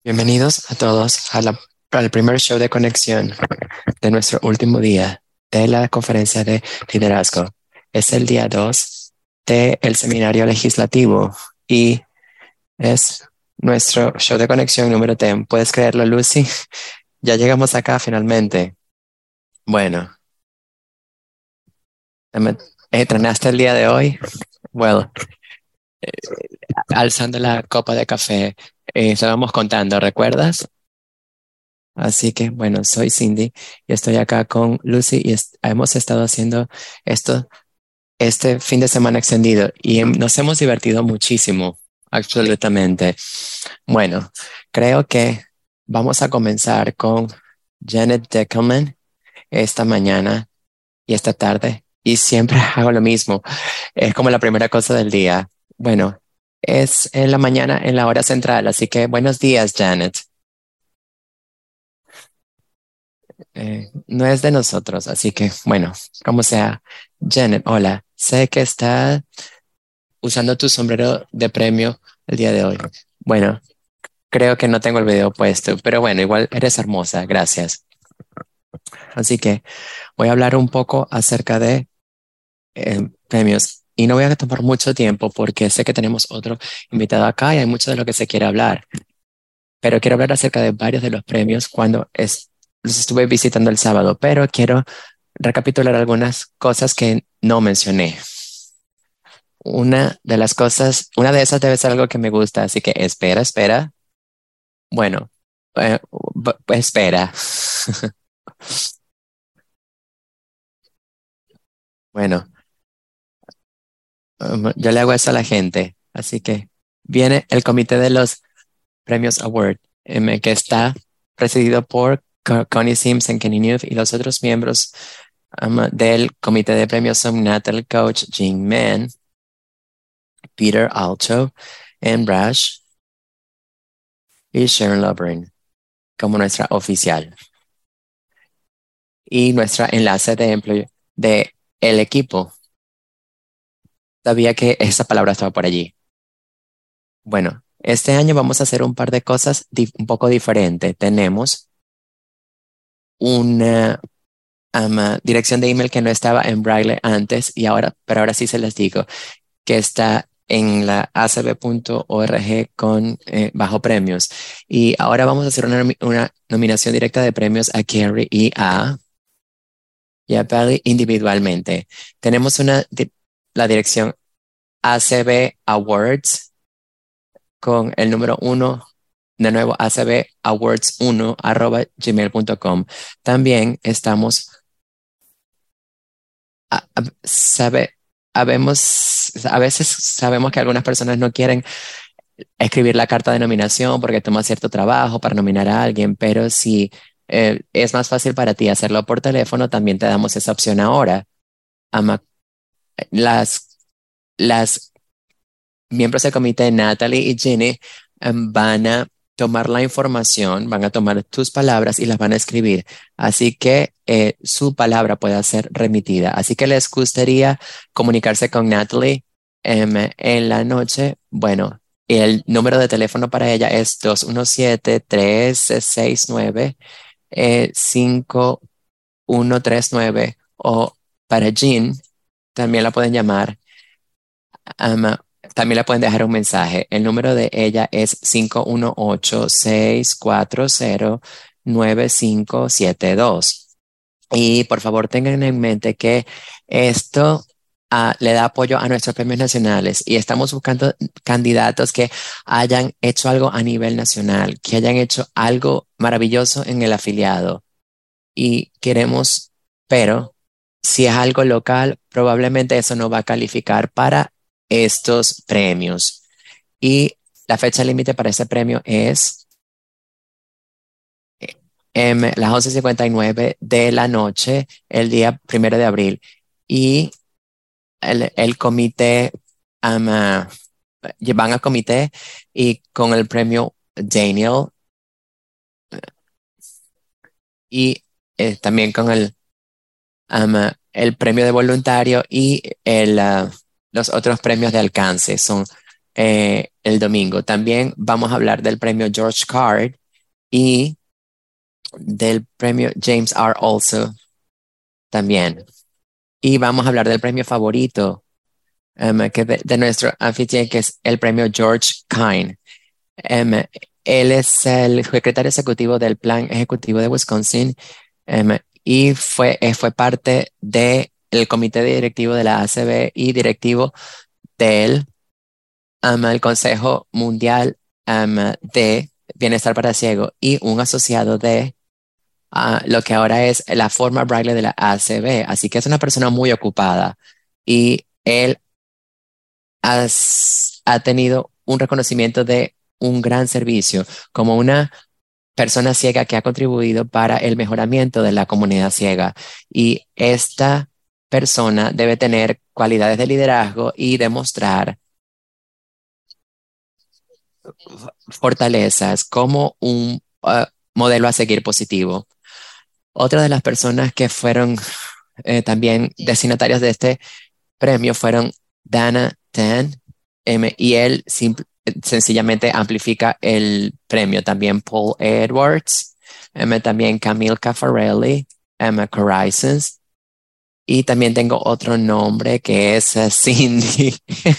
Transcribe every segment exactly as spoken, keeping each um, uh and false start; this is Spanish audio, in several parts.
Bienvenidos a todos a la- al primer show de conexión de nuestro último día de la conferencia de liderazgo. Es el día dos del seminario legislativo y es nuestro show de conexión número diez. ¿Puedes creerlo, Lucy? Ya llegamos acá finalmente. Bueno, em- ¿entrenaste el día de hoy? Bueno, alzando la copa de café, eh, estábamos contando, ¿recuerdas? Así que, bueno, soy Cindy y estoy acá con Lucy y es- hemos estado haciendo esto este fin de semana extendido y hem- nos hemos divertido muchísimo, absolutamente. Bueno, creo que vamos a comenzar con Janet Deckelman esta mañana y esta tarde y siempre hago lo mismo. Es como la primera cosa del día. Bueno, es en la mañana en la hora central, así que buenos días, Janet. Eh, no es de nosotros, así que bueno, como sea. Janet, hola. Sé que está usando tu sombrero de premio el día de hoy. Bueno, creo que no tengo el video puesto, pero bueno, igual eres hermosa, gracias. Así que voy a hablar un poco acerca de eh, premios y no voy a tomar mucho tiempo porque sé que tenemos otro invitado acá y hay mucho de lo que se quiere hablar, pero quiero hablar acerca de varios de los premios cuando es, los estuve visitando el sábado, pero quiero recapitular algunas cosas que no mencioné. Una de las cosas, una de esas debe ser algo que me gusta, así que espera, espera. Bueno, eh, b- b- espera. Bueno, um, yo le hago eso a la gente, así que viene el comité de los premios Award, em, que está presidido por Co- Connie Simpson, Kenny Newth y los otros miembros um, del comité de premios son Natalie Coach, Jean Mann, Peter Alto, Anne Brash y Sharon Lovering como nuestra oficial. Y nuestra enlace de empleo de el equipo. Sabía que esa palabra estaba por allí. Bueno, este año vamos a hacer un par de cosas di- un poco diferentes. Tenemos una ama, dirección de email que no estaba en Braille antes y ahora, pero ahora sí se les digo, que está en la a c b punto org con eh, bajo premios. Y ahora vamos a hacer una, nomi- una nominación directa de premios a Carrie y a, y a Pally individualmente. Tenemos una, di- la dirección A C B Awards con el número uno, de nuevo, A C B Awards uno arroba gmail punto com. También estamos, a, a- sabe, habemos, a veces sabemos que algunas personas no quieren escribir la carta de nominación porque toma cierto trabajo para nominar a alguien, pero si eh, es más fácil para ti hacerlo por teléfono, también te damos esa opción ahora. Ama- las, las miembros del comité, Natalie y Ginny, em, van a tomar la información, van a tomar tus palabras y las van a escribir. Así que eh, su palabra pueda ser remitida. Así que les gustaría comunicarse con Natalie em, en la noche. Bueno, el número de teléfono para ella es dos uno siete, tres seis nueve, eh, cinco uno tres nueve o para Jean también la pueden llamar. Ama, también le pueden dejar un mensaje. El número de ella es cinco uno ocho, seis cuatro cero, nueve cinco siete dos. Y por favor tengan en mente que esto ah, le da apoyo a nuestros premios nacionales y estamos buscando candidatos que hayan hecho algo a nivel nacional, que hayan hecho algo maravilloso en el afiliado. Y queremos, pero si es algo local, probablemente eso no va a calificar para estos premios. Y la fecha límite para ese premio es em, las once cincuenta y nueve de la noche, el día primero de abril. Y el, el comité, ama, van al comité y con el premio Daniel y eh, también con el ama, el premio de voluntario y el, ah, los otros premios de alcance. Son eh, el domingo. También vamos a hablar del premio George Card y del premio James R. Also también. Y vamos a hablar del premio favorito em, que de, de nuestro anfitrión, que es el premio George Kine. Em, Él es el secretario ejecutivo del Plan Ejecutivo de Wisconsin, em, y fue, eh, fue parte del comité directivo de la A C B y directivo del em, el Consejo Mundial em, de Bienestar para Ciego y un asociado de ah, lo que ahora es la forma Braille de la A C B. Así que es una persona muy ocupada y él has- ha tenido un reconocimiento de un gran servicio como una persona ciega que ha contribuido para el mejoramiento de la comunidad ciega. Y esta persona debe tener cualidades de liderazgo y demostrar fortalezas como un uh, modelo a seguir positivo. Otra de las personas que fueron eh, también destinatarios de este premio fueron Dana Tan, em, y él simp- sencillamente amplifica el premio. También Paul Edwards, em, también Camille Caffarelli, Emma Coraisons, y también tengo otro nombre que es eh, Cindy.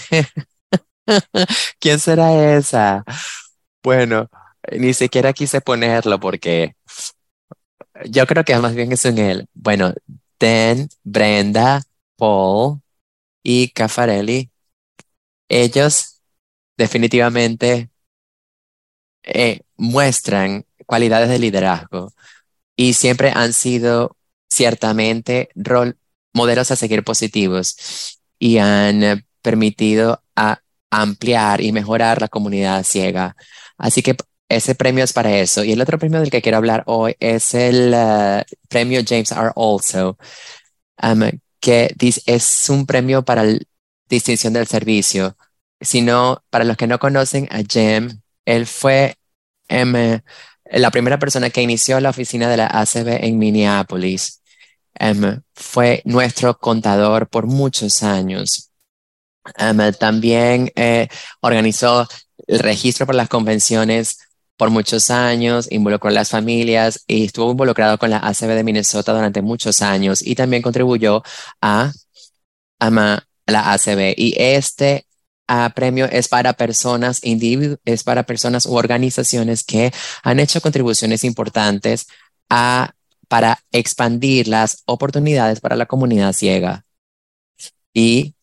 ¿Quién será esa? Bueno, ni siquiera quise ponerlo porque yo creo que más bien es un él. Bueno, Dan, Brenda, Paul y Caffarelli, ellos definitivamente eh, muestran cualidades de liderazgo y siempre han sido ciertamente rol, modelos a seguir positivos y han eh, permitido a ampliar y mejorar la comunidad ciega. Así que ese premio es para eso. Y el otro premio del que quiero hablar hoy es el eh, premio James R. Also, um, que dis- es un premio para la distinción del servicio. Sino, para los que no conocen a Jim, él fue em, eh, la primera persona que inició la oficina de la A C B en Minneapolis. Em, fue nuestro contador por muchos años. Em, también eh, organizó el registro para las convenciones por muchos años, involucró a las familias y estuvo involucrado con la A C B de Minnesota durante muchos años y también contribuyó a, ama- a la A C B. Y este ah, premio es para personas, individu- es para personas u organizaciones que han hecho contribuciones importantes a, para expandir las oportunidades para la comunidad ciega. Y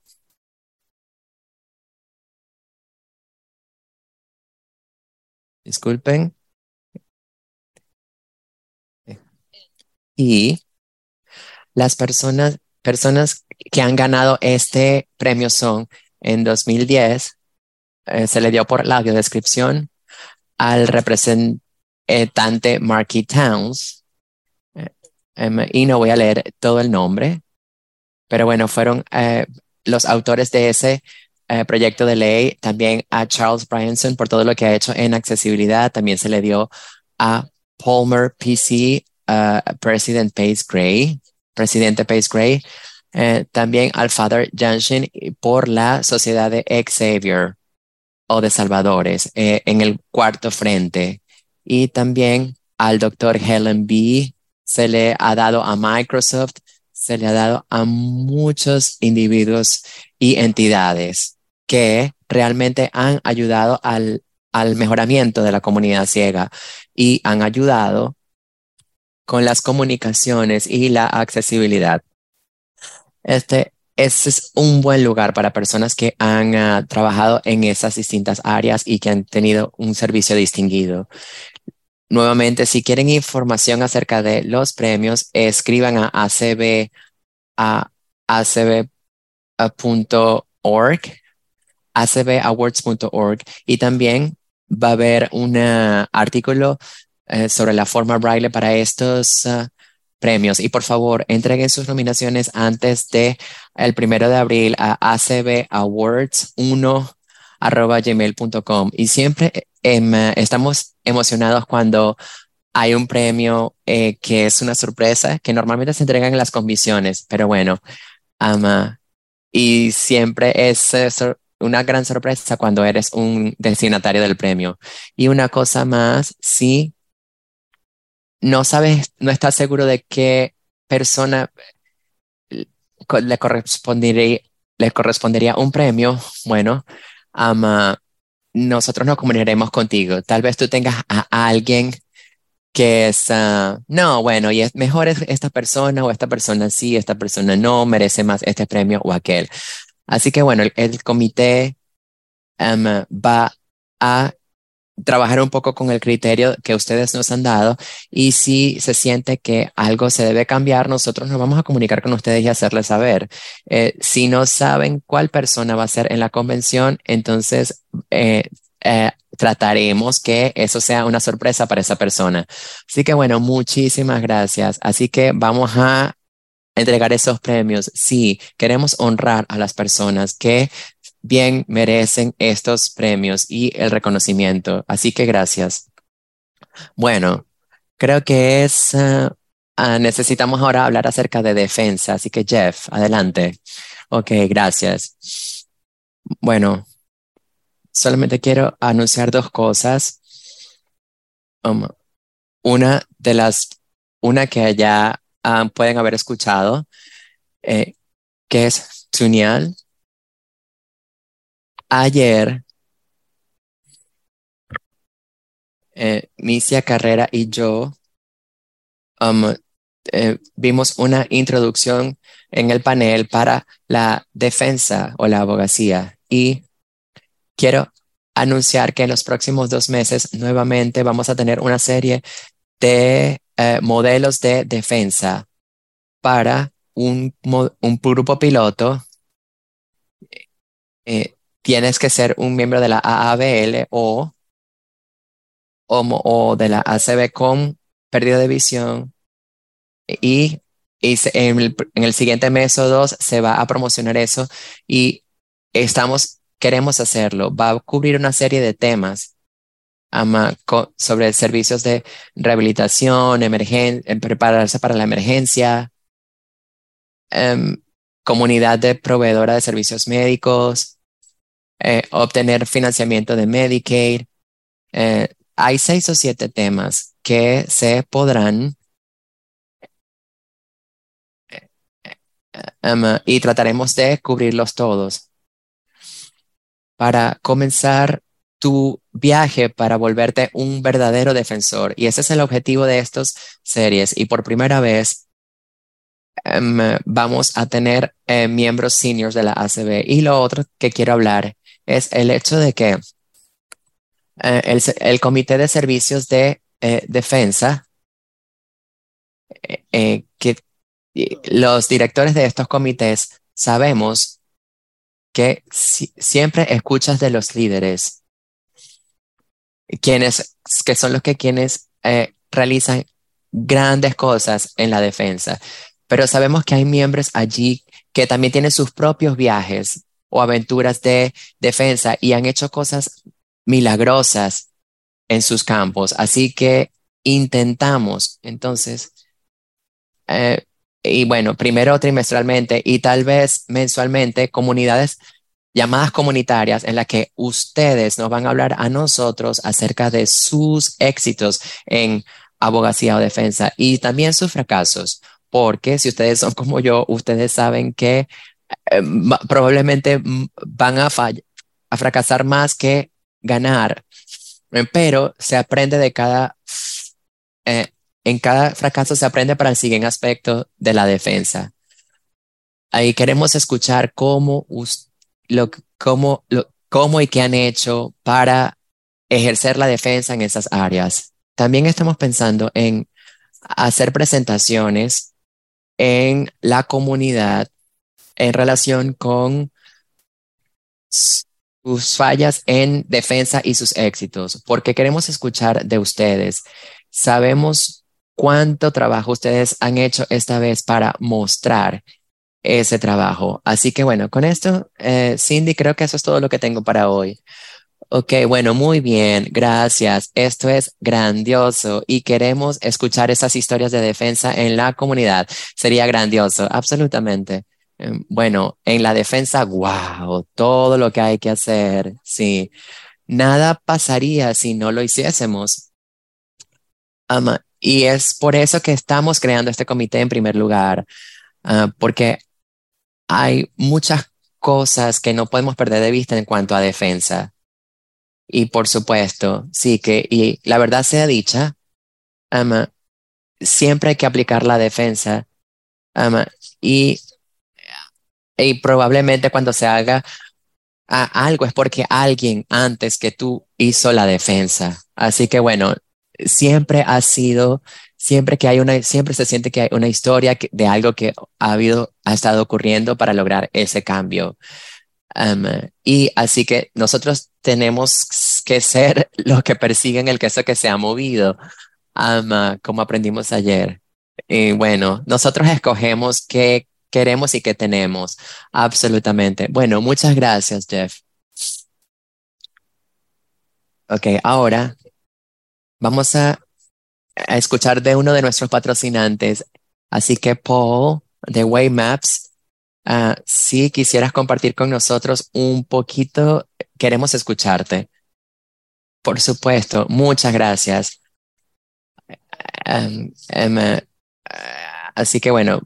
disculpen. Y las personas, personas que han ganado este premio son, en dos mil diez, eh, se le dio por la audiodescripción al representante Marky Towns, eh, em, y no voy a leer todo el nombre, pero bueno, fueron eh, los autores de ese eh, proyecto de ley. También a Charles Bryanson por todo lo que ha hecho en accesibilidad. También se le dio a Palmer P C, uh, President Pace Gray, presidente Pace Gray. Eh, también al Father Janshin por la Sociedad de Xavier o de Salvadores eh, en el cuarto frente. Y también al doctor Helen B. Se le ha dado a Microsoft, se le ha dado a muchos individuos y entidades que realmente han ayudado al, al mejoramiento de la comunidad ciega y han ayudado con las comunicaciones y la accesibilidad. Este, ese es un buen lugar para personas que han ah, trabajado en esas distintas áreas y que han tenido un servicio distinguido. Nuevamente, si quieren información acerca de los premios, escriban a acb, a acb punto org, acbawards punto org, y también va a haber un ah, artículo eh, sobre la forma Braille para estos ah, premios. Y por favor, entreguen sus nominaciones antes de el primero de abril a acbawards uno arroba gmail punto com. Y siempre em, estamos emocionados cuando hay un premio eh, que es una sorpresa, que normalmente se entregan en las comisiones, pero bueno, ama, y siempre es eh, sor- una gran sorpresa cuando eres un destinatario del premio. Y una cosa más, si no sabes, no estás seguro de qué persona co- le correspondería, le correspondería un premio, bueno, ama, nosotros nos comunicaremos contigo. Tal vez tú tengas a alguien que es, ah, no, bueno, y es mejor es esta persona o esta persona sí, esta persona no, merece más este premio o aquel. Así que bueno, el, el comité am, va a trabajar un poco con el criterio que ustedes nos han dado y si se siente que algo se debe cambiar, nosotros nos vamos a comunicar con ustedes y hacerles saber. Eh, si no saben cuál persona va a ser en la convención, entonces eh, eh, trataremos que eso sea una sorpresa para esa persona. Así que bueno, muchísimas gracias. Así que vamos a entregar esos premios. Sí, queremos honrar a las personas que bien merecen estos premios y el reconocimiento. Así que gracias. Bueno, creo que es, ah, ah, necesitamos ahora hablar acerca de defensa. Así que Jeff, adelante. Ok, gracias. Bueno, solamente quiero anunciar dos cosas. Um, una de las, una que ya ah, pueden haber escuchado, eh, que es Tunial. Ayer, eh, Misia Carrera y yo um, eh, vimos una introducción en el panel para la defensa o la abogacía y quiero anunciar que en los próximos dos meses nuevamente vamos a tener una serie de eh, modelos de defensa para un, mo- un grupo piloto. Eh, tienes que ser un miembro de la A A B L o, o, mo- o de la A C B con pérdida de visión y, y se- en el, en el siguiente mes o dos se va a promocionar eso y estamos, queremos hacerlo. Va a cubrir una serie de temas ama, co- sobre servicios de rehabilitación, emergen, en prepararse para la emergencia, em, comunidad de proveedora de servicios médicos, eh, obtener financiamiento de Medicaid. Eh, hay seis o siete temas que se podrán em, y trataremos de cubrirlos todos. Para comenzar tu viaje para volverte un verdadero defensor. Y ese es el objetivo de estas series. Y por primera vez em, vamos a tener eh, miembros seniors de la A C B. Y lo otro que quiero hablar es el hecho de que eh, el, se- el Comité de Servicios de eh, Defensa, eh, eh, que y los directores de estos comités sabemos que si- siempre escuchas de los líderes quienes, que son los que quienes eh, realizan grandes cosas en la defensa. Pero sabemos que hay miembros allí que también tienen sus propios viajes o aventuras de defensa y han hecho cosas milagrosas en sus campos. Así que intentamos entonces, eh, y bueno, primero trimestralmente y tal vez mensualmente, comunidades llamadas comunitarias en las que ustedes nos van a hablar a nosotros acerca de sus éxitos en abogacía o defensa y también sus fracasos, porque si ustedes son como yo, ustedes saben que eh, ma- probablemente mm, van a, fall- a fracasar más que ganar, eh, pero se aprende de cada, eh, en cada fracaso se aprende para el siguiente aspecto de la defensa. Ahí queremos escuchar cómo, us- lo, cómo, lo- cómo y qué han hecho para ejercer la defensa en esas áreas. También estamos pensando en hacer presentaciones en la comunidad en relación con s- sus fallas en defensa y sus éxitos, porque queremos escuchar de ustedes. Sabemos cuánto trabajo ustedes han hecho esta vez para mostrar ese trabajo. Así que bueno, con esto, eh, Cindy, creo que eso es todo lo que tengo para hoy. Ok, bueno, muy bien, gracias. Esto es grandioso y queremos escuchar esas historias de defensa en la comunidad. Sería grandioso, absolutamente. Em, Bueno, en la defensa, wow, todo lo que hay que hacer, sí. Nada pasaría si no lo hiciésemos. Ama, y es por eso que estamos creando este comité en primer lugar, ah, porque hay muchas cosas que no podemos perder de vista en cuanto a defensa. Y por supuesto, sí que, y la verdad sea dicha, ama, siempre hay que aplicar la defensa, ama, y, y probablemente cuando se haga a algo es porque alguien antes que tú hizo la defensa. Así que bueno, siempre ha sido, siempre que hay una, siempre se siente que hay una historia que- de algo que ha habido, ha estado ocurriendo para lograr ese cambio. Um, y así que nosotros tenemos que ser los que persiguen el queso que se ha movido, um, uh, como aprendimos ayer. Y bueno, nosotros escogemos qué queremos y qué tenemos. Absolutamente. Bueno, muchas gracias, Jeff. Ok, ahora vamos a, a escuchar de uno de nuestros patrocinantes. Así que Paul, de Waymaps, ah, si quisieras compartir con nosotros un poquito, queremos escucharte. Por supuesto, muchas gracias. Em, em, eh, así que bueno,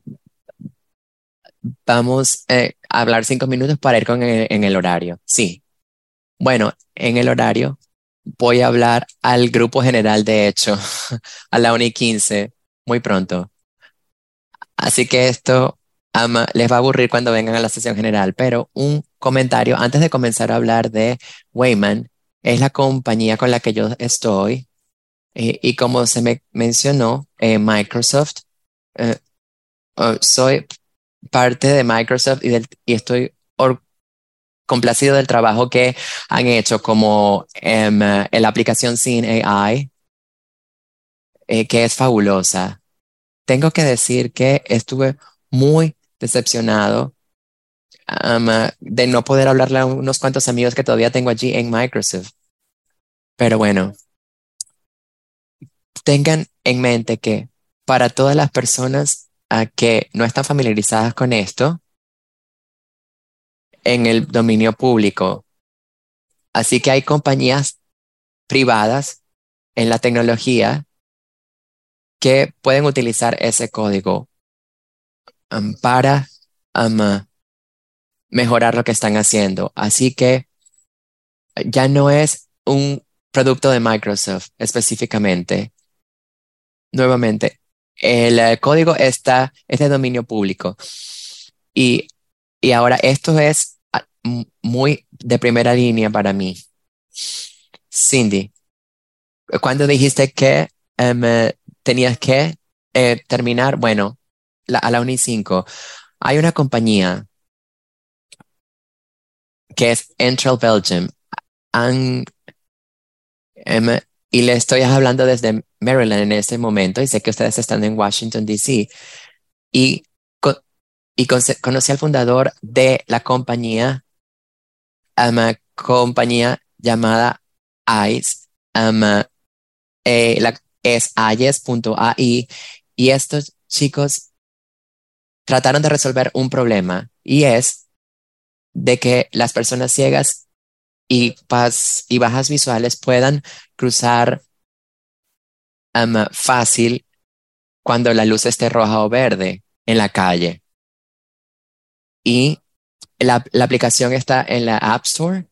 vamos eh, a hablar cinco minutos para ir con el- en el horario. Sí, bueno, en el horario voy a hablar al grupo general, de hecho, a la una y quince, muy pronto. Así que esto ama, les va a aburrir cuando vengan a la sesión general, pero un comentario antes de comenzar a hablar de Wayman, es la compañía con la que yo estoy. Eh, y como se me mencionó, eh, Microsoft, eh, oh, soy parte de Microsoft y, del- y estoy or- complacido del trabajo que han hecho como em, eh, en la aplicación Sin A I, eh, que es fabulosa. Tengo que decir que estuve muy decepcionado, am, eh, de no poder hablarle a unos cuantos amigos que todavía tengo allí en Microsoft. Pero bueno, tengan en mente que para todas las personas ah, que no están familiarizadas con esto, en el dominio público, así que hay compañías privadas en la tecnología que pueden utilizar ese código um, para um, uh, mejorar lo que están haciendo. Así que ya no es un producto de Microsoft específicamente. Nuevamente, el eh, código está, es de dominio público. Y, y ahora esto es ah, m- muy de primera línea para mí. Cindy, cuando dijiste que em, eh, tenías que eh, terminar, bueno, la- a la una y cinco, hay una compañía que es Entrel Belgium. Han, em, y le estoy hablando desde Maryland en este momento y sé que ustedes están en Washington, D C. Y, co- y conce- conocí al fundador de la compañía, una compañía llamada ICE. em, eh, la, es ayes punto a i y estos chicos trataron de resolver un problema y es de que las personas ciegas y, pas- y bajas visuales puedan cruzar um, fácil cuando la luz esté roja o verde en la calle. Y la, la aplicación está en la App Store.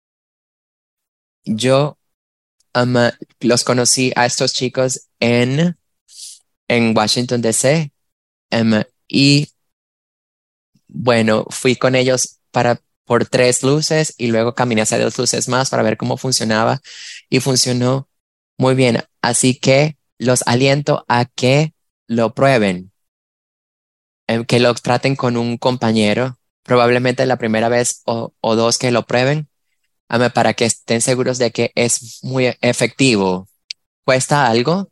Yo um, los conocí a estos chicos en, en Washington, D C. um, y bueno, fui con ellos para por tres luces y luego caminé hacia dos luces más para ver cómo funcionaba y funcionó muy bien. Así que los aliento a que lo prueben, em, que lo traten con un compañero, probablemente la primera vez o, o dos que lo prueben, am, para que estén seguros de que es muy efectivo. ¿Cuesta algo?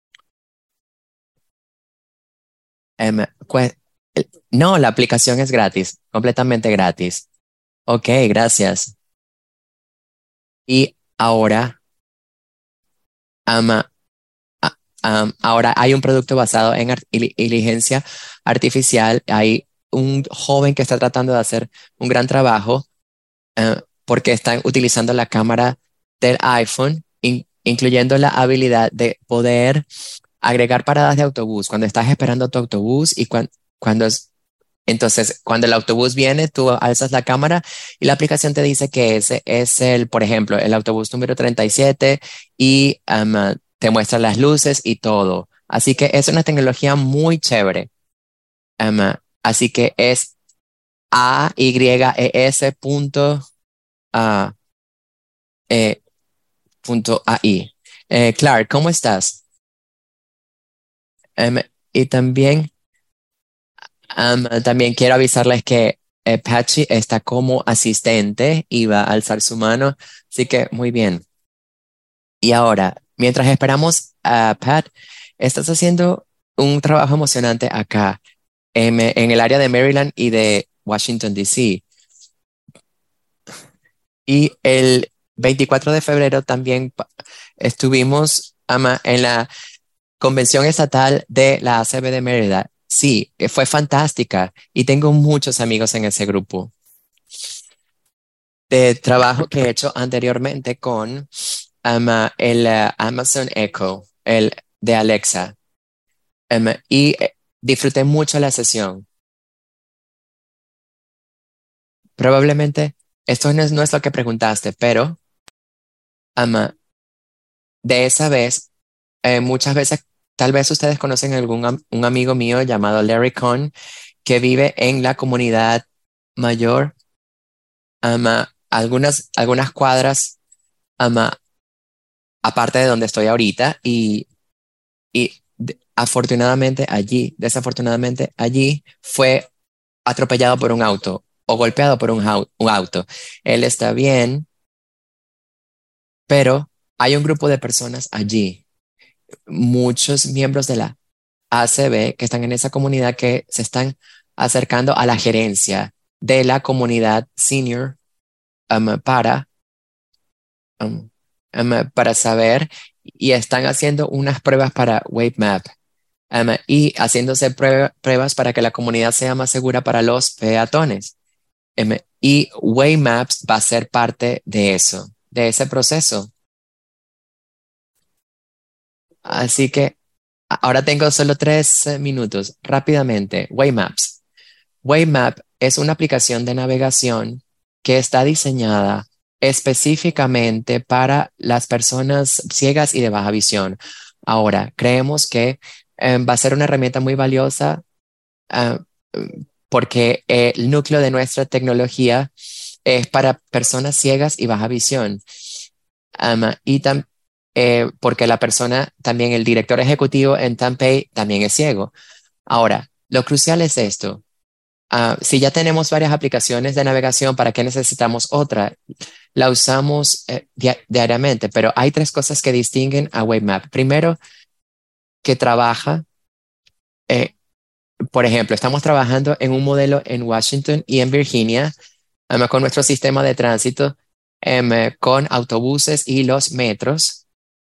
Em, cue- no, la aplicación es gratis, completamente gratis. Ok, gracias. Y ahora, ama, a- am, ahora hay un producto basado en ar- ili- inteligencia artificial. Hay un joven que está tratando de hacer un gran trabajo, eh, porque están utilizando la cámara del iPhone, in- incluyendo la habilidad de poder agregar paradas de autobús cuando estás esperando tu autobús y cuan- cuando es, entonces cuando el autobús viene, tú alzas la cámara y la aplicación te dice que ese es el, por ejemplo, el autobús número treinta y siete y um, uh, te muestra las luces y todo. Así que es una tecnología muy chévere. Um, uh, así que es A Y E S punto, ah, eh, punto A I. Eh, Clark, ¿cómo estás? Um, y también Am, también quiero avisarles que eh, Patchy está como asistente y va a alzar su mano, así que muy bien. Y ahora, mientras esperamos a Pat, estás haciendo un trabajo emocionante acá en, en el área de Maryland y de Washington, D C. Y el veinticuatro de febrero también pa- estuvimos ama, en la Convención Estatal de la A C B de Mérida. Sí, eh, fue fantástica y tengo muchos amigos en ese grupo de trabajo que he hecho anteriormente con ama, el eh, Amazon Echo, el de Alexa. Em, y eh, disfruté mucho la sesión. Probablemente esto no es, no es lo que preguntaste, pero ama, de esa vez, eh, muchas veces, tal vez ustedes conocen algún am- un amigo mío llamado Larry Cohn que vive en la comunidad mayor, ama, algunas, algunas cuadras ama, aparte de donde estoy ahorita y Y de- afortunadamente allí, desafortunadamente allí, fue atropellado por un auto o golpeado por un, au- un auto. Él está bien, pero hay un grupo de personas allí, muchos miembros de la A C B que están en esa comunidad que se están acercando a la gerencia de la comunidad senior um, para, um, um, para saber y están haciendo unas pruebas para WaveMap. Um, y haciéndose prue- pruebas para que la comunidad sea más segura para los peatones. Um, y Waymaps va a ser parte de eso, de ese proceso. Así que a- ahora tengo solo tres eh, minutos. Rápidamente, Waymaps. Waymap es una aplicación de navegación que está diseñada específicamente para las personas ciegas y de baja visión. Ahora, creemos que eh, va a ser una herramienta muy valiosa, ah, porque eh, el núcleo de nuestra tecnología es para personas ciegas y baja visión. Am, y tam- eh, porque la persona, también el director ejecutivo en Tampay también es ciego. Ahora, lo crucial es esto. Ah, si ya tenemos varias aplicaciones de navegación, ¿para qué necesitamos otra? La usamos eh, dia- diariamente, pero hay tres cosas que distinguen a WaveMap. Primero, que trabaja eh, por ejemplo, estamos trabajando en un modelo en Washington y en Virginia, además con nuestro sistema de tránsito, em, eh, con autobuses y los metros.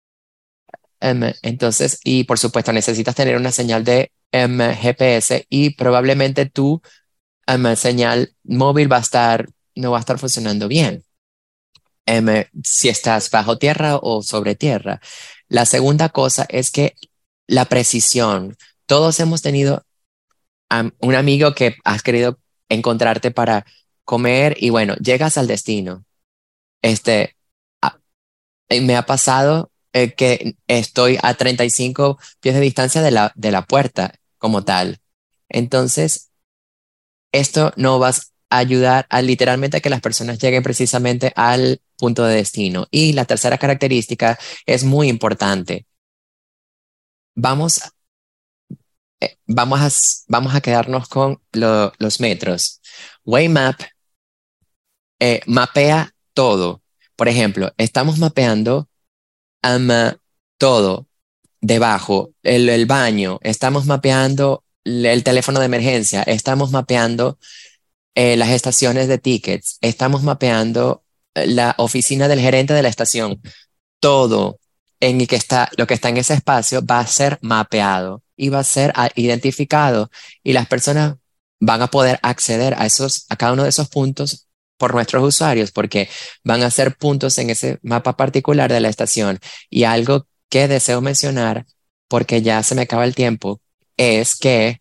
Em, entonces, y por supuesto, necesitas tener una señal de em, G P S y probablemente tu em, señal móvil va a estar, no va a estar funcionando bien, em, eh, si estás bajo tierra o sobre tierra. La segunda cosa es que la precisión. Todos hemos tenido am- un amigo que has querido encontrarte para comer y bueno, llegas al destino. Este, a- eh, me ha pasado eh, que estoy a treinta y cinco pies de distancia de la, de la puerta como tal. Entonces, esto no va a ayudar a literalmente a que las personas lleguen precisamente al punto de destino. Y la tercera característica es muy importante. Vamos, eh, vamos a, s- vamos a quedarnos con lo- los metros. Waymap eh, mapea todo. Por ejemplo, estamos mapeando ama, todo debajo, el, el baño, estamos mapeando el, el teléfono de emergencia, estamos mapeando eh, las estaciones de tickets, estamos mapeando eh, la oficina del gerente de la estación. Todo en el que está, lo que está en ese espacio va a ser mapeado y va a ser ah, identificado y las personas van a poder acceder a esos, a cada uno de esos puntos por nuestros usuarios, porque van a ser puntos en ese mapa particular de la estación. Y algo que deseo mencionar, porque ya se me acaba el tiempo, es que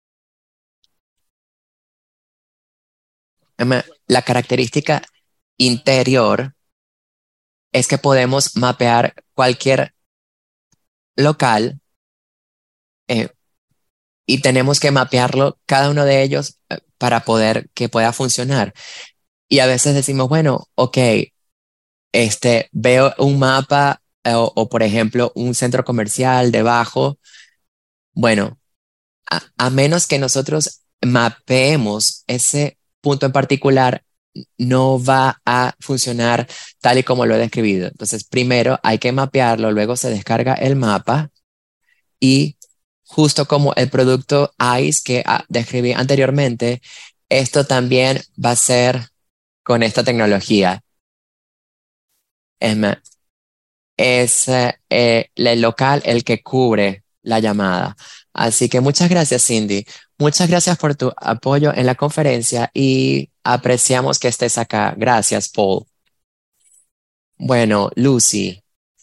em, la característica interior es que podemos mapear cualquier local, eh, y tenemos que mapearlo, cada uno de ellos, eh, para poder que pueda funcionar. Y a veces decimos, bueno, ok, este, veo un mapa, eh, o, o, por ejemplo un centro comercial debajo. Bueno, a, a menos que nosotros mapeemos ese punto en particular, no va a funcionar tal y como lo he describido. Entonces, primero hay que mapearlo, luego se descarga el mapa y justo como el producto ICE que ah, describí anteriormente, esto también va a ser con esta tecnología. Em, es eh, eh, el local el que cubre la llamada. Así que muchas gracias, Cindy. Muchas gracias por tu apoyo en la conferencia y apreciamos que estés acá. Gracias, Paul. Bueno, Lucy,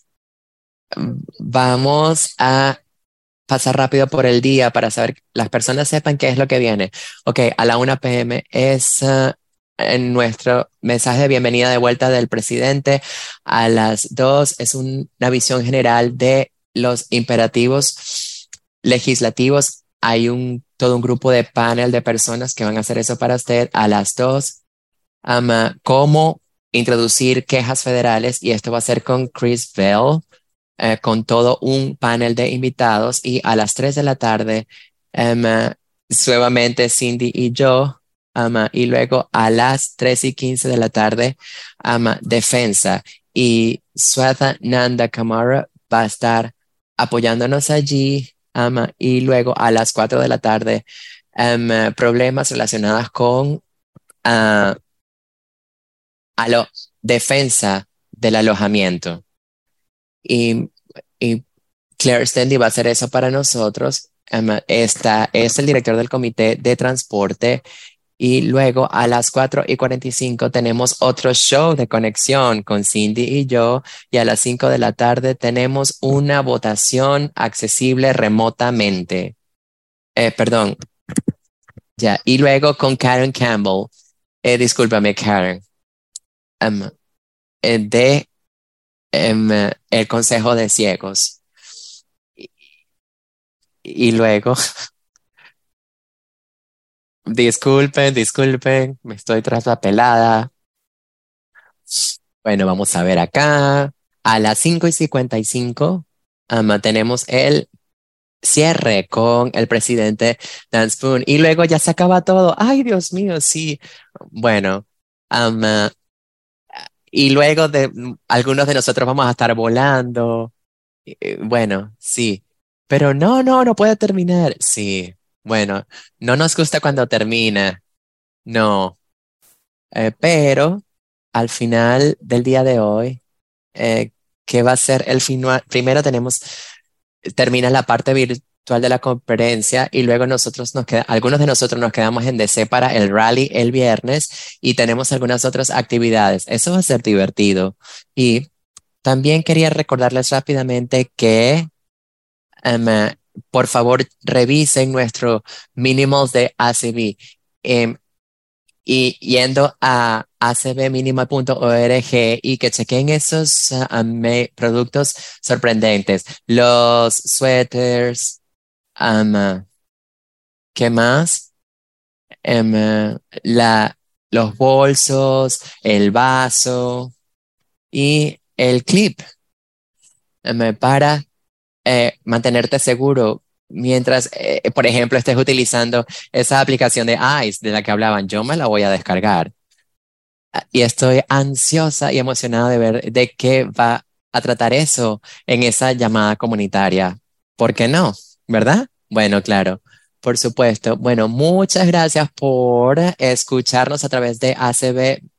vamos a pasar rápido por el día para saber, las personas sepan qué es lo que viene. Ok, a la una p m es uh, en nuestro mensaje de bienvenida de vuelta del presidente. A las dos es un- una visión general de los imperativos legislativos. Hay un, todo un grupo de panel de personas que van a hacer eso para usted. A las dos, um, uh, cómo introducir quejas federales, y esto va a ser con Chris Bell, eh, con todo un panel de invitados. Y a las tres de la tarde, em, eh, nuevamente Cindy y yo, ama, y luego a las tres y quince de la tarde, ama, defensa. Y Swatha Nanda Kamara va a estar apoyándonos allí, ama, y luego a las cuatro de la tarde, em, eh, problemas relacionados con ah, alo- defensa del alojamiento. Y, y Claire Stanley va a hacer eso para nosotros. Em, esta es el director del comité de transporte. Y luego a las cuatro y cuarenta y cinco tenemos otro show de conexión con Cindy y yo. Y a las cinco de la tarde tenemos una votación accesible remotamente. Eh, perdón, ya. Y luego con Karen Campbell, eh, discúlpame, Karen, em, eh, de em, el Consejo de Ciegos. Y, y luego, disculpen, disculpen, me estoy tras la pelada. Bueno, vamos a ver acá. A las cinco y cincuenta y cinco, um, tenemos el cierre con el presidente Dan Spoon. Y luego ya se acaba todo. Ay, Dios mío, sí. Bueno, um, uh, y luego de mm, algunos de nosotros vamos a estar volando. Y, eh, Bueno, sí. Pero no, no, no puede terminar. Sí. Bueno, no nos gusta cuando termina. No. Eh, pero al final del día de hoy, eh, ¿qué va a ser el final? Primero tenemos, termina la parte virtual de la conferencia y luego nosotros nos queda, algunos de nosotros nos quedamos en D C para el rally el viernes y tenemos algunas otras actividades. Eso va a ser divertido. Y también quería recordarles rápidamente que, em, eh, por favor, revisen nuestro mínimos de A C V. Em, y yendo a a c b minima punto org y que chequen esos ah, me- productos sorprendentes. Los suéteres, am, ah, ¿qué más? Em, ah, la, los bolsos, el vaso y el clip, em, para eh, mantenerte seguro mientras, eh, por ejemplo, estés utilizando esa aplicación de ICE de la que hablaban. Yo me la voy a descargar. Y estoy ansiosa y emocionada de ver de qué va a tratar eso en esa llamada comunitaria. ¿Por qué no? ¿Verdad? Bueno, claro, por supuesto. Bueno, muchas gracias por escucharnos a través de A C B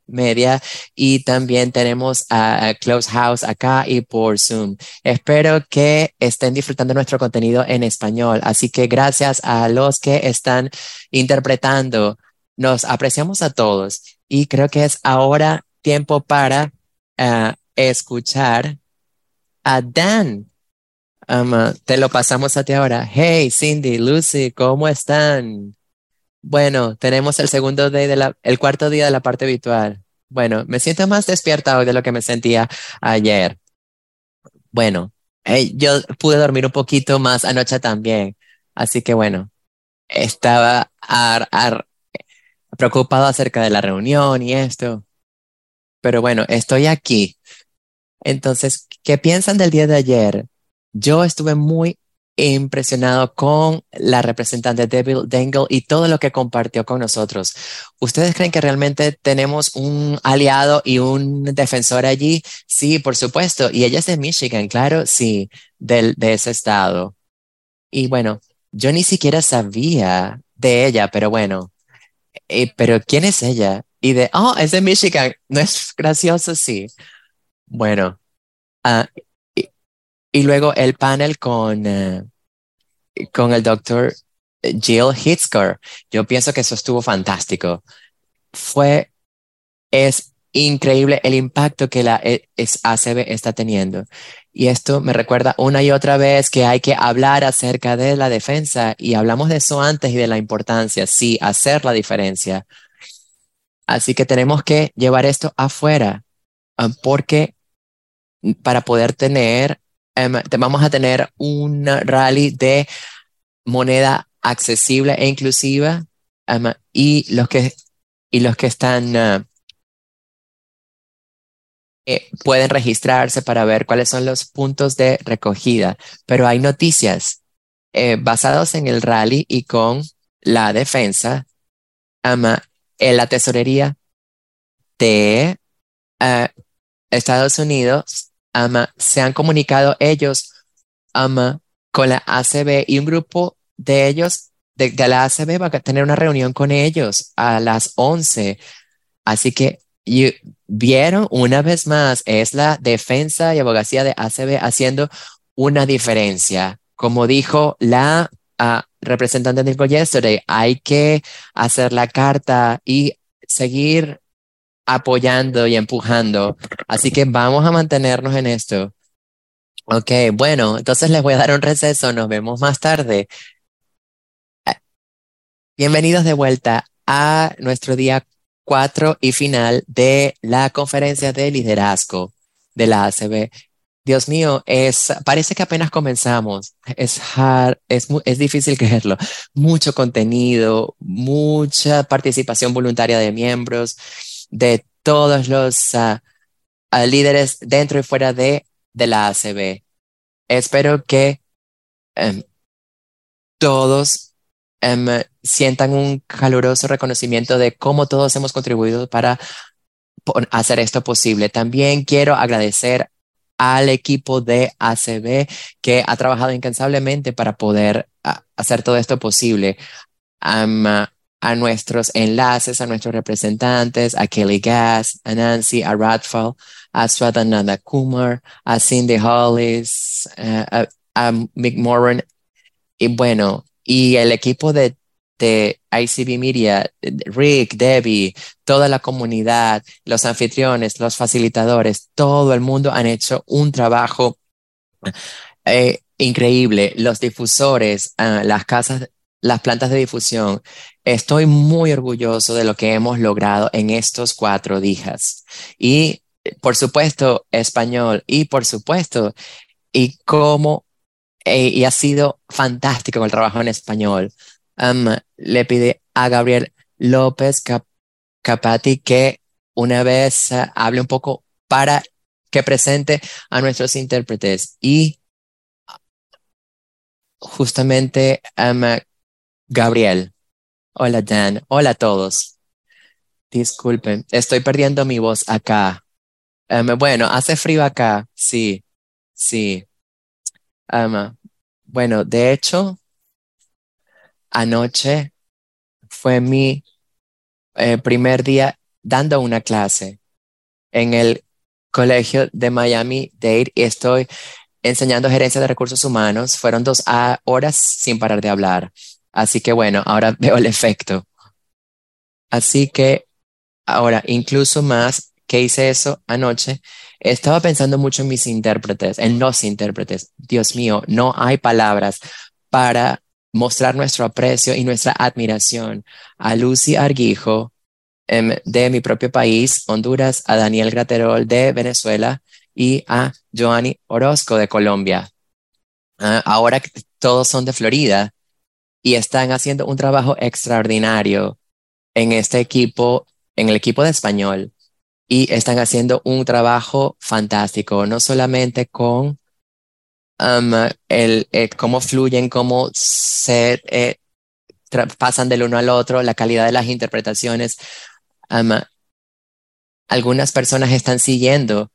Media y también tenemos a, a Close House acá y por Zoom. Espero que estén disfrutando nuestro contenido en español. Así que gracias a los que están interpretando. Nos apreciamos a todos y creo que es ahora tiempo para ah, escuchar a Dan. Um, te lo pasamos a ti ahora. Hey, Cindy, Lucy, ¿cómo están? Bueno, tenemos el segundo día de la, el cuarto día de la parte virtual. Bueno, me siento más despierta hoy de lo que me sentía ayer. Bueno, eh, yo pude dormir un poquito más anoche también. Así que bueno, estaba ar- ar- preocupado acerca de la reunión y esto. Pero bueno, estoy aquí. Entonces, ¿qué piensan del día de ayer? Yo estuve muy impresionado con la representante Debbie Dengel y todo lo que compartió con nosotros. ¿Ustedes creen que realmente tenemos un aliado y un defensor allí? Sí, por supuesto. Y ella es de Michigan, claro, sí, del, de ese estado. Y bueno, yo ni siquiera sabía de ella, pero bueno, eh, pero ¿quién es ella? Y de, oh, es de Michigan. ¿No es gracioso? Sí. Bueno. Ah, y, y luego el panel con, eh, con el doctor Jill Hitzker. Yo pienso que eso estuvo fantástico. Fue, es increíble el impacto que la eh, es, A C B está teniendo. Y esto me recuerda una y otra vez que hay que hablar acerca de la defensa y hablamos de eso antes y de la importancia, sí, hacer la diferencia. Así que tenemos que llevar esto afuera, ah, porque para poder tener, em, te- vamos a tener un rally de moneda accesible e inclusiva, em, y los que, y los que están, ah, eh, pueden registrarse para ver cuáles son los puntos de recogida. Pero hay noticias eh, basadas en el rally y con la defensa, em, en la tesorería de ah, Estados Unidos, ama, se han comunicado ellos, ama, con la A C B y un grupo de ellos de, de la A C B va a tener una reunión con ellos a las once. Así que y- vieron una vez más, es la defensa y abogacía de A C B haciendo una diferencia. Como dijo la ah, representante de Nico Yesterday, hay que hacer la carta y seguir apoyando y empujando. Así que vamos a mantenernos en esto. Ok, bueno, entonces les voy a dar un receso. Nos vemos más tarde. Bienvenidos de vuelta a nuestro día cuatro y final de la conferencia de liderazgo de la A C B. Dios mío, es, parece que apenas comenzamos. Es hard, es, mu- es difícil creerlo. Mucho contenido, mucha participación voluntaria de miembros, de todos los ah, a líderes dentro y fuera de, de la A C B. Espero que em, todos em, sientan un caluroso reconocimiento de cómo todos hemos contribuido para pon- hacer esto posible. También quiero agradecer al equipo de A C B que ha trabajado incansablemente para poder ah, hacer todo esto posible. Am, a a nuestros enlaces, a nuestros representantes, a Kelly Gass, a Nancy, a Radfall, a Swadananda Kumar, a Cindy Hollis, eh, a, a Mick Moran, y bueno, y el equipo de, de I C B Media, Rick, Debbie, toda la comunidad, los anfitriones, los facilitadores, todo el mundo han hecho un trabajo eh, increíble. Los difusores, ah, las casas, las plantas de difusión. Estoy muy orgulloso de lo que hemos logrado en estos cuatro días. Y por supuesto, español. Y por supuesto, y cómo, eh, y ha sido fantástico el trabajo en español. Am, le pide a Gabriel López Cap- Capati que una vez ah, hable un poco para que presente a nuestros intérpretes. Y justamente, um, Gabriel. Hola, Dan. Hola a todos. Disculpen, estoy perdiendo mi voz acá. Um, bueno, hace frío acá. Sí, sí. Um, bueno, de hecho, anoche fue mi eh, primer día dando una clase en el colegio de Miami-Dade y estoy enseñando gerencia de recursos humanos. Fueron dos a- horas sin parar de hablar. Así que bueno, ahora veo el efecto. Así que ahora, incluso más que hice eso anoche, estaba pensando mucho en mis intérpretes, en los intérpretes. Dios mío, no hay palabras para mostrar nuestro aprecio y nuestra admiración a Lucy Arguijo, em, de mi propio país, Honduras, a Daniel Graterol de Venezuela y a Joanny Orozco de Colombia. Ah, ahora que todos son de Florida y están haciendo un trabajo extraordinario en este equipo, en el equipo de español, y están haciendo un trabajo fantástico, no solamente con um, el, eh, cómo fluyen, cómo se eh, tra- pasan del uno al otro, la calidad de las interpretaciones. Um, algunas personas están siguiendo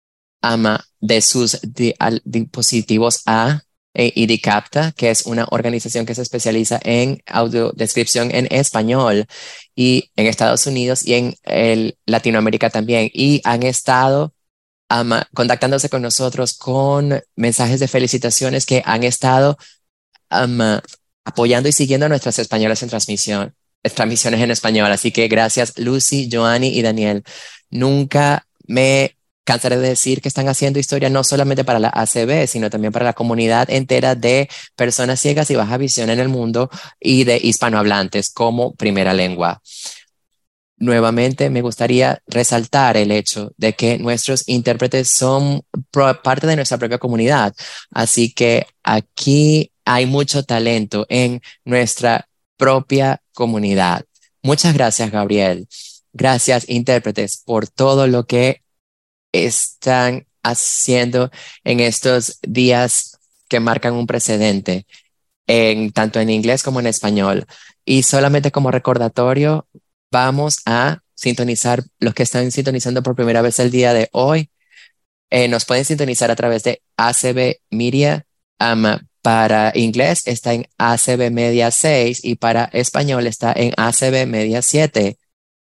ama de sus di- al- dispositivos A e- y Dicapta, que es una organización que se especializa en audiodescripción en español y en Estados Unidos y en el Latinoamérica también. Y han estado ama, contactándose con nosotros con mensajes de felicitaciones que han estado ama, apoyando y siguiendo nuestras españolas en transmisión, eh, transmisiones en español. Así que gracias, Lucy, Joanny y Daniel. Nunca me cansaré de decir que están haciendo historia no solamente para la A C B, sino también para la comunidad entera de personas ciegas y baja visión en el mundo y de hispanohablantes como primera lengua. Nuevamente, me gustaría resaltar el hecho de que nuestros intérpretes son pro- parte de nuestra propia comunidad. Así que aquí hay mucho talento en nuestra propia comunidad. Muchas gracias, Gabriel. Gracias, intérpretes, por todo lo que están haciendo en estos días que marcan un precedente, en, tanto en inglés como en español. Y solamente como recordatorio, vamos a sintonizar, los que están sintonizando por primera vez el día de hoy, eh, nos pueden sintonizar a través de A C B Media. um, para inglés está en A C B Media seis y para español está en A C B Media siete.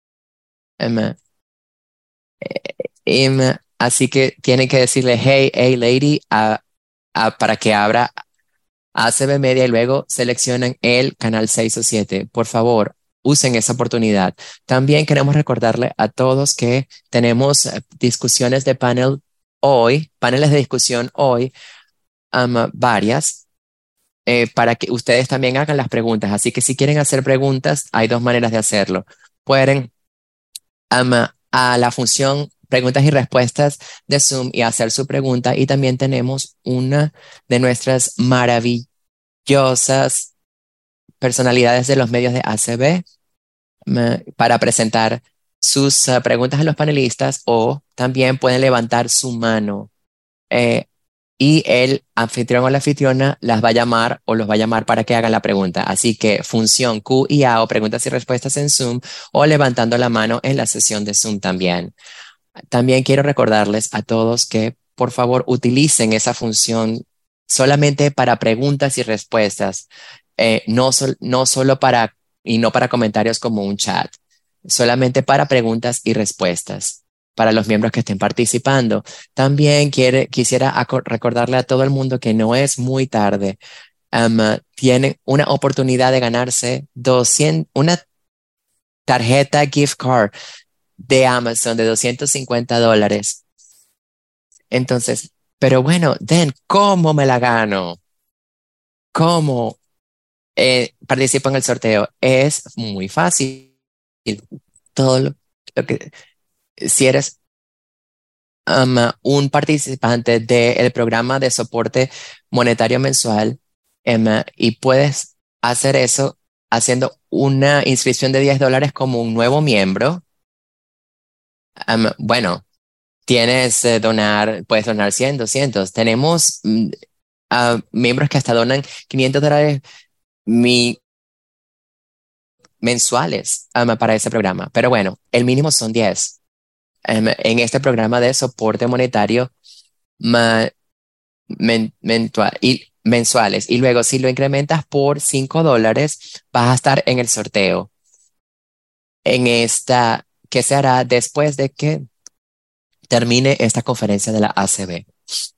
Um, em, Así que tienen que decirle, hey, hey, lady, a- a- para que abra A C B Media y luego seleccionan el canal seis o siete. Por favor, usen esa oportunidad. También queremos recordarle a todos que tenemos eh, discusiones de panel hoy, paneles de discusión hoy, um, varias, eh, para que ustedes también hagan las preguntas. Así que si quieren hacer preguntas, hay dos maneras de hacerlo. Pueden um, a la función preguntas y respuestas de Zoom y hacer su pregunta. Y también tenemos una de nuestras maravillosas personalidades de los medios de A C B me- para presentar sus eh, preguntas a los panelistas o también pueden levantar su mano eh, y el anfitrión o la anfitriona las va a llamar o los va a llamar para que hagan la pregunta. Así que función Q y A o preguntas y respuestas en Zoom o levantando la mano en la sesión de Zoom también. También quiero recordarles a todos que por favor utilicen esa función solamente para preguntas y respuestas, eh, no, sol- no solo para y no para comentarios como un chat, solamente para preguntas y respuestas para los miembros que estén participando. También quiere, quisiera aco- recordarle a todo el mundo que no es muy tarde. Um, tienen una oportunidad de ganarse doscientos, una tarjeta gift card de Amazon de doscientos cincuenta dólares. Entonces, pero bueno, Den, ¿cómo me la gano? ¿Cómo eh, participo en el sorteo? Es muy fácil. Todo lo, lo que, si eres um, un participante del programa de soporte monetario mensual, em, y puedes hacer eso haciendo una inscripción de diez dólares como un nuevo miembro. um, bueno, tienes eh, donar, puedes donar cien, doscientos. Tenemos mm, a miembros que hasta donan quinientos dólares mi- mensuales um, para ese programa. Pero bueno, el mínimo son diez. Um, en este programa de soporte monetario ma- men- mentua- y, mensuales. Y luego, si lo incrementas por cinco dólares, vas a estar en el sorteo en esta. que se hará después de que termine esta conferencia de la A C B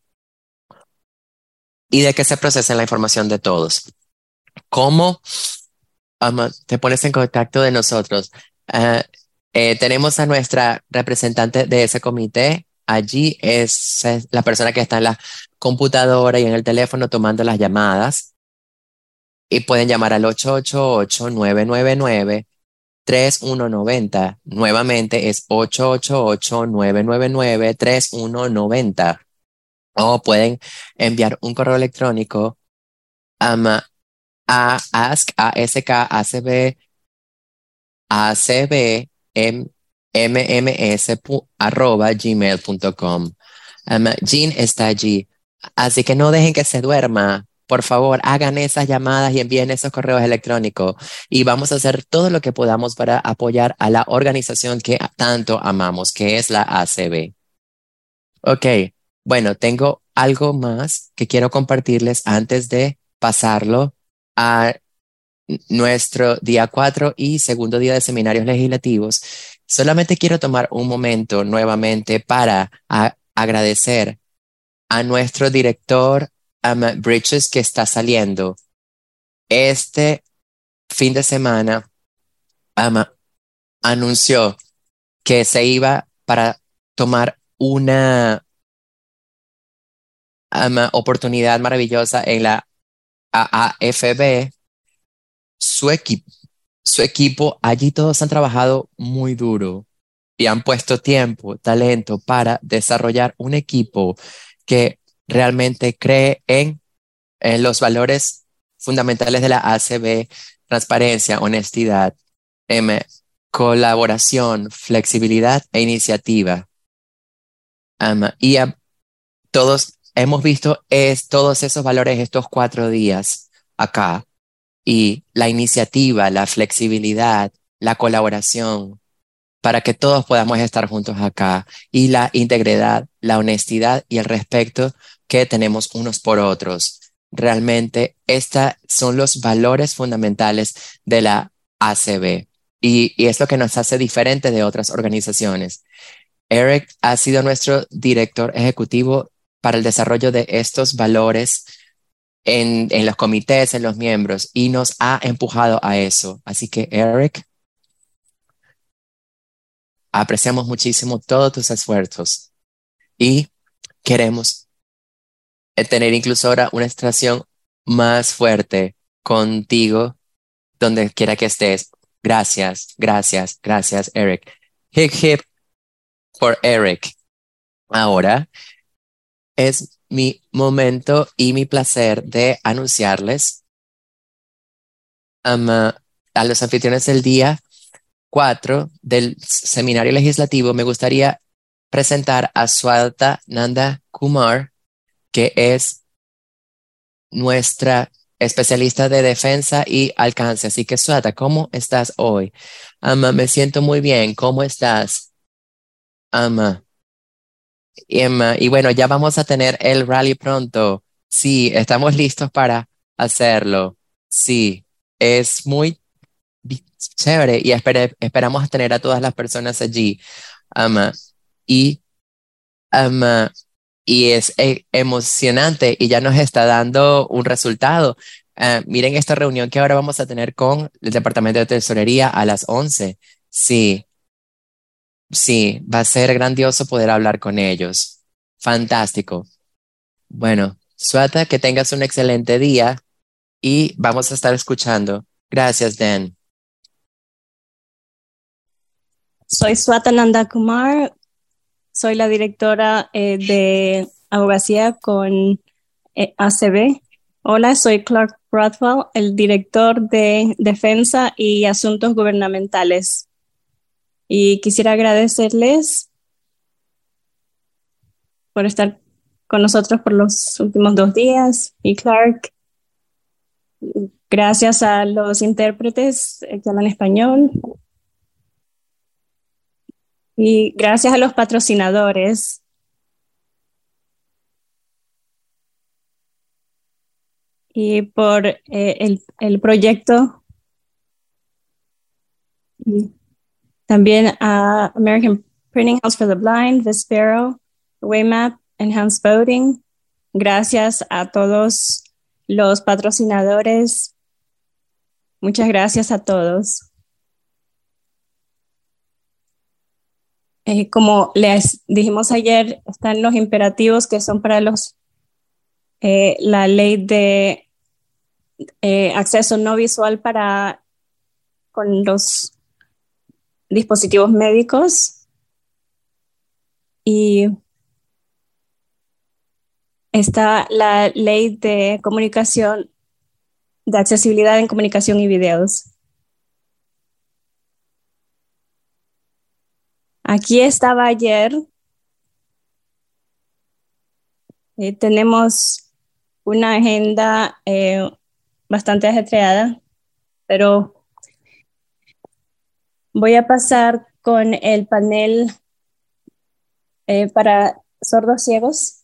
y de que se procese la información de todos. ¿Cómo um, te pones en contacto de nosotros? Uh, eh, tenemos a nuestra representante de ese comité. Allí es, es la persona que está en la computadora y en el teléfono tomando las llamadas. Y pueden llamar al ocho ocho ocho, nueve nueve nueve, tres uno nueve cero. Nuevamente es ocho ocho ocho, nueve nueve nueve, tres uno nueve cero. O pueden enviar un correo electrónico um, a ask, a s k, a c b, a c b, m m s, arroba gmail punto com. Um, Jean está allí, así que no dejen que se duerma. Por favor, hagan esas llamadas y envíen esos correos electrónicos y vamos a hacer todo lo que podamos para apoyar a la organización que tanto amamos, que es la A C B. Ok, bueno, tengo algo más que quiero compartirles antes de pasarlo a nuestro día cuatro y segundo día de seminarios legislativos. Solamente quiero tomar un momento nuevamente para a- agradecer a nuestro director um, Bridges, que está saliendo este fin de semana. um, Anunció que se iba para tomar una um, oportunidad maravillosa en la A A F B. Su equipo, su equipo, allí todos han trabajado muy duro y han puesto tiempo, talento para desarrollar un equipo que realmente cree en, en los valores fundamentales de la A C B: transparencia, honestidad, em, colaboración, flexibilidad e iniciativa. Am, y a- todos hemos visto es, todos esos valores estos cuatro días acá, y la iniciativa, la flexibilidad, la colaboración, para que todos podamos estar juntos acá, y la integridad, la honestidad y el respeto que tenemos unos por otros. Realmente, estos son los valores fundamentales de la A C B y, y es lo que nos hace diferente de otras organizaciones. Eric ha sido nuestro director ejecutivo para el desarrollo de estos valores en, en los comités, en los miembros, y nos ha empujado a eso. Así que, Eric, apreciamos muchísimo todos tus esfuerzos y queremos eh, tener incluso ahora una estación más fuerte contigo donde quiera que estés. Gracias, gracias, gracias, Eric. Hip hip for Eric. Ahora es mi momento y mi placer de anunciarles um, a los anfitriones del día cuatro del seminario legislativo. Me gustaría presentar a Swata Nanda Kumar, que es nuestra especialista de defensa y alcance. Así que, Swata, ¿cómo estás hoy? Ama, me siento muy bien. ¿Cómo estás? Ama. Y, Emma, y bueno, ya vamos a tener el rally pronto. Sí, estamos listos para hacerlo. Sí, es muy bi- chévere y espere- esperamos tener a todas las personas allí. Ama, y, ama, y es e- emocionante y ya nos está dando un resultado. Ah, miren esta reunión que ahora vamos a tener con el Departamento de Tesorería a las once. Sí, sí, va a ser grandioso poder hablar con ellos. Fantástico. Bueno, Suata, que tengas un excelente día y vamos a estar escuchando. Gracias, Dan. Soy Swatananda Kumar, soy la directora eh, de abogacía con eh, A C B. Hola, soy Clark Rothwell, el director de defensa y asuntos gubernamentales. Y quisiera agradecerles por estar con nosotros por los últimos dos días. Y Clark, gracias a los intérpretes eh, que hablan español. Y gracias a los patrocinadores. Y por eh, el, el proyecto. Y también a American Printing House for the Blind, Vespero, Waymap, Enhanced Voting. Gracias a todos los patrocinadores. Muchas gracias a todos. Eh, como les dijimos ayer, están los imperativos que son para los eh, la ley de eh, acceso no visual para con los dispositivos médicos, y está la ley de comunicación, de accesibilidad en comunicación y videos. Aquí estaba ayer. Eh, tenemos una agenda eh, bastante ajetreada, pero voy a pasar con el panel eh, para sordos ciegos.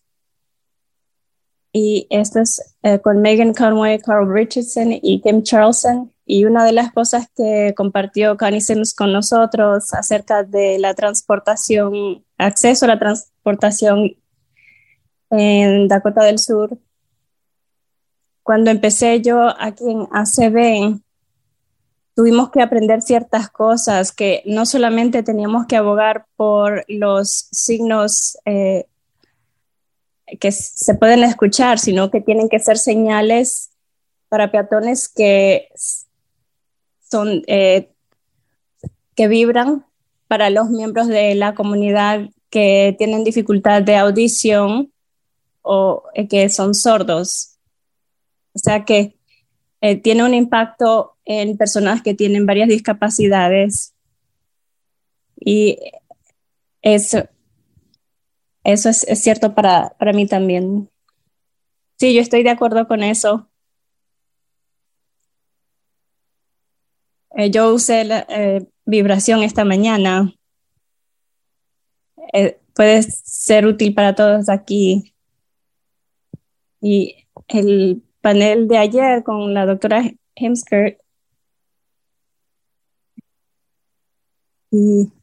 Y esto es eh, con Megan Conway, Carl Richardson y Kim Charlson. Y una de las cosas que compartió Connie Sims con nosotros acerca de la transportación, acceso a la transportación en Dakota del Sur. Cuando empecé yo aquí en A C B, tuvimos que aprender ciertas cosas, que no solamente teníamos que abogar por los signos eh, que se pueden escuchar, sino que tienen que ser señales para peatones que son eh, que vibran para los miembros de la comunidad que tienen dificultad de audición o eh, que son sordos. O sea que eh, tiene un impacto en personas que tienen varias discapacidades, y eso, eso es, es cierto para, para mí también. Sí, yo estoy de acuerdo con eso. Eh, yo usé la eh, vibración esta mañana. Eh, puede ser útil para todos aquí. Y el panel de ayer con la doctora Hemsker y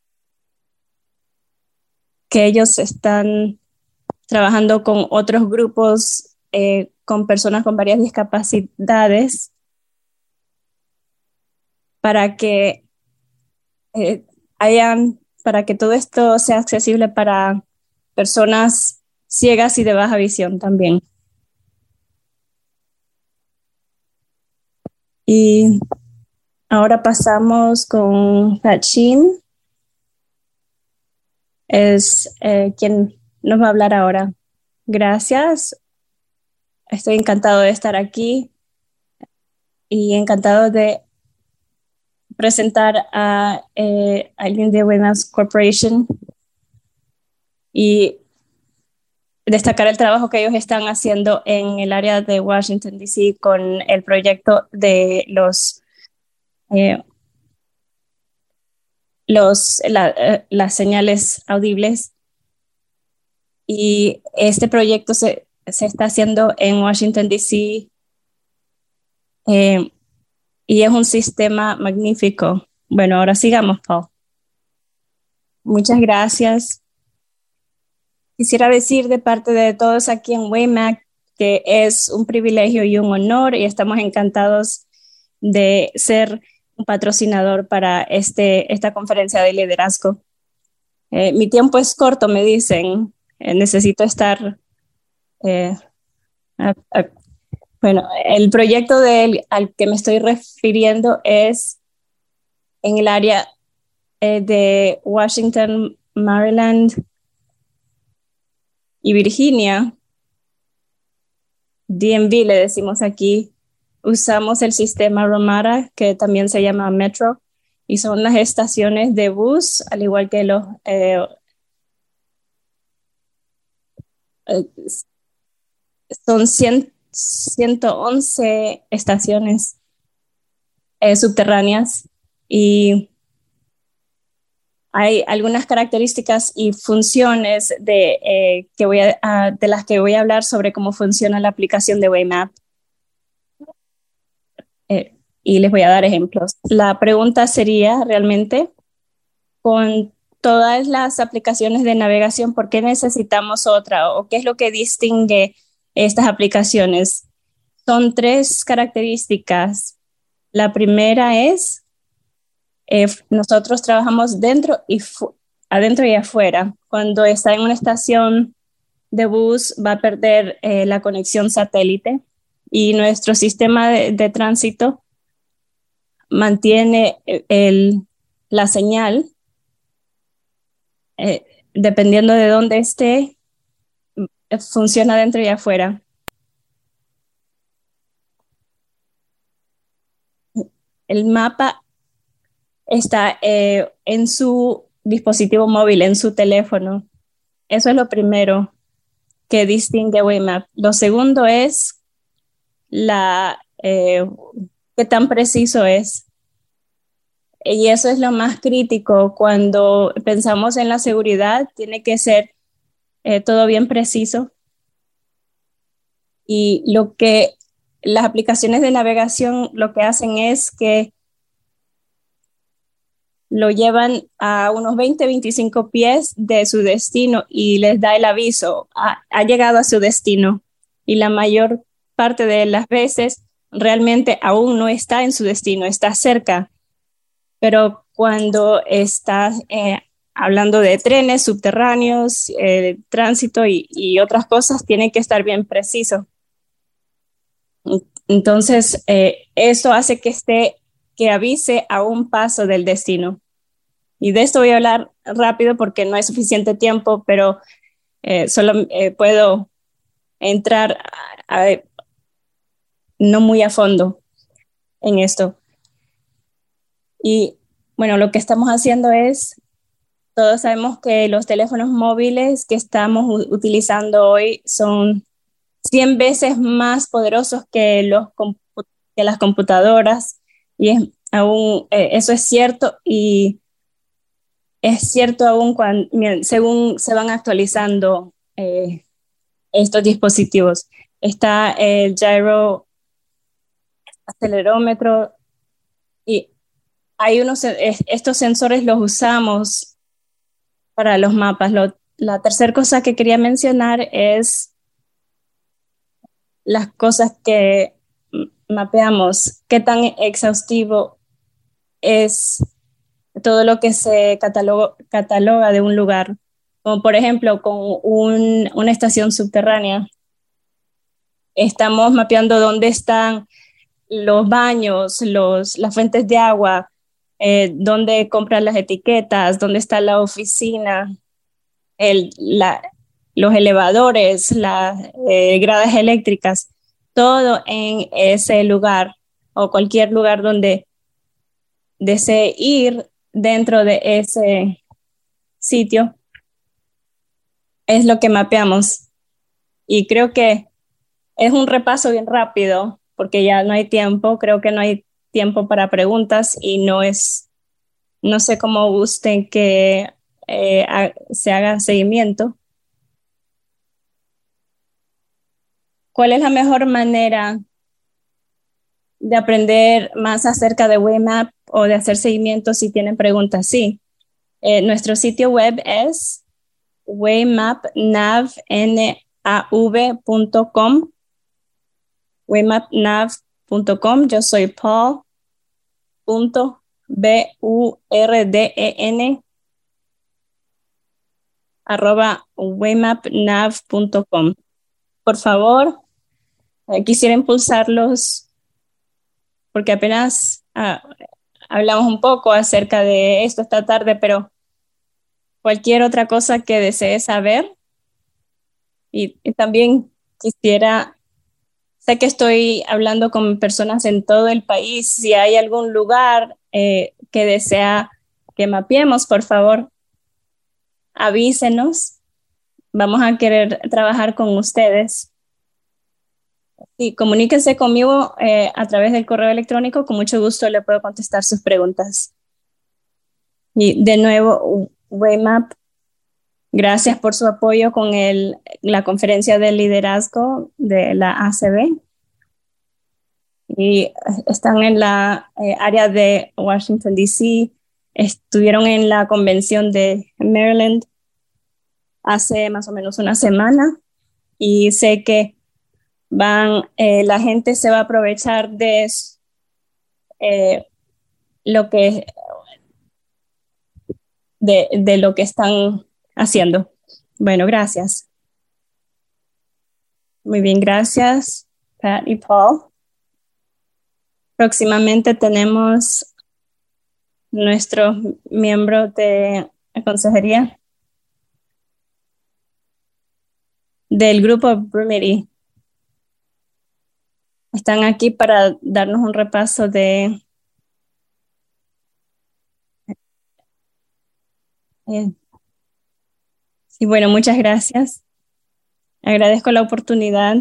que ellos están trabajando con otros grupos eh, con personas con varias discapacidades para que eh, hayan, para que todo esto sea accesible para personas ciegas y de baja visión también. Y ahora pasamos con Hachin. Es eh, quien nos va a hablar ahora. Gracias. Estoy encantado de estar aquí y encantado de presentar a eh, alguien de Women's Corporation y destacar el trabajo que ellos están haciendo en el área de Washington, D C con el proyecto de los, eh, los la, eh, las señales audibles. Y este proyecto se, se está haciendo en Washington, D C eh, y es un sistema magnífico. Bueno, ahora sigamos, Paul. Muchas gracias. Quisiera decir de parte de todos aquí en WayMac que es un privilegio y un honor, y estamos encantados de ser un patrocinador para este, esta conferencia de liderazgo. Eh, mi tiempo es corto, me dicen. Eh, necesito estar... Eh, a, a, bueno, el proyecto del, al que me estoy refiriendo es en el área eh, de Washington, Maryland y Virginia. D M V le decimos aquí. Usamos el sistema Romara, que también se llama Metro, y son las estaciones de bus, al igual que los eh, eh, son cien, ciento once estaciones eh, subterráneas, y hay algunas características y funciones de, eh, que voy a, uh, de las que voy a hablar sobre cómo funciona la aplicación de Waymap. Eh, y les voy a dar ejemplos. La pregunta sería realmente, con todas las aplicaciones de navegación, ¿por qué necesitamos otra? ¿O qué es lo que distingue estas aplicaciones? Son tres características. La primera es, eh, nosotros trabajamos dentro y adentro y afuera. Cuando está en una estación de bus va a perder eh, la conexión satélite y nuestro sistema de, de tránsito mantiene el, la señal eh, dependiendo de dónde esté, funciona dentro y afuera. El mapa está eh, en su dispositivo móvil, en su teléfono. Eso es lo primero que distingue Waymap. Lo segundo es la, eh, qué tan preciso es. Y eso es lo más crítico. Cuando pensamos en la seguridad, tiene que ser eh, todo bien preciso. Y lo que las aplicaciones de navegación lo que hacen es que lo llevan a unos veinte, veinticinco pies de su destino y les da el aviso, ha, ha llegado a su destino. Y la mayor parte de las veces realmente aún no está en su destino, está cerca. Pero cuando está eh, hablando de trenes subterráneos, eh, tránsito y, y otras cosas, tiene que estar bien preciso. Entonces, eh, eso hace que esté, que avise a un paso del destino. Y de esto voy a hablar rápido porque no hay suficiente tiempo, pero eh, solo eh, puedo entrar a, a, no muy a fondo en esto. Y bueno, lo que estamos haciendo es, todos sabemos que los teléfonos móviles que estamos utilizando hoy son cien veces más poderosos que, los, que las computadoras, y es, aún eh, eso es cierto, y es cierto aún cuando, según se van actualizando eh, estos dispositivos. Está el gyro acelerómetro y hay unos, estos sensores los usamos para los mapas. Lo, la tercera cosa que quería mencionar es las cosas que mapeamos, qué tan exhaustivo es todo lo que se cataloga, cataloga de un lugar, como por ejemplo con un, una estación subterránea. Estamos mapeando dónde están los baños, los, las fuentes de agua, eh, dónde compran las etiquetas, dónde está la oficina, el, la, los elevadores, las eh, gradas eléctricas, todo en ese lugar o cualquier lugar donde desee ir dentro de ese sitio, es lo que mapeamos. Y creo que es un repaso bien rápido porque ya no hay tiempo, creo que no hay tiempo para preguntas y no es, no sé cómo gusten que eh, a, se haga seguimiento. ¿Cuál es la mejor manera de aprender más acerca de Waymap o de hacer seguimiento si tienen preguntas? Sí. Eh, nuestro sitio web es waymapnav punto com. waymapnav punto com. Yo soy Paul punto B U R D E N arroba waymapnav punto com. Por favor, eh, quisiera impulsarlos porque apenas ah, hablamos un poco acerca de esto esta tarde, pero cualquier otra cosa que desee saber. Y, y también quisiera, sé que estoy hablando con personas en todo el país, si hay algún lugar eh, que desea que mapeemos, por favor, avísenos. Vamos a querer trabajar con ustedes. Y comuníquense conmigo eh, a través del correo electrónico, con mucho gusto le puedo contestar sus preguntas. Y de nuevo, Waymap, gracias por su apoyo con el, la conferencia de liderazgo de la A C B. Y están en la eh, área de Washington, D C estuvieron en la convención de Maryland hace más o menos una semana y sé que van, eh, la gente se va a aprovechar de eh, lo que de, de lo que están haciendo. Bueno, gracias. Muy bien, gracias, Pat y Paul. Próximamente tenemos nuestros miembros de la consejería del grupo Brumity. Están aquí para darnos un repaso de eh, y bueno, muchas gracias. Agradezco la oportunidad.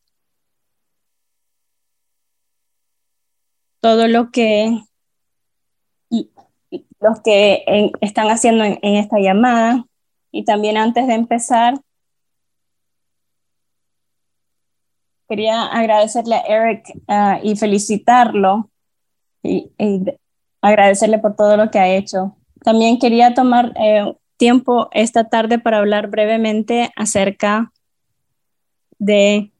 Todo lo que los que en, están haciendo en, en esta llamada. Y también antes de empezar, quería agradecerle a Eric uh, y felicitarlo y, y, agradecerle por todo lo que ha hecho. También quería tomar eh, tiempo esta tarde para hablar brevemente acerca de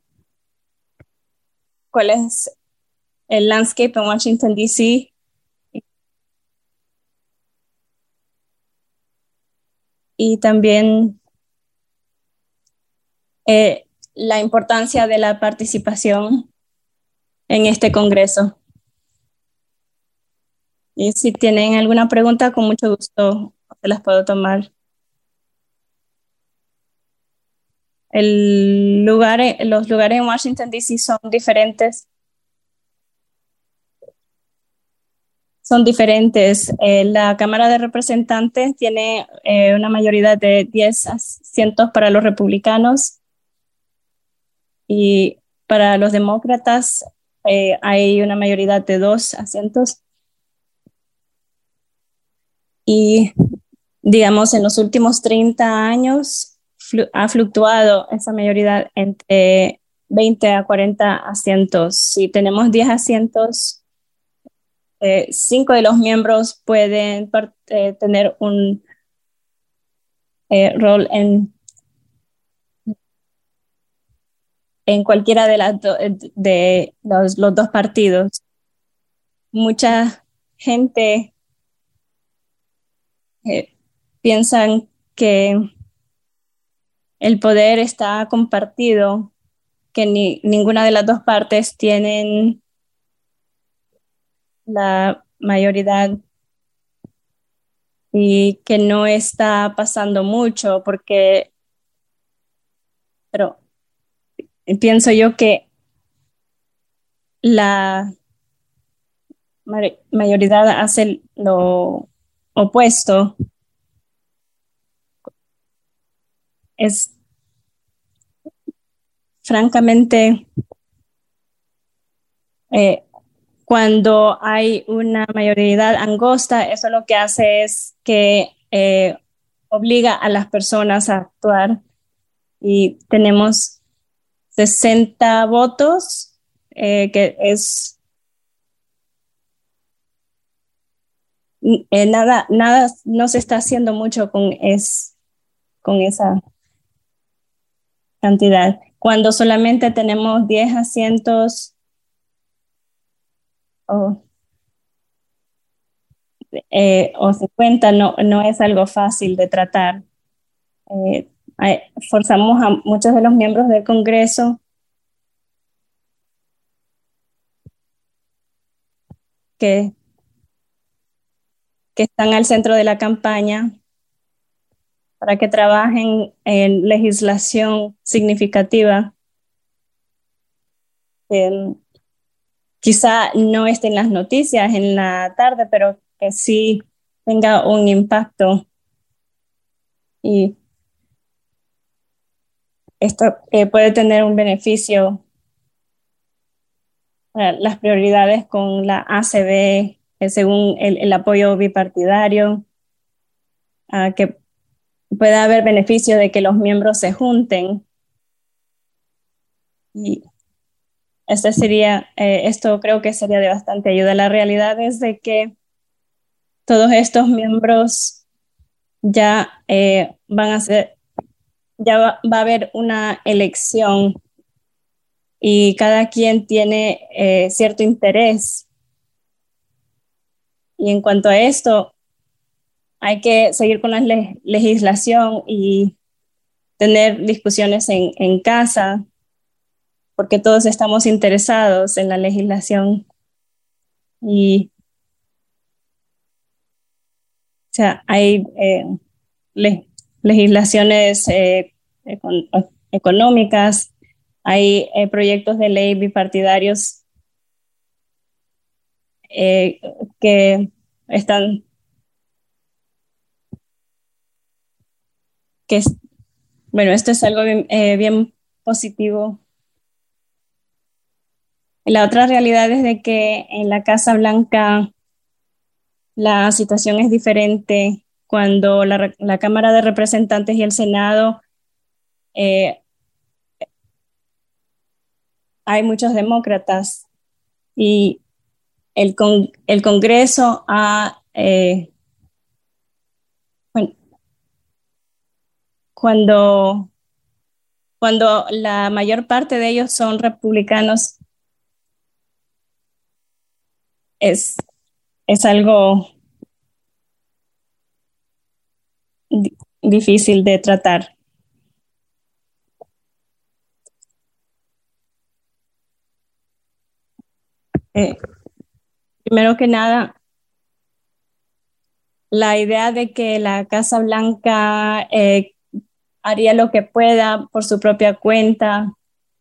cuál es el landscape en Washington, D C y también eh, la importancia de la participación en este Congreso. Y si tienen alguna pregunta, con mucho gusto se las puedo tomar. El lugar, los lugares en Washington, D C son diferentes. Son diferentes. Eh, la Cámara de Representantes tiene eh, una mayoría de diez asientos para los republicanos y para los demócratas eh, hay una mayoría de dos asientos. Y digamos, en los últimos treinta años flu ha fluctuado esa mayoría entre veinte a cuarenta asientos. Si tenemos diez asientos, eh, cinco de los miembros pueden eh, tener un eh, rol en, en cualquiera de, las do de los, los dos partidos. Mucha gente eh, piensan que el poder está compartido, que ni, ninguna de las dos partes tienen la mayoría y que no está pasando mucho porque, pero pienso yo que la mayoría hace lo opuesto. Es francamente eh, cuando hay una mayoría angosta, eso lo que hace es que eh, obliga a las personas a actuar y tenemos sesenta votos, eh, que es eh, nada, nada, no se está haciendo mucho con, es, con esa cantidad. Cuando solamente tenemos diez asientos o, eh, o cincuenta, no, no es algo fácil de tratar. Eh, forzamos a muchos de los miembros del Congreso que, que están al centro de la campaña para que trabajen en legislación significativa. Eh, quizá no esté en las noticias en la tarde, pero que sí tenga un impacto. Y esto eh, puede tener un beneficio. Eh, las prioridades con la A C B, eh, según el, el apoyo bipartidario, uh, que puede haber beneficio de que los miembros se junten. Y este sería, eh, esto creo que sería de bastante ayuda. La realidad es de que todos estos miembros ya eh, van a ser, ya va, va a haber una elección y cada quien tiene eh, cierto interés. Y en cuanto a esto, hay que seguir con la le legislación y tener discusiones en, en casa, porque todos estamos interesados en la legislación. Y, o sea, hay eh, le legislaciones eh, econ económicas, hay eh, proyectos de ley bipartidarios eh, que están, que es, bueno, esto es algo bien, eh, bien positivo. La otra realidad es de que en la Casa Blanca la situación es diferente cuando la, la Cámara de Representantes y el Senado eh, hay muchos demócratas y el, con, el Congreso ha, eh, bueno, cuando, cuando la mayor parte de ellos son republicanos, es, es algo di difícil de tratar. Eh, primero que nada, la idea de que la Casa Blanca eh, haría lo que pueda por su propia cuenta.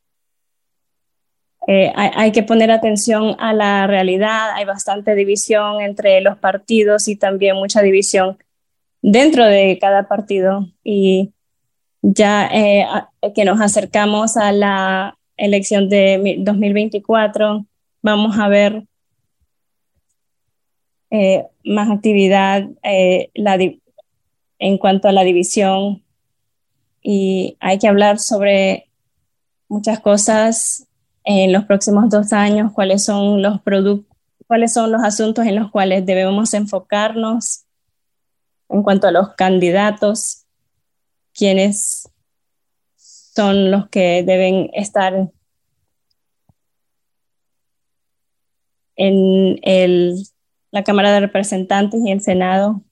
Eh, hay, hay que poner atención a la realidad. Hay bastante división entre los partidos y también mucha división dentro de cada partido. Y ya eh, a, que nos acercamos a la elección de dos mil veinticuatro, vamos a ver eh, más actividad eh, la en cuanto a la división. Y hay que hablar sobre muchas cosas en los próximos dos años, cuáles son los productos, cuáles son los asuntos en los cuales debemos enfocarnos en cuanto a los candidatos, quiénes son los que deben estar en el, la Cámara de Representantes y el Senado,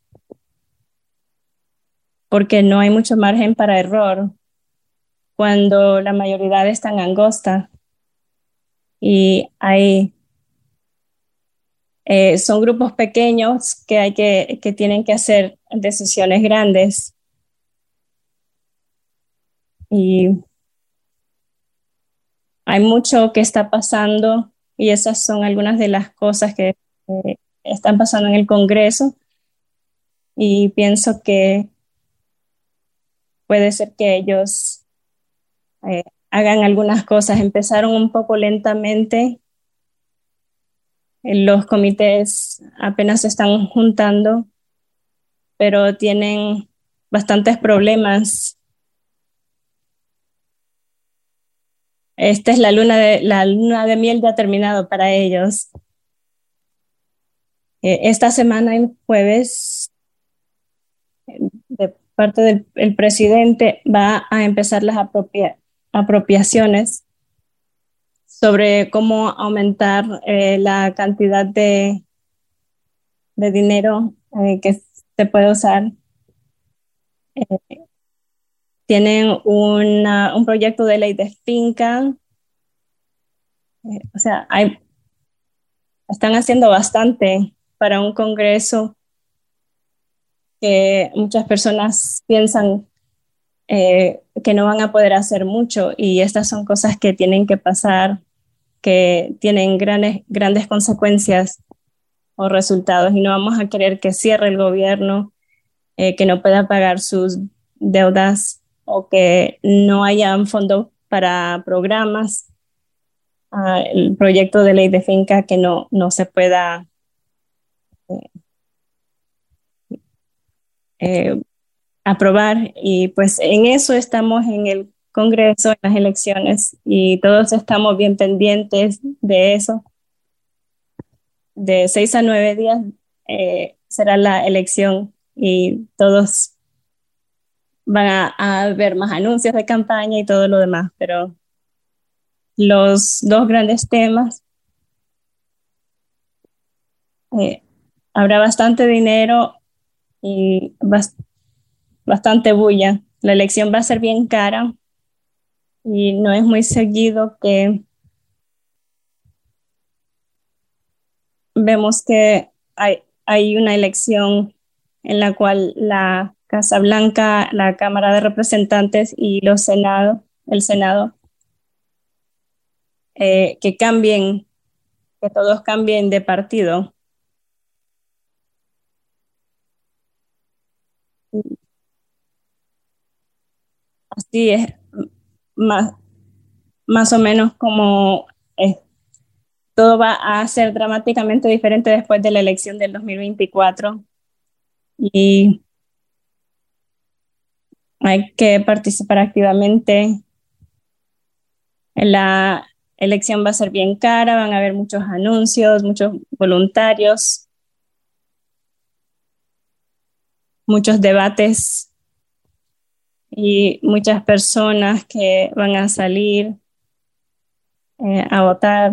porque no hay mucho margen para error cuando la mayoría es tan angosta y hay Eh, son grupos pequeños que, hay que, que tienen que hacer decisiones grandes. Y hay mucho que está pasando y esas son algunas de las cosas que eh, están pasando en el Congreso. Y pienso que puede ser que ellos eh, hagan algunas cosas. Empezaron un poco lentamente. Los comités apenas se están juntando, pero tienen bastantes problemas. Esta es la luna de, la luna de miel ya ha terminado para ellos. Eh, esta semana, el jueves, de parte del el presidente, va a empezar las apropia, apropiaciones sobre cómo aumentar eh, la cantidad de, de dinero eh, que se puede usar. Eh, tienen una, un proyecto de ley de finca. Eh, o sea, hay, están haciendo bastante para un Congreso que muchas personas piensan eh, que no van a poder hacer mucho y estas son cosas que tienen que pasar, que tienen grandes, grandes consecuencias o resultados y no vamos a querer que cierre el gobierno, eh, que no pueda pagar sus deudas o que no haya fondos para programas, uh, el proyecto de ley de finca que no, no se pueda eh, eh, aprobar y pues en eso estamos en el Congreso, en las elecciones y todos estamos bien pendientes de eso. De seis a nueve días eh, será la elección y todos van a, a ver más anuncios de campaña y todo lo demás, pero los dos grandes temas, eh, habrá bastante dinero y bas- bastante bulla. La elección va a ser bien cara y no es muy seguido que vemos que hay, hay una elección en la cual la Casa Blanca, la Cámara de Representantes y los Senado, el Senado, eh, que cambien, que todos cambien de partido. Así es más, más o menos como eh, todo va a ser dramáticamente diferente después de la elección del dos mil veinticuatro y hay que participar activamente. La elección va a ser bien cara, van a haber muchos anuncios, muchos voluntarios, muchos debates y muchas personas que van a salir eh, a votar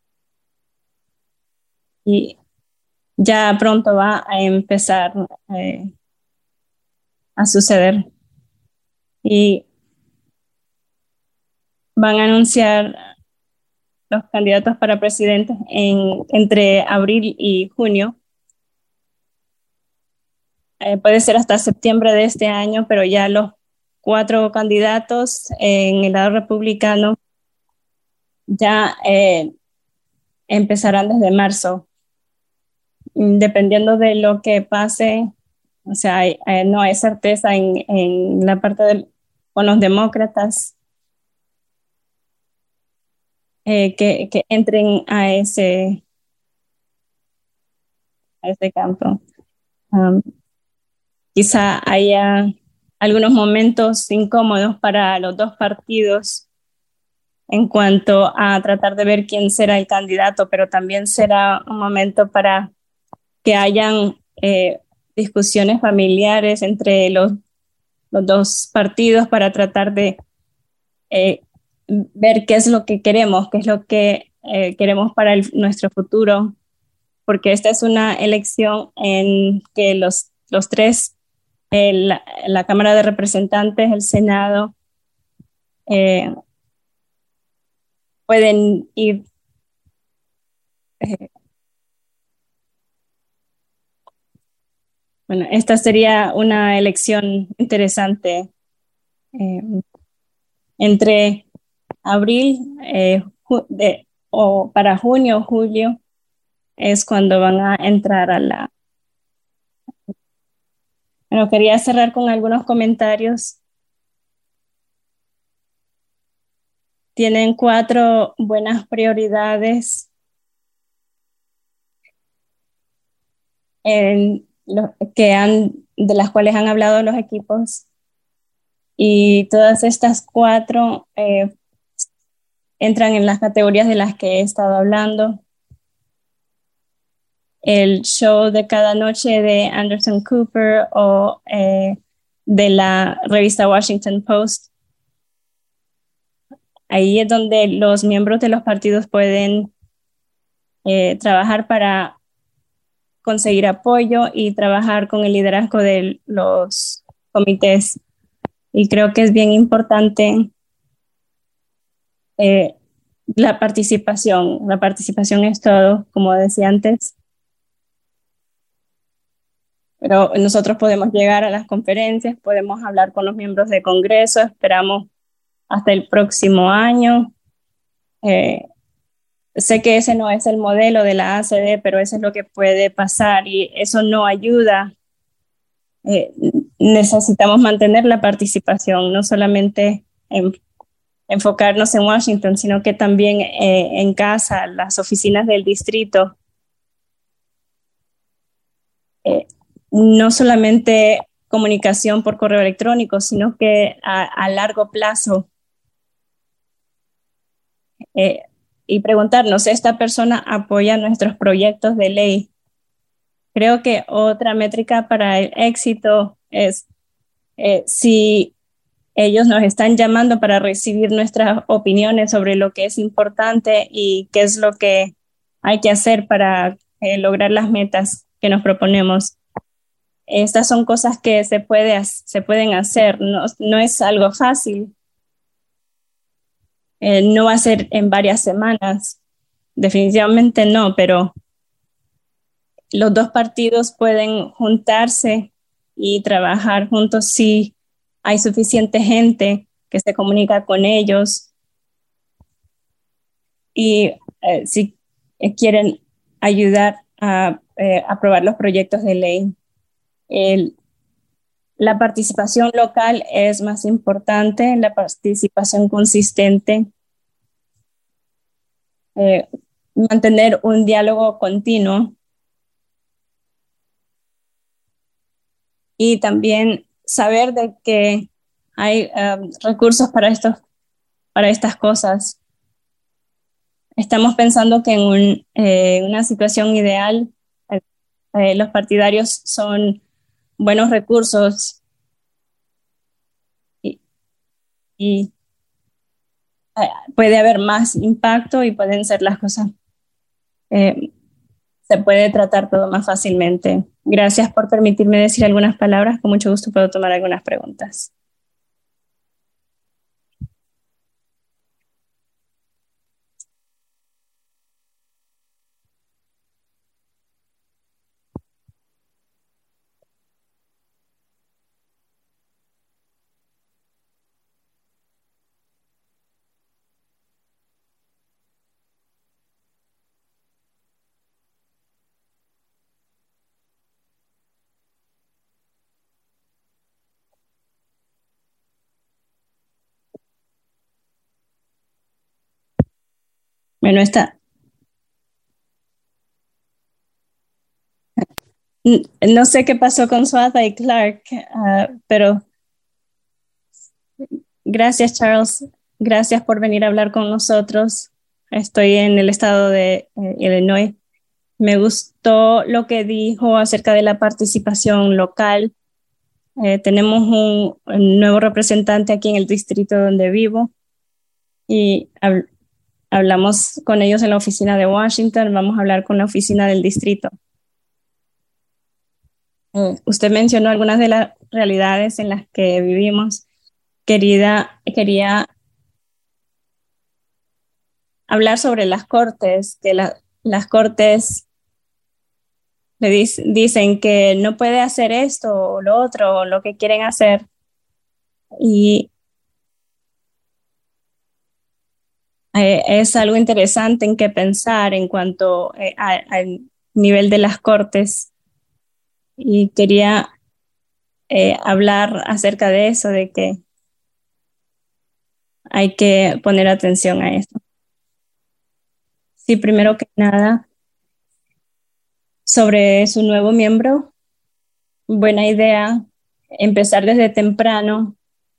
y ya pronto va a empezar eh, a suceder y van a anunciar los candidatos para presidente en, entre abril y junio. Eh, puede ser hasta septiembre de este año, pero ya los cuatro candidatos en el lado republicano ya eh, empezarán desde marzo. Dependiendo de lo que pase, o sea, hay, eh, no hay certeza en, en la parte del, con los demócratas eh, que, que entren a ese, a ese campo. Um, quizá haya algunos momentos incómodos para los dos partidos en cuanto a tratar de ver quién será el candidato, pero también será un momento para que hayan eh, discusiones familiares entre los, los, dos partidos para tratar de eh, ver qué es lo que queremos, qué es lo que eh, queremos para el, nuestro futuro, porque esta es una elección en que los, los tres, eh, la, la Cámara de Representantes, el Senado, eh, pueden ir eh, bueno, esta sería una elección interesante eh, entre abril eh, de, o para junio o julio es cuando van a entrar a la... Bueno, quería cerrar con algunos comentarios. Tienen cuatro buenas prioridades en lo, que han, de las cuales han hablado los equipos y todas estas cuatro eh, entran en las categorías de las que he estado hablando. El show de cada noche de Anderson Cooper o eh, de la revista Washington Post. Ahí es donde los miembros de los partidos pueden eh, trabajar para conseguir apoyo y trabajar con el liderazgo de los comités. Y creo que es bien importante eh, la participación. La participación es todo, como decía antes. Pero nosotros podemos llegar a las conferencias, podemos hablar con los miembros de Congreso, esperamos hasta el próximo año. Eh, sé que ese no es el modelo de la A C D, pero eso es lo que puede pasar y eso no ayuda. Eh, necesitamos mantener la participación, no solamente en, enfocarnos en Washington, sino que también eh, en casa, las oficinas del distrito. Eh, no solamente comunicación por correo electrónico, sino que a, a largo plazo. Eh, y preguntarnos, ¿esta persona apoya nuestros proyectos de ley? Creo que otra métrica para el éxito es eh, si ellos nos están llamando para recibir nuestras opiniones sobre lo que es importante y qué es lo que hay que hacer para eh, lograr las metas que nos proponemos. Estas son cosas que se, puede, se pueden hacer, no, no es algo fácil. Eh, no va a ser en varias semanas, definitivamente no, pero los dos partidos pueden juntarse y trabajar juntos si hay suficiente gente que se comunica con ellos y eh, si eh, quieren ayudar a eh, aprobar los proyectos de ley. El, la participación local es más importante, la participación consistente, eh, mantener un diálogo continuo y también saber de que hay um, recursos para, estos, para estas cosas. Estamos pensando que en un, eh, una situación ideal, eh, eh, los partidarios son buenos recursos y, y eh, puede haber más impacto y pueden ser las cosas, eh, se puede tratar todo más fácilmente. Gracias por permitirme decir algunas palabras. Con mucho gusto puedo tomar algunas preguntas. Bueno, está. No sé qué pasó con Suada y Clark, uh, pero gracias, Charles. Gracias por venir a hablar con nosotros. Estoy en el estado de eh, Illinois. Me gustó lo que dijo acerca de la participación local. Eh, tenemos un, un nuevo representante aquí en el distrito donde vivo y hab- hablamos con ellos en la oficina de Washington. Vamos a hablar con la oficina del distrito. Eh, usted mencionó algunas de las realidades en las que vivimos. Querida, quería hablar sobre las cortes, que la- las cortes le dic- dicen que no puede hacer esto o lo otro o lo que quieren hacer. Y eh, es algo interesante en qué pensar en cuanto eh, a- al nivel de las cortes. Y quería eh, hablar acerca de eso, de que hay que poner atención a esto. Sí, primero que nada, sobre su nuevo miembro, buena idea empezar desde temprano,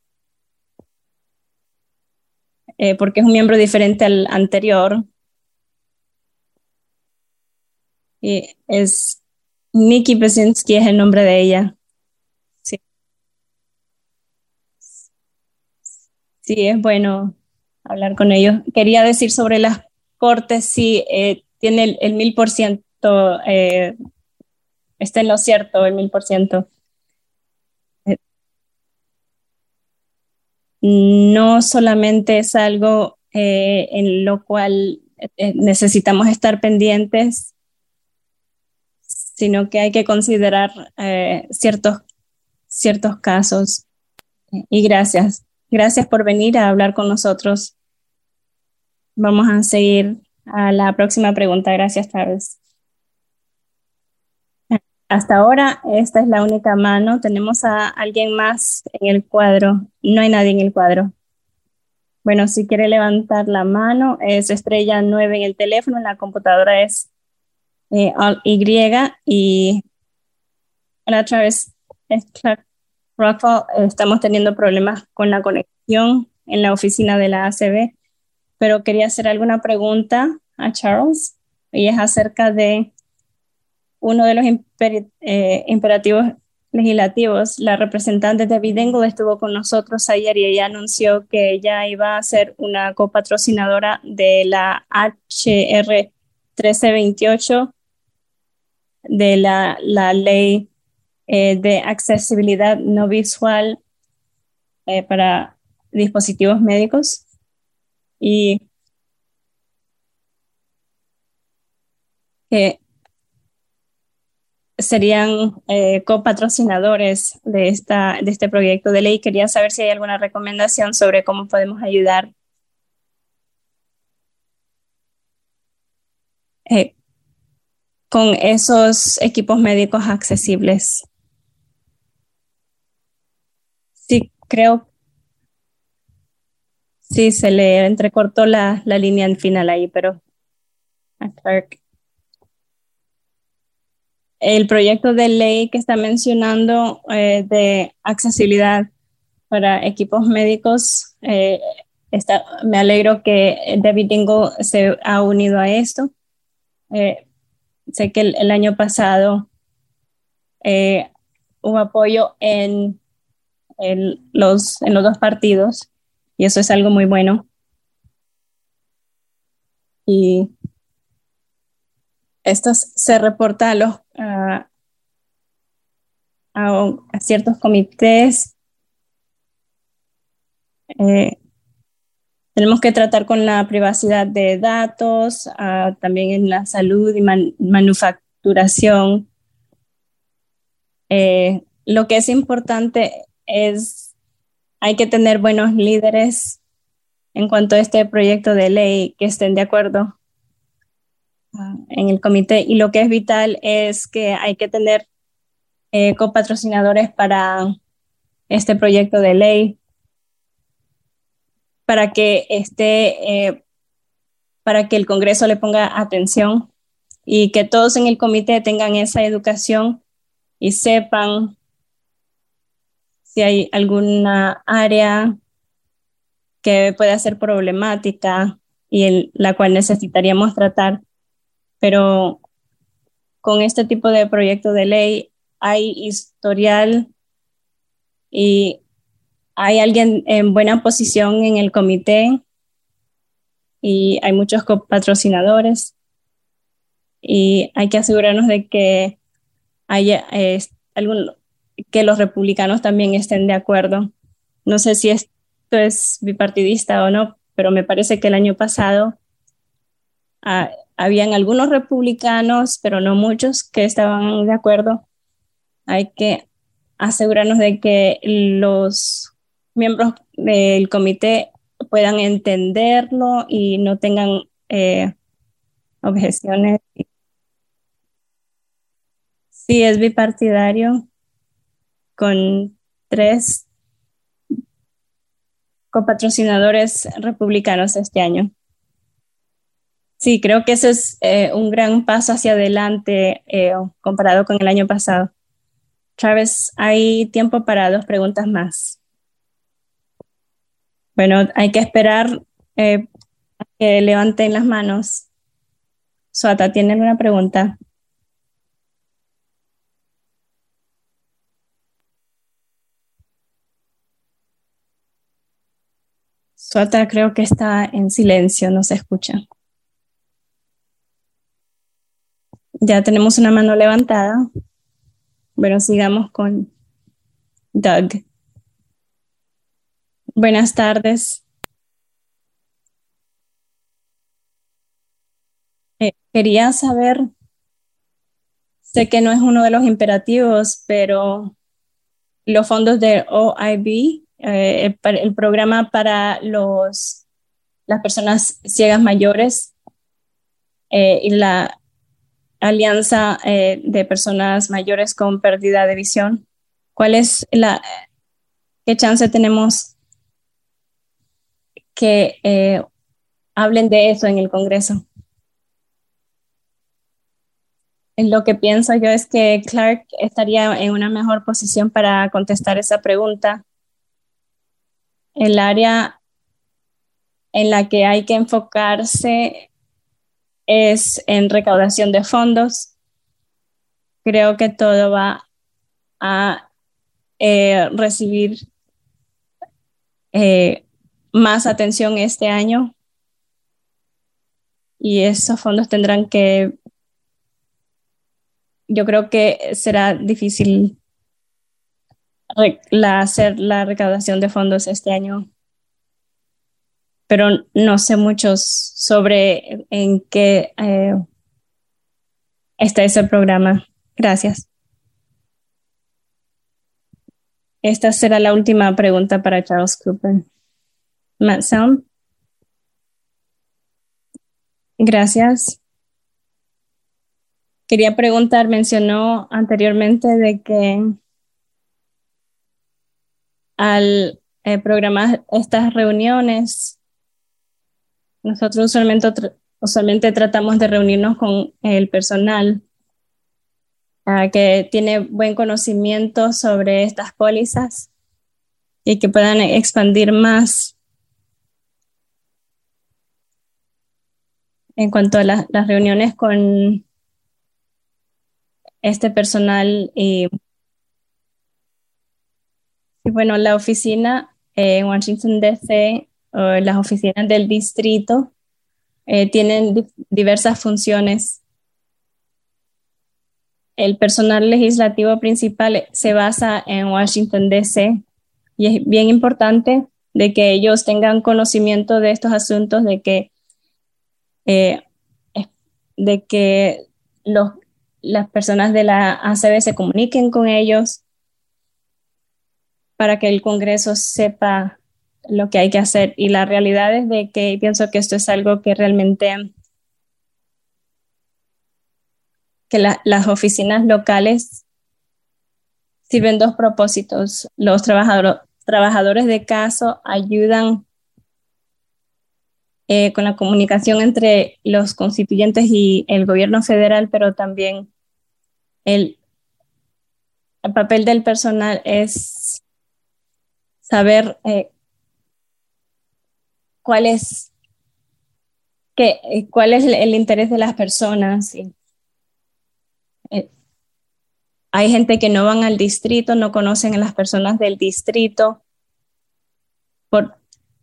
eh, porque es un miembro diferente al anterior. Y es Nikki Besinski, es el nombre de ella. Sí, sí, es bueno hablar con ellos. Quería decir sobre las cortes, sí, eh, tiene el, el mil por ciento, eh, está en lo cierto, el mil por ciento. Eh, no solamente es algo eh, en lo cual eh, necesitamos estar pendientes, sino que hay que considerar eh, ciertos, ciertos casos. Y gracias. Gracias por venir a hablar con nosotros. Vamos a seguir a la próxima pregunta. Gracias, Travis. Hasta ahora, esta es la única mano. ¿Tenemos a alguien más en el cuadro? No hay nadie en el cuadro. Bueno, si quiere levantar la mano, es estrella nueve en el teléfono, en la computadora es eh, Y y la otra vez es Clark Rockwell. Estamos teniendo problemas con la conexión en la oficina de la A C B, pero quería hacer alguna pregunta a Charles y es acerca de uno de los imper- eh, imperativos legislativos. La representante de Bidengo estuvo con nosotros ayer y ella anunció que ella iba a ser una copatrocinadora de la H R trece veintiocho, de la, la ley eh, de accesibilidad no visual eh, para dispositivos médicos. Y que serían eh, copatrocinadores de, esta, de este proyecto de ley. Quería saber si hay alguna recomendación sobre cómo podemos ayudar eh, con esos equipos médicos accesibles. Sí, creo, sí, se le entrecortó la, la línea al final ahí, pero a Clark. El proyecto de ley que está mencionando eh, de accesibilidad para equipos médicos, eh, está, me alegro que David Dingle se ha unido a esto. Eh, sé que el, el año pasado eh, hubo apoyo en, en, los, en los dos partidos y eso es algo muy bueno. Y esto se reporta a, los, a, a, a ciertos comités. Eh, tenemos que tratar con la privacidad de datos, uh, también en la salud y man, manufacturación. Eh, lo que es importante es, hay que tener buenos líderes en cuanto a este proyecto de ley que estén de acuerdo uh, en el comité. Y lo que es vital es que hay que tener eh, copatrocinadores para este proyecto de ley, para que esté, eh, para que el Congreso le ponga atención y que todos en el comité tengan esa educación y sepan si hay alguna área que pueda ser problemática y en la cual necesitaríamos tratar. Pero con este tipo de proyecto de ley hay historial y hay alguien en buena posición en el comité y hay muchos patrocinadores y hay que asegurarnos de que haya eh, algún, que los republicanos también estén de acuerdo. No sé si esto es bipartidista o no, pero me parece que el año pasado ah, habían algunos republicanos, pero no muchos, que estaban de acuerdo. Hay que asegurarnos de que los miembros del comité puedan entenderlo y no tengan eh, objeciones. Sí, es bipartidario con tres copatrocinadores republicanos este año. Sí, creo que eso es eh, un gran paso hacia adelante eh, comparado con el año pasado. Travis, hay tiempo para dos preguntas más. Bueno, hay que esperar eh, a que levanten las manos. Suata, ¿tienen una pregunta? Suata creo que está en silencio, no se escucha. Ya tenemos una mano levantada. Bueno, sigamos con Doug. Buenas tardes. Eh, quería saber, sé que no es uno de los imperativos, pero los fondos de O I B, eh, el, el programa para los, las personas ciegas mayores eh, y la alianza eh, de personas mayores con pérdida de visión. ¿Cuál es la, qué chance tenemos que eh, hablen de eso en el Congreso? Lo que pienso yo es que Clark estaría en una mejor posición para contestar esa pregunta. El área en la que hay que enfocarse es en recaudación de fondos creo que todo va a eh, recibir eh, más atención este año y esos fondos tendrán que, yo creo que será difícil re- la, hacer la recaudación de fondos este año, pero no sé mucho sobre en qué eh, está ese programa. Gracias. Esta será la última pregunta para Charles Cooper. Matt Sound. Gracias. Quería preguntar, mencionó anteriormente de que al eh, programar estas reuniones, nosotros usualmente, tra- usualmente tratamos de reunirnos con el personal uh, que tiene buen conocimiento sobre estas pólizas y que puedan expandir más en cuanto a la- las reuniones con este personal. Y, y bueno, la oficina eh, en Washington, D C, o las oficinas del distrito, eh, tienen di- diversas funciones. El personal legislativo principal se basa en Washington, D C, y es bien importante de que ellos tengan conocimiento de estos asuntos, de que, eh, de que los, las personas de la A C B se comuniquen con ellos para que el Congreso sepa lo que hay que hacer. Y la realidad es de que pienso que esto es algo que realmente, que la, las oficinas locales sirven dos propósitos. Los trabajador, trabajadores de caso ayudan eh, con la comunicación entre los constituyentes y el gobierno federal, pero también el, el papel del personal es saber eh, cuál es, qué, eh, cuál es el, el interés de las personas. Y, eh, hay gente que no van al distrito, no conocen a las personas del distrito. Por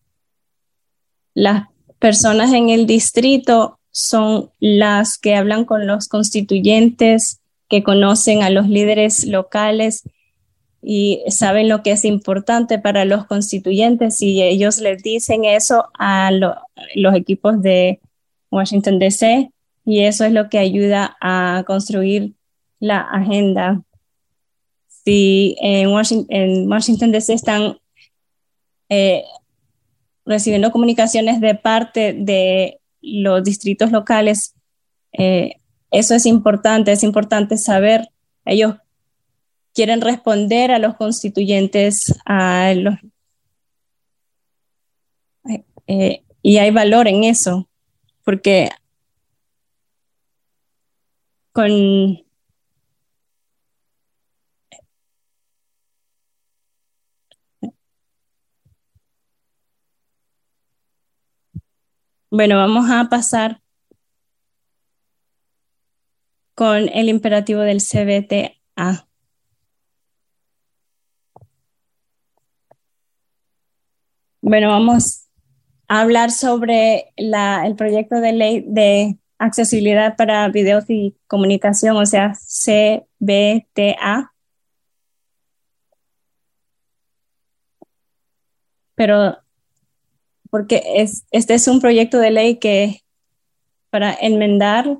las personas en el distrito son las que hablan con los constituyentes, que conocen a los líderes locales y saben lo que es importante para los constituyentes, y ellos les dicen eso a lo, los equipos de Washington, D C, y eso es lo que ayuda a construir la agenda. Si en Washington, en Washington D C están eh, recibiendo comunicaciones de parte de los distritos locales, eh, eso es importante, es importante saber, ellos quieren responder a los constituyentes, a los, eh, y hay valor en eso, porque con bueno, vamos a pasar con el imperativo del C B T A. Bueno, vamos a hablar sobre la, el proyecto de ley de accesibilidad para videos y comunicación, o sea, C B T A. Pero porque es, este es un proyecto de ley que para enmendar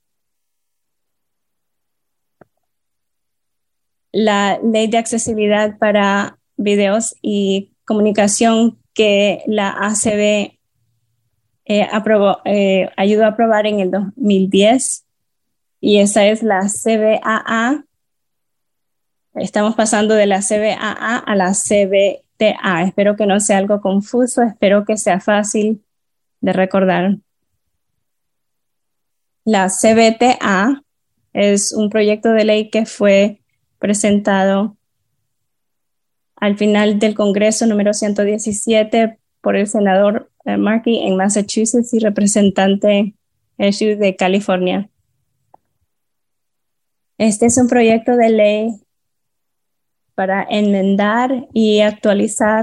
la ley de accesibilidad para videos y comunicación que la A C B eh, aprobó, eh, ayudó a aprobar en el dos mil diez, y esa es la C B A A. Estamos pasando de la C B A A a la C B T A. Espero que no sea algo confuso, espero que sea fácil de recordar. La C B T A es un proyecto de ley que fue presentado al final del Congreso número ciento diecisiete por el senador eh, Markey en Massachusetts y representante Hsu de California. Este es un proyecto de ley para enmendar y actualizar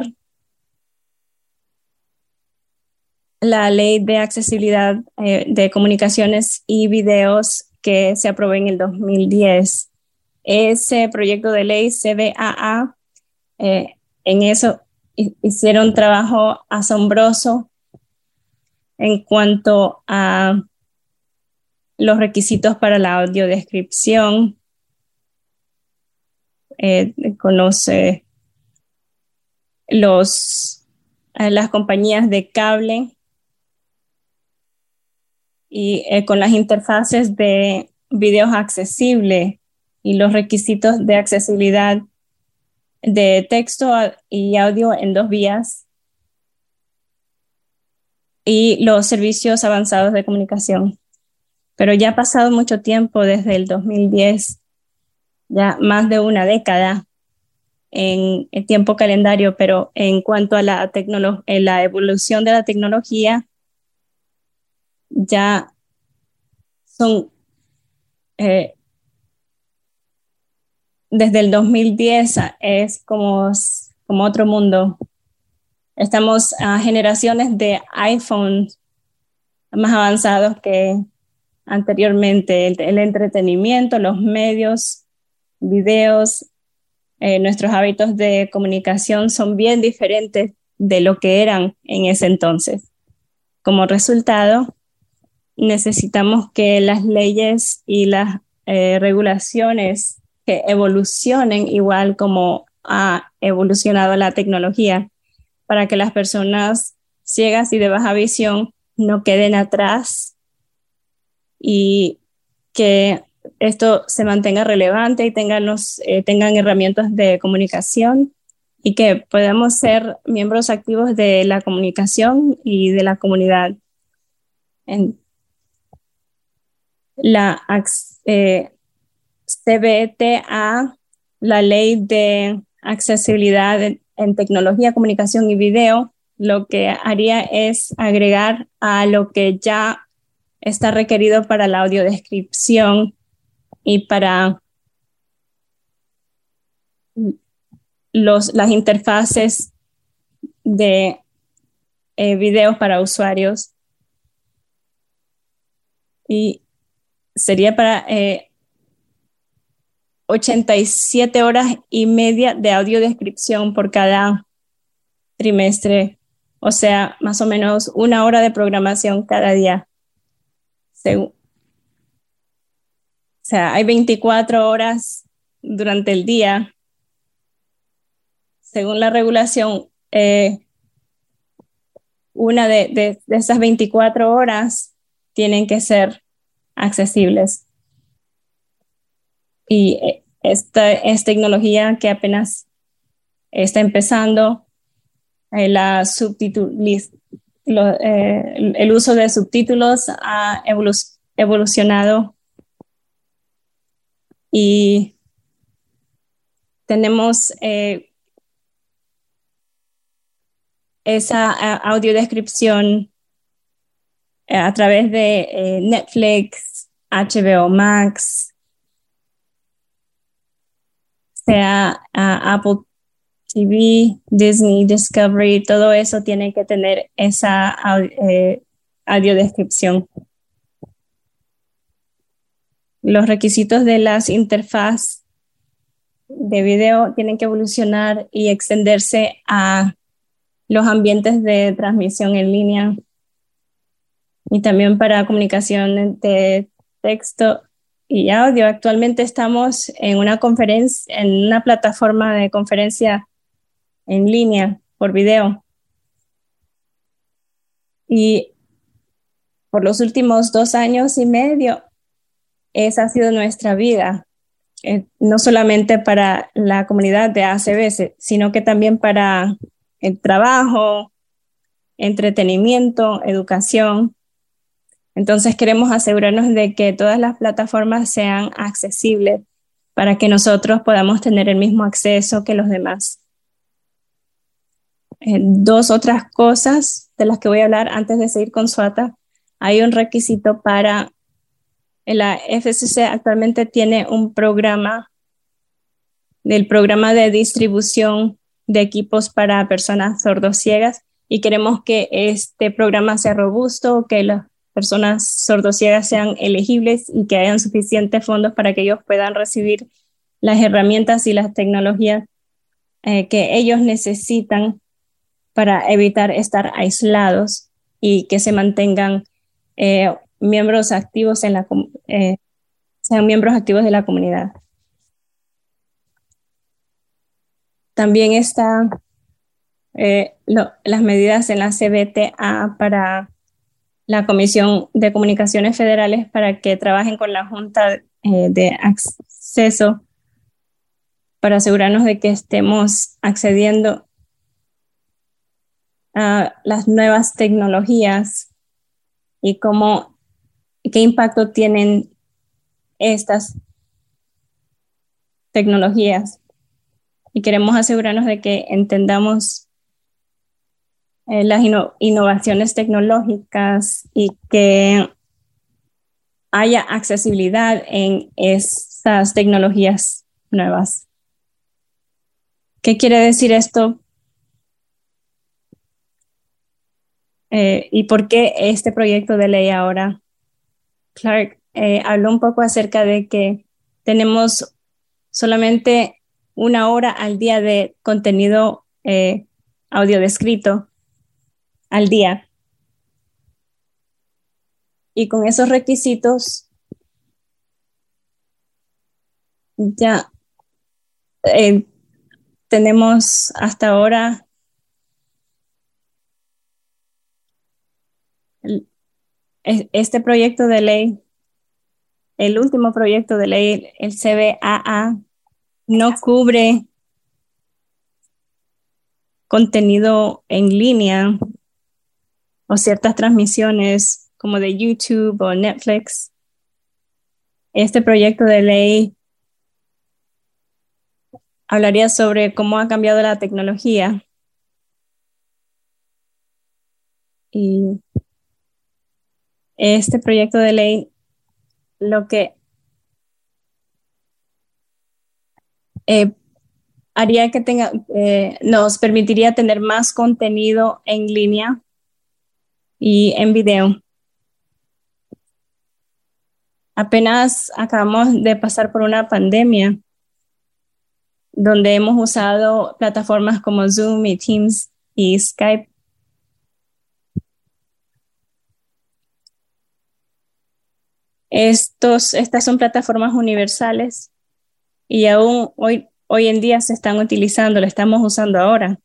la ley de accesibilidad eh, de comunicaciones y videos que se aprobó en el dos mil diez. Ese proyecto de ley C B A A, eh, en eso hicieron un trabajo asombroso en cuanto a los requisitos para la audiodescripción, eh, con los, eh, los, eh, las compañías de cable y eh, con las interfaces de videos accesibles y los requisitos de accesibilidad de texto y audio en dos vías y los servicios avanzados de comunicación. Pero ya ha pasado mucho tiempo desde el dos mil diez, ya más de una década en el tiempo calendario, pero en cuanto a la, tecnolo- eh, la evolución de la tecnología, ya son, eh, desde el dos mil diez es como, como otro mundo. Estamos a generaciones de iPhone más avanzados que anteriormente. El, el entretenimiento, los medios, videos, eh, nuestros hábitos de comunicación son bien diferentes de lo que eran en ese entonces. Como resultado, necesitamos que las leyes y las eh, regulaciones que evolucionen igual como ha evolucionado la tecnología, para que las personas ciegas y de baja visión no queden atrás y que esto se mantenga relevante y tengan, los, eh, tengan herramientas de comunicación y que podamos ser miembros activos de la comunicación y de la comunidad. En la eh, C B T A, la Ley de Accesibilidad en, en Tecnología, Comunicación y Video, lo que haría es agregar a lo que ya está requerido para la audiodescripción y para los, las interfaces de eh, videos para usuarios. Y sería para eh, ochenta y siete horas y media de audiodescripción por cada trimestre, o sea, más o menos una hora de programación cada día. Según, o sea, hay veinticuatro horas durante el día. Según la regulación, eh, una de, de, de esas veinticuatro horas tienen que ser accesibles. Y esta es tecnología que apenas está empezando. Eh, la subtitulis, lo, eh, el uso de subtítulos ha evolu evolucionado y tenemos eh, esa uh, audiodescripción eh, a través de eh, Netflix, H B O Max, sea uh, Apple T V, Disney, Discovery, todo eso tiene que tener esa eh, audiodescripción. Los requisitos de las interfaces de video tienen que evolucionar y extenderse a los ambientes de transmisión en línea y también para comunicación de texto y audio. Actualmente estamos en una conferencia, en una plataforma de conferencia en línea por video. Y por los últimos dos años y medio, esa ha sido nuestra vida, eh, no solamente para la comunidad de A C B, sino que también para el trabajo, entretenimiento, educación. Entonces queremos asegurarnos de que todas las plataformas sean accesibles para que nosotros podamos tener el mismo acceso que los demás. Eh, dos otras cosas de las que voy a hablar antes de seguir con Swata. Hay un requisito para La F C C actualmente tiene un programa, del programa de distribución de equipos para personas sordociegas, y queremos que este programa sea robusto, que las personas sordociegas sean elegibles y que hayan suficientes fondos para que ellos puedan recibir las herramientas y las tecnologías eh, que ellos necesitan para evitar estar aislados y que se mantengan eh, miembros activos en la eh, sean miembros activos de la comunidad. También están eh, lo, las medidas en la C B T A para la Comisión de Comunicaciones Federales para que trabajen con la Junta eh, de Acceso para asegurarnos de que estemos accediendo a las nuevas tecnologías y cómo, qué impacto tienen estas tecnologías. Y queremos asegurarnos de que entendamos eh, las ino- innovaciones tecnológicas y que haya accesibilidad en estas tecnologías nuevas. ¿Qué quiere decir esto? Eh, ¿Y por qué este proyecto de ley ahora? Clark eh, habló un poco acerca de que tenemos solamente una hora al día de contenido eh, audio descrito al día. Y con esos requisitos ya eh, tenemos hasta ahora el, este proyecto de ley, el último proyecto de ley, el C B A A, no cubre contenido en línea o ciertas transmisiones como de YouTube o Netflix. Este proyecto de ley hablaría sobre cómo ha cambiado la tecnología y este proyecto de ley lo que eh, haría que tenga, eh, nos permitiría tener más contenido en línea y en video. Apenas acabamos de pasar por una pandemia donde hemos usado plataformas como Zoom y Teams y Skype. Estos, estas son plataformas universales y aún hoy, hoy en día se están utilizando, lo estamos usando ahora.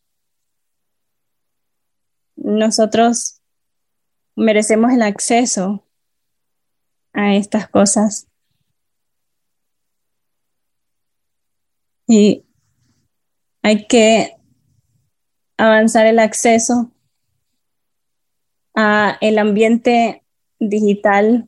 Nosotros merecemos el acceso a estas cosas. Y hay que avanzar el acceso a el ambiente digital.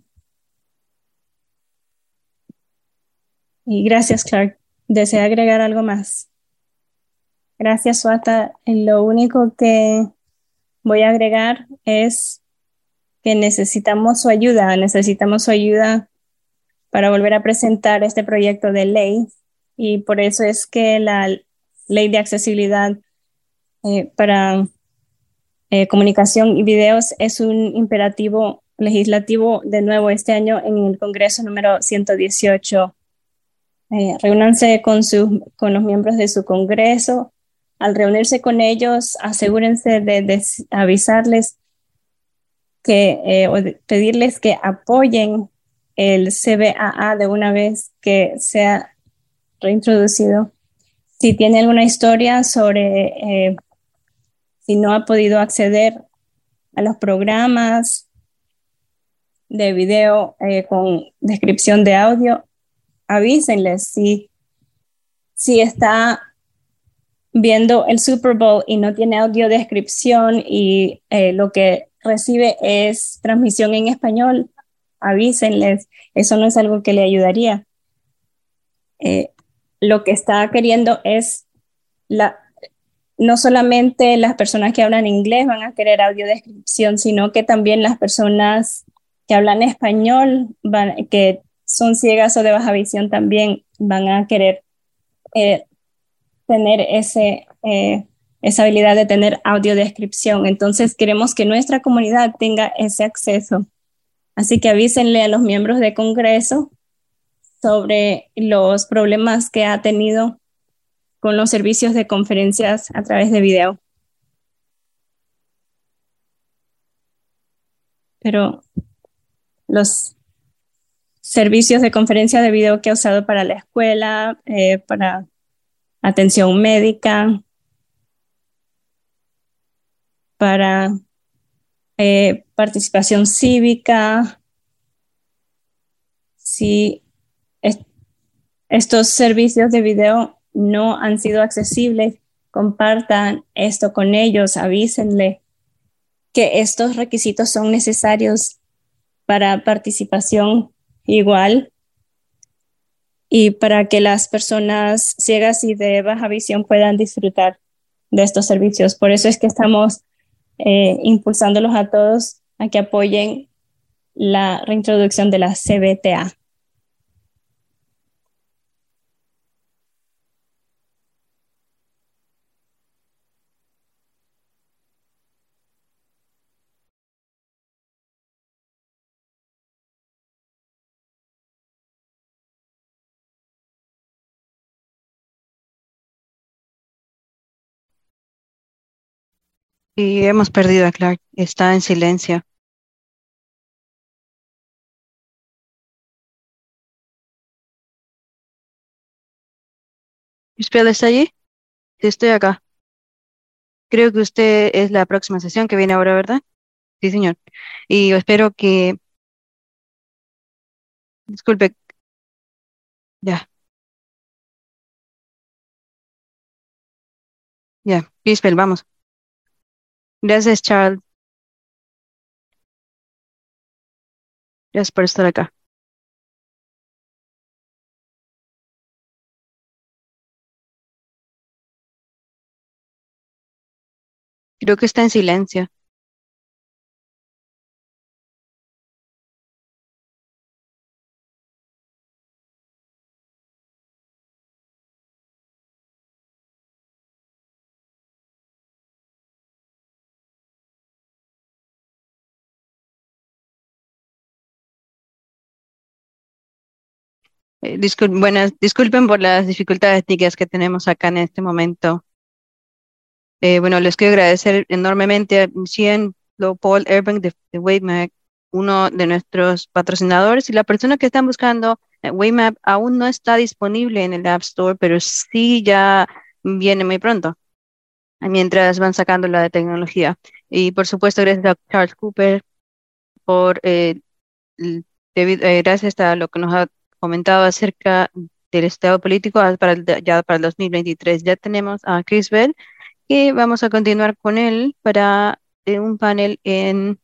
Y gracias, Clark. ¿Desea agregar algo más? Gracias, Swata. Lo único que voy a agregar es que necesitamos su ayuda, necesitamos su ayuda para volver a presentar este proyecto de ley, y por eso es que la ley de accesibilidad eh, para eh, comunicación y videos es un imperativo legislativo de nuevo este año en el Congreso número ciento dieciocho. Eh, reúnanse con, su, con los miembros de su Congreso. Al reunirse con ellos, asegúrense de, de avisarles que, eh, o de pedirles que apoyen el C B A A de una vez que sea reintroducido. Si tiene alguna historia sobre eh, si no ha podido acceder a los programas de video eh, con descripción de audio, avísenles. Si, si está viendo el Super Bowl y no tiene audio descripción y eh, lo que recibe es transmisión en español, avísenles. Eso no es algo que le ayudaría. Eh, lo que está queriendo es la, no solamente las personas que hablan inglés van a querer audiodescripción, sino que también las personas que hablan español, van, que son ciegas o de baja visión también van a querer eh, tener ese, eh, esa habilidad de tener audiodescripción. Entonces queremos que nuestra comunidad tenga ese acceso. Así que avísenle a los miembros de Congreso sobre los problemas que ha tenido con los servicios de conferencias a través de video. Pero los servicios de conferencia de video que ha usado para la escuela, eh, para atención médica, para eh, participación cívica, si es, estos servicios de video no han sido accesibles, compartan esto con ellos, avísenle que estos requisitos son necesarios para participación igual y para que las personas ciegas y de baja visión puedan disfrutar de estos servicios. Por eso es que estamos eh, impulsándolos a todos a que apoyen la reintroducción de la C B T A. Y hemos perdido a Clark. Está en silencio. ¿Isabel está allí? Sí, estoy acá. Creo que usted es la próxima sesión que viene ahora, ¿verdad? Sí, señor. Y yo espero que... Disculpe. Ya, ya. Isabel, vamos. Gracias, Charles. Gracias por estar acá. Creo que está en silencio. Eh, discul- buenas, disculpen por las dificultades técnicas que tenemos acá en este momento. Eh, bueno, les quiero agradecer enormemente a Cien, Paul Urban de, de Waymac, uno de nuestros patrocinadores, y la persona que están buscando eh, Waymap aún no está disponible en el App Store, pero sí ya viene muy pronto, mientras van sacando la de tecnología. Y por supuesto, gracias a Charles Cooper por, eh, l- debido- eh, gracias a lo que nos ha comentado acerca del estado político ah, para el, de- ya para el dos mil veintitrés. Ya tenemos a Chris Bell y vamos a continuar con él para eh, un panel en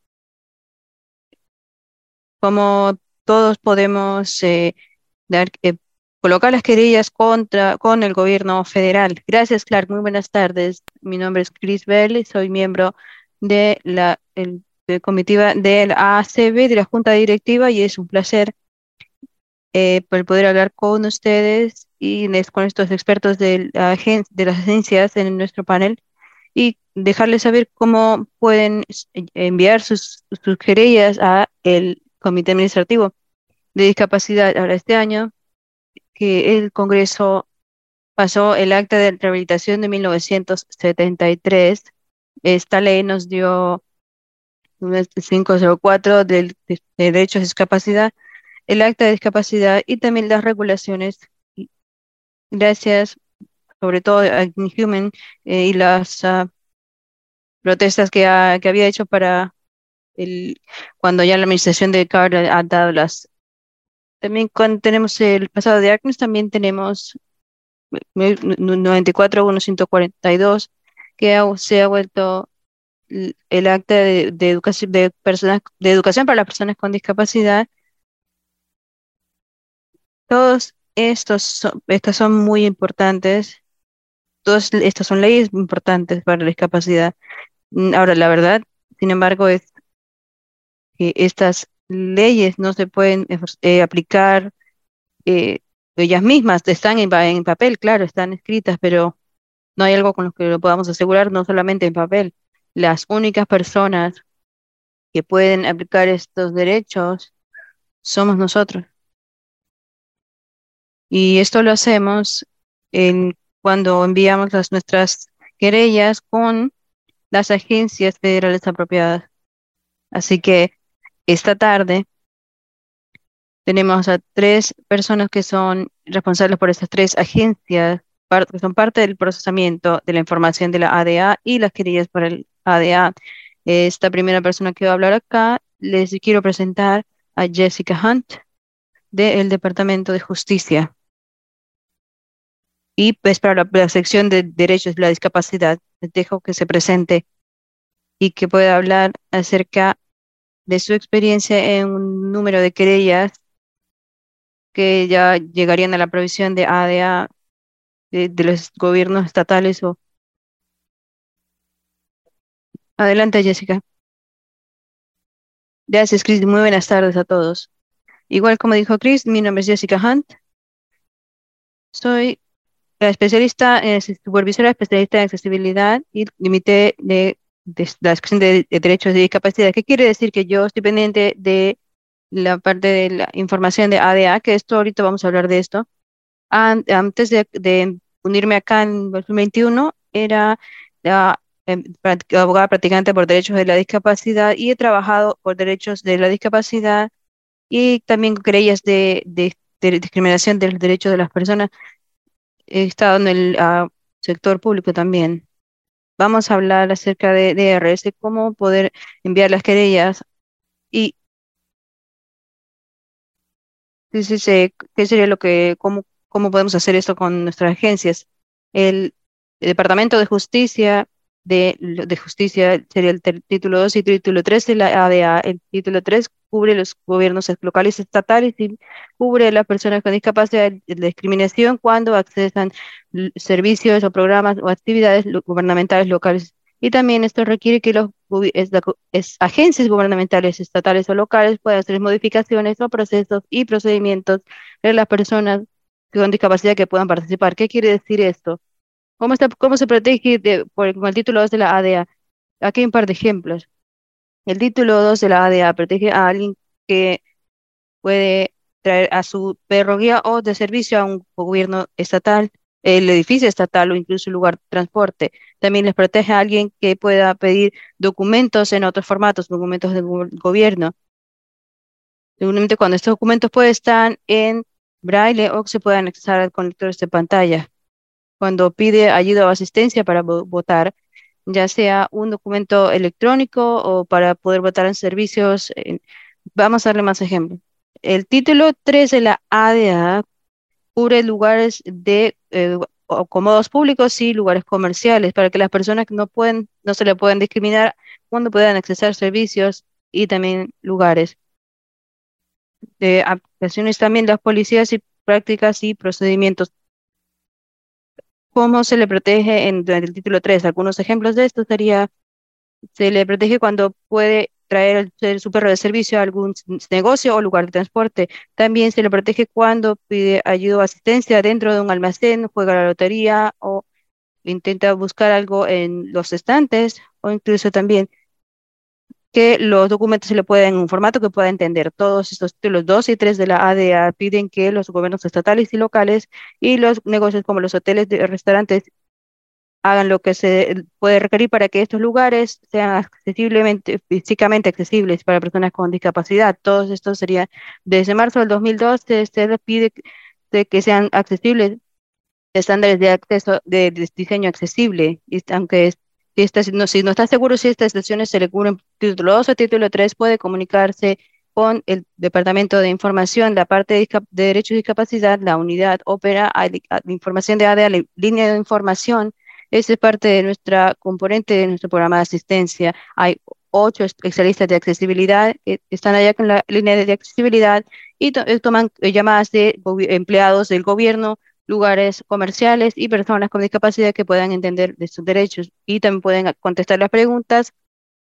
cómo todos podemos eh, dar, eh, colocar las querellas contra con el gobierno federal. Gracias, Clark. Muy buenas tardes. Mi nombre es Chris Bell y soy miembro de la el- de comitiva del A C B, de la Junta Directiva, y es un placer eh, por poder hablar con ustedes y les- con estos expertos de, la agen- de las agencias en nuestro panel y dejarles saber cómo pueden s- e- enviar sus, sus querellas a el Comité Administrativo de Discapacidad. Ahora, este año que el Congreso pasó el Acta de Rehabilitación de mil novecientos setenta y tres, esta ley nos dio un quinientos cuatro del, de, de derechos de discapacidad, el Acta de Discapacidad y también las regulaciones. Y gracias sobre todo a Human eh, y las ah, protestas que, ha- que había hecho para el, cuando ya la administración de Carter ha dado las... También cuando tenemos el pasado de Agnes, también tenemos eh, nu- noventa y cuatro uno ciento cuarenta y dos, que ha- se ha vuelto l- el acta de, de educación de personas de educación para las personas con discapacidad. Todos estos son, estas son muy importantes. Todas estas son leyes importantes para la discapacidad. Mm, Ahora, la verdad, sin embargo, es que estas leyes no se pueden eh, aplicar eh, ellas mismas, están en, pa- en papel, claro, están escritas, pero no hay algo con lo que lo podamos asegurar, no solamente en papel. Las únicas personas que pueden aplicar estos derechos somos nosotros. Y esto lo hacemos en, cuando enviamos las, nuestras querellas con las agencias federales apropiadas. Así que esta tarde tenemos a tres personas que son responsables por estas tres agencias, par- que son parte del procesamiento de la información de la A D A y las querellas por el A D A. Esta primera persona que va a hablar acá, les quiero presentar a Jessica Hunt del Departamento de Justicia. Y pues para la, la sección de derechos de la discapacidad, les dejo que se presente y que pueda hablar acerca de su experiencia en un número de querellas que ya llegarían a la provisión de A D A de, de los gobiernos estatales. O... Adelante, Jessica. Gracias, Chris. Muy buenas tardes a todos. Igual como dijo Chris, mi nombre es Jessica Hunt. Soy la especialista, en, supervisora especialista en accesibilidad y límite de, de la discusión de, de derechos de discapacidad. ¿Qué quiere decir? Que yo estoy pendiente de la parte de la información de A D A, que esto ahorita vamos a hablar de esto. An- Antes de, de unirme acá en dos mil veintiuno, era la, em, práct- abogada practicante por derechos de la discapacidad y he trabajado por derechos de la discapacidad y también con querellas de, de, de discriminación de los derechos de las personas. He estado en el ah, sector público también. Vamos a hablar acerca de D R S, cómo poder enviar las querellas y sí, sí, sí, qué sería lo que, cómo, cómo podemos hacer esto con nuestras agencias. El, el Departamento de Justicia de, lo- de Justicia sería el ter- título dos y título tres de la A D A. El título tres cubre los gobiernos locales y estatales y cubre a las personas con discapacidad de de discriminación cuando accesan l- servicios o programas o actividades lo- gubernamentales locales. Y también esto requiere que los gobi- es la co- es- agencias gubernamentales estatales o locales puedan hacer modificaciones o procesos y procedimientos de las personas con discapacidad que puedan participar. ¿Qué quiere decir esto? ¿Cómo está, cómo se protege de, por, con el título dos de la A D A? Aquí hay un par de ejemplos. El título dos de la A D A protege a alguien que puede traer a su perro guía o de servicio a un gobierno estatal, el edificio estatal o incluso un lugar de transporte. También les protege a alguien que pueda pedir documentos en otros formatos, documentos del go- gobierno. Seguramente cuando estos documentos pueden estar en braille o que se puedan accesar con lectores de pantalla. Cuando pide ayuda o asistencia para vo- votar, ya sea un documento electrónico o para poder votar en servicios. eh, Vamos a darle más ejemplos. El título tres de la A D A cubre lugares de eh, o cómodos públicos y lugares comerciales para que las personas que no pueden, no se le puedan discriminar cuando puedan accesar servicios y también lugares. De aplicaciones también las policías y prácticas y procedimientos. ¿Cómo se le protege en, durante el título tres? Algunos ejemplos de esto sería, se le protege cuando puede traer el- el- su perro de servicio a algún s- negocio o lugar de transporte. También se le protege cuando pide ayuda o asistencia dentro de un almacén, juega a la lotería o intenta buscar algo en los estantes o incluso también que los documentos se le puedan en un formato que pueda entender. Todos estos títulos dos y tres de la A D A piden que los gobiernos estatales y locales y los negocios como los hoteles y restaurantes hagan lo que se puede requerir para que estos lugares sean accesiblemente, físicamente accesibles para personas con discapacidad. Todos estos serían, desde marzo del dos mil doce, se les pide de que sean accesibles estándares de acceso de, de diseño accesible. Y aunque es- si, está, no, si no está seguro si estas estaciones se le cubren título dos o título tres, puede comunicarse con el Departamento de Información, la parte de, discap- de Derechos y Discapacidad, la unidad ópera a- a- de información de A D A, la línea de información. Esa es parte de nuestra componente de nuestro programa de asistencia. Hay ocho especialistas de accesibilidad que están allá con la línea de accesibilidad y to- eh, toman eh, llamadas de gobi- empleados del gobierno, lugares comerciales y personas con discapacidad que puedan entender de sus derechos y también pueden contestar las preguntas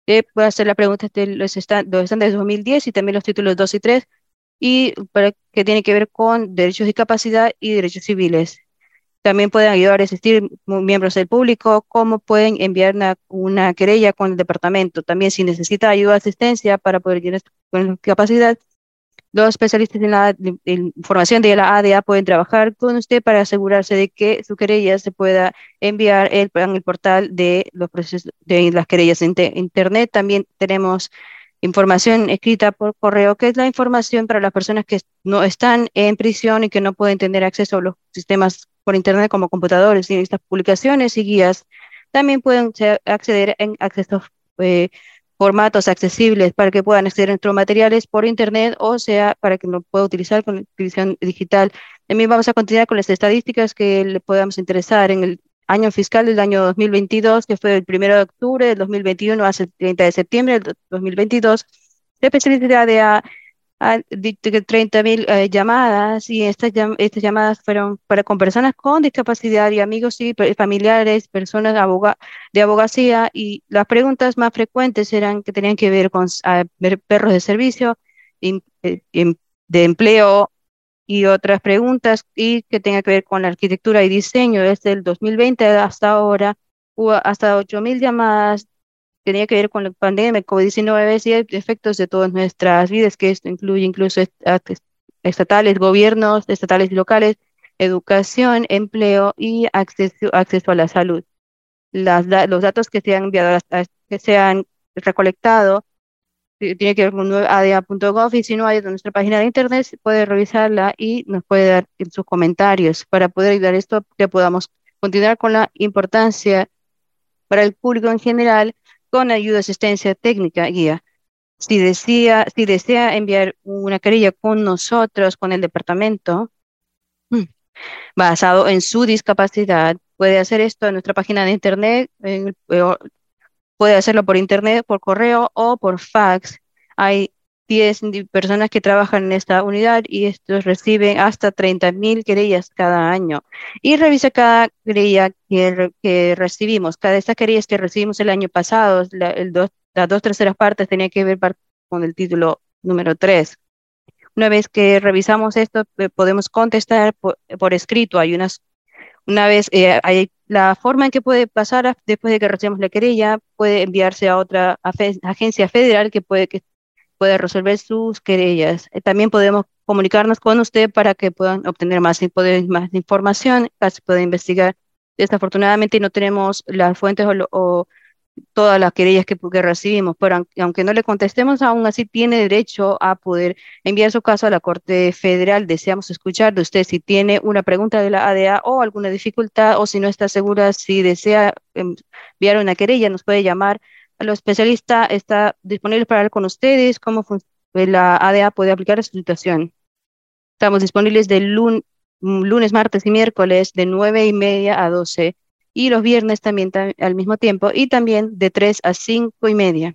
Eh, puede hacer las preguntas de los, estan- los estándares de dos mil diez y también los títulos dos y tres, y para, que tiene que ver con derechos de discapacidad y derechos civiles. También pueden ayudar a asistir mu- miembros del público, cómo pueden enviar una, una querella con el departamento. También si necesita ayuda o asistencia para poder llenar con capacidad, los especialistas en la de- en información de la A D A pueden trabajar con usted para asegurarse de que su querella se pueda enviar el- en el portal de los procesos de las querellas en te- internet. También tenemos información escrita por correo, que es la información para las personas que no están en prisión y que no pueden tener acceso a los sistemas por internet como computadores, y estas publicaciones y guías también pueden ser- acceder en acceso eh, formatos accesibles para que puedan acceder a nuestros materiales por internet, o sea, para que lo pueda utilizar con la televisión digital. También vamos a continuar con las estadísticas que le podamos interesar en el año fiscal del año dos mil veintidós, que fue el primero de octubre del dos mil veintiuno hasta el treinta de septiembre del do- dos mil veintidós. La especialidad de a, a- de- de treinta mil eh, llamadas, y estas, llam- estas llamadas fueron para con personas con discapacidad y amigos y pe- familiares, personas aboga- de abogacía, y las preguntas más frecuentes eran que tenían que ver con s- a, ver perros de servicio, im- eh, em- de empleo y otras preguntas, y que tenga que ver con la arquitectura y diseño. Desde el dos mil veinte hasta ahora hubo hasta ocho mil llamadas que tenía que ver con la pandemia, COVID diecinueve y efectos de todas nuestras vidas, que esto incluye incluso est- act- estatales, gobiernos estatales y locales, educación, empleo y acceso, acceso a la salud. Las da- los datos que se han enviado, hasta- que se han recolectado, eh, tiene que ver con a d a punto gov, y si no hay en nuestra página de internet, puede revisarla y nos puede dar en sus comentarios para poder ayudar esto, que podamos continuar con la importancia para el público en general, con ayuda, asistencia técnica, guía. Si desea, si desea enviar una querella con nosotros, con el departamento, mm, basado en su discapacidad, puede hacer esto en nuestra página de internet, en el- o puede hacerlo por internet, por correo o por fax. Hay diez di- personas que trabajan en esta unidad, y estos reciben hasta treinta mil querellas cada año. Y revisa cada querella que, re- que recibimos. Cada de estas querellas que recibimos el año pasado, la- el dos, las dos terceras partes tenía que ver par- con el título número tres. Una vez que revisamos esto, eh, podemos contestar por, por escrito. Hay unas una vez, eh, hay la forma en que puede pasar a- después de que recibamos la querella, puede enviarse a otra afe- agencia federal que puede, que puede resolver sus querellas. Eh, también podemos comunicarnos con usted para que puedan obtener más, info- más información, casi puede investigar. Desafortunadamente no tenemos las fuentes o, lo- o todas las querellas que, que recibimos, pero aun- aunque no le contestemos, aún así tiene derecho a poder enviar su caso a la Corte Federal. Deseamos escuchar de usted si tiene una pregunta de la A D A o alguna dificultad, o si no está segura, si desea em, enviar una querella, nos puede llamar. A los especialistas está disponible para hablar con ustedes cómo fun- eh, la A D A puede aplicar a su situación. Estamos disponibles de lun- mm, lunes, martes y miércoles de nueve y media a doce, y los viernes también ta- al mismo tiempo, y también de tres a cinco y media.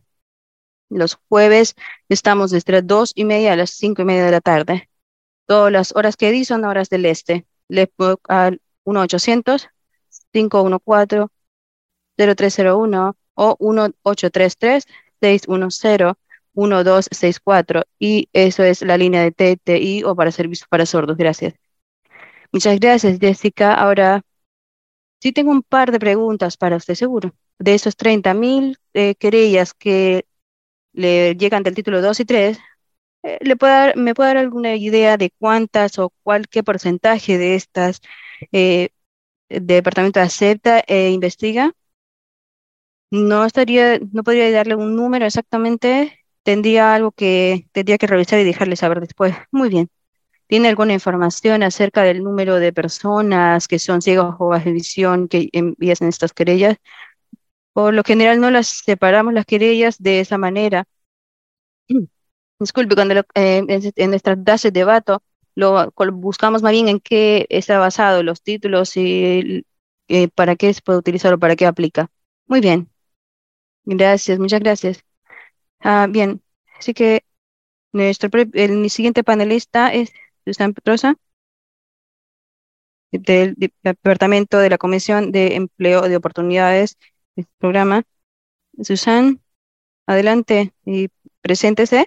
Los jueves estamos desde las dos y media a las cinco y media de la tarde. Todas las horas que di son horas del este. Le puedo al uno ochocientos, cinco uno cuatro, cero tres cero uno o uno ocho tres tres, seis uno cero, uno dos seis cuatro, y eso es la línea de T T I o para servicios para sordos. Gracias. Muchas gracias, Jessica. Ahora sí tengo un par de preguntas para usted, seguro. De esos treinta mil eh, querellas que le llegan del título dos y tres, eh, ¿le puede dar- ¿me puede dar alguna idea de cuántas o cuál, qué porcentaje de estas eh, el departamento acepta e investiga? No estaría, no podría darle un número exactamente. Tendría algo que tendría que revisar y dejarle saber después. Muy bien. ¿Tiene alguna información acerca del número de personas que son ciegas o bajas de visión que envían estas querellas? Por lo general no las separamos las querellas de esa manera. Disculpe, cuando lo- eh, en, en nuestras bases de datos lo col- buscamos más bien en qué está basado los títulos y el- eh, para qué se puede utilizar o para qué aplica. Muy bien, gracias, muchas gracias. Ah, bien, así que nuestro pre- el, mi siguiente panelista es Susan Petrosa, del Departamento de la Comisión de Empleo de Oportunidades del programa. Susan. Adelante y preséntese.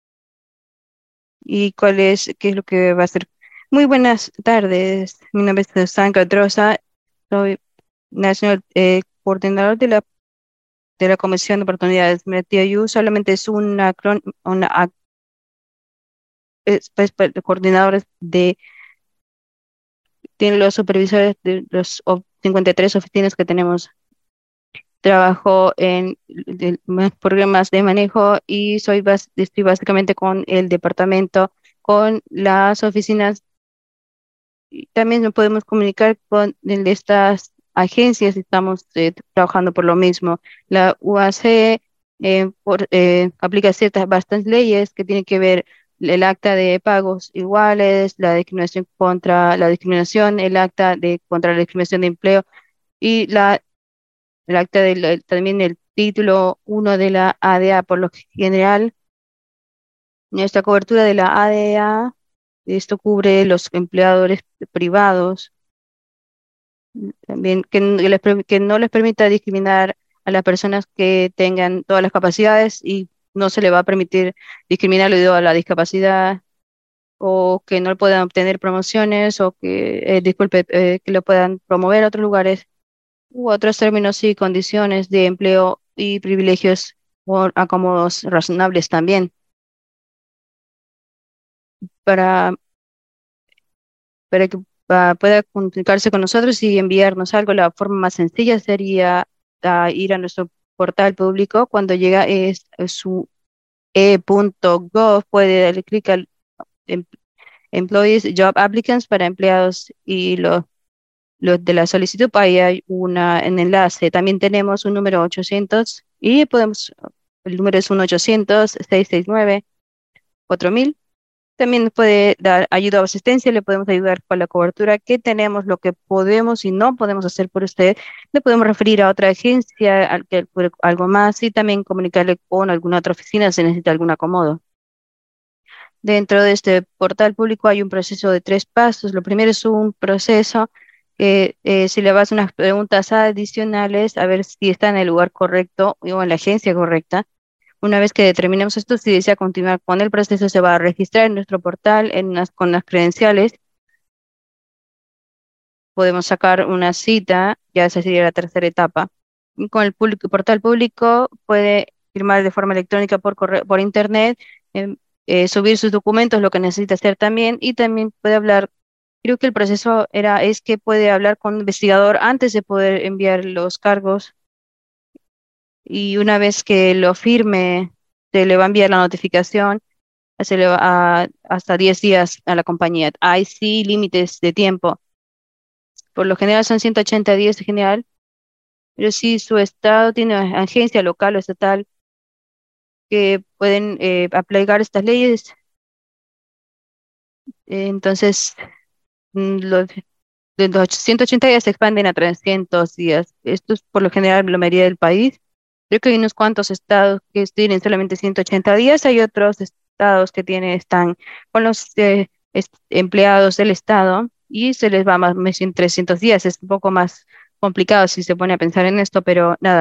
¿Y cuál es, qué es lo que va a hacer? Muy buenas tardes. Mi nombre es Sandra Drosa. Soy nacional eh, coordinador de la de la Comisión de Oportunidades. Mira, T I U solamente es una, acrón- una ac- es, pues, pues, coordinadores de tienen los supervisores de los o- cincuenta y tres oficinas que tenemos. Trabajo en de- más programas de manejo y soy bas- estoy básicamente con el departamento, con las oficinas. Y también nos podemos comunicar con el de estas agencias, estamos eh, trabajando por lo mismo. La U A C eh, por, eh, aplica ciertas bastantes leyes que tienen que ver el acta de pagos iguales, la discriminación contra la discriminación, el acta de contra la discriminación de empleo y la el acta del el- también el título uno de la A D A. Por lo general, nuestra cobertura de la A D A, esto cubre los empleadores privados también que, n- que les per- que no les permita discriminar a las personas que tengan todas las capacidades y no se le va a permitir discriminar debido a la discapacidad o que no puedan obtener promociones o que, eh, disculpe, eh, que lo puedan promover a otros lugares u otros términos y condiciones de empleo y privilegios o acomodos razonables también. Para para que ah, pueda comunicarse con nosotros y enviarnos algo. La forma más sencilla sería ah, ir a nuestro portal público. Cuando llega es, es su e punto gov, puede darle clic al em- Employees Job Applicants para empleados y los los de la solicitud. Ahí hay una, un enlace. También tenemos un número ochocientos y podemos, el número es uno ochocientos, seiscientos sesenta y nueve, cuatro mil. También nos puede dar ayuda o asistencia, le podemos ayudar con la cobertura que tenemos, lo que podemos y no podemos hacer por usted. Le podemos referir a otra agencia, al que puede algo más y también comunicarle con alguna otra oficina si necesita algún acomodo. Dentro de este portal público hay un proceso de tres pasos. Lo primero es un proceso que eh, si le vas unas preguntas adicionales a ver si está en el lugar correcto o en la agencia correcta. Una vez que determinemos esto, si desea continuar con el proceso, se va a registrar en nuestro portal en unas, con las credenciales. Podemos sacar una cita, ya esa sería la tercera etapa. Y con el público- portal público puede firmar de forma electrónica por correo, por internet, em, eh, subir sus documentos, lo que necesita hacer también, y también puede hablar. Creo que el proceso era, es que puede hablar con un investigador antes de poder enviar los cargos y una vez que lo firme, se le va a enviar la notificación se le va a- hasta diez días a la compañía. Hay sí límites de tiempo. Por lo general son ciento ochenta días en general, pero si su estado tiene agencia local o estatal que pueden eh, aplicar estas leyes, eh, entonces mm, los, de los ciento ochenta días se expanden a trescientos días. Esto es por lo general la mayoría del país. Creo que hay unos cuantos estados que tienen solamente ciento ochenta días, hay otros estados que tienen, están con los eh, est- empleados del estado y se les va más más en trescientos días. Es un poco más complicado si se pone a pensar en esto, pero nada,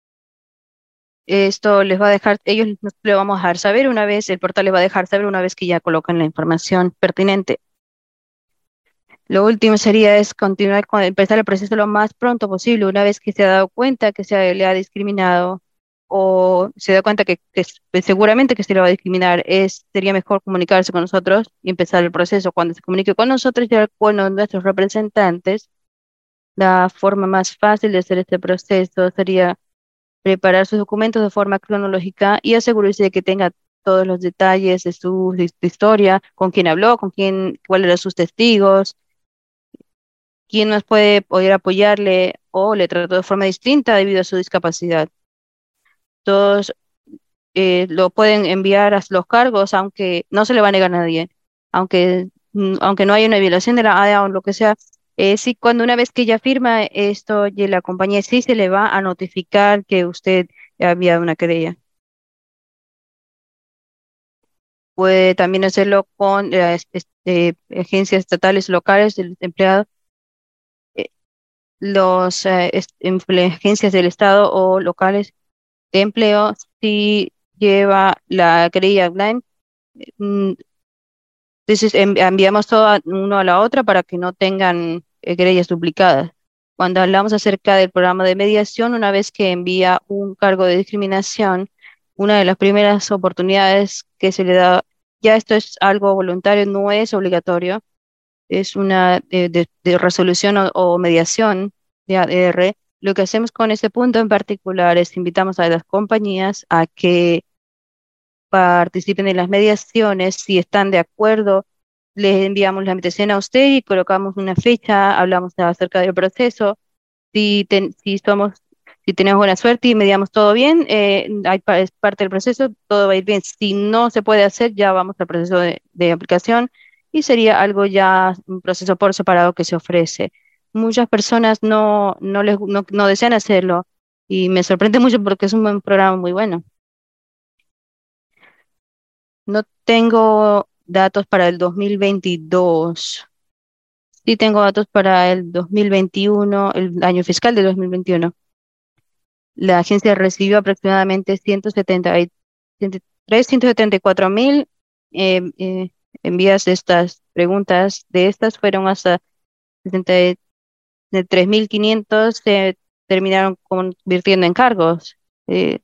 esto les va a dejar, ellos nos lo vamos a dejar saber una vez, el portal les va a dejar saber una vez que ya colocan la información pertinente. Lo último sería es continuar con empezar el proceso lo más pronto posible, una vez que se ha dado cuenta que se le ha discriminado o se da cuenta que, que s- que seguramente que se le va a discriminar, es, sería mejor comunicarse con nosotros y empezar el proceso. Cuando se comunique con nosotros ya con los- nuestros representantes, la forma más fácil de hacer este proceso sería preparar sus documentos de forma cronológica y asegurarse de que tenga todos los detalles de su, de su historia, con quién habló, con quién, cuáles eran sus testigos, quién más puede poder apoyarle o le trató de forma distinta debido a su discapacidad. Todos eh, lo pueden enviar a los cargos, aunque no se le va a negar a nadie, aunque, mm, aunque no haya una violación de la A D A o lo que sea. Eh, sí, cuando una vez que ya firma esto, y la compañía sí se le va a notificar que usted había una querella. Puede también hacerlo con las este, agencias estatales locales del empleado, eh, los eh, est- emple- agencias del Estado o locales de empleo si lleva la querella online. mm, Entonces envi- enviamos todo a- uno a la otra para que no tengan eh, querellas duplicadas. Cuando hablamos acerca del programa de mediación, una vez que envía un cargo de discriminación, una de las primeras oportunidades que se le da, ya esto es algo voluntario, no es obligatorio, es una eh, de, de resolución o, o mediación de A D R. Lo que hacemos con este punto en particular es invitamos a las compañías a que participen en las mediaciones. Si están de acuerdo, les enviamos la invitación a usted y colocamos una fecha, hablamos acerca del proceso. Si, ten- si somos, si tenemos buena suerte y mediamos todo bien, eh, hay, pa- es parte del proceso, todo va a ir bien. Si no se puede hacer, ya vamos al proceso de, de aplicación y sería algo ya, un proceso por separado que se ofrece. Muchas personas no, no, les, no, no desean hacerlo y me sorprende mucho porque es un buen programa muy bueno. No tengo datos para el dos mil veintidós. Sí tengo datos para el dos mil veintiuno, el año fiscal de dos mil veintiuno. La agencia recibió aproximadamente ciento setenta y- ciento setenta y cuatro mil eh, eh, envías de estas preguntas. De estas fueron hasta setenta y tres mil quinientos se terminaron convirtiendo en cargos. Eh,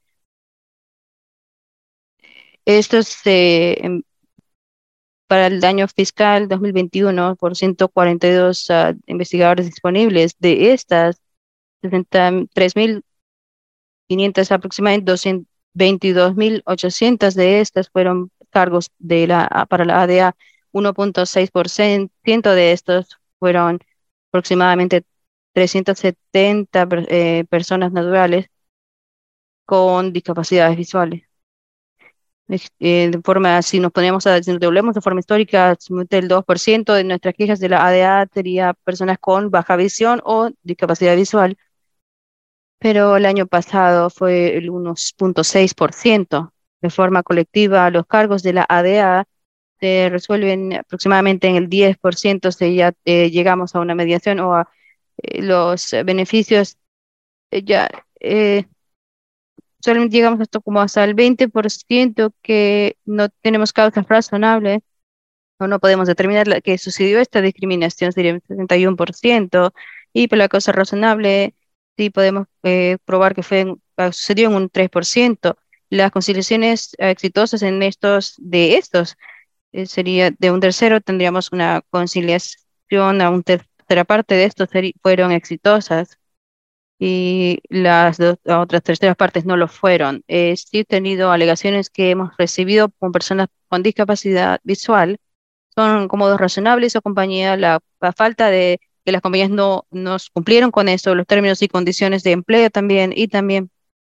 estos se para el año fiscal dos mil veintiuno por ciento cuarenta y dos ah, investigadores disponibles. De estas, sesenta y tres mil quinientas aproximadamente doscientos veintidós mil ochocientos de estas fueron cargos de la, ah, para la A D A. uno punto seis por ciento de estos fueron aproximadamente trescientas setenta per- eh, personas naturales con discapacidades visuales. Ex- eh, de forma, si nos ponemos a, si nos devolvemos de forma histórica, aproximadamente el dos por ciento de nuestras quejas de la A D A sería personas con baja visión o discapacidad visual, pero el año pasado fue el uno punto seis por ciento. De forma colectiva, los cargos de la A D A se resuelven aproximadamente en el diez por ciento si ya eh, llegamos a una mediación o a eh, los eh, beneficios eh, ya eh, solamente llegamos hasta como hasta el veinte por ciento que no tenemos causas razonables o no podemos determinar la- que sucedió esta discriminación, sería un sesenta y uno por ciento, y por la causa razonable, sí podemos eh, probar que fue en- ah, sucedió en un tres por ciento. Las conciliaciones eh, exitosas en estos, de estos, eh, sería de un tercero, tendríamos una conciliación a una tercera parte de estos seri- fueron exitosas y las dos, las otras terceras partes no lo fueron. Eh, sí he tenido alegaciones que hemos recibido con personas con discapacidad visual, son cómodos razonables o compañía, la, la falta de que las compañías no nos cumplieron con eso, los términos y condiciones de empleo también, y también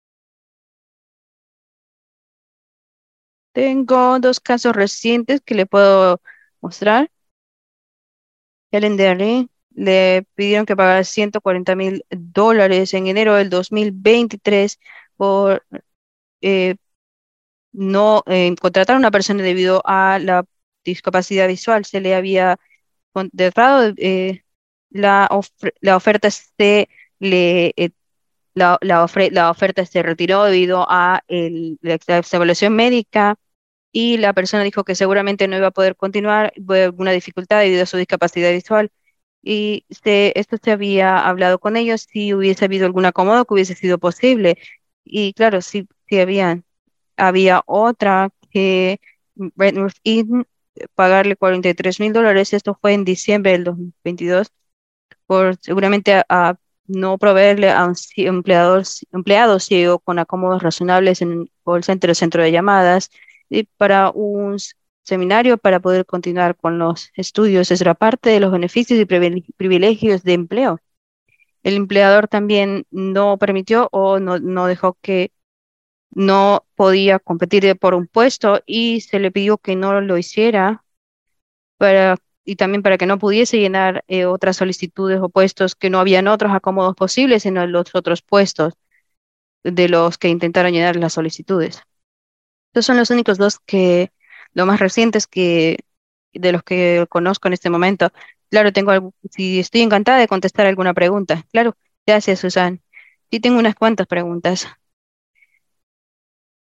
tengo dos casos recientes que le puedo mostrar. Helen Derry le pidieron que pagara ciento cuarenta mil dólares en enero del dos mil veintitrés por eh, no eh, contratar a una persona debido a la discapacidad visual. Se le había contratado, eh, la, ofre- la oferta se le eh, la, la, ofre- la oferta se retiró debido a el- la ex- la evaluación médica y la persona dijo que seguramente no iba a poder continuar, fue alguna dificultad debido a su discapacidad visual. Y se, esto se había hablado con ellos si hubiese habido algún acomodo que hubiese sido posible. Y claro, sí, sí había. Había otra que Brentwood Inn, pagarle cuarenta y tres mil dólares, esto fue en diciembre del dos mil veintidós, por seguramente a, a no proveerle a un ci- empleador, empleado ciego con acomodos razonables en el call center o centro de llamadas y para un s- seminario para poder continuar con los estudios. Eso era parte de los beneficios y privile- privilegios de empleo. El empleador también no permitió o no, no dejó que no podía competir por un puesto y se le pidió que no lo hiciera para, y también para que no pudiese llenar eh, otras solicitudes o puestos que no habían otros acomodos posibles en los otros puestos de los que intentaron llenar las solicitudes. Estos son los únicos dos que, los más recientes que, de los que conozco en este momento. Claro, tengo algo, si estoy encantada de contestar alguna pregunta. Claro, gracias, Susan. Sí, tengo unas cuantas preguntas.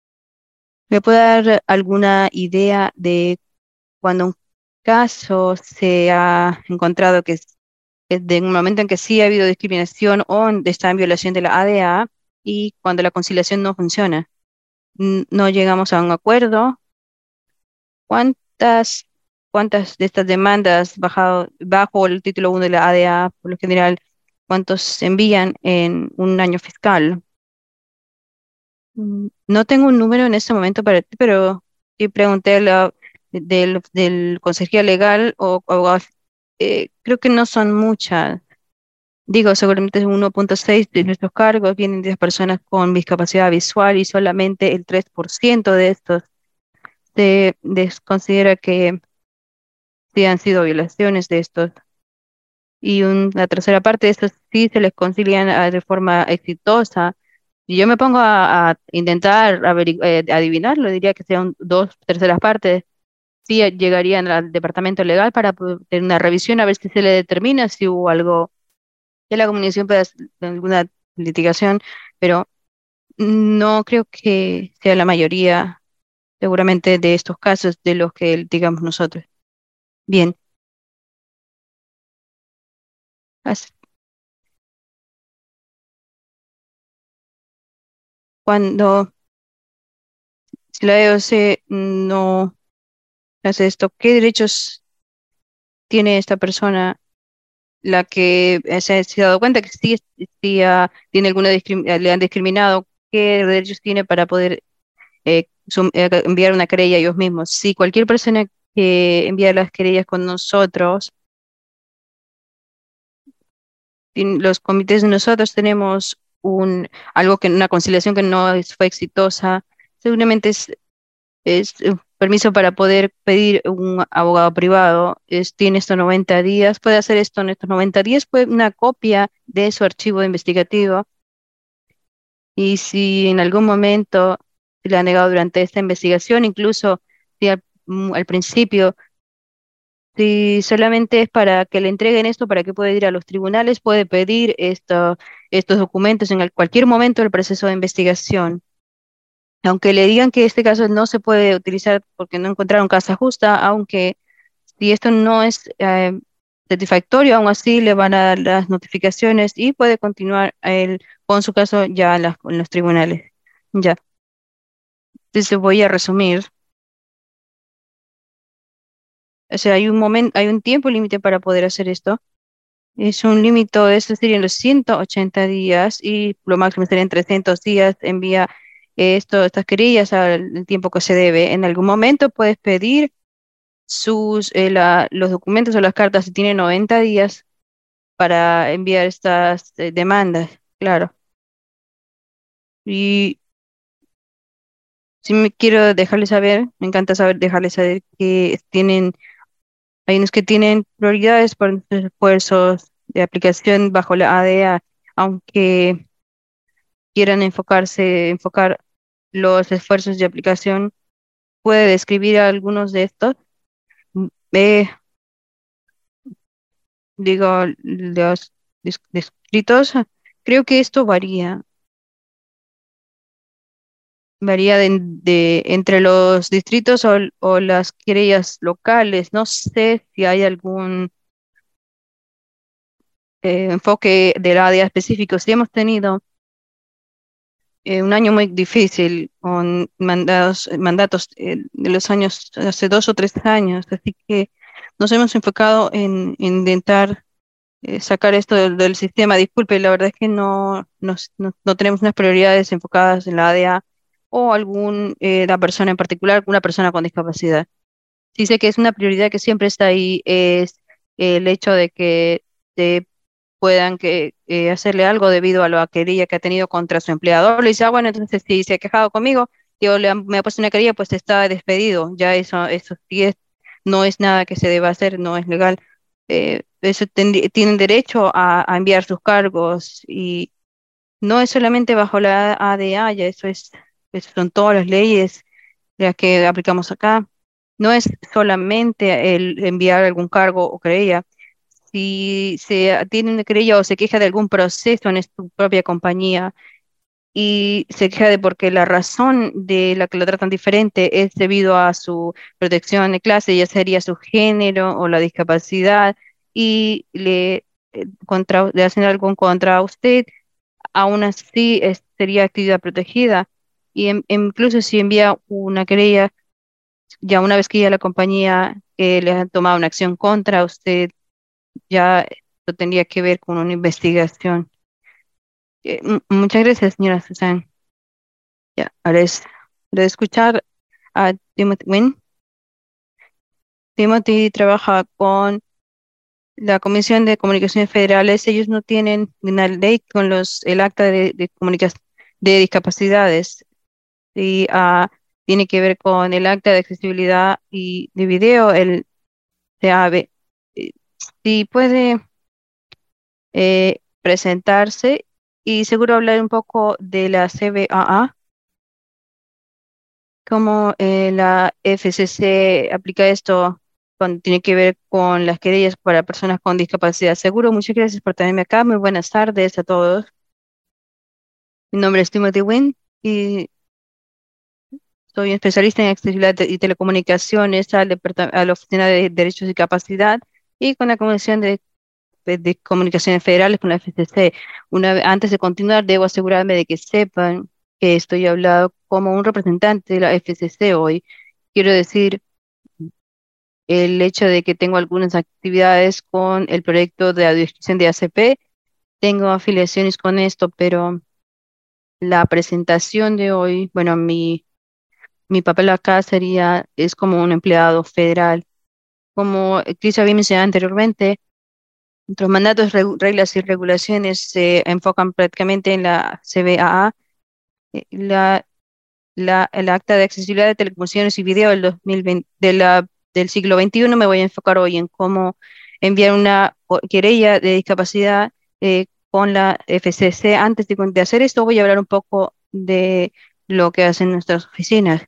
¿Me puede dar alguna idea de cuando un caso se ha encontrado que es es de un momento en que sí ha habido discriminación o en- está en violación de la A D A y cuando la conciliación no funciona? N- No llegamos a un acuerdo. ¿Cuántas, cuántas de estas demandas bajo, bajo el título uno de la A D A, por lo general, cuántos se envían en un año fiscal? Mm, No tengo un número en este momento para ti, pero sí pregunté a la- del, del consejería legal o, o, eh, creo que no son muchas. Digo, seguramente uno punto seis de nuestros cargos vienen de personas con discapacidad visual y solamente el tres por ciento de estos se des- considera que sí han sido violaciones de estos. Y un- la tercera parte de estos sí se les concilian ah, de forma exitosa. Y yo me pongo a, a intentar averi- eh, adivinarlo, diría que sean dos terceras partes. Sí eh, llegarían al departamento legal para poder tener una revisión a ver si se le determina si hubo algo de la comunicación puede ser alguna litigación, pero no creo que sea la mayoría, seguramente, de estos casos de los que litigamos nosotros. Bien, as- cuando si la E O C no hace esto, ¿qué derechos tiene esta persona, la que eh, se, se ha dado cuenta que sí, sí, ah, tiene alguna discrim- eh, le han discriminado? ¿Qué derechos tiene para poder eh, sum- eh, enviar una querella ellos mismos? Si cualquier persona que envía las querellas con nosotros, tien- los comités de nosotros tenemos un, algo que, una conciliación que no es- fue exitosa, seguramente es, es un permiso para poder pedir un abogado privado, es, tiene estos noventa días, puede hacer esto en estos noventa días, puede una copia de su archivo investigativo, y si en algún momento se le ha negado durante esta investigación, incluso si al, mm, al principio, si solamente es para que le entreguen esto, para que pueda ir a los tribunales, puede pedir esto, estos documentos en el- cualquier momento del proceso de investigación. Aunque le digan que este caso no se puede utilizar porque no encontraron casa justa, aunque si esto no es eh, satisfactorio, aún así le van a dar las notificaciones y puede continuar él con su caso ya en, las- en los tribunales. Ya, entonces voy a resumir. O sea, hay un momento, hay un tiempo límite para poder hacer esto. Es un límite, eso serían los ciento ochenta días y lo máximo serían trescientos días. Envía esto, estas querellas al tiempo que se debe. En algún momento puedes pedir sus, eh, la- los documentos o las cartas si tiene noventa días para enviar estas eh, demandas, claro. Y si me quiero dejarles saber, me encanta saber, dejarles saber que tienen, hay unos que tienen prioridades por nuestros esfuerzos de aplicación bajo la A D A, aunque quieran enfocarse, enfocar los esfuerzos de aplicación, puede describir algunos de estos. Mm, eh, digo, los dis- descritos, creo que esto varía, varía de, de- entre los distritos o, o las querellas locales. No sé si hay algún eh, enfoque del área específico. Sí hemos tenido eh, un año muy difícil con mandados, mandatos eh, de los años, hace dos o tres años, así que nos hemos enfocado en, en intentar eh, sacar esto del, del sistema. Disculpe, la verdad es que no, nos- no, no tenemos unas prioridades enfocadas en la A D A o algún, eh, la persona en particular, una persona con discapacidad. Sí sé que es una prioridad que siempre está ahí, es el hecho de que se puedan que, eh, hacerle algo debido a la querella que ha tenido contra su empleador. Le dice, ah, bueno, entonces si se ha quejado conmigo, yo le han- me ha puesto una querella, pues está despedido. Ya eso, eso sí es, no es nada que se deba hacer, no es legal. Eh, eso tendrí- tienen derecho a, a enviar sus cargos y no es solamente bajo la A D A, ya eso es, eso son todas las leyes las que aplicamos acá. No es solamente el enviar algún cargo o querella. Si se tiene una querella o se queja de algún proceso en su propia compañía y se queja de porque la razón de la que lo tratan diferente es debido a su protección de clase, ya sería su género o la discapacidad, y le, eh, contra, le hacen algo en contra usted, aún así es- sería actividad protegida. Y en- incluso si envía una querella, ya una vez que ya la compañía eh, le ha tomado una acción contra usted, ya lo tendría que ver con una investigación. Eh, mu- muchas gracias, señora Susan. Ya, ahora es de escuchar a Timothy Wynn. Timothy trabaja con la Comisión de Comunicaciones Federales. Ellos no tienen una ley con los, el acta de, de comunicación de discapacidades y ah, tiene que ver con el acta de accesibilidad y de video, el de A V. Eh, Si puede eh, presentarse y seguro hablar un poco de la C B A A, cómo eh, la F C C aplica esto cuando tiene que ver con las querellas para personas con discapacidad. Seguro, muchas gracias por tenerme acá. Muy buenas tardes a todos. Mi nombre es Timothy Wynn y soy especialista en accesibilidad te- y telecomunicaciones al departa- a la Oficina de Derechos y Capacidad y con la Comisión de, de- de Comunicaciones Federales con la F C C. Una, ve- antes de continuar, debo asegurarme de que sepan que estoy hablando como un representante de la F C C hoy. Quiero decir el hecho de que tengo algunas actividades con el proyecto de audiodescripción de A C P. Tengo afiliaciones con esto, pero la presentación de hoy, bueno, mi, mi papel acá sería, es como un empleado federal. Como Chris había mencionado anteriormente, nuestros mandatos, regu- reglas y regulaciones se enfocan prácticamente en la C B A A, eh, la, la, el Acta de Accesibilidad de Telecomunicaciones y Video del dos mil veinte, de la, del siglo veintiuno. Me voy a enfocar hoy en cómo enviar una o- querella de discapacidad eh, con la F C C. Antes de, de hacer esto, voy a hablar un poco de lo que hacen nuestras oficinas.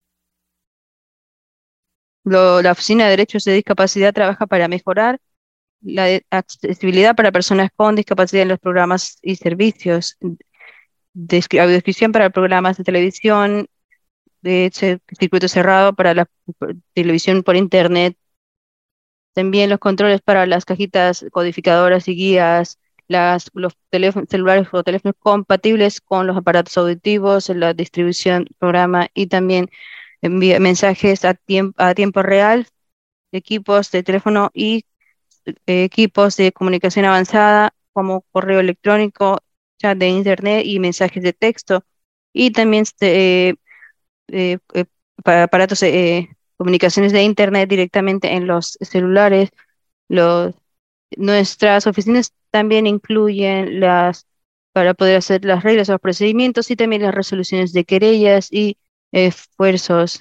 Lo- la Oficina de Derechos de Discapacidad trabaja para mejorar la de- accesibilidad para personas con discapacidad en los programas y servicios, descri- audiodescripción para programas de televisión, de ese circuito cerrado para la por- televisión por internet, también los controles para las cajitas codificadoras y guías, las, los teléfonos celulares o teléfonos compatibles con los aparatos auditivos, la distribución programa y también envía mensajes a tiempo, a tiempo real, equipos de teléfono y eh, equipos de comunicación avanzada como correo electrónico, chat de internet y mensajes de texto. Y también este, eh, eh, eh, para aparatos, eh, comunicaciones de internet directamente en los celulares. Los, nuestras oficinas también incluyen las, para poder hacer las reglas o los procedimientos y también las resoluciones de querellas y esfuerzos.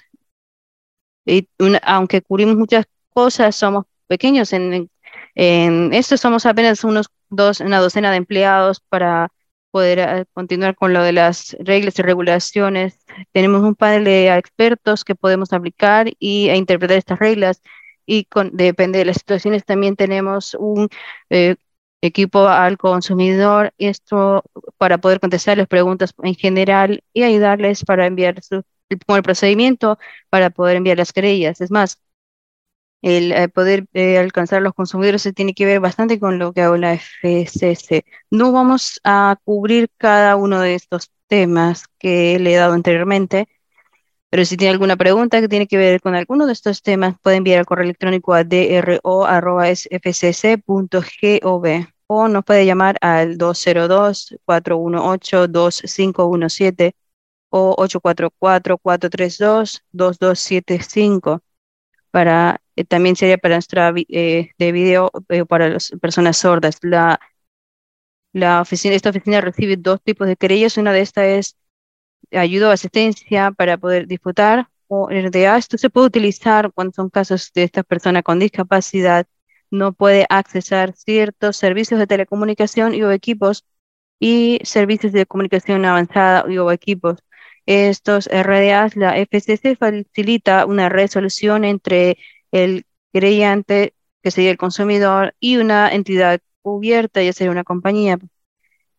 Y una- aunque cubrimos muchas cosas, somos pequeños en, en en esto, somos apenas unos dos, una docena de empleados para poder eh, continuar con lo de las reglas y regulaciones. Tenemos un panel de expertos que podemos aplicar y, e interpretar estas reglas y con, depende de las situaciones también tenemos un eh, equipo al consumidor, esto para poder contestar las preguntas en general y ayudarles para enviar su, con el procedimiento para poder enviar las querellas. Es más, el eh, poder eh, alcanzar a los consumidores se tiene que ver bastante con lo que hago en la F C C. No vamos a cubrir cada uno de estos temas que le he dado anteriormente, pero si tiene alguna pregunta que tiene que ver con alguno de estos temas, puede enviar al correo electrónico a d r o arroba s f c c punto gov o nos puede llamar al dos cero dos, cuatro uno ocho, dos cinco uno siete o ocho cuatro cuatro, cuatro tres dos, dos dos siete cinco para, eh, también sería para nuestra vi- eh, de video eh, para las personas sordas. La, la oficina, esta oficina recibe dos tipos de querellas. Una de estas es ayuda o asistencia para poder disputar o R D A. Esto se puede utilizar cuando son casos de esta persona con discapacidad no puede accesar ciertos servicios de telecomunicación y o equipos y servicios de comunicación avanzada y o equipos. Estos R D As, la F C C facilita una resolución entre el creyente, que sería el consumidor, y una entidad cubierta, ya sea una compañía.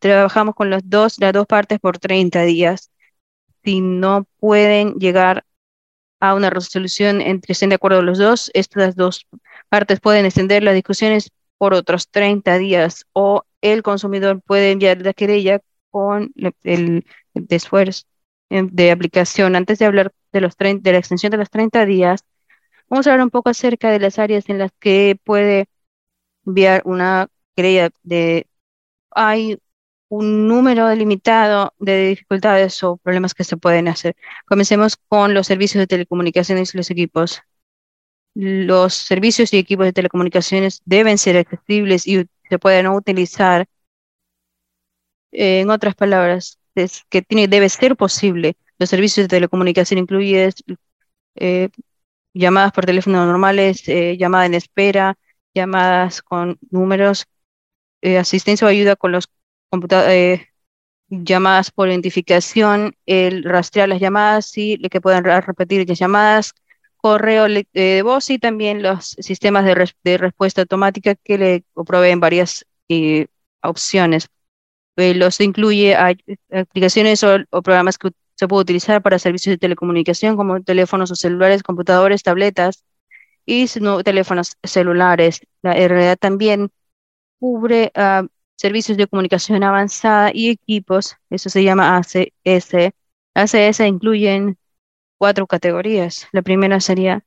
trabajamos con los dos, las dos partes por treinta días. Si no pueden llegar a una resolución entre estén de acuerdo los dos, estas dos partes pueden extender las discusiones por otros treinta días o el consumidor puede enviar la querella con le- el, el esfuerzo eh, de aplicación. Antes de hablar de los trein- de la extensión de los treinta días, vamos a hablar un poco acerca de las áreas en las que puede enviar una querella de hay un número limitado de dificultades o problemas que se pueden hacer. Comencemos con los servicios de telecomunicaciones y los equipos. Los servicios y equipos de telecomunicaciones deben ser accesibles y u- se pueden utilizar. Eh, en otras palabras, es que tiene, debe ser posible. Los servicios de telecomunicación incluyen eh, llamadas por teléfono normales, eh, llamada en espera, llamadas con números, eh, asistencia o ayuda con los computadores, llamadas por identificación, el rastrear las llamadas y le- que puedan re- repetir las llamadas, correo le- eh, de voz y también los sistemas de, res- de respuesta automática que le proveen varias eh, opciones. Eh, los incluye a- aplicaciones o, o programas que ut- se puede utilizar para servicios de telecomunicación como teléfonos o celulares, computadores, tabletas y si no, teléfonos celulares. La R D A también cubre ah, servicios de comunicación avanzada y equipos, eso se llama A C S. A C S incluyen cuatro categorías. La primera sería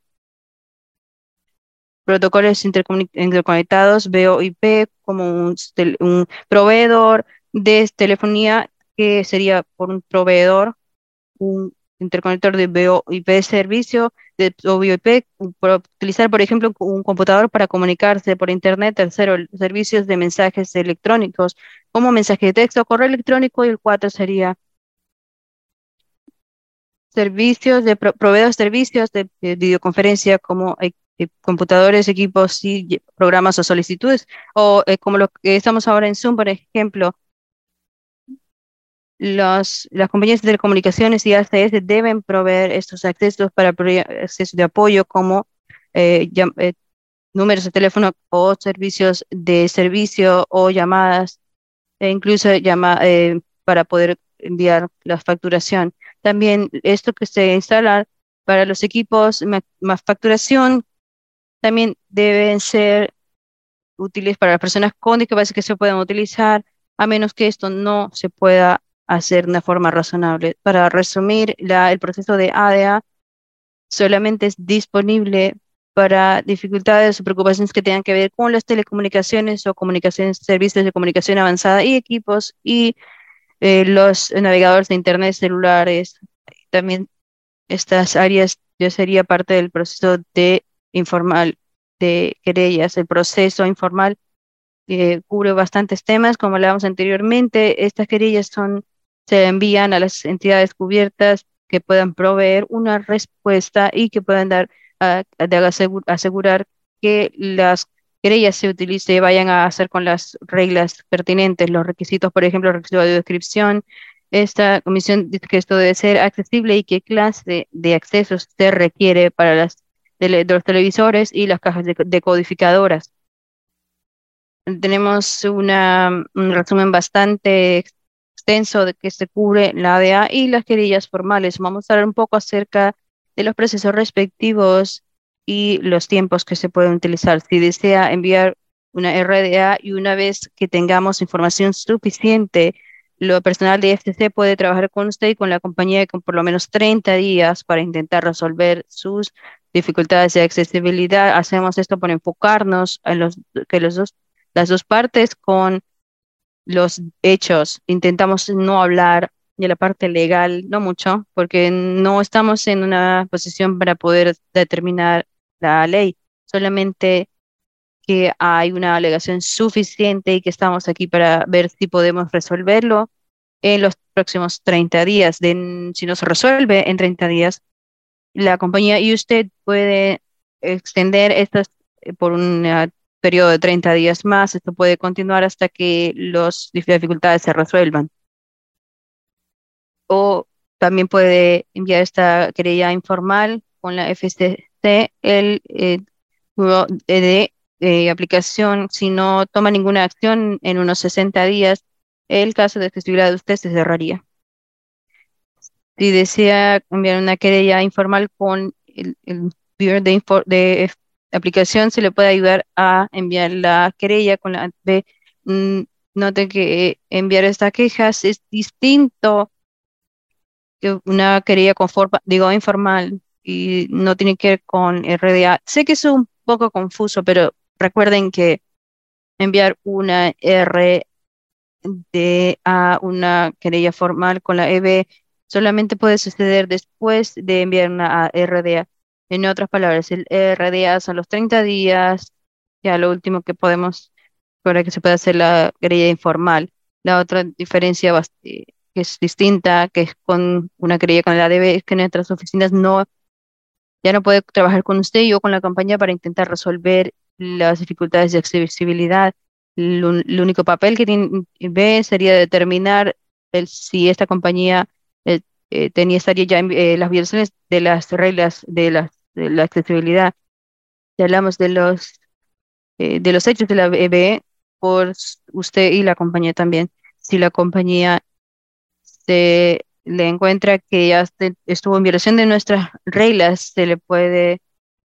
protocolos intercomuni- interconectados, V O I P, como un, tel- un proveedor de telefonía que sería por un proveedor un interconector de V O I P de servicio, de V O I P, por utilizar, por ejemplo, un computador para comunicarse por Internet. Tercero, el- servicios de mensajes electrónicos, como mensaje de texto, correo electrónico. Y el cuatro sería servicios de pro- proveedores de servicios de, de videoconferencia, como eh, eh, computadores, equipos y y programas o solicitudes, o eh, como lo que estamos ahora en Zoom, por ejemplo. Los, las compañías de telecomunicaciones y A C S deben proveer estos accesos para proye- accesos de apoyo como eh, llam- eh, números de teléfono o servicios de servicio o llamadas e incluso llama, eh, para poder enviar la facturación. También esto que se instala para los equipos ma- más facturación también deben ser útiles para las personas con discapacidad que se puedan utilizar, a menos que esto no se pueda hacer de una forma razonable. Para resumir, la- el proceso de A D A solamente es disponible para dificultades o preocupaciones que tengan que ver con las telecomunicaciones o comunicaciones, servicios de comunicación avanzada y equipos y eh, los navegadores de Internet celulares. También estas áreas ya sería parte del proceso de informal de querellas. El proceso informal eh, cubre bastantes temas, como hablábamos anteriormente. Estas querellas son, se envían a las entidades cubiertas que puedan proveer una respuesta y que puedan dar, ah, de asegu- asegurar que las querellas se utilicen, vayan a hacer con las reglas pertinentes, los requisitos, por ejemplo, el requisito de descripción. Esta comisión dice que esto debe ser accesible y qué clase de accesos se requiere para las, tele- de los televisores y las cajas de- decodificadoras. Tenemos una, un resumen bastante extenso de que se cubre la A D A y las querellas formales. Vamos a hablar un poco acerca de los procesos respectivos y los tiempos que se pueden utilizar. Si desea enviar una R D A y una vez que tengamos información suficiente, lo personal de F T C puede trabajar con usted y con la compañía con por lo menos treinta días para intentar resolver sus dificultades de accesibilidad. Hacemos esto por enfocarnos en los que los dos las dos partes con los hechos. Intentamos no hablar de la parte legal, no mucho, porque no estamos en una posición para poder determinar la ley, solamente que hay una alegación suficiente y que estamos aquí para ver si podemos resolverlo en los próximos treinta días. De, si no se resuelve en treinta días, la compañía y usted puede extender estas eh, por un eh, periodo de treinta días más. Esto puede continuar hasta que las dificultades se resuelvan. O también puede enviar esta querella informal con la F C C, el eh, juro de, de, eh, aplicación. Si no toma ninguna acción en unos sesenta días, el caso de accesibilidad de usted se cerraría. Si desea enviar una querella informal con el, el Bureau de, Info- de F- aplicación, se le puede ayudar a enviar la querella con la B. Mm, Note que enviar estas quejas es distinto que una querella con forma, digo, informal y no tiene que ver con R D A. Sé que es un poco confuso, pero recuerden que enviar una R D A, una querella formal con la E B, solamente puede suceder después de enviar una a R D A. En otras palabras, el R D A son los treinta días, ya lo último que podemos, para que se pueda hacer la querella informal. La otra diferencia bast- eh, que es distinta, que es con una querella con la D B, es que nuestras oficinas no, ya no puede trabajar con usted y yo con la compañía para intentar resolver las dificultades de accesibilidad. Lo, un- el único papel que tiene B sería determinar el, si esta compañía eh, eh, tenía, estaría ya en eh, las violaciones de las reglas de la, de la accesibilidad. Si hablamos de los eh, de los hechos de la B B por s- usted y la compañía también. Si la compañía se le encuentra que ya este- estuvo en violación de nuestras reglas, se le puede,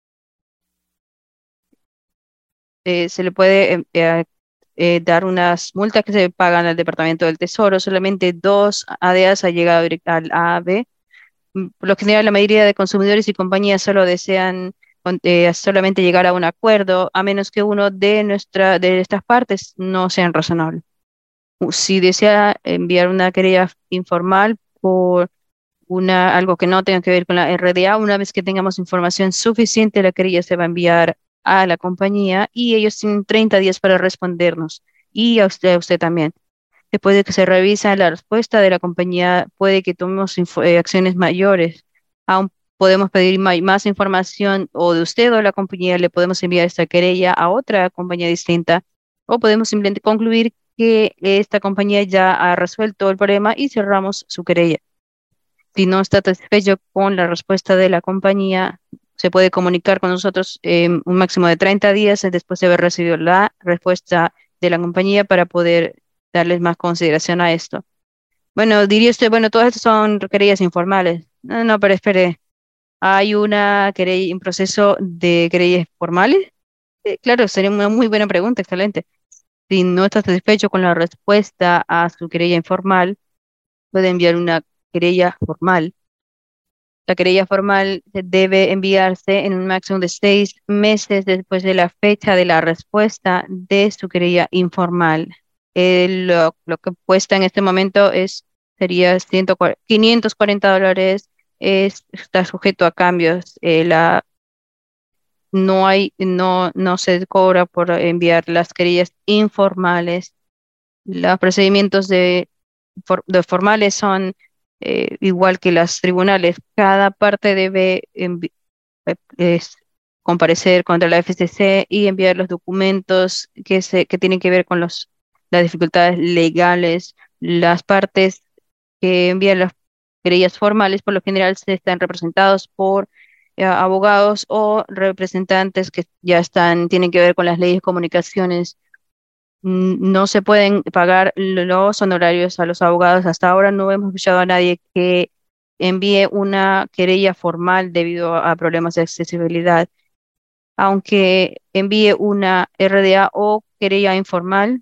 eh, se le puede eh, eh, eh, dar unas multas que se pagan al Departamento del Tesoro. Solamente dos A D As ha llegado direct- al A B. Mm, Por lo general, la mayoría de consumidores y compañías solo desean con- eh, solamente llegar a un acuerdo, a menos que uno de nuestra, de estas partes no sean razonables. U- Si desea enviar una querella informal por una, algo que no tenga que ver con la R D A, una vez que tengamos información suficiente, la querella se va a enviar a la compañía y ellos tienen treinta días para respondernos y a usted, a usted también. Después de que se revisa la respuesta de la compañía, puede que tomemos info- eh, acciones mayores. Aún podemos pedir ma- más información o de usted o de la compañía le podemos enviar esta querella a otra compañía distinta o podemos simplemente concluir que esta compañía ya ha resuelto el problema y cerramos su querella. Si no está satisfecho con la respuesta de la compañía, se puede comunicar con nosotros en un máximo de treinta días después de haber recibido la respuesta de la compañía para poder darles más consideración a esto. Bueno, diría usted, bueno, todas estas son querellas informales. No, no, pero espere, ¿hay una querella, un proceso de querellas formales? Eh, claro, sería una muy buena pregunta, excelente. Si no está satisfecho con la respuesta a su querella informal, puede enviar una querella formal. La querella formal se debe enviarse en un máximo de seis meses después de la fecha de la respuesta de su querella informal. Eh, lo, lo que cuesta en este momento es, sería cien, quinientos cuarenta dólares, es, está sujeto a cambios. Eh, la, no hay, no, no se cobra por enviar las querellas informales. Los procedimientos de, for- de formales son eh, igual que los tribunales. Cada parte debe envi- eh, es comparecer contra la F C C y enviar los documentos que, se, que tienen que ver con los, las dificultades legales. Las partes que envían las querellas formales por lo general se están representados por eh, abogados o representantes que ya están, tienen que ver con las leyes de comunicaciones. Mm, No se pueden pagar los honorarios a los abogados. Hasta ahora no hemos escuchado a nadie que envíe una querella formal debido a problemas de accesibilidad. Aunque envíe una R D A o querella informal,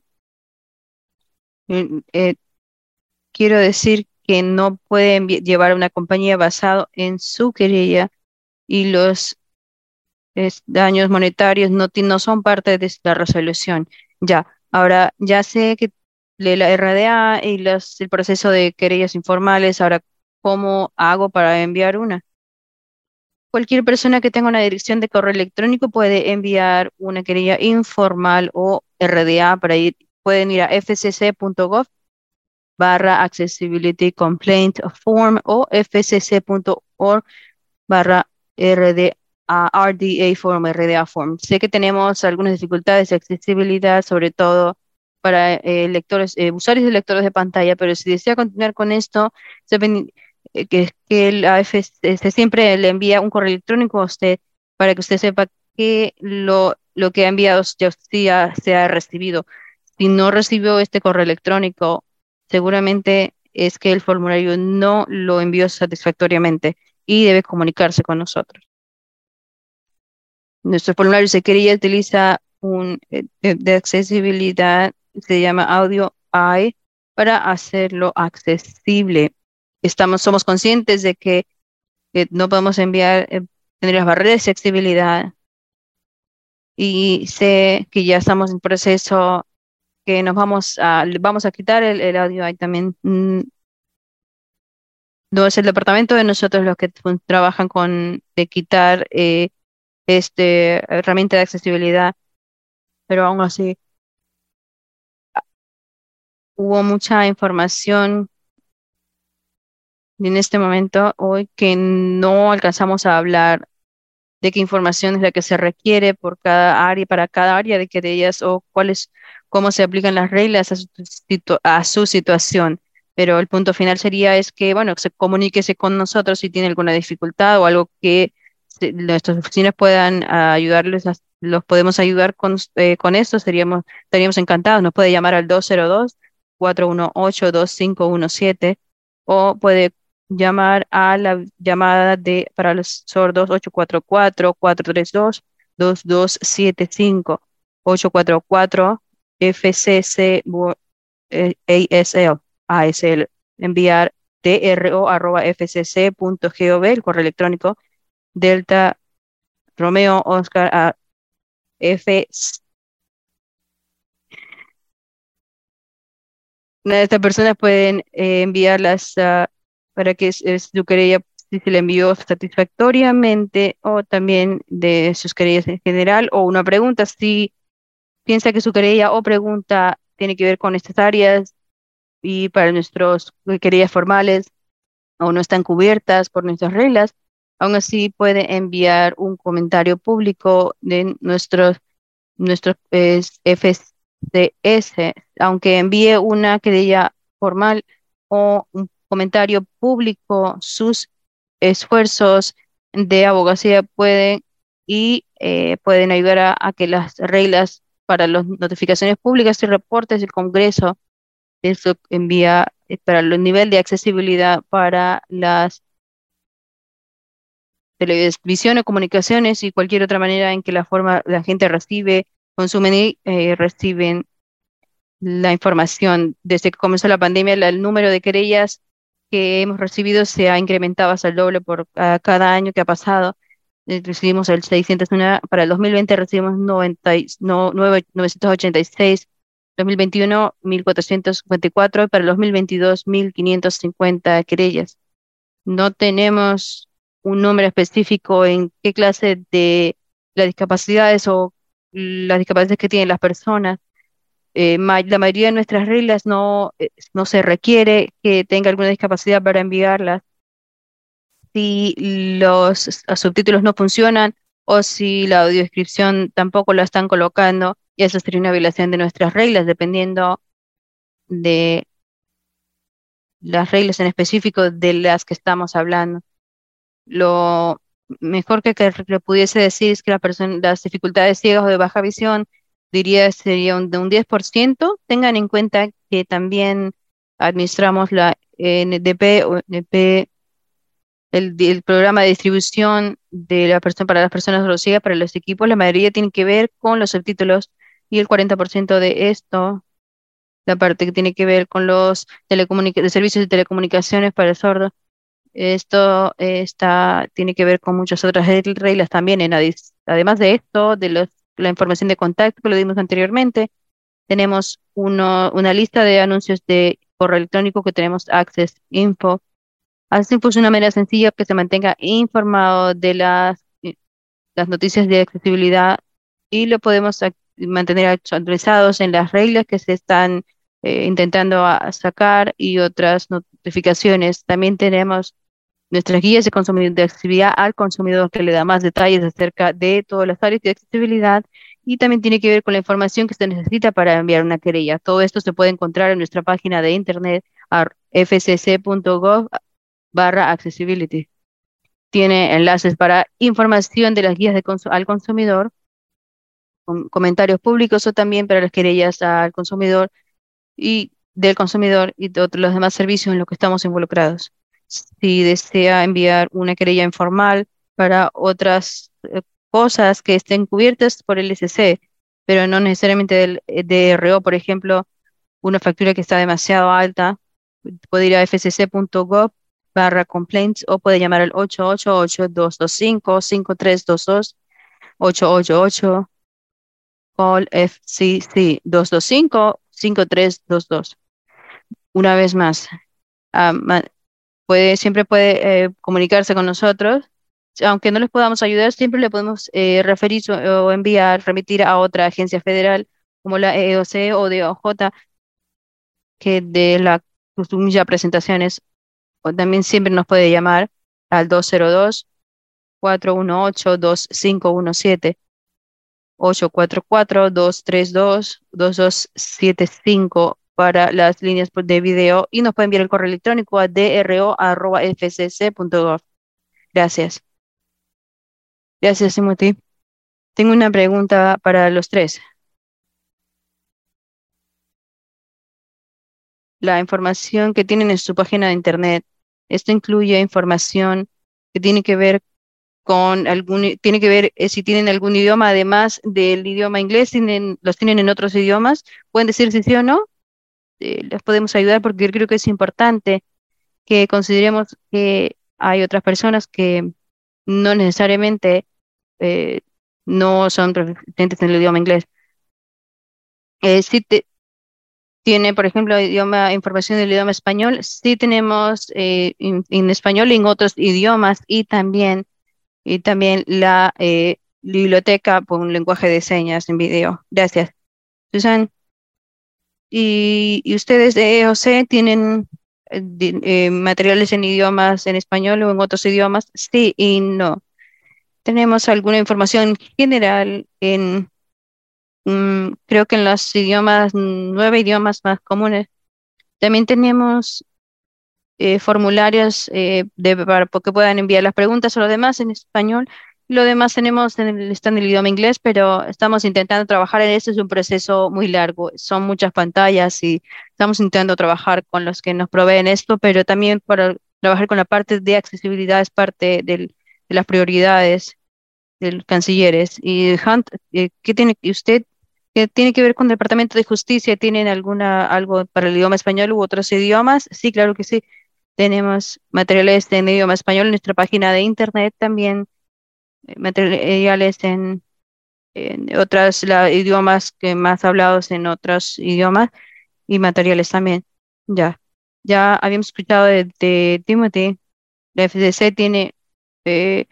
mm, eh, quiero decir que no puede envi- llevar a una compañía basado en su querella y los es- daños monetarios no, ti- no son parte de la resolución. Ya, ahora ya sé que de la R D A y los, el proceso de querellas informales, ahora, ¿cómo hago para enviar una? Cualquier persona que tenga una dirección de correo electrónico puede enviar una querella informal o R D A para ir, pueden ir a f c c punto gov barra accessibility complaint form o f c c punto org barra R D A, R D A form, R D A form. Sé que tenemos algunas dificultades de accesibilidad, sobre todo para eh, lectores, eh, usuarios de lectores de pantalla, pero si desea continuar con esto, sepan, eh, que, que la A F C siempre le envía un correo electrónico a usted para que usted sepa que lo, lo que ha enviado ya, ya se ha recibido. Si no recibió este correo electrónico, seguramente es que el formulario no lo envió satisfactoriamente y debe comunicarse con nosotros. Nuestro formulario de querella utiliza un eh, eh, de accesibilidad, se llama Audio I, para hacerlo accesible. Estamos, somos conscientes de que, que no podemos enviar, eh, tener las barreras de accesibilidad, y sé que ya estamos en proceso, que nos vamos a, vamos a quitar el, el Audio I también. Mm, No es el departamento de nosotros los que fun- trabajan con de quitar eh, este herramienta de accesibilidad, pero aún así hubo mucha información en este momento hoy que no alcanzamos a hablar de qué información es la que se requiere por cada área, para cada área de querellas, o cuáles, cómo se aplican las reglas a su, situ- a su situación. Pero el punto final sería es que, bueno, se comuníquese con nosotros si tiene alguna dificultad o algo que se- nuestras oficinas puedan ah, ayudarles, a- los podemos ayudar con, eh, con esto, seríamos, estaríamos encantados. Nos puede llamar al dos cero dos, cuatro uno ocho, dos cinco uno siete, o puede llamar a la llamada de para los sordos ocho cuatro cuatro, cuatro tres dos, dos dos siete cinco, ocho cuatro cuatro F C C Wo- eh, A S L, A S L, enviar tro arroba fcc.gov, el correo electrónico Delta Romeo Oscar a F. Estas personas pueden eh, enviarlas a- para que es- es su querella, si se le envió satisfactoriamente, o también de sus querellas en general, o una pregunta si piensa que su querella o pregunta tiene que ver con estas áreas, y para nuestros querellas formales o no están cubiertas por nuestras reglas. Aún así puede enviar un comentario público de nuestros nuestros es, F C S, aunque envíe una querella formal o un comentario público. Sus esfuerzos de abogacía pueden y eh, pueden ayudar a, a que las reglas para las notificaciones públicas y reportes del Congreso, eso envía eh, para el nivel de accesibilidad para las televisión o comunicaciones y cualquier otra manera en que la forma la gente recibe, consumen y eh, reciben la información. Desde que comenzó la pandemia, la- el número de querellas que hemos recibido se ha incrementado hasta el doble por ah, cada año que ha pasado. Eh, recibimos el seiscientos uno, para el dos mil veinte recibimos noventa y- no, nueve- novecientos ochenta y seis, dos mil veintiuno mil cuatrocientos cincuenta y cuatro, y para el dos mil veintidós mil quinientos cincuenta querellas. No tenemos un número específico en qué clase de las discapacidades o las discapacidades que tienen las personas. Eh, ma- la mayoría de nuestras reglas no, eh, no se requiere que tenga alguna discapacidad para enviarlas. Si los s- subtítulos no funcionan o si la audiodescripción tampoco la están colocando, y eso sería una violación de nuestras reglas, dependiendo de las reglas en específico de las que estamos hablando. Lo mejor que, que le pudiese decir es que la persona, las dificultades ciegas o de baja visión, diría sería un, de un diez por ciento. Tengan en cuenta que también administramos la N D P, o N P, el, di- el programa de distribución de la persona para las personas sordo-ciegas, para los equipos. La mayoría tiene que ver con los subtítulos, y el cuarenta por ciento de esto, la parte que tiene que ver con los telecomunica- de servicios de telecomunicaciones para sordos. Esto eh, está, tiene que ver con muchas otras reg- reglas también. En adis- además de esto, de los, la información de contacto que lo dimos anteriormente, tenemos uno, una lista de anuncios de correo electrónico que tenemos Access Info. Así pues, una manera sencilla que se mantenga informado de las, eh, las noticias de accesibilidad, y lo podemos ac- mantener actualizados en las reglas que se están eh, intentando a- sacar, y otras notificaciones. También tenemos nuestras guías de consumidor, de accesibilidad al consumidor, que le da más detalles acerca de todas las áreas de accesibilidad, y también tiene que ver con la información que se necesita para enviar una querella. Todo esto se puede encontrar en nuestra página de internet ar- f c c punto gov barra accessibility. Tiene enlaces para información de las guías de consu- al consumidor, con comentarios públicos, o también para las querellas al consumidor, y del consumidor y de otros- los demás servicios en los que estamos involucrados. Si desea enviar una querella informal para otras eh, cosas que estén cubiertas por el S C, pero no necesariamente del eh, D R O, por ejemplo, una factura que está demasiado alta, puede ir a f c c punto gov barra complaints o puede llamar al ocho ocho ocho, dos dos cinco, cinco tres dos dos, ocho ocho ocho, call F C C dos dos cinco, cinco tres dos dos. Una vez más, ah, ma- puede, siempre puede eh, comunicarse con nosotros. Aunque no les podamos ayudar, siempre le podemos eh, referir su- o enviar, remitir a otra agencia federal como la E E O C o de O J, que de la ya presentaciones, o también siempre nos puede llamar al dos cero dos, cuatro uno ocho, dos cinco uno siete, ocho cuatro cuatro, dos tres dos, dos dos siete cinco para las líneas de video y nos puede enviar el correo electrónico a d r o arroba f c c punto gov. Gracias. Gracias, Timothy. Tengo una pregunta para los tres. La información que tienen en su página de internet, esto incluye información que tiene que ver con algún, i- tiene que ver eh, si tienen algún idioma además del idioma inglés, tienen, los tienen en otros idiomas. Pueden decir si sí o no. Eh, les podemos ayudar porque yo creo que es importante que consideremos que hay otras personas que no necesariamente eh, no son proficientes en el idioma inglés. Eh, si te- tiene, por ejemplo, idioma, información del idioma español, sí tenemos eh, en, en español y en otros idiomas y también, y también la eh, biblioteca por un lenguaje de señas en video. Gracias. Susan, ¿y, y ustedes de E O C tienen eh, di- eh, materiales en idiomas en español o en otros idiomas? Sí y no. Tenemos alguna información general en, mm, creo que en los idiomas, nueve idiomas más comunes. También tenemos eh, formularios eh, de, para que puedan enviar las preguntas o lo demás en español. Lo demás tenemos en el, está en el idioma inglés, pero estamos intentando trabajar en eso. Es un proceso muy largo. Son muchas pantallas y estamos intentando trabajar con los que nos proveen esto, pero también para trabajar con la parte de accesibilidad es parte del- de las prioridades de los cancilleres. Y Hunt, eh, ¿qué tiene y usted? ¿Qué tiene que ver con el Departamento de Justicia? ¿Tienen alguna algo para el idioma español u otros idiomas? Sí, claro que sí. Tenemos materiales en idioma español en nuestra página de internet, también eh, materiales en, en otros idiomas que más hablados en otros idiomas y materiales también. Ya, ya habíamos escuchado de, de Timothy. La F D C tiene, eh,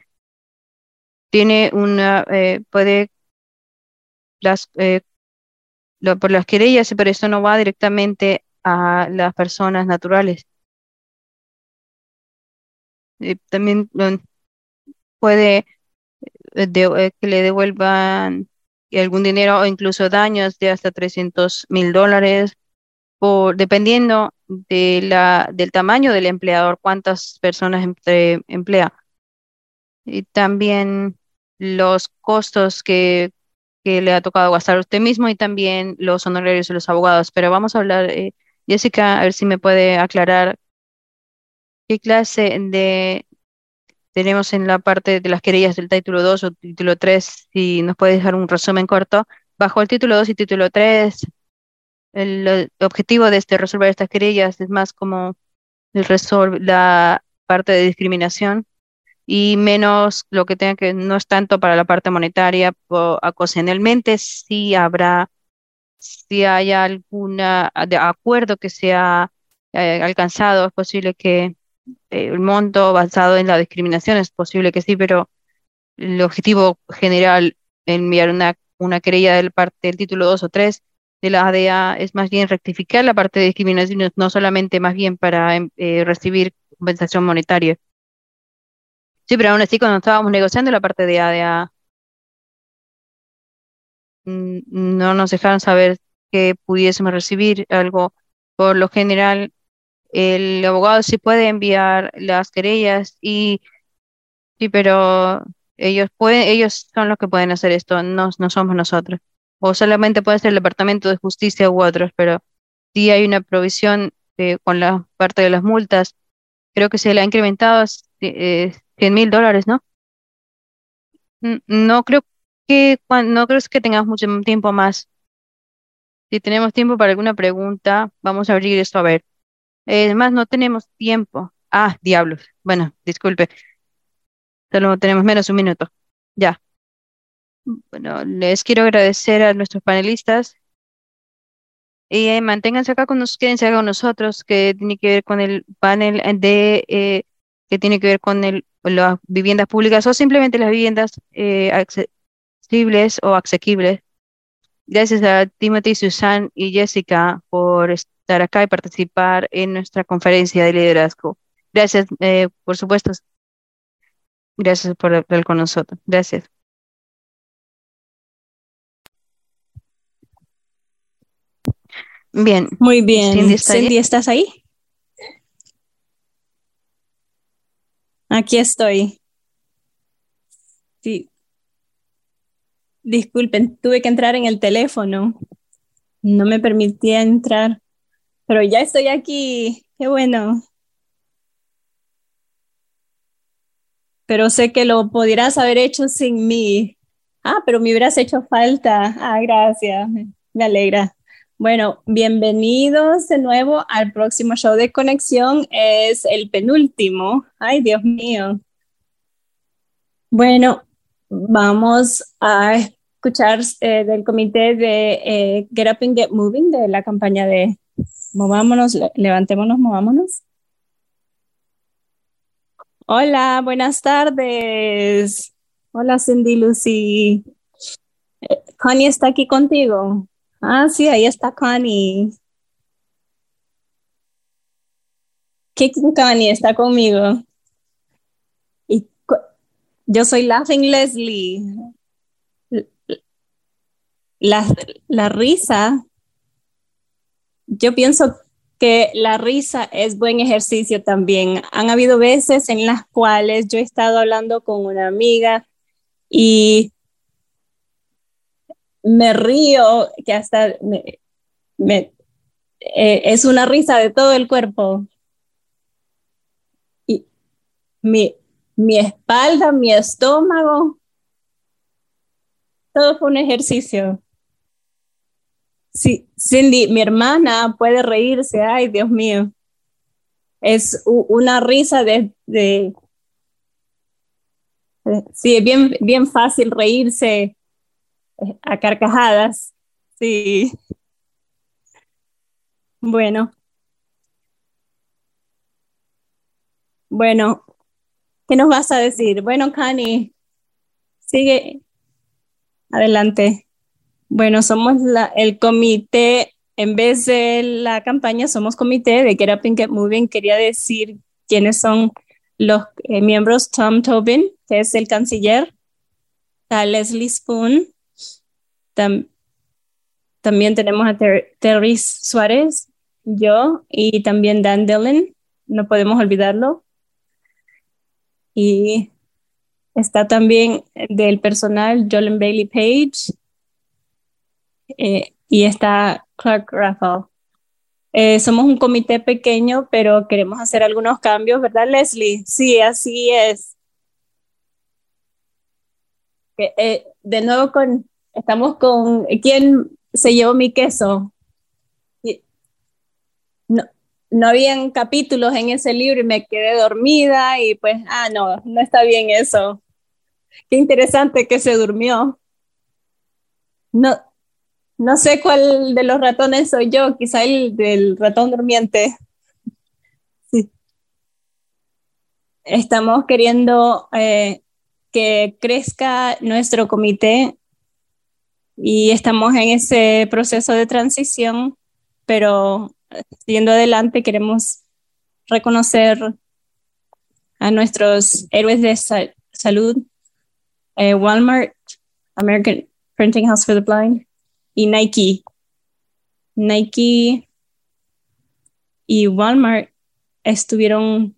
tiene una, eh, puede las, eh, lo- por las querellas, pero esto no va directamente a las personas naturales. Eh, también lo- puede eh, de- eh, que le devuelvan algún dinero o incluso daños de hasta trescientos mil dólares, por, dependiendo de la, del tamaño del empleador, cuántas personas emple- emplea. Y también los costos que, que le ha tocado gastar a usted mismo y también los honorarios de los abogados. Pero vamos a hablar, eh, Jessica, a ver si me puede aclarar qué clase de tenemos en la parte de las querellas del título dos o título tres, si nos puede dejar un resumen corto. Bajo el título dos y título tres, el, eh, objetivo de este resolver estas querellas es más como el resol- la parte de discriminación y menos lo que tenga que, no es tanto para la parte monetaria. O, ocasionalmente sí habrá, si hay alguna de acuerdo que se ha eh, alcanzado, es posible que eh, el monto basado en la discriminación es posible que sí, pero el objetivo general en enviar una, una querella del parte del título dos o tres de la A D A es más bien rectificar la parte de discriminación, no no solamente más bien para em, eh, recibir compensación monetaria. Sí, pero aún así cuando estábamos negociando la parte de A D A, mm, no nos dejaron saber que pudiésemos recibir algo. Por lo general, el abogado sí puede enviar las querellas y sí, pero ellos pueden, ellos son los que pueden hacer esto, no, no somos nosotros. O solamente puede ser el Departamento de Justicia u otros, pero sí hay una provisión eh, con la parte de las multas. Creo que se le ha incrementado a eh, cien mil dólares, ¿no? N- No creo que, cuan- no creo que tengamos mucho tiempo más. Si tenemos tiempo para alguna pregunta, vamos a abrir esto a ver. Eh, Además, no tenemos tiempo. Ah, diablos. Bueno, disculpe, solo tenemos menos de un minuto. Ya. Bueno, les quiero agradecer a nuestros panelistas y eh, manténganse acá con nosotros, quédense acá con nosotros, que tiene que ver con el panel de, eh, que tiene que ver con el, las viviendas públicas o simplemente las viviendas eh, accesibles o asequibles. Gracias a Timothy, Susan y Jessica por estar acá y participar en nuestra conferencia de liderazgo. Gracias, eh, por supuesto, gracias por estar con nosotros. Gracias. Bien, Muy Cindy bien. está allí. Cindy, ¿estás ahí? Aquí estoy. Sí, disculpen, tuve que entrar en el teléfono. No me permitía entrar, pero ya estoy aquí. Qué bueno. Pero sé que lo pudieras haber hecho sin mí. Ah, pero me hubieras hecho falta. Ah, gracias. Me me alegra. Bueno, bienvenidos de nuevo al próximo show de conexión. Es el penúltimo. Ay, Dios mío. Bueno, vamos a escuchar eh, del comité de eh, Get Up and Get Moving, de la campaña de Movámonos, le- levantémonos, movámonos. Hola, buenas tardes. Hola, Cindy Lucy. Connie está aquí contigo. Ah, sí, ahí está Connie. ¿Qué Connie está conmigo? Y co- yo soy Laughing Leslie. La, la risa, yo pienso que la risa es buen ejercicio también. Han habido veces en las cuales yo he estado hablando con una amiga y me río, que hasta me, me- eh, es una risa de todo el cuerpo. Y mi, mi espalda, mi estómago, todo fue un ejercicio. Sí, Cindy, mi hermana puede reírse, ay, Dios mío. Es u- una risa de, de, de- sí, es bien, bien fácil reírse eh, a carcajadas. Sí, bueno, bueno, ¿qué nos vas a decir? Bueno, Connie, sigue adelante. Bueno, somos la, el comité, en vez de la campaña, somos comité de Get Up and Get Moving. Quería decir quiénes son los eh, miembros. Tom Tobin, que es el canciller, está Leslie Spoon, tam- también tenemos a Ter Terry Suárez, yo y también Dan Dillon, no podemos olvidarlo. Y está también del personal Jolene Bailey Page eh, y está Clark Raffel. Eh, somos un comité pequeño, pero queremos hacer algunos cambios, ¿verdad, Leslie? Sí, así es. Que, eh, de nuevo con, estamos con, ¿quién se llevó mi queso? Y no, no habían capítulos en ese libro y me quedé dormida y pues, ah, no, no está bien eso. Qué interesante que se durmió. No, no sé cuál de los ratones soy yo, quizá el del ratón durmiente. Sí. Estamos queriendo eh, que crezca nuestro comité y estamos en ese proceso de transición, pero eh, siguiendo adelante queremos reconocer a nuestros héroes de sa- salud, eh, Walmart, American Printing House for the Blind y Nike. Nike y Walmart estuvieron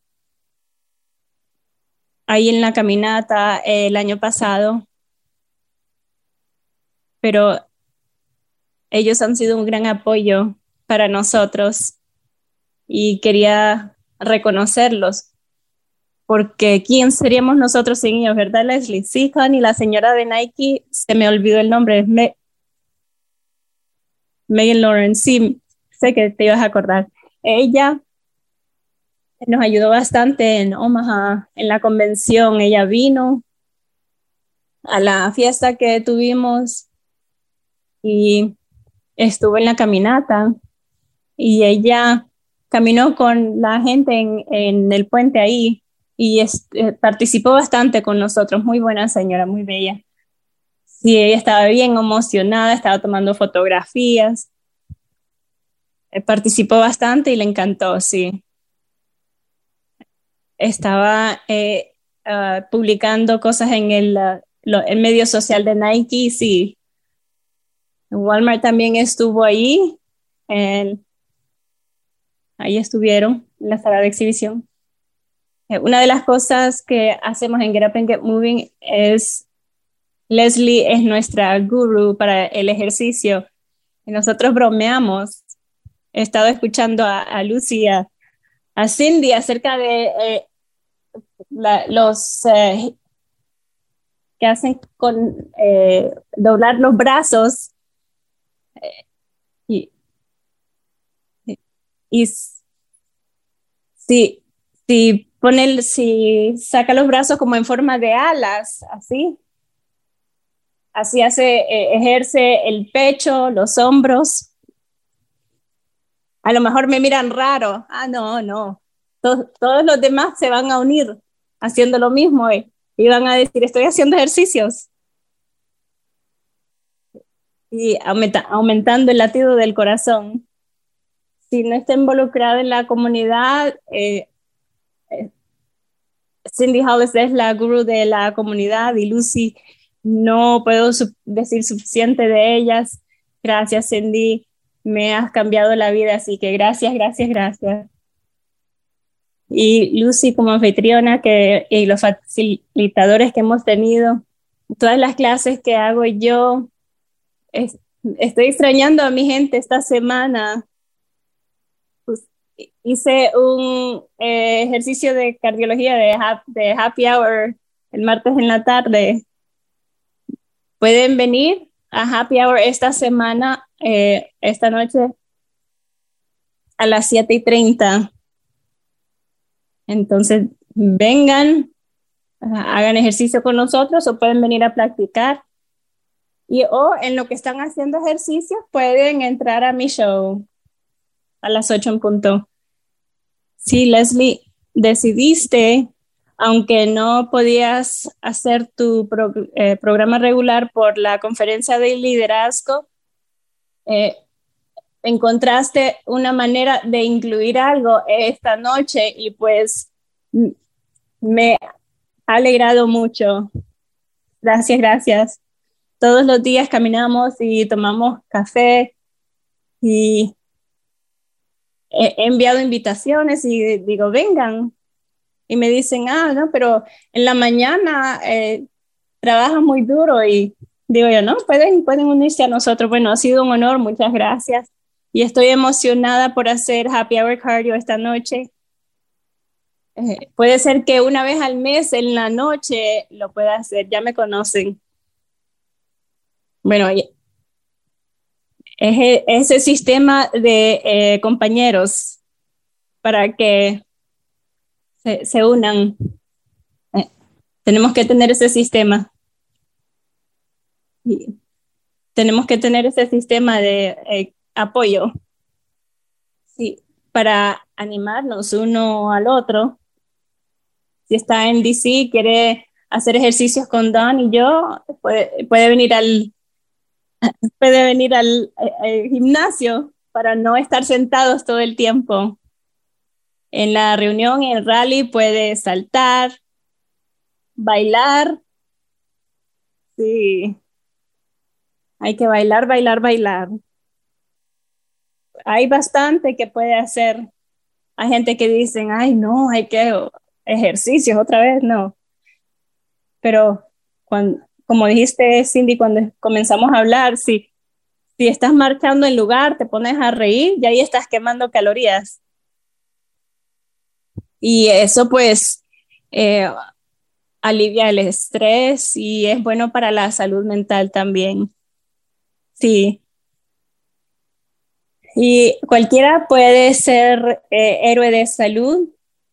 ahí en la caminata eh, el año pasado, pero ellos han sido un gran apoyo para nosotros y quería reconocerlos, porque ¿quién seríamos nosotros sin ellos, verdad, Leslie? Sí, Connie, la señora de Nike, se me olvidó el nombre, Me Megan Lawrence, sí, sé que te ibas a acordar. Ella nos ayudó bastante en Omaha, en la convención. Ella vino a la fiesta que tuvimos y estuvo en la caminata, y ella caminó con la gente en, en el puente ahí y es, eh, participó bastante con nosotros. Muy buena señora, muy bella. Sí, ella estaba bien emocionada, estaba tomando fotografías, eh, participó bastante y le encantó, sí. Estaba eh, uh, publicando cosas en el, uh, lo, el medio social de Nike, sí. Walmart también estuvo ahí, en, ahí estuvieron en la sala de exhibición. Eh, una de las cosas que hacemos en Get Up and Get Moving es, Leslie es nuestra guru para el ejercicio. Y nosotros bromeamos. He estado escuchando a, a Lucy, a, a Cindy acerca de eh, la, los eh, que hacen con eh, doblar los brazos eh, y, y si, si pone, si saca los brazos como en forma de alas, así, así hace, eh, ejerce el pecho, los hombros. A lo mejor me miran raro. Ah, no, no. Todos, todos los demás se van a unir haciendo lo mismo eh, y van a decir, estoy haciendo ejercicios. Y aumenta, aumentando el latido del corazón. Si no está involucrado en la comunidad, eh, eh, Cindy Hollis es la gurú de la comunidad y Lucy, no puedo su- decir suficiente de ellas. Gracias, Cindy, me has cambiado la vida, así que gracias, gracias, gracias. Y Lucy como anfitriona que, y los facilitadores que hemos tenido, todas las clases que hago yo, es, estoy extrañando a mi gente esta semana. Pues, hice un eh, ejercicio de cardiología de, hap, de happy hour el martes en la tarde. Pueden venir a happy hour esta semana, eh, esta noche a las siete y treinta. Entonces, vengan, hagan ejercicio con nosotros o pueden venir a practicar. Y o en lo que están haciendo ejercicio, pueden entrar a mi show a las ocho en punto. Sí, Leslie, decidiste, aunque no podías hacer tu pro, eh, programa regular por la conferencia de liderazgo, eh, encontraste una manera de incluir algo esta noche y pues me ha alegrado mucho. Gracias, gracias. Todos los días caminamos y tomamos café y he enviado invitaciones y digo, vengan. Y me dicen, ah, no, pero en la mañana eh, trabajan muy duro. Y digo yo, no, pueden, pueden unirse a nosotros. Bueno, ha sido un honor, muchas gracias. Y estoy emocionada por hacer Happy Hour Cardio esta noche. Eh, puede ser que una vez al mes en la noche lo pueda hacer, ya me conocen. Bueno, ese, ese sistema de eh, compañeros para que se, se unan. Eh, tenemos que tener ese sistema. Y tenemos que tener ese sistema de eh, apoyo. Sí, para animarnos uno al otro. Si está en D C, quiere hacer ejercicios con Don y yo, puede, puede venir al puede venir al, al gimnasio para no estar sentados todo el tiempo. En la reunión, en el rally, puede saltar, bailar. Sí, hay que bailar, bailar, bailar. Hay bastante que puede hacer. Hay gente que dicen, ay, no, hay que ejercicios otra vez, no. Pero cuando, como dijiste, Cindy, cuando comenzamos a hablar, sí, Si estás marchando en lugar, te pones a reír y ahí estás quemando calorías. Y eso pues eh, alivia el estrés y es bueno para la salud mental también. Sí. Y cualquiera puede ser eh, héroe de salud,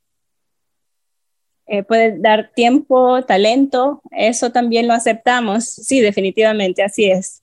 eh, puede dar tiempo, talento, eso también lo aceptamos. Sí, definitivamente, así es.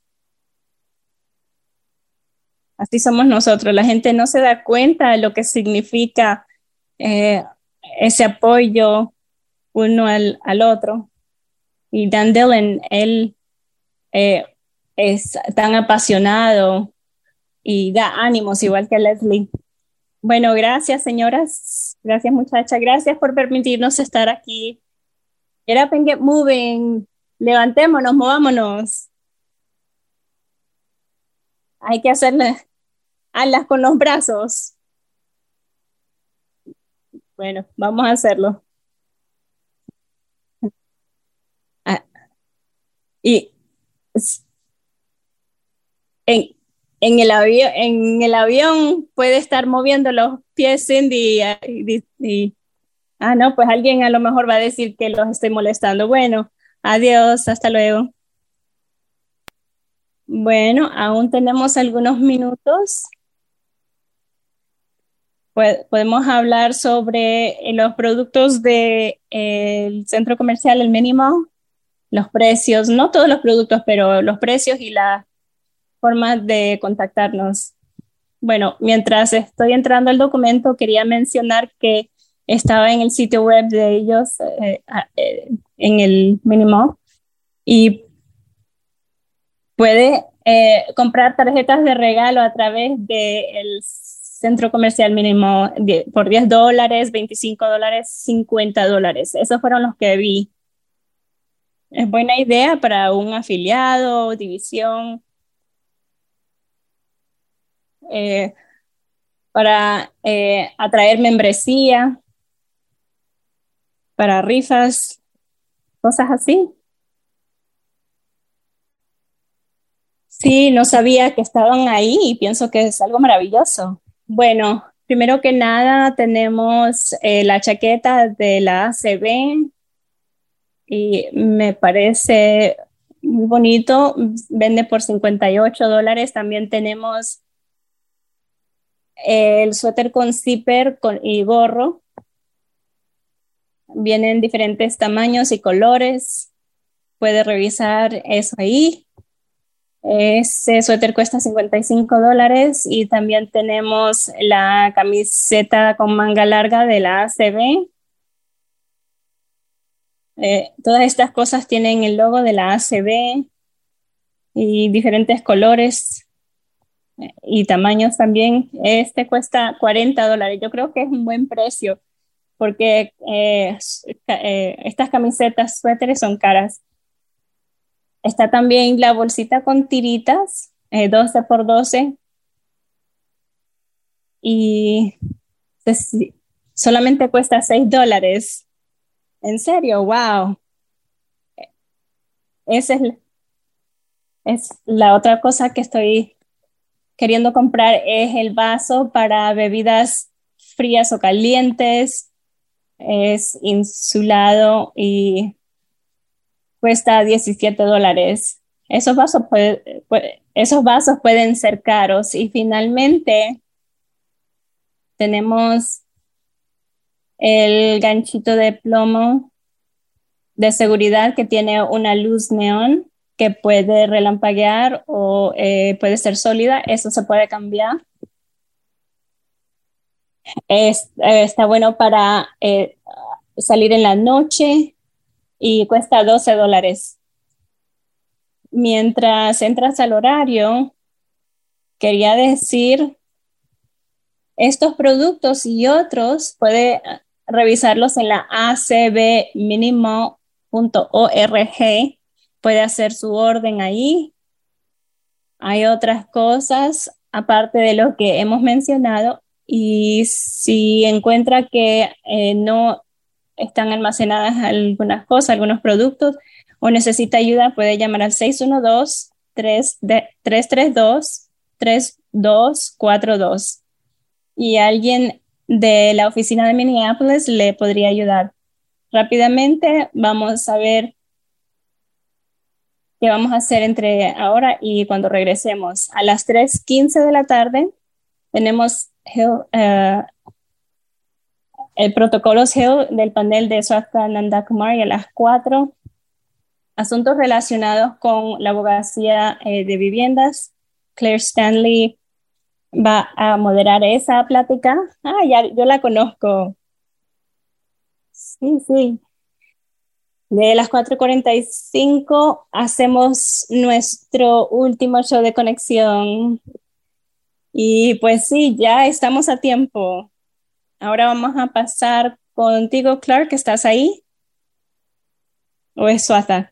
Así somos nosotros. La gente no se da cuenta de lo que significa eh, ese apoyo uno al, al otro. Y Dan Dillon, él eh, es tan apasionado y da ánimos igual que Leslie. Bueno, gracias señoras, gracias muchachas, gracias por permitirnos estar aquí. Get up and get moving, levantémonos, movámonos. Hay que hacerle alas con los brazos. Bueno, vamos a hacerlo. Ah, y en, en, el avión, en el avión puede estar moviendo los pies, Cindy, y, y, ah, no, pues alguien a lo mejor va a decir que los estoy molestando. Bueno, adiós, hasta luego. Bueno, aún tenemos algunos minutos. Podemos hablar sobre los productos del de, centro comercial, el mínimo, los precios, no todos los productos, pero los precios y las formas de contactarnos. Bueno, mientras estoy entrando al documento, quería mencionar que estaba en el sitio web de ellos, eh, eh, en el mínimo, y puede eh, comprar tarjetas de regalo a través del centro comercial mínimo por diez dólares, veinticinco dólares, cincuenta dólares. Esos fueron los que vi. Es buena idea para un afiliado, división, eh, para eh, atraer membresía, para rifas, cosas así. Sí, no sabía que estaban ahí y pienso que es algo maravilloso. Bueno, primero que nada tenemos eh, la chaqueta de la A C B y me parece muy bonito, vende por cincuenta y ocho dólares. También tenemos el suéter con zipper con, y gorro. Vienen diferentes tamaños y colores. Puede revisar eso ahí. Ese suéter cuesta cincuenta y cinco dólares y también tenemos la camiseta con manga larga de la A C B. Eh, todas estas cosas tienen el logo de la A C B y diferentes colores eh, y tamaños también. Este cuesta cuarenta dólares. Yo creo que es un buen precio porque eh, eh, estas camisetas, suéteres son caras. Está también la bolsita con tiritas, eh, doce por doce. Y solamente cuesta seis dólares. ¿En serio? ¡Wow! Esa es, es la otra cosa que estoy queriendo comprar, es el vaso para bebidas frías o calientes. Es insulado y cuesta diecisiete dólares. Esos vasos, puede, puede, esos vasos pueden ser caros. Y finalmente tenemos el ganchito de plomo de seguridad que tiene una luz neón que puede relampaguear o eh, puede ser sólida. Eso se puede cambiar. Es, eh, está bueno para eh, salir en la noche y cuesta doce dólares. Mientras entras al horario, quería decir, estos productos y otros puede revisarlos en la a c b mínimo punto org. Puede hacer su orden ahí. Hay otras cosas aparte de lo que hemos mencionado y si encuentra que eh, no están almacenadas algunas cosas, algunos productos o necesita ayuda, puede llamar al seis uno dos, tres tres dos, tres dos cuatro dos. Y alguien de la oficina de Minneapolis le podría ayudar. Rápidamente vamos a ver qué vamos a hacer entre ahora y cuando regresemos. A las tres quince de la tarde tenemos Hill, uh, el protocolos Hill del panel de Swatha Nandakumar, y a las cuatro asuntos relacionados con la abogacía eh, de viviendas. Claire Stanley va a moderar esa plática. Ah, ya, yo la conozco. Sí, sí. De las cuatro cuarenta y cinco hacemos nuestro último show de conexión. Y pues sí, ya estamos a tiempo. Ahora vamos a pasar contigo, Clark. ¿Estás ahí? ¿O es Swatha?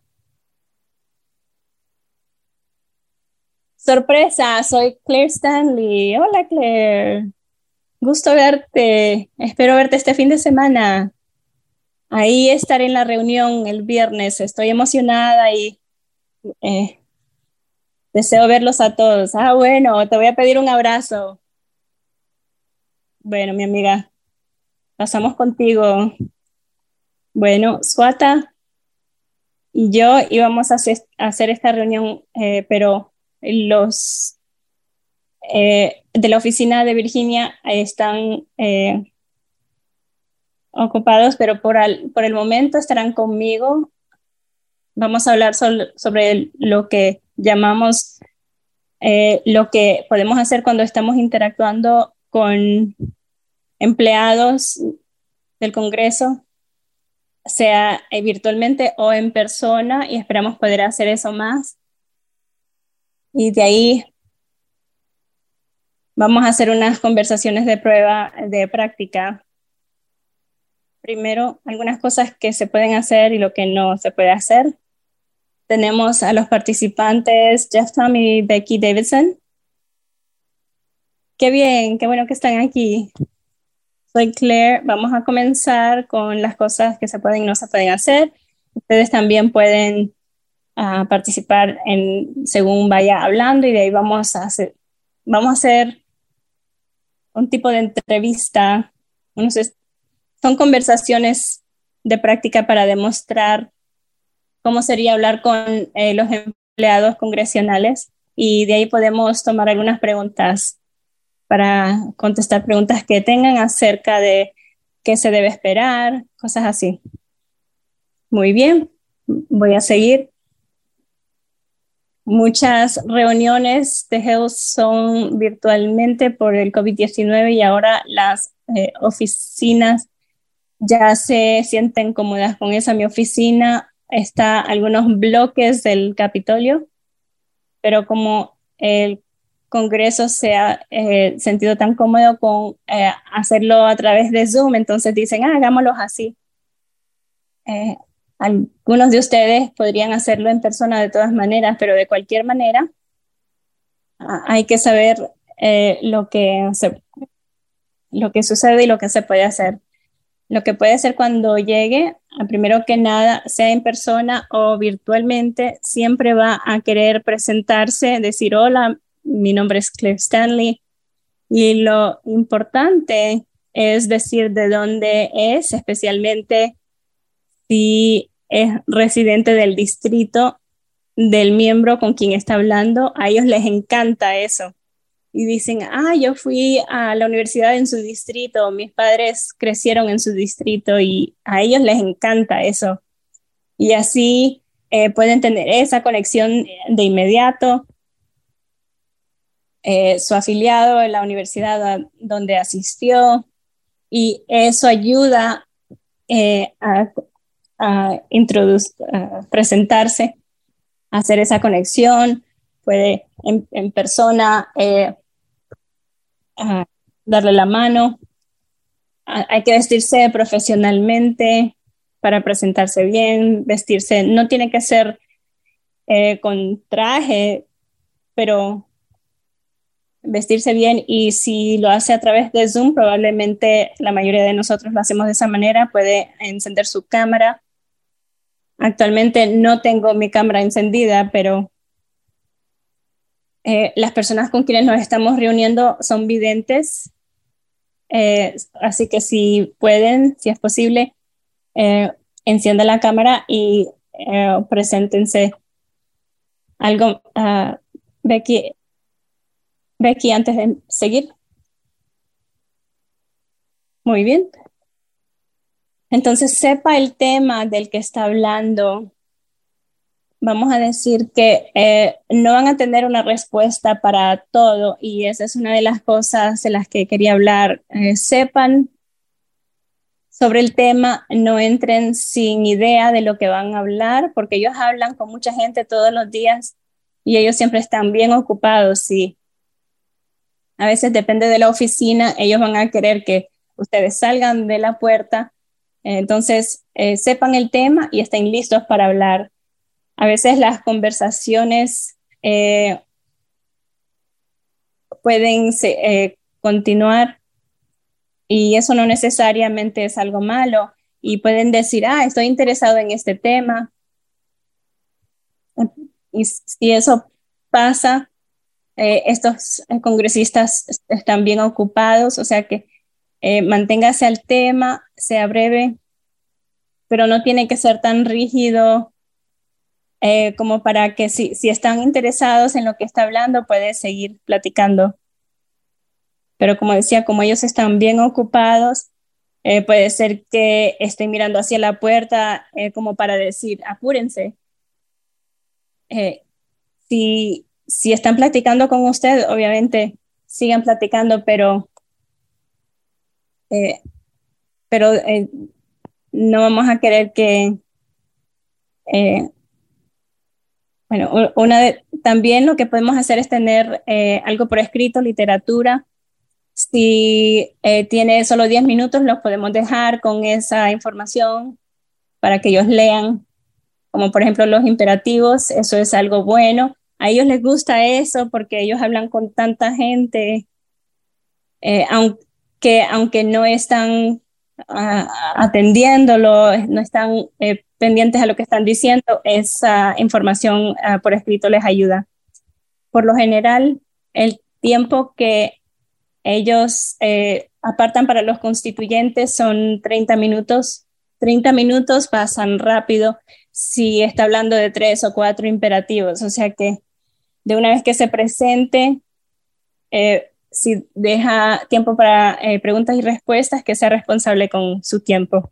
Sorpresa, soy Claire Stanley. Hola, Claire. Gusto verte. Espero verte este fin de semana. Ahí estaré en la reunión el viernes. Estoy emocionada y eh, deseo verlos a todos. Ah, bueno, te voy a pedir un abrazo. Bueno, mi amiga, pasamos contigo. Bueno, Swatha y yo íbamos a hacer, a hacer esta reunión, eh, pero los eh, de la oficina de Virginia están eh, ocupados, pero por, al, por el momento estarán conmigo. Vamos a hablar sobre, sobre lo que llamamos eh, lo que podemos hacer cuando estamos interactuando con empleados del Congreso, sea eh, virtualmente o en persona, y esperamos poder hacer eso más. Y de ahí vamos a hacer unas conversaciones de prueba, de práctica. Primero, algunas cosas que se pueden hacer y lo que no se puede hacer. Tenemos a los participantes Jeff Tom y Becky Davidson. Qué bien, qué bueno que están aquí. Soy Claire. Vamos a comenzar con las cosas que se pueden y no se pueden hacer. Ustedes también pueden uh, participar en, según vaya hablando, y de ahí vamos a hacer, vamos a hacer un tipo de entrevista. Unos, son conversaciones de práctica para demostrar cómo sería hablar con eh, los empleados congresionales, y de ahí podemos tomar algunas preguntas para contestar preguntas que tengan acerca de qué se debe esperar, cosas así. Muy bien, voy a seguir. Muchas reuniones de Health son virtualmente por el COVID diecinueve, y ahora las eh, oficinas ya se sienten cómodas con eso. Mi oficina está a algunos bloques del Capitolio, pero como el Congreso se ha eh, sentido tan cómodo con eh, hacerlo a través de Zoom, entonces dicen, ah, hagámoslo así. Eh, algunos de ustedes podrían hacerlo en persona de todas maneras, pero de cualquier manera ah, hay que saber eh, lo que se, lo que sucede y lo que se puede hacer. Lo que puede hacer cuando llegue, primero que nada, sea en persona o virtualmente, siempre va a querer presentarse, decir, hola, mi nombre es Claire Stanley, y lo importante es decir de dónde es, especialmente si es residente del distrito del miembro con quien está hablando. A ellos les encanta eso. Y dicen, ah, yo fui a la universidad en su distrito, mis padres crecieron en su distrito, y a ellos les encanta eso. Y así eh, pueden tener esa conexión de inmediato. Eh, su afiliado en la universidad a donde asistió, y eso ayuda eh, a, a, introduc- a presentarse, a hacer esa conexión. Puede en, en persona eh, a darle la mano. A, hay que vestirse profesionalmente para presentarse bien, vestirse, no tiene que ser eh, con traje, pero vestirse bien, y si lo hace a través de Zoom, probablemente la mayoría de nosotros lo hacemos de esa manera. Puede encender su cámara. Actualmente no tengo mi cámara encendida, pero Eh, las personas con quienes nos estamos reuniendo son videntes, eh, así que si pueden, si es posible, eh, enciendan la cámara y eh, preséntense. Algo, uh, Becky, Becky, antes de seguir. Muy bien. Entonces, sepa el tema del que está hablando. Vamos a decir que eh, no van a tener una respuesta para todo, y esa es una de las cosas de las que quería hablar. Eh, sepan sobre el tema, no entren sin idea de lo que van a hablar, porque ellos hablan con mucha gente todos los días y ellos siempre están bien ocupados, y a veces depende de la oficina, ellos van a querer que ustedes salgan de la puerta. Entonces, eh, sepan el tema y estén listos para hablar. A veces las conversaciones eh, pueden eh, continuar, y eso no necesariamente es algo malo. Y pueden decir, ah, estoy interesado en este tema. Y si eso pasa, eh, estos congresistas están bien ocupados, o sea que eh, manténgase al tema, sea breve, pero no tiene que ser tan rígido eh, como para que si, si están interesados en lo que está hablando, puede seguir platicando. Pero como decía, como ellos están bien ocupados, eh, puede ser que estén mirando hacia la puerta eh, como para decir, apúrense. Eh, si, si están platicando con usted, obviamente sigan platicando, pero, eh, pero eh, no vamos a querer que... Eh, bueno, una de, también lo que podemos hacer es tener eh, algo por escrito, literatura. Si eh, tiene solo diez minutos, los podemos dejar con esa información para que ellos lean, como por ejemplo los imperativos. Eso es algo bueno. A ellos les gusta eso porque ellos hablan con tanta gente, eh, aunque, aunque no están uh, atendiéndolo, no están eh, pendientes a lo que están diciendo, esa información uh, por escrito les ayuda. Por lo general, el tiempo que ellos eh, apartan para los constituyentes son treinta minutos. treinta minutos pasan rápido si está hablando de tres o cuatro imperativos. O sea que de una vez que se presente, eh, si deja tiempo para eh, preguntas y respuestas, que sea responsable con su tiempo.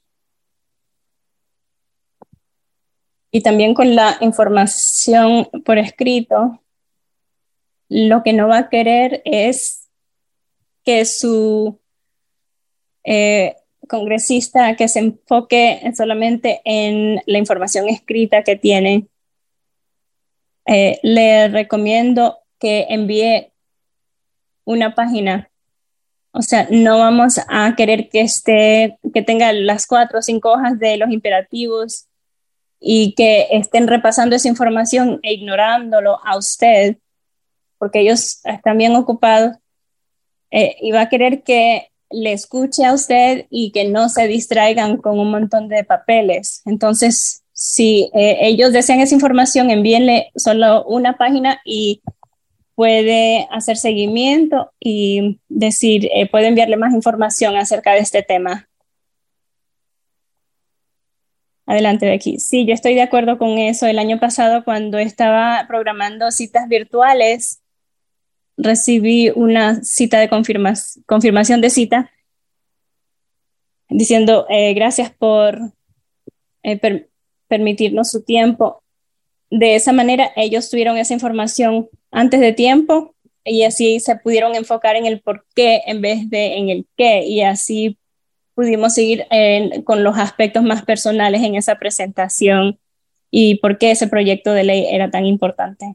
Y también con la información por escrito, lo que no va a querer es que su eh, congresista que se enfoque solamente en la información escrita que tiene. Eh, le recomiendo que envíe una página. O sea, no vamos a querer que esté, que tenga las cuatro o cinco hojas de los imperativos y que estén repasando esa información e ignorándolo a usted, porque ellos están bien ocupados, eh, y va a querer que le escuche a usted y que no se distraigan con un montón de papeles. Entonces, si eh, ellos desean esa información, envíenle solo una página y puede hacer seguimiento y decir, eh, puede enviarle más información acerca de este tema. Adelante, Becky. Sí, yo estoy de acuerdo con eso. El año pasado, cuando estaba programando citas virtuales, recibí una cita de confirma confirmación de cita diciendo eh, gracias por eh, per permitirnos su tiempo. De esa manera, ellos tuvieron esa información antes de tiempo y así se pudieron enfocar en el por qué en vez de en el qué, y así pudimos seguir eh, con los aspectos más personales en esa presentación y por qué ese proyecto de ley era tan importante.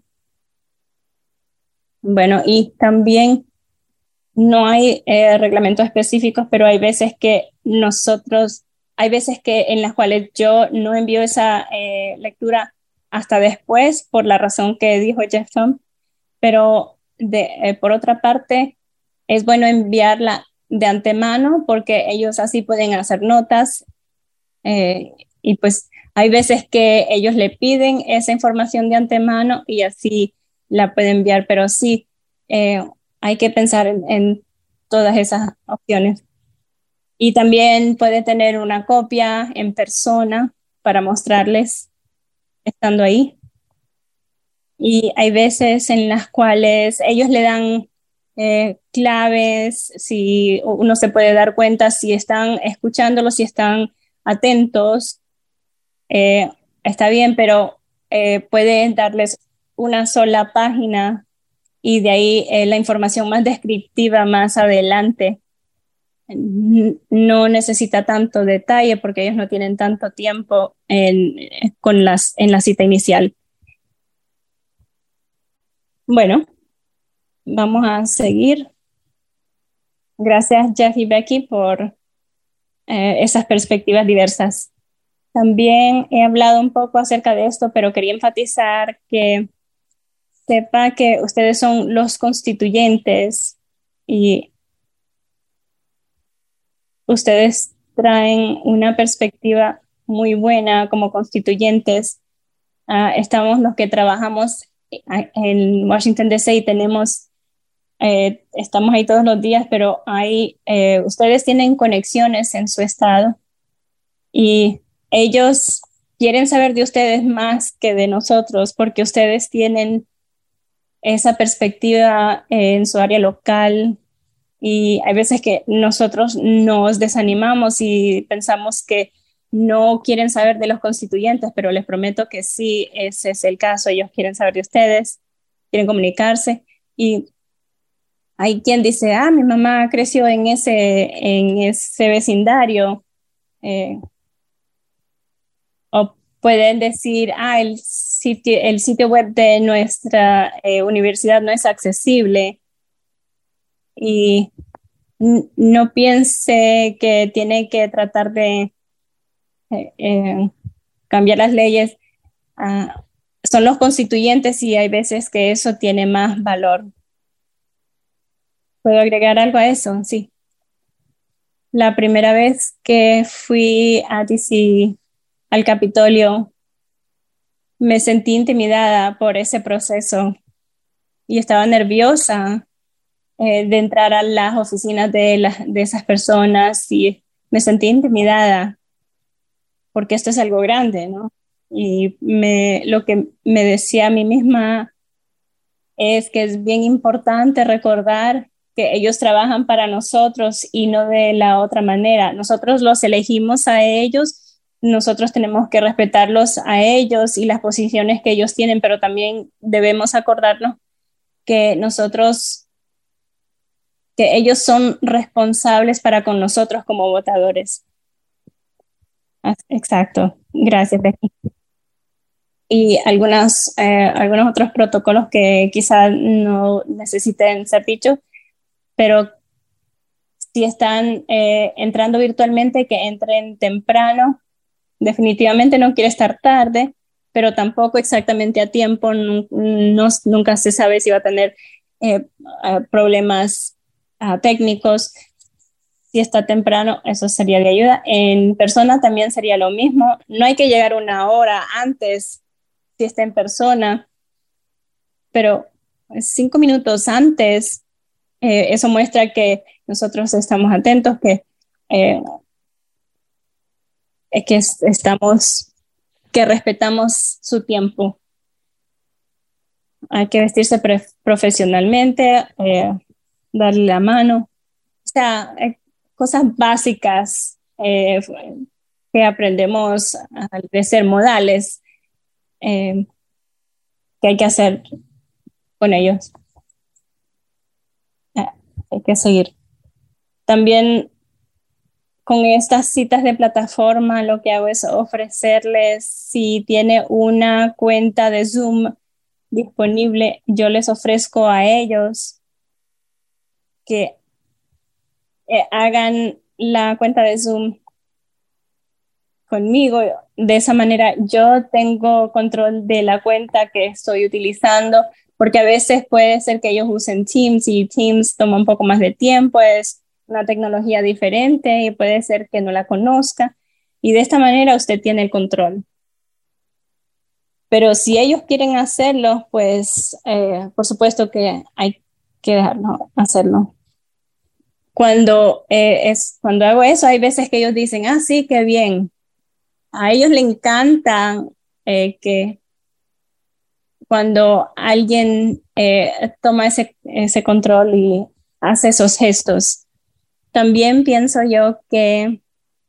Bueno, y también no hay eh, reglamentos específicos, pero hay veces que nosotros, hay veces que en las cuales yo no envío esa eh, lectura hasta después, por la razón que dijo Jeff Tom, pero de, eh, por otra parte, es bueno enviarla de antemano porque ellos así pueden hacer notas eh, y pues hay veces que ellos le piden esa información de antemano y así la puede enviar, pero sí, eh, hay que pensar en, en todas esas opciones. Y también puede tener una copia en persona para mostrarles estando ahí. Y hay veces en las cuales ellos le dan eh, claves, si uno se puede dar cuenta si están escuchándolo, si están atentos, eh, está bien, pero eh, puede darles una sola página y de ahí eh, la información más descriptiva más adelante. No necesita tanto detalle porque ellos no tienen tanto tiempo en, con las, en la cita inicial. Bueno, vamos a seguir. Gracias, Jeff y Becky, por eh, esas perspectivas diversas. También he hablado un poco acerca de esto, pero quería enfatizar que sepa que ustedes son los constituyentes y ustedes traen una perspectiva muy buena como constituyentes. Uh, estamos los que trabajamos en Washington, D C y tenemos, eh, estamos ahí todos los días, pero hay, eh, ustedes tienen conexiones en su estado y ellos quieren saber de ustedes más que de nosotros porque ustedes tienen esa perspectiva en su área local y hay veces que nosotros nos desanimamos y pensamos que no quieren saber de los constituyentes, pero les prometo que sí, ese es el caso. Ellos quieren saber de ustedes, quieren comunicarse y hay quien dice, ah, mi mamá creció en ese, en ese vecindario. Eh, o pueden decir, ah, el sitio, el sitio web de nuestra eh, universidad no es accesible. Y n- no piense que tiene que tratar de eh, eh, cambiar las leyes. Ah, son los constituyentes y hay veces que eso tiene más valor. ¿Puedo agregar algo a eso? Sí. La primera vez que fui a D C, al Capitolio, me sentí intimidada por ese proceso y estaba nerviosa eh, de entrar a las oficinas de, la, de esas personas y me sentí intimidada porque esto es algo grande, ¿no? Y me, lo que me decía a mí misma es que es bien importante recordar que ellos trabajan para nosotros y no de la otra manera. Nosotros los elegimos a ellos, nosotros tenemos que respetarlos a ellos y las posiciones que ellos tienen, pero también debemos acordarnos que nosotros, que ellos son responsables para con nosotros como votadores. Exacto. Gracias, Becky. Y algunas, eh, algunos otros protocolos que quizás no necesiten ser dichos, pero si están eh, entrando virtualmente, que entren temprano. Definitivamente no quiere estar tarde, pero tampoco exactamente a tiempo. No, no, nunca se sabe si va a tener eh, problemas uh, técnicos. Si está temprano, eso sería de ayuda. En persona también sería lo mismo. No hay que llegar una hora antes si está en persona, pero cinco minutos antes, eh, eso muestra que nosotros estamos atentos, que, eh, que estamos, que respetamos su tiempo. Hay que vestirse profesionalmente, eh, darle la mano, o sea, eh, cosas básicas eh, que aprendemos al ser modales, eh, que hay que hacer con ellos. Eh, hay que seguir. También con estas citas de plataforma lo que hago es ofrecerles, si tiene una cuenta de Zoom disponible, yo les ofrezco a ellos que eh, hagan la cuenta de Zoom conmigo. De esa manera yo tengo control de la cuenta que estoy utilizando, porque a veces puede ser que ellos usen Teams y Teams toma un poco más de tiempo, es una tecnología diferente y puede ser que no la conozca. Y de esta manera usted tiene el control. pero si ellos quieren hacerlo, pues eh, por supuesto que hay que dejarlo hacerlo. Cuando, eh, es, cuando hago eso, hay veces que ellos dicen, ah, sí, qué bien. A ellos les encanta eh, que cuando alguien eh, toma ese, ese control y hace esos gestos. También pienso yo que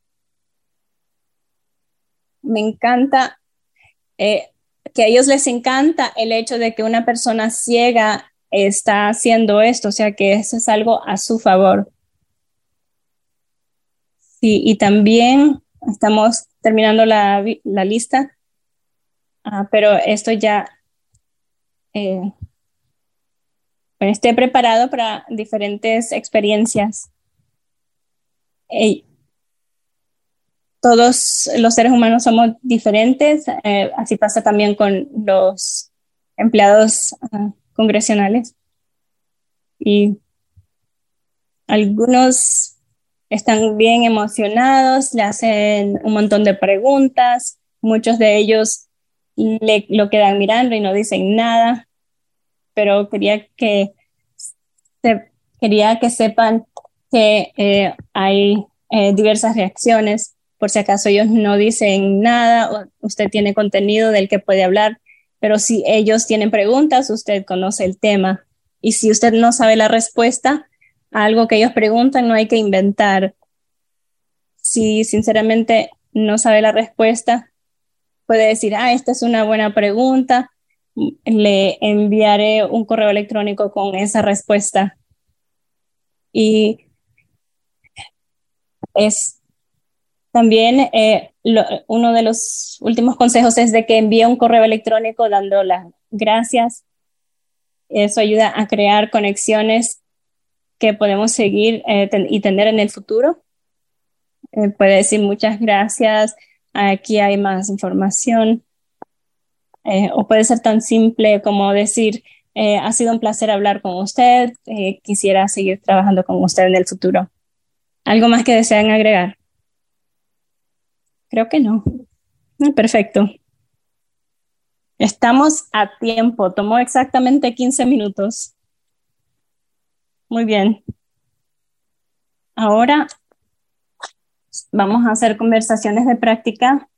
me encanta, eh, que a ellos les encanta el hecho de que una persona ciega está haciendo esto, o sea que eso es algo a su favor. Sí, y también estamos terminando la, la lista, uh, pero esto ya eh, bueno, esté preparado para diferentes experiencias. Eh, todos los seres humanos somos diferentes, eh, así pasa también con los empleados uh, congresionales. Y algunos están bien emocionados, le hacen un montón de preguntas, muchos de ellos le, lo quedan mirando y no dicen nada, pero quería que, se, quería que sepan que eh, hay eh, diversas reacciones. Por si acaso ellos no dicen nada, o usted tiene contenido del que puede hablar, pero si ellos tienen preguntas, usted conoce el tema. Y si usted no sabe la respuesta a algo que ellos preguntan, no hay que inventar. Si sinceramente no sabe la respuesta, puede decir, ah, esta es una buena pregunta, le enviaré un correo electrónico con esa respuesta. Y es también eh, lo, uno de los últimos consejos es de que envíe un correo electrónico dando las gracias. Eso ayuda a crear conexiones que podemos seguir eh, ten, y tener en el futuro. Eh, puede decir muchas gracias, aquí hay más información. Eh, o puede ser tan simple como decir, eh, ha sido un placer hablar con usted, eh, quisiera seguir trabajando con usted en el futuro. ¿Algo más que desean agregar? Creo que no. Perfecto. Estamos a tiempo, tomó exactamente quince minutos. Muy bien. Ahora vamos a hacer conversaciones de práctica.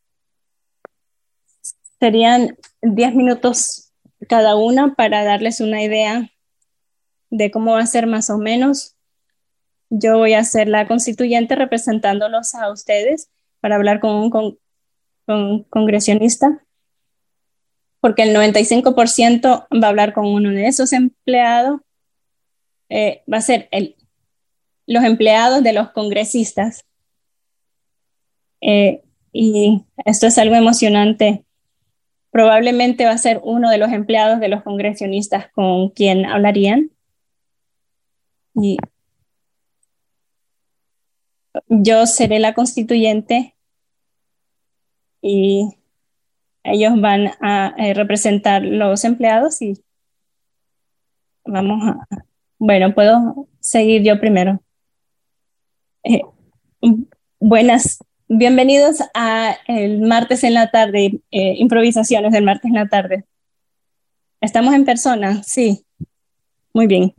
Serían diez minutos cada una para darles una idea de cómo va a ser más o menos. Yo voy a ser la constituyente representándolos a ustedes para hablar con un con, con congresionista, porque el noventa y cinco por ciento va a hablar con uno de esos empleados. Eh, va a ser el, los empleados de los congresistas. Eh, y esto es algo emocionante. Probablemente va a ser uno de los empleados de los congresionistas con quien hablarían. Y yo seré la constituyente y ellos van a eh, representar los empleados y vamos a... Bueno, puedo seguir yo primero. Eh, buenas, bienvenidos a el martes en la tarde, eh, improvisaciones del martes en la tarde. ¿Estamos en persona? Sí. Muy bien.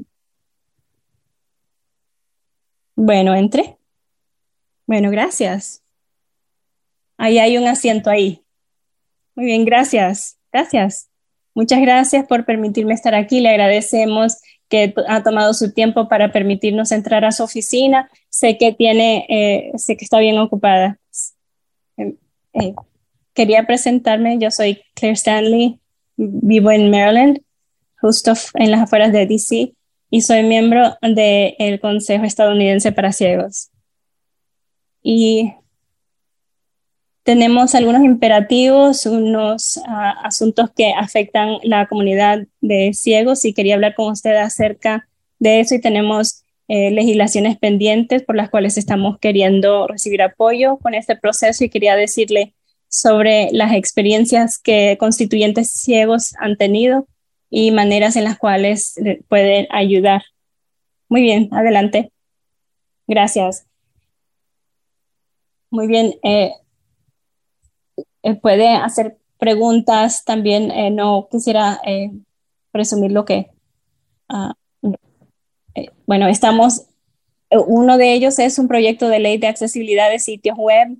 Bueno, entre. Bueno, gracias. Ahí hay un asiento ahí. Muy bien, gracias. Gracias. Muchas gracias por permitirme estar aquí. Le agradecemos que ha tomado su tiempo para permitirnos entrar a su oficina. Sé que tiene, eh, sé que está bien ocupada. Eh, eh, quería presentarme. Yo soy Claire Stanley. Vivo en Maryland, justo en las afueras de D C, y soy miembro del Consejo Estadounidense para Ciegos. Y tenemos algunos imperativos, unos uh, asuntos que afectan la comunidad de ciegos y quería hablar con usted acerca de eso y tenemos eh, legislaciones pendientes por las cuales estamos queriendo recibir apoyo con este proceso y quería decirle sobre las experiencias que constituyentes ciegos han tenido y maneras en las cuales pueden ayudar. Muy bien, adelante. Gracias. Muy bien. Eh, puede hacer preguntas también. Eh, no quisiera eh, presumir lo que... Uh, eh, bueno, estamos... Uno de ellos es un proyecto de ley de accesibilidad de sitios web.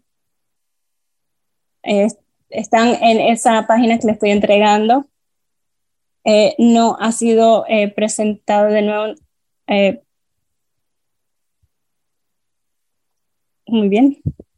Eh, están en esa página que les estoy entregando. Eh, no ha sido eh, presentado de nuevo. Eh, muy bien.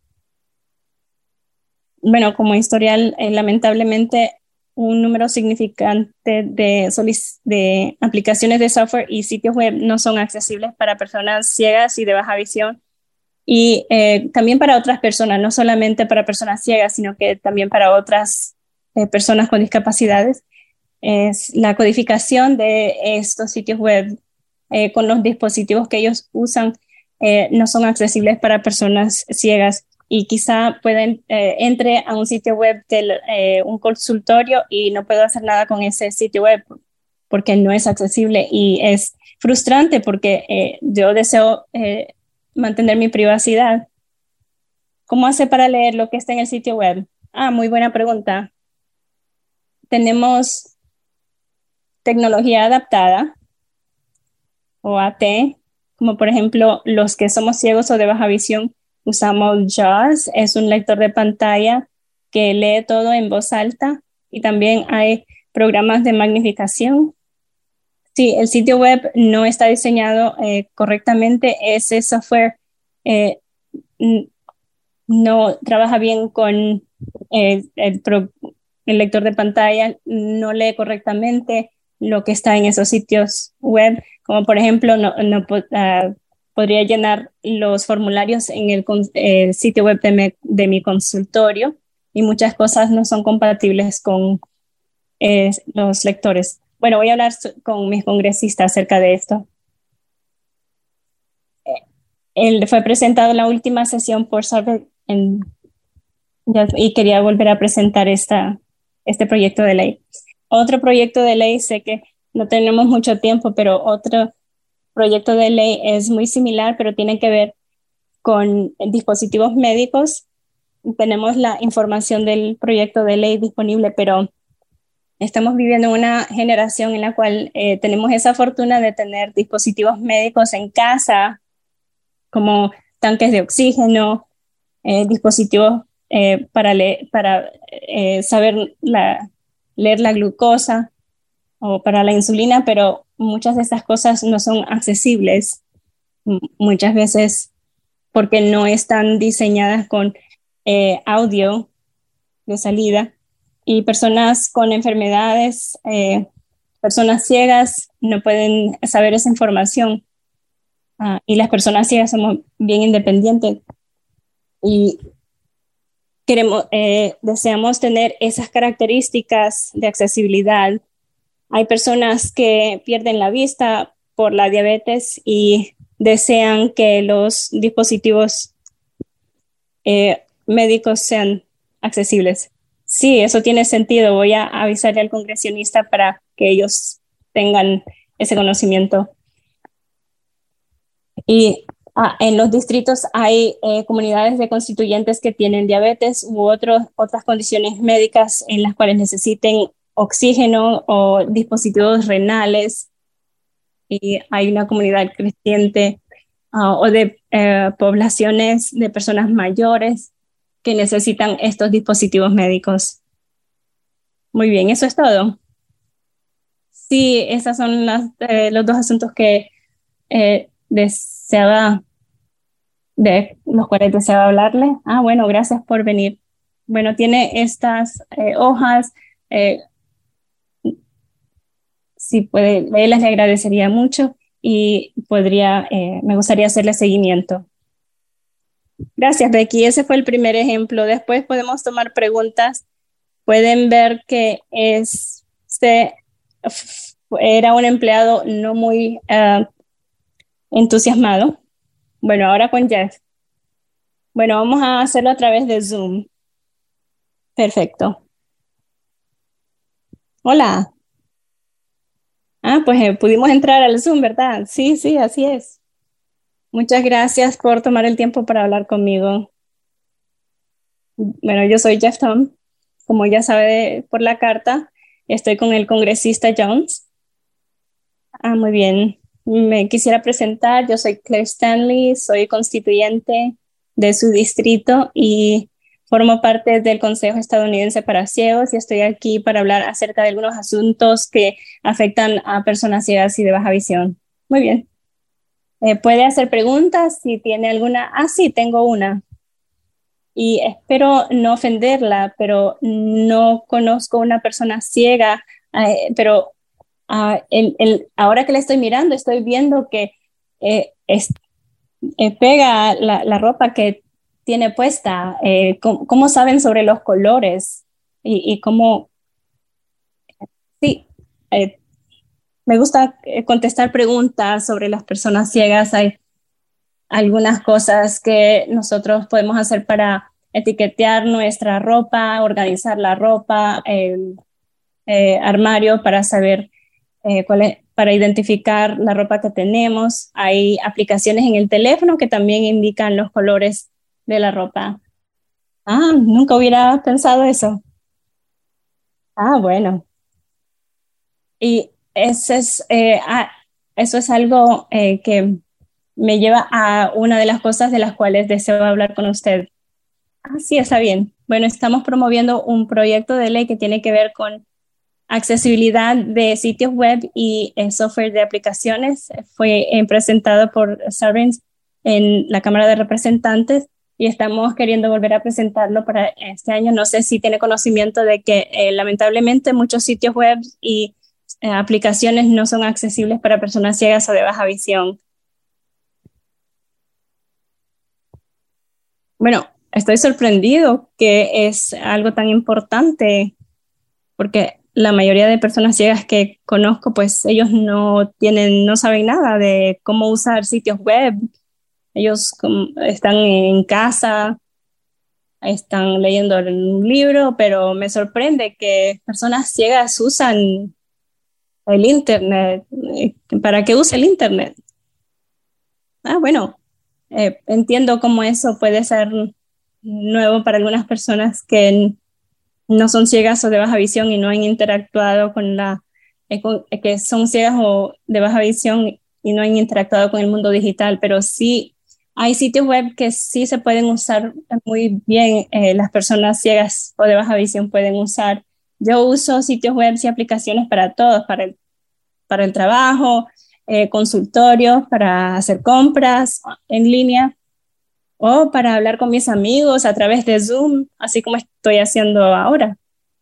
Bueno, como historial, eh, lamentablemente, un número significante de, de aplicaciones de software y sitios web no son accesibles para personas ciegas y de baja visión. Y eh, también para otras personas, no solamente para personas ciegas, sino que también para otras eh, personas con discapacidades. Es la codificación de estos sitios web eh, con los dispositivos que ellos usan eh, no son accesibles para personas ciegas, y quizá pueden eh, entre a un sitio web de eh, un consultorio y no puedo hacer nada con ese sitio web porque no es accesible, y es frustrante porque eh, yo deseo eh, mantener mi privacidad. ¿Cómo hace para leer lo que está en el sitio web? Ah, muy buena pregunta. Tenemos tecnología adaptada, o A T, como por ejemplo los que somos ciegos o de baja visión usamos JAWS, es un lector de pantalla que lee todo en voz alta, y también hay programas de magnificación. Si el sitio web no está diseñado eh, correctamente, ese software eh, no trabaja bien con eh, el, pro, el lector de pantalla, no lee correctamente lo que está en esos sitios web, como por ejemplo no, no uh, podría llenar los formularios en el, el sitio web de, me, de mi consultorio, y muchas cosas no son compatibles con eh, los lectores. Bueno, voy a hablar con mis congresistas acerca de esto. Él fue presentado en la última sesión por Sarver en, y quería volver a presentar esta, este proyecto de ley. Otro proyecto de ley, sé que no tenemos mucho tiempo, pero otro proyecto de ley es muy similar, pero tiene que ver con dispositivos médicos. Tenemos la información del proyecto de ley disponible, pero estamos viviendo una generación en la cual eh, tenemos esa fortuna de tener dispositivos médicos en casa, como tanques de oxígeno, eh, dispositivos eh, para, le para eh, saber la, leer la glucosa o para la insulina, pero muchas de estas cosas no son accesibles, muchas veces porque no están diseñadas con eh, audio de salida, y personas con enfermedades, eh, personas ciegas no pueden saber esa información. Uh, y las personas ciegas somos bien independientes y queremos, eh, deseamos tener esas características de accesibilidad. Hay personas que pierden la vista por la diabetes y desean que los dispositivos eh, médicos sean accesibles. Sí, eso tiene sentido. Voy a avisarle al congresionista para que ellos tengan ese conocimiento. Y ah, en los distritos hay eh, comunidades de constituyentes que tienen diabetes u otros, otras condiciones médicas en las cuales necesiten oxígeno o dispositivos renales, y hay una comunidad creciente uh, o de eh, poblaciones de personas mayores que necesitan estos dispositivos médicos. Muy bien, eso es todo. Sí, esos son las, eh, los dos asuntos que eh, deseaba, de los cuales deseaba hablarle. Ah, bueno, gracias por venir. Bueno, tiene estas eh, hojas. Eh, si puede leerlas, le agradecería mucho, y podría, eh, me gustaría hacerle seguimiento. Gracias, Becky. Ese fue el primer ejemplo. Después podemos tomar preguntas. Pueden ver que es, se, era un empleado no muy uh, entusiasmado. Bueno, ahora con Jeff. Bueno, vamos a hacerlo a través de Zoom. Perfecto. Hola. Ah, pues eh, pudimos entrar al Zoom, ¿verdad? Sí, sí, así es. Muchas gracias por tomar el tiempo para hablar conmigo. Bueno, yo soy Jeff Tom. como ya sabe por la carta, estoy con el congresista Jones. Ah, muy bien. Me quisiera presentar. Yo soy Claire Stanley, soy constituyente de su distrito y formo parte del Consejo Estadounidense para Ciegos y estoy aquí para hablar acerca de algunos asuntos que afectan a personas ciegas y de baja visión. Muy bien. Eh, puede hacer preguntas si tiene alguna. Ah, sí, tengo una. Y espero no ofenderla, pero no conozco una persona ciega, eh, pero uh, el, el, ahora que la estoy mirando, estoy viendo que eh, es, eh, pega la, la ropa que tiene puesta. Eh, ¿cómo, ¿Cómo saben sobre los colores? Y, y cómo... Sí, eh, me gusta contestar preguntas sobre las personas ciegas. Hay algunas cosas que nosotros podemos hacer para etiquetear nuestra ropa, organizar la ropa, el eh, armario para saber eh, cuál es, para identificar la ropa que tenemos. Hay aplicaciones en el teléfono que también indican los colores de la ropa. Ah, nunca hubiera pensado eso. Ah, bueno. Y ese es, eh, ah, eso es algo eh, que me lleva a una de las cosas de las cuales deseo hablar con usted. Ah, sí, está bien. Bueno, estamos promoviendo un proyecto de ley que tiene que ver con accesibilidad de sitios web y eh, software de aplicaciones. Fue eh, presentado por Sarbanes en la Cámara de Representantes y estamos queriendo volver a presentarlo para este año. No sé si tiene conocimiento de que eh, lamentablemente muchos sitios web y eh, aplicaciones no son accesibles para personas ciegas o de baja visión. Bueno, estoy sorprendido que es algo tan importante porque la mayoría de personas ciegas que conozco, pues ellos no tienen, no saben nada de cómo usar sitios web. Ellos están en casa, están leyendo un libro, pero me sorprende que personas ciegas usan el Internet. ¿Para qué usa el Internet? Ah, bueno, eh, entiendo cómo eso puede ser nuevo para algunas personas que no son ciegas o de baja visión y no han interactuado con la, eh, con, eh, que son ciegas o de baja visión y no han interactuado con el mundo digital, pero sí hay sitios web que sí se pueden usar muy bien, eh, las personas ciegas o de baja visión pueden usar. Yo uso sitios web y aplicaciones para todos, para el, para el trabajo, eh, consultorios, para hacer compras en línea o para hablar con mis amigos a través de Zoom, así como estoy haciendo ahora.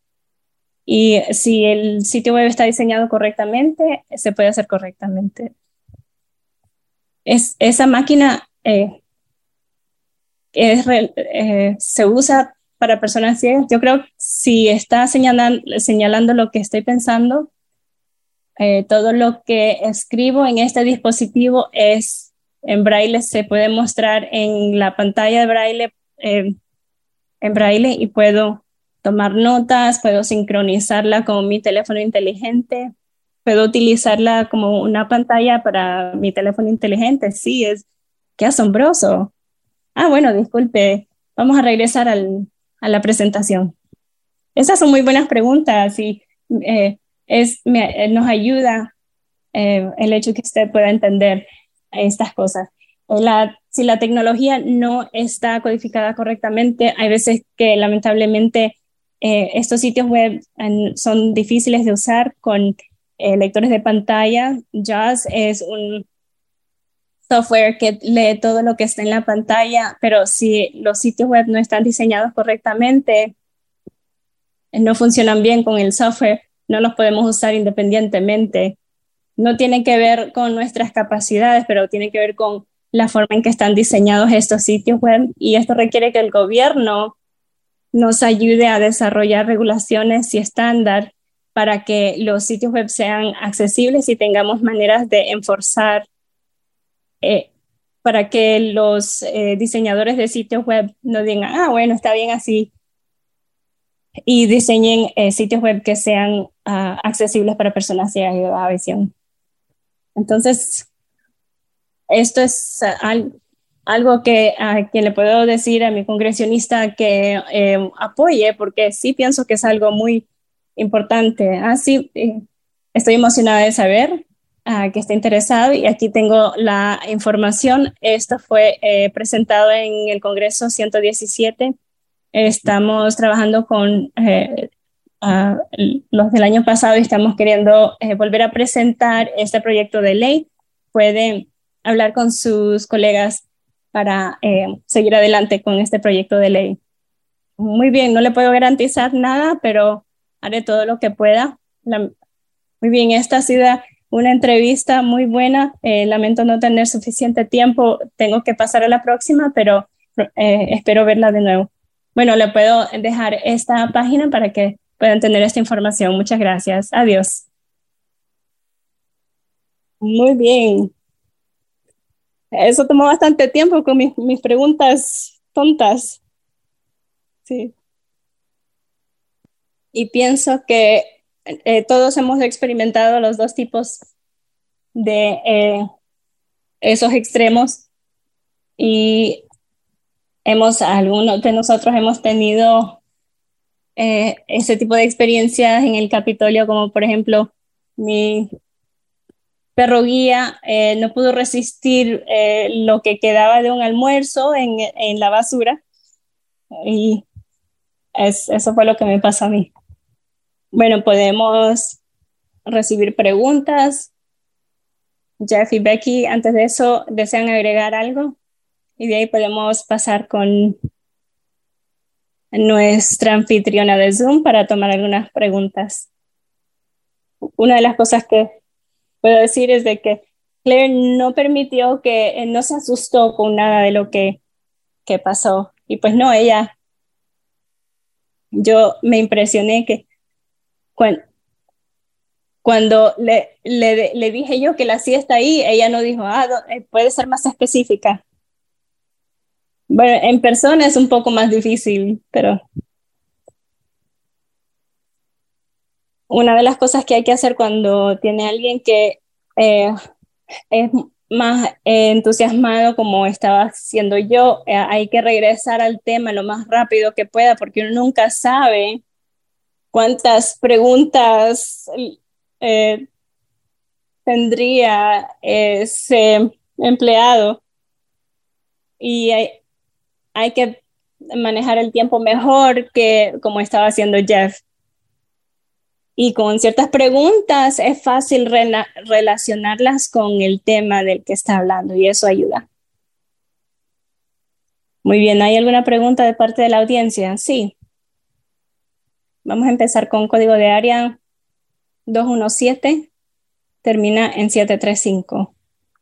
Y si el sitio web está diseñado correctamente, se puede hacer correctamente. Es, esa máquina eh, es, eh, se usa para personas ciegas. Yo creo que si está señalan, señalando lo que estoy pensando, eh, todo lo que escribo en este dispositivo es en braille, se puede mostrar en la pantalla de braille, eh, en braille y puedo tomar notas, puedo sincronizarla con mi teléfono inteligente, puedo utilizarla como una pantalla para mi teléfono inteligente. Sí, es, qué asombroso. Ah, bueno, disculpe, vamos a regresar al, a la presentación. Esas son muy buenas preguntas y eh, es, me, nos ayuda eh, el hecho que usted pueda entender estas cosas. La, si la tecnología no está codificada correctamente, hay veces que lamentablemente eh, estos sitios web en, son difíciles de usar con eh, lectores de pantalla. JAWS es un software que lee todo lo que está en la pantalla, pero si los sitios web no están diseñados correctamente, no funcionan bien con el software, no los podemos usar independientemente. No tiene que ver con nuestras capacidades, pero tiene que ver con la forma en que están diseñados estos sitios web, y esto requiere que el gobierno nos ayude a desarrollar regulaciones y estándares para que los sitios web sean accesibles y tengamos maneras de enforzar eh, para que los eh, diseñadores de sitios web no digan, ah, bueno, está bien así, y diseñen eh, sitios web que sean uh, accesibles para personas ciegas y de baja visión. Entonces, esto es uh, al, algo que a quien le puedo decir a mi congresionista que eh, apoye, porque sí pienso que es algo muy importante. Así eh, estoy emocionada de saber uh, que está interesado, y aquí tengo la información. Esto fue eh, presentado en el Congreso ciento diecisiete. Estamos trabajando con eh, uh, los del año pasado y estamos queriendo eh, volver a presentar este proyecto de ley. Pueden hablar con sus colegas para eh, seguir adelante con este proyecto de ley. Muy bien, no le puedo garantizar nada, pero haré todo lo que pueda. La, muy bien, esta ha sido una entrevista muy buena. Eh, lamento no tener suficiente tiempo, tengo que pasar a la próxima, pero eh, espero verla de nuevo. Bueno, le puedo dejar esta página para que puedan tener esta información. Muchas gracias. Adiós. Muy bien. Eso tomó bastante tiempo con mis, mis preguntas tontas. Sí. Y pienso que eh, todos hemos experimentado los dos tipos de eh, esos extremos, y hemos, algunos de nosotros hemos tenido eh, ese tipo de experiencias en el Capitolio, como por ejemplo mi perro guía eh, no pudo resistir eh, lo que quedaba de un almuerzo en, en la basura, y es, eso fue lo que me pasó a mí. Bueno, podemos recibir preguntas. Jeff y Becky, antes de eso, ¿desean agregar algo? Y de ahí podemos pasar con nuestra anfitriona de Zoom para tomar algunas preguntas. Una de las cosas que puedo decir es de que Claire no permitió que, no se asustó con nada de lo que, que pasó. Y pues no, ella, yo me impresioné que cuando, cuando le, le, le dije yo que la siesta ahí, ella no dijo, ah, puede ser más específica. Bueno, en persona es un poco más difícil, pero una de las cosas que hay que hacer cuando tiene alguien que eh, es más eh, entusiasmado como estaba haciendo yo, eh, hay que regresar al tema lo más rápido que pueda, porque uno nunca sabe cuántas preguntas eh, tendría ese empleado, y hay, hay que manejar el tiempo mejor que como estaba haciendo Jeff. Y con ciertas preguntas es fácil rela- relacionarlas con el tema del que está hablando, y eso ayuda. Muy bien, ¿hay alguna pregunta de parte de la audiencia? Sí. Vamos a empezar con código de área doscientos diecisiete, termina en setecientos treinta y cinco.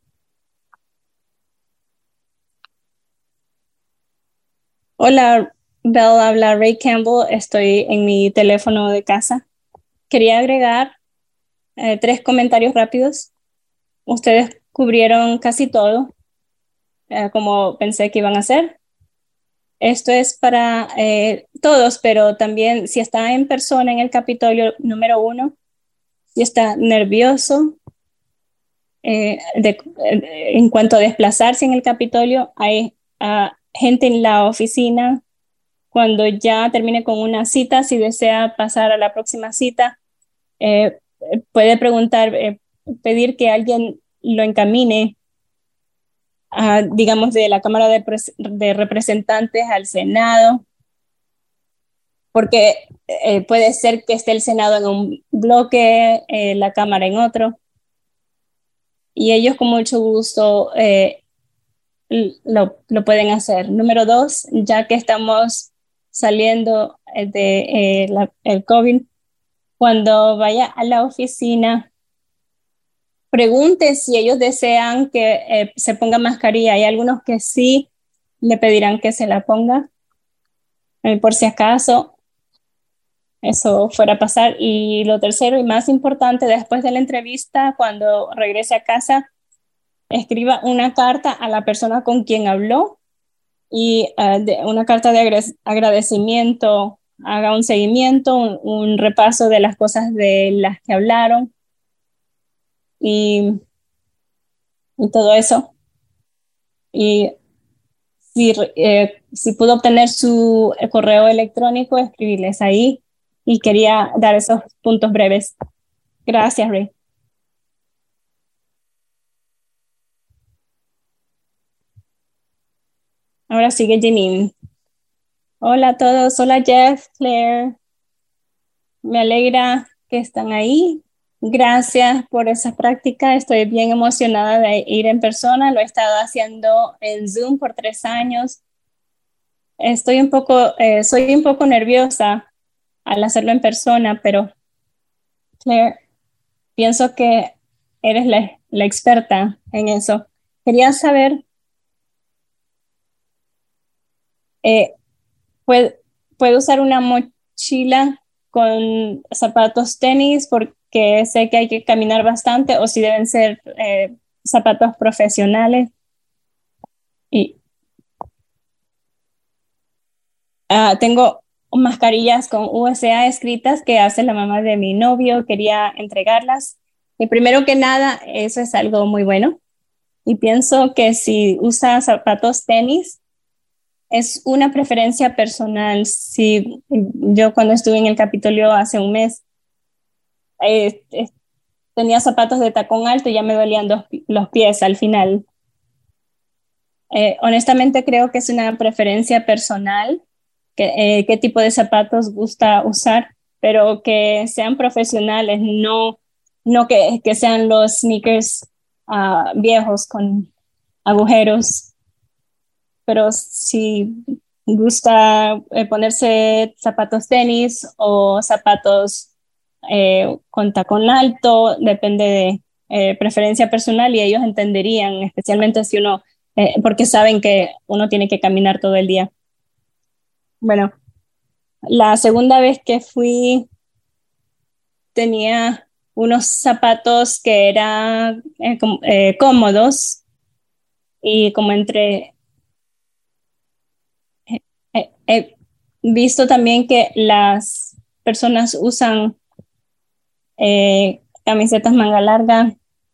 Hola, Bell, habla Ray Campbell, estoy en mi teléfono de casa. Quería agregar eh, tres comentarios rápidos. Ustedes cubrieron casi todo, eh, como pensé que iban a hacer. Esto es para eh, todos, pero también si está en persona en el Capitolio, número uno, si está nervioso eh, de, eh, en cuanto a desplazarse en el Capitolio, hay uh, gente en la oficina. Cuando ya termine con una cita, si desea pasar a la próxima cita, eh, puede preguntar, eh, pedir que alguien lo encamine, a, digamos, de la Cámara de, de Representantes al Senado, porque eh, puede ser que esté el Senado en un bloque, eh, la Cámara en otro, y ellos con mucho gusto eh, lo, lo pueden hacer. Número dos, ya que estamos saliendo de eh, la, el COVID, cuando vaya a la oficina, pregunte si ellos desean que eh, se ponga mascarilla. Hay algunos que sí le pedirán que se la ponga, eh, por si acaso eso fuera a pasar. Y lo tercero y más importante, después de la entrevista, cuando regrese a casa, escriba una carta a la persona con quien habló, y uh, de, una carta de agradecimiento, haga un seguimiento, un, un repaso de las cosas de las que hablaron, y, y todo eso. Y si, eh, si pudo obtener su correo electrónico, escribirles ahí. Y quería dar esos puntos breves. Gracias, Ray. Ahora sigue Janine. Hola a todos. Hola, Jeff, Claire. Me alegra que están ahí. Gracias por esa práctica. Estoy bien emocionada de ir en persona. Lo he estado haciendo en Zoom por tres años. Estoy un poco, eh, soy un poco nerviosa al hacerlo en persona, pero Claire, pienso que eres la, la experta en eso. Quería saber, eh, ¿puedo, ¿puedo usar una mochila con zapatos tenis? Porque sé que hay que caminar bastante, o si deben ser eh, zapatos profesionales. Y uh, tengo mascarillas con U S A escritas que hace la mamá de mi novio. Quería entregarlas. Y primero que nada, eso es algo muy bueno. Y pienso que si usa zapatos tenis, es una preferencia personal. Si yo cuando estuve en el Capitolio hace un mes, eh, eh, tenía zapatos de tacón alto y ya me dolían dos, los pies al final. Eh, honestamente creo que es una preferencia personal, que, eh, qué tipo de zapatos gusta usar, pero que sean profesionales, no, no que, que sean los sneakers uh, viejos con agujeros. Pero si gusta eh, ponerse zapatos tenis o zapatos eh, con tacón alto, depende de eh, preferencia personal y ellos entenderían, especialmente si uno, eh, porque saben que uno tiene que caminar todo el día. Bueno, la segunda vez que fui tenía unos zapatos que eran eh, com- eh, cómodos y como entre He, he visto también que las personas usan eh, camisetas manga larga.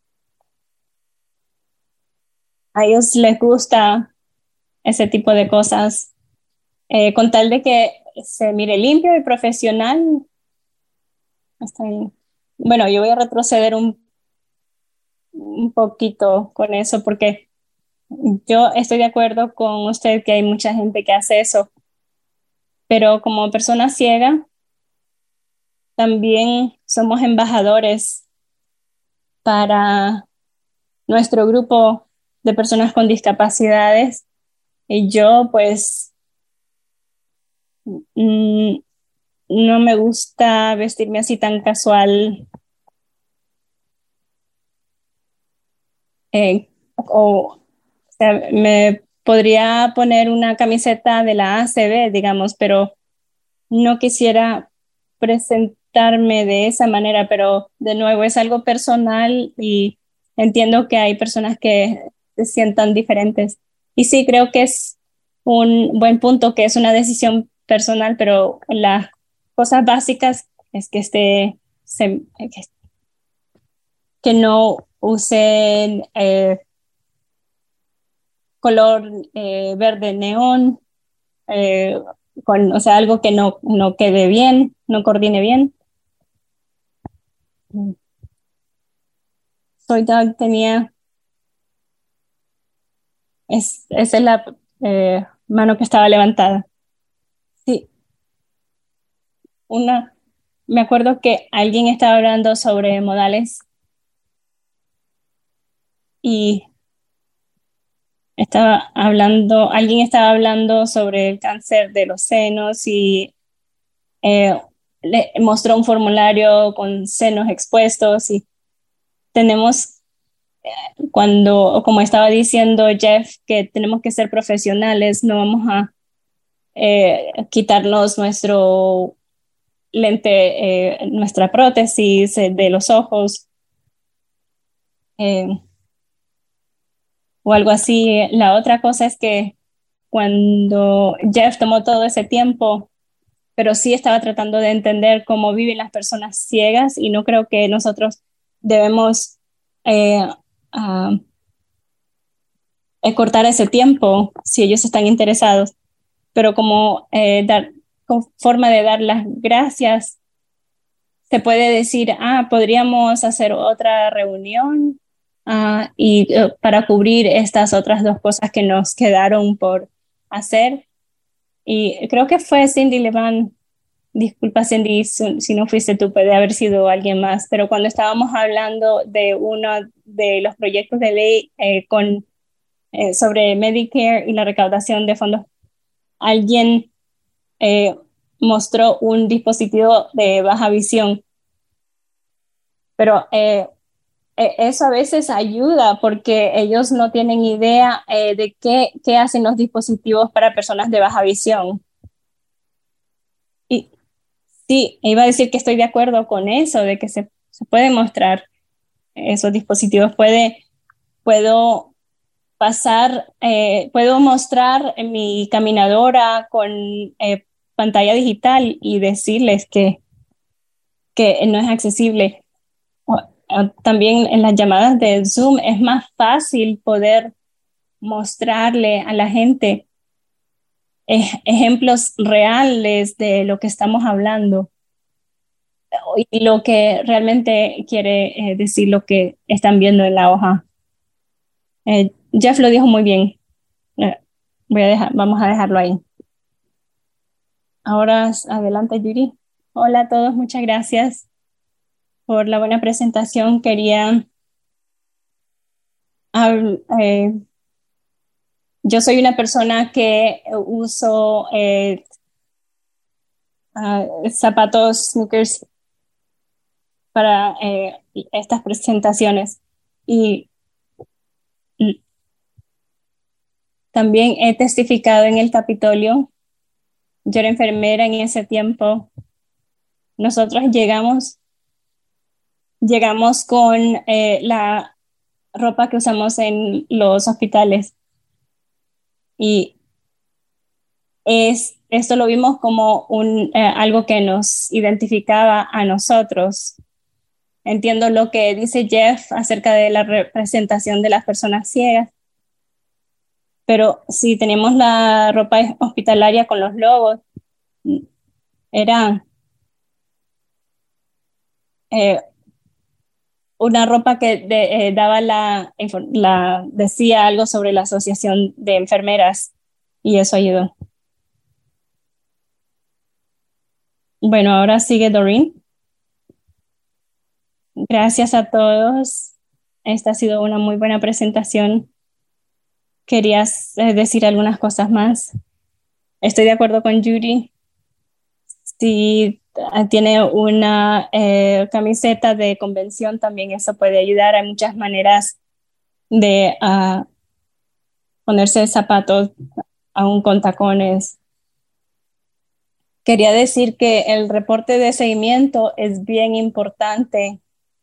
A ellos les gusta ese tipo de cosas. Eh, con tal de que se mire limpio y profesional, está bien. Bueno, yo voy a retroceder un, un poquito con eso porque yo estoy de acuerdo con usted que hay mucha gente que hace eso, pero como persona ciega, también somos embajadores para nuestro grupo de personas con discapacidades y yo pues mm, no me gusta vestirme así tan casual eh, o, o sea, me podría poner una camiseta de la A C B, digamos, pero no quisiera presentarme de esa manera, pero de nuevo es algo personal y entiendo que hay personas que se sientan diferentes. Y sí, creo que es un buen punto, que es una decisión personal, pero las cosas básicas es que esté, se- que, que no usen eh, color eh, verde neón, eh, con, o sea, algo que no, no quede bien, no coordine bien. Soy Doug, tenía, es, esa es la eh, mano que estaba levantada. Sí, una, me acuerdo que alguien estaba hablando sobre modales y estaba hablando, alguien estaba hablando sobre el cáncer de los senos y eh, le mostró un formulario con senos expuestos y tenemos, cuando, como estaba diciendo Jeff, que tenemos que ser profesionales, no vamos a eh, quitarnos nuestro lente, eh, nuestra prótesis eh, de los ojos eh, o algo así. La otra cosa es que cuando Jeff tomó todo ese tiempo, pero sí estaba tratando de entender cómo viven las personas ciegas y no creo que nosotros debemos eh, uh, eh, cortar ese tiempo si ellos están interesados, pero como eh, dar, con forma de dar las gracias, se puede decir, ah, podríamos hacer otra reunión ah, y eh, para cubrir estas otras dos cosas que nos quedaron por hacer. Y creo que fue Cindy Levan. Disculpa, Cindy, si si no fuiste tú, puede haber sido alguien más, pero cuando estábamos hablando de uno de los proyectos de ley eh, con, eh, sobre Medicare y la recaudación de fondos, alguien eh, mostró un dispositivo de baja visión, pero eh, eh, eso a veces ayuda porque ellos no tienen idea eh, de qué, qué hacen los dispositivos para personas de baja visión. Y sí, iba a decir que estoy de acuerdo con eso, de que se, se puede mostrar esos dispositivos. Puede, puedo pasar, eh, puedo mostrar mi caminadora con eh, pantalla digital y decirles que, que no es accesible. O- o también en las llamadas de Zoom es más fácil poder mostrarle a la gente eh, ejemplos reales de lo que estamos hablando y lo que realmente quiere eh, decir lo que están viendo en la hoja. Eh, Jeff lo dijo muy bien. Eh, voy a dejar, vamos a dejarlo ahí. Ahora adelante, Judy. Hola a todos, muchas gracias por la buena presentación. Quería, hab- eh, yo soy una persona que uso eh, ah, zapatos, sneakers para eh, estas presentaciones y y también he testificado en el Capitolio. Yo era enfermera en ese tiempo. Nosotros llegamos, llegamos con eh, la ropa que usamos en los hospitales y es, esto lo vimos como un, eh, algo que nos identificaba a nosotros. Entiendo lo que dice Jeff acerca de la representación de las personas ciegas, pero si tenemos la ropa hospitalaria con los logos, era eh, una ropa que de, eh, daba la, la, decía algo sobre la asociación de enfermeras y eso ayudó. Bueno, ahora sigue Doreen. Gracias a todos. Esta ha sido una muy buena presentación. ¿Querías eh, decir algunas cosas más? Estoy de acuerdo con Judy. Si uh, tiene una eh, camiseta de convención, también eso puede ayudar. Hay muchas maneras de uh, ponerse zapatos aún con tacones. Quería decir que el reporte de seguimiento es bien importante.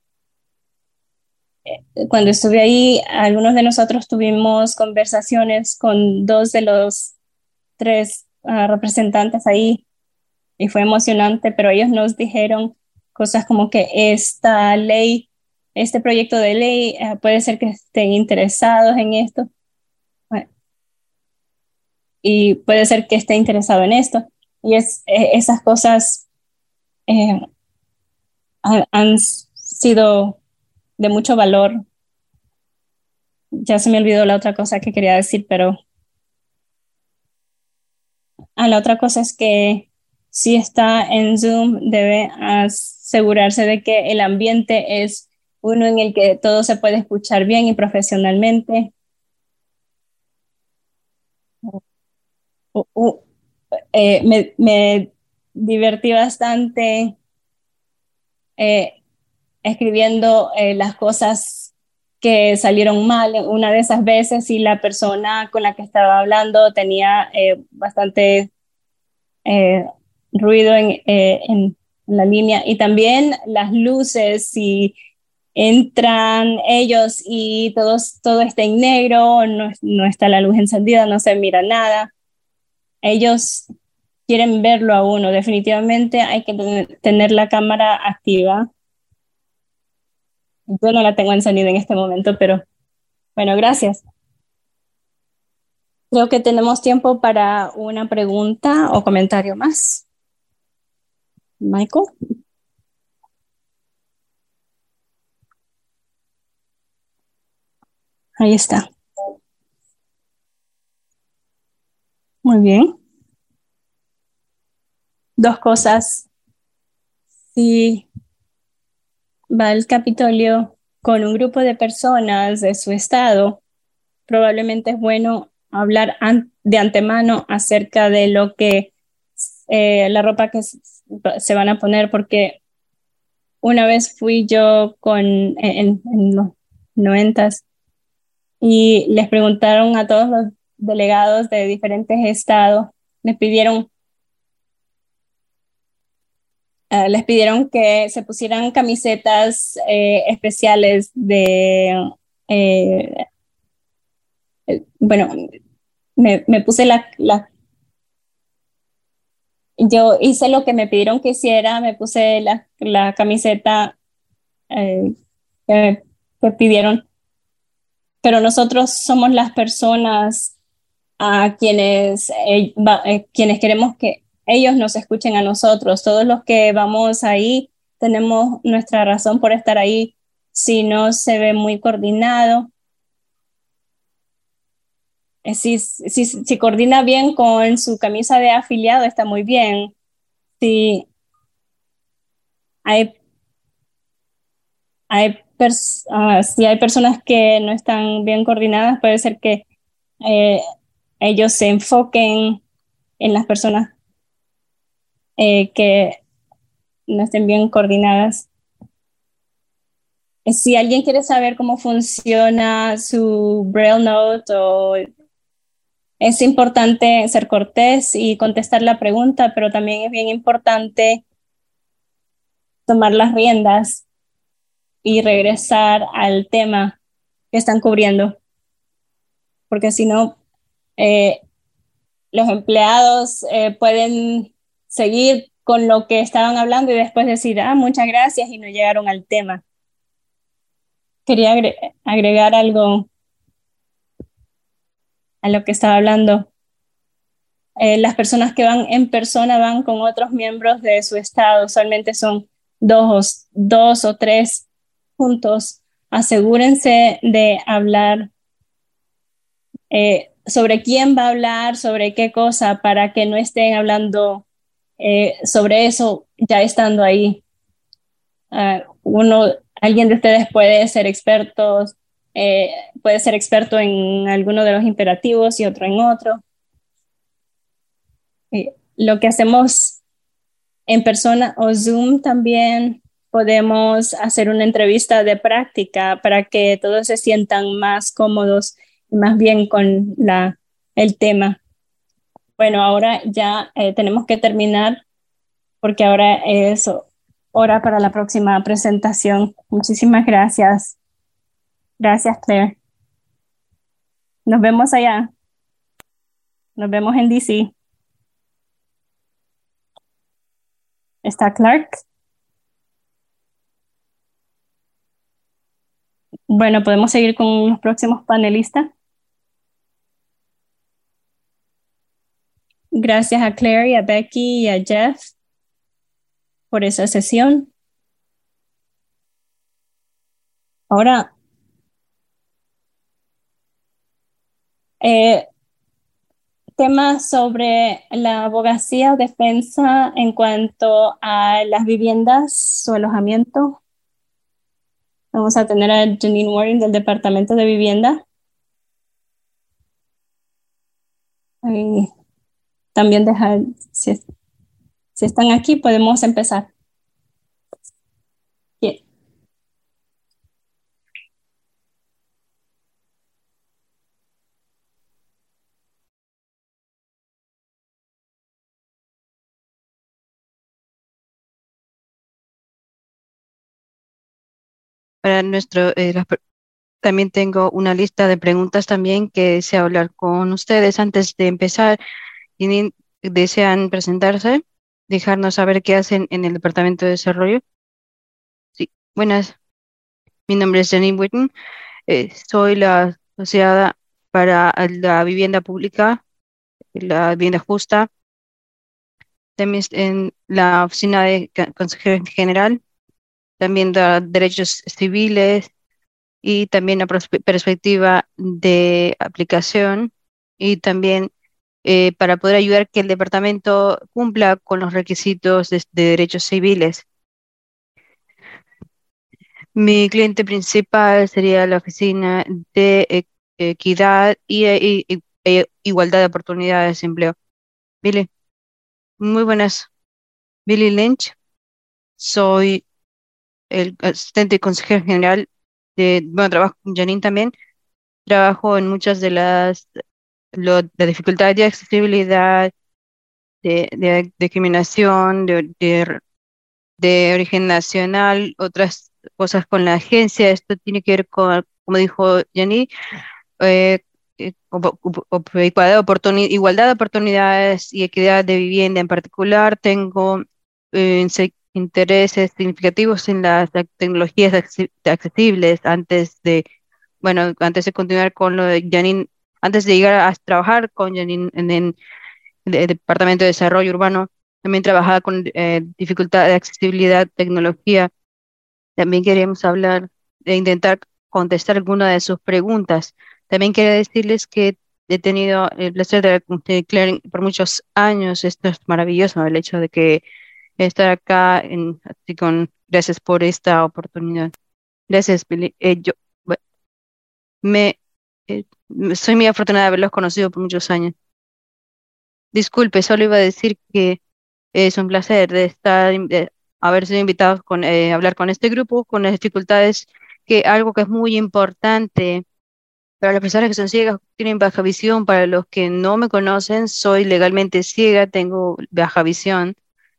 Cuando estuve ahí, algunos de nosotros tuvimos conversaciones con dos de los tres uh, representantes ahí y fue emocionante, pero ellos nos dijeron cosas como que esta ley, este proyecto de ley, uh, puede ser que estén interesados en esto uh, y puede ser que esté interesado en esto. Y es, eh, esas cosas eh, han, han sido de mucho valor. Ya se me olvidó la otra cosa que quería decir, pero ah, la otra cosa es que si está en Zoom, debe asegurarse de que el ambiente es uno en el que todo se puede escuchar bien y profesionalmente. Uh, uh, eh, me, me divertí bastante eh, escribiendo eh, las cosas que salieron mal una de esas veces y la persona con la que estaba hablando tenía eh, bastante eh, ruido en, eh, en la línea y también las luces, si entran ellos y todos, todo está en negro, no, no está la luz encendida, no se mira nada. Ellos quieren verlo a uno. Definitivamente hay que tener, tener la cámara activa. Yo no la tengo encendida en este momento, pero bueno, gracias. Creo que tenemos tiempo para una pregunta o comentario más. Michael. Ahí está. Muy bien. Dos cosas. Si va al Capitolio con un grupo de personas de su estado, probablemente es bueno hablar an- de antemano acerca de lo que eh, la ropa que s- se van a poner, porque una vez fui yo con en, en los noventas y les preguntaron a todos los delegados de diferentes estados, les pidieron eh, les pidieron que se pusieran camisetas eh, especiales de eh, eh, bueno, me, me puse la, la yo hice lo que me pidieron que hiciera, me puse la, la camiseta eh, que, que pidieron, pero nosotros somos las personas a quienes, eh, va- eh, quienes queremos que ellos nos escuchen a nosotros. Todos los que vamos ahí tenemos nuestra razón por estar ahí. Si no se ve muy coordinado, eh, si, si, si coordina bien con su camisa de afiliado, está muy bien. Si hay hay pers- ah, si hay personas que no están bien coordinadas, puede ser que eh, ellos se enfoquen en las personas eh, que no estén bien coordinadas. Eh, Si alguien quiere saber cómo funciona su Braille Note, o es importante ser cortés y contestar la pregunta, pero también es bien importante tomar las riendas y regresar al tema que están cubriendo, porque si no, eh, los empleados eh, pueden seguir con lo que estaban hablando y después decir, ah, muchas gracias, y no llegaron al tema. Quería agre- agregar algo a lo que estaba hablando. Eh, las personas que van en persona van con otros miembros de su estado, usualmente son dos, dos o tres juntos. Asegúrense de hablar eh, sobre quién va a hablar, sobre qué cosa, para que no estén hablando eh, sobre eso ya estando ahí. Uh, uno, alguien de ustedes puede ser experto, eh, puede ser experto en alguno de los imperativos y otro en otro. Eh, lo que hacemos en persona o Zoom también podemos hacer una entrevista de práctica para que todos se sientan más cómodos y más bien con la, el tema. Bueno, ahora ya eh, tenemos que terminar porque ahora es hora para la próxima presentación. Muchísimas gracias. Gracias, Claire. Nos vemos allá. Nos vemos en D C. ¿Está Clark? Bueno, podemos seguir con los próximos panelistas. Gracias a Claire y a Becky y a Jeff por esa sesión. Ahora, eh, temas sobre la abogacía o defensa en cuanto a las viviendas o alojamiento. Vamos a tener a Janine Warren del Departamento de Vivienda. Y también dejar, si, si están aquí, podemos empezar. Bien. Para nuestro, eh, las per- también tengo una lista de preguntas también que deseo hablar con ustedes. Antes de empezar, ¿tienen- desean presentarse? Dejarnos saber qué hacen en el Departamento de Desarrollo. Sí, buenas. Mi nombre es Jenny Witten. Eh, soy la asociada para la vivienda pública, la vivienda justa, también en la oficina de ca- consejero general, también da derechos civiles y también la prospe- perspectiva de aplicación y también eh, para poder ayudar que el departamento cumpla con los requisitos de, de derechos civiles. Mi cliente principal sería la oficina de e- equidad y, e- y- e igualdad de oportunidades de empleo. Billy, muy buenas. Billy Lynch, soy el asistente consejero general de, bueno, trabajo con Janine también. Trabajo en muchas de las lo, de dificultades de accesibilidad, de, de discriminación, de, de, de origen nacional, otras cosas con la agencia. Esto tiene que ver con, como dijo Janine, eh, eh, op- op- op- igualdad de oportuni- igualdad de oportunidades y equidad de vivienda en particular. Tengo eh, inse- intereses significativos en las tec- tecnologías acce- accesibles antes de, bueno, antes de continuar con lo de Janine, antes de llegar a trabajar con Janine en, en el Departamento de Desarrollo Urbano. También trabajaba con eh, dificultad de accesibilidad, tecnología. También queremos hablar e intentar contestar algunas de sus preguntas. También quería decirles que he tenido el placer de hablar con usted, Claire, por muchos años. Esto es maravilloso, el hecho de que estar acá en, así con, gracias por esta oportunidad. Gracias, Billy. Eh, yo bu- me, eh, me- soy muy afortunada de haberlos conocido por muchos años. Disculpe, solo iba a decir que es un placer de estar, in- de haber sido invitados con, eh, hablar con este grupo, con las dificultades, que algo que es muy importante para las personas que son ciegas, tienen baja visión. Para los que no me conocen, soy legalmente ciega, tengo baja visión.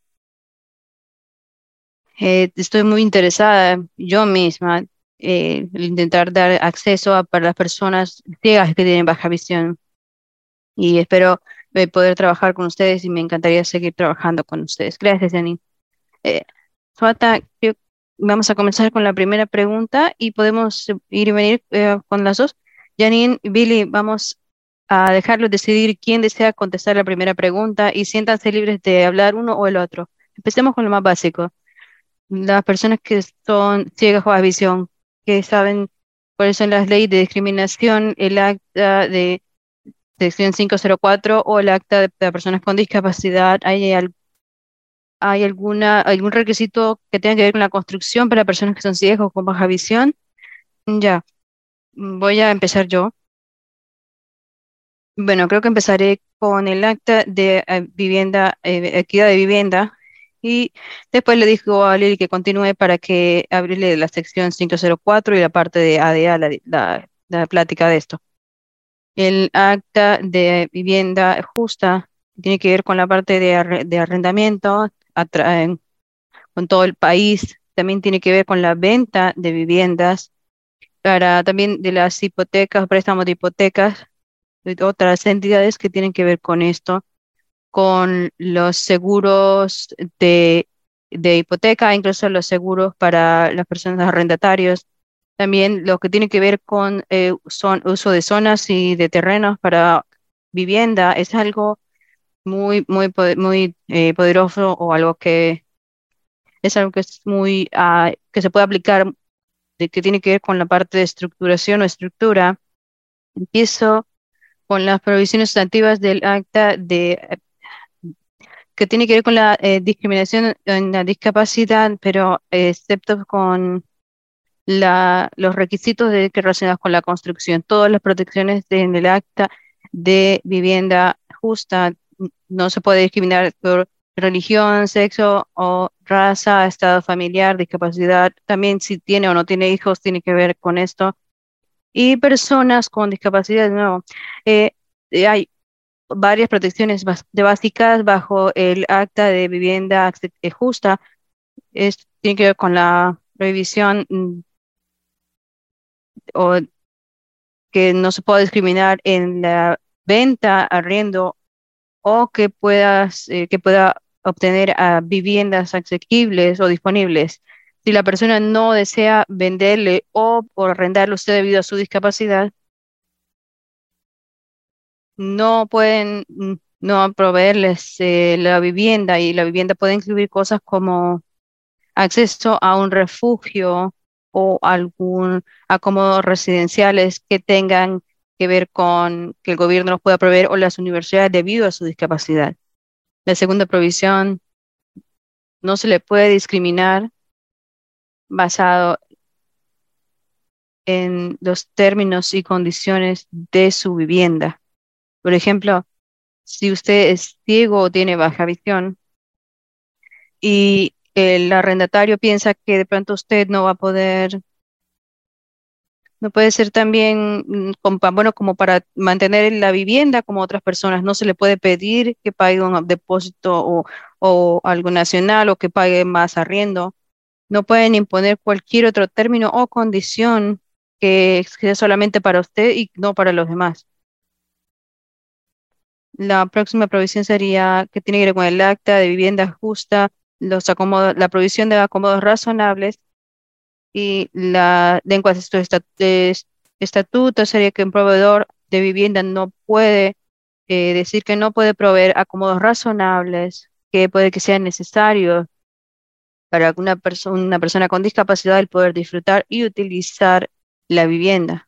Eh, estoy muy interesada yo misma eh, en intentar dar acceso a, para las personas ciegas que tienen baja visión y espero eh, poder trabajar con ustedes y me encantaría seguir trabajando con ustedes. Gracias, Janine. Eh, Suata, creo- vamos a comenzar con la primera pregunta y podemos eh, ir y venir eh, con las dos. Janine y Billy, vamos a dejarlos decidir quién desea contestar la primera pregunta y siéntanse libres de hablar uno o el otro. Empecemos con lo más básico. Las personas que son ciegas o a visión, que saben cuáles son las leyes de discriminación, el acta de sección quinientos cuatro o el acta de, de personas con discapacidad. ¿Hay ¿Hay alguna, algún requisito que tenga que ver con la construcción para personas que son ciegos o con baja visión? Ya, mm, voy a empezar yo. Bueno, creo que empezaré con el acta de eh, vivienda, eh, equidad de vivienda, y después le digo a Lili que continúe para que abrirle la sección quinientos cuatro y la parte de A D A, la, la, la plática de esto. El acta de vivienda justa tiene que ver con la parte de, arre- de arrendamiento, atra- con todo el país. También tiene que ver con la venta de viviendas, para también de las hipotecas, préstamos de hipotecas, de otras entidades que tienen que ver con esto, con los seguros de, de hipoteca, incluso los seguros para las personas arrendatarios. También lo que tiene que ver con eh, son, uso de zonas y de terrenos para vivienda es algo muy, muy, pode- muy eh, poderoso, o algo que es algo que es muy, ah, que se puede aplicar, de que tiene que ver con la parte de estructuración o estructura. Empiezo con las provisiones sustantivas del acta de, eh, que tiene que ver con la eh, discriminación en la discapacidad, pero eh, excepto con la, los requisitos de, que relacionados con la construcción. Todas las protecciones de- en el acta de vivienda justa. n- No se puede discriminar por religión, sexo o raza, estado familiar, discapacidad. También si tiene o no tiene hijos, tiene que ver con esto. Y personas con discapacidad, de nuevo. eh, eh, hay varias protecciones bas- de básicas bajo el acta de vivienda acce- eh, justa. Es, tiene que ver con la prohibición mm, o que no se pueda discriminar en la venta, arriendo, o que puedas, eh, que pueda obtener ah, viviendas asequibles o disponibles. Si la persona no desea venderle o, o arrendarle a usted debido a su discapacidad, no pueden mm, no proveerles eh, la vivienda, y la vivienda puede incluir cosas como acceso a un refugio o algún acomodos residenciales que tengan que ver con que el gobierno los pueda proveer, o las universidades debido a su discapacidad. La segunda provisión: no se le puede discriminar basado en los términos y condiciones de su vivienda. Por ejemplo, si usted es ciego o tiene baja visión y el arrendatario piensa que de pronto usted no va a poder, no puede ser también, mm, como, pa- bueno, como para mantener la vivienda como otras personas, no se le puede pedir que pague un depósito o, o algo nacional, o que pague más arriendo. No pueden imponer cualquier otro término o condición que sea solamente para usted y no para los demás. La próxima provisión sería que tiene que ver con el acta de vivienda justa, los acomodos, la provisión de acomodos razonables, y la lengua de estos esta- de es- estatutos sería que un proveedor de vivienda no puede eh, decir que no puede proveer acomodos razonables, que puede que sean necesarios para que una persona, una persona con discapacidad el poder disfrutar y utilizar la vivienda.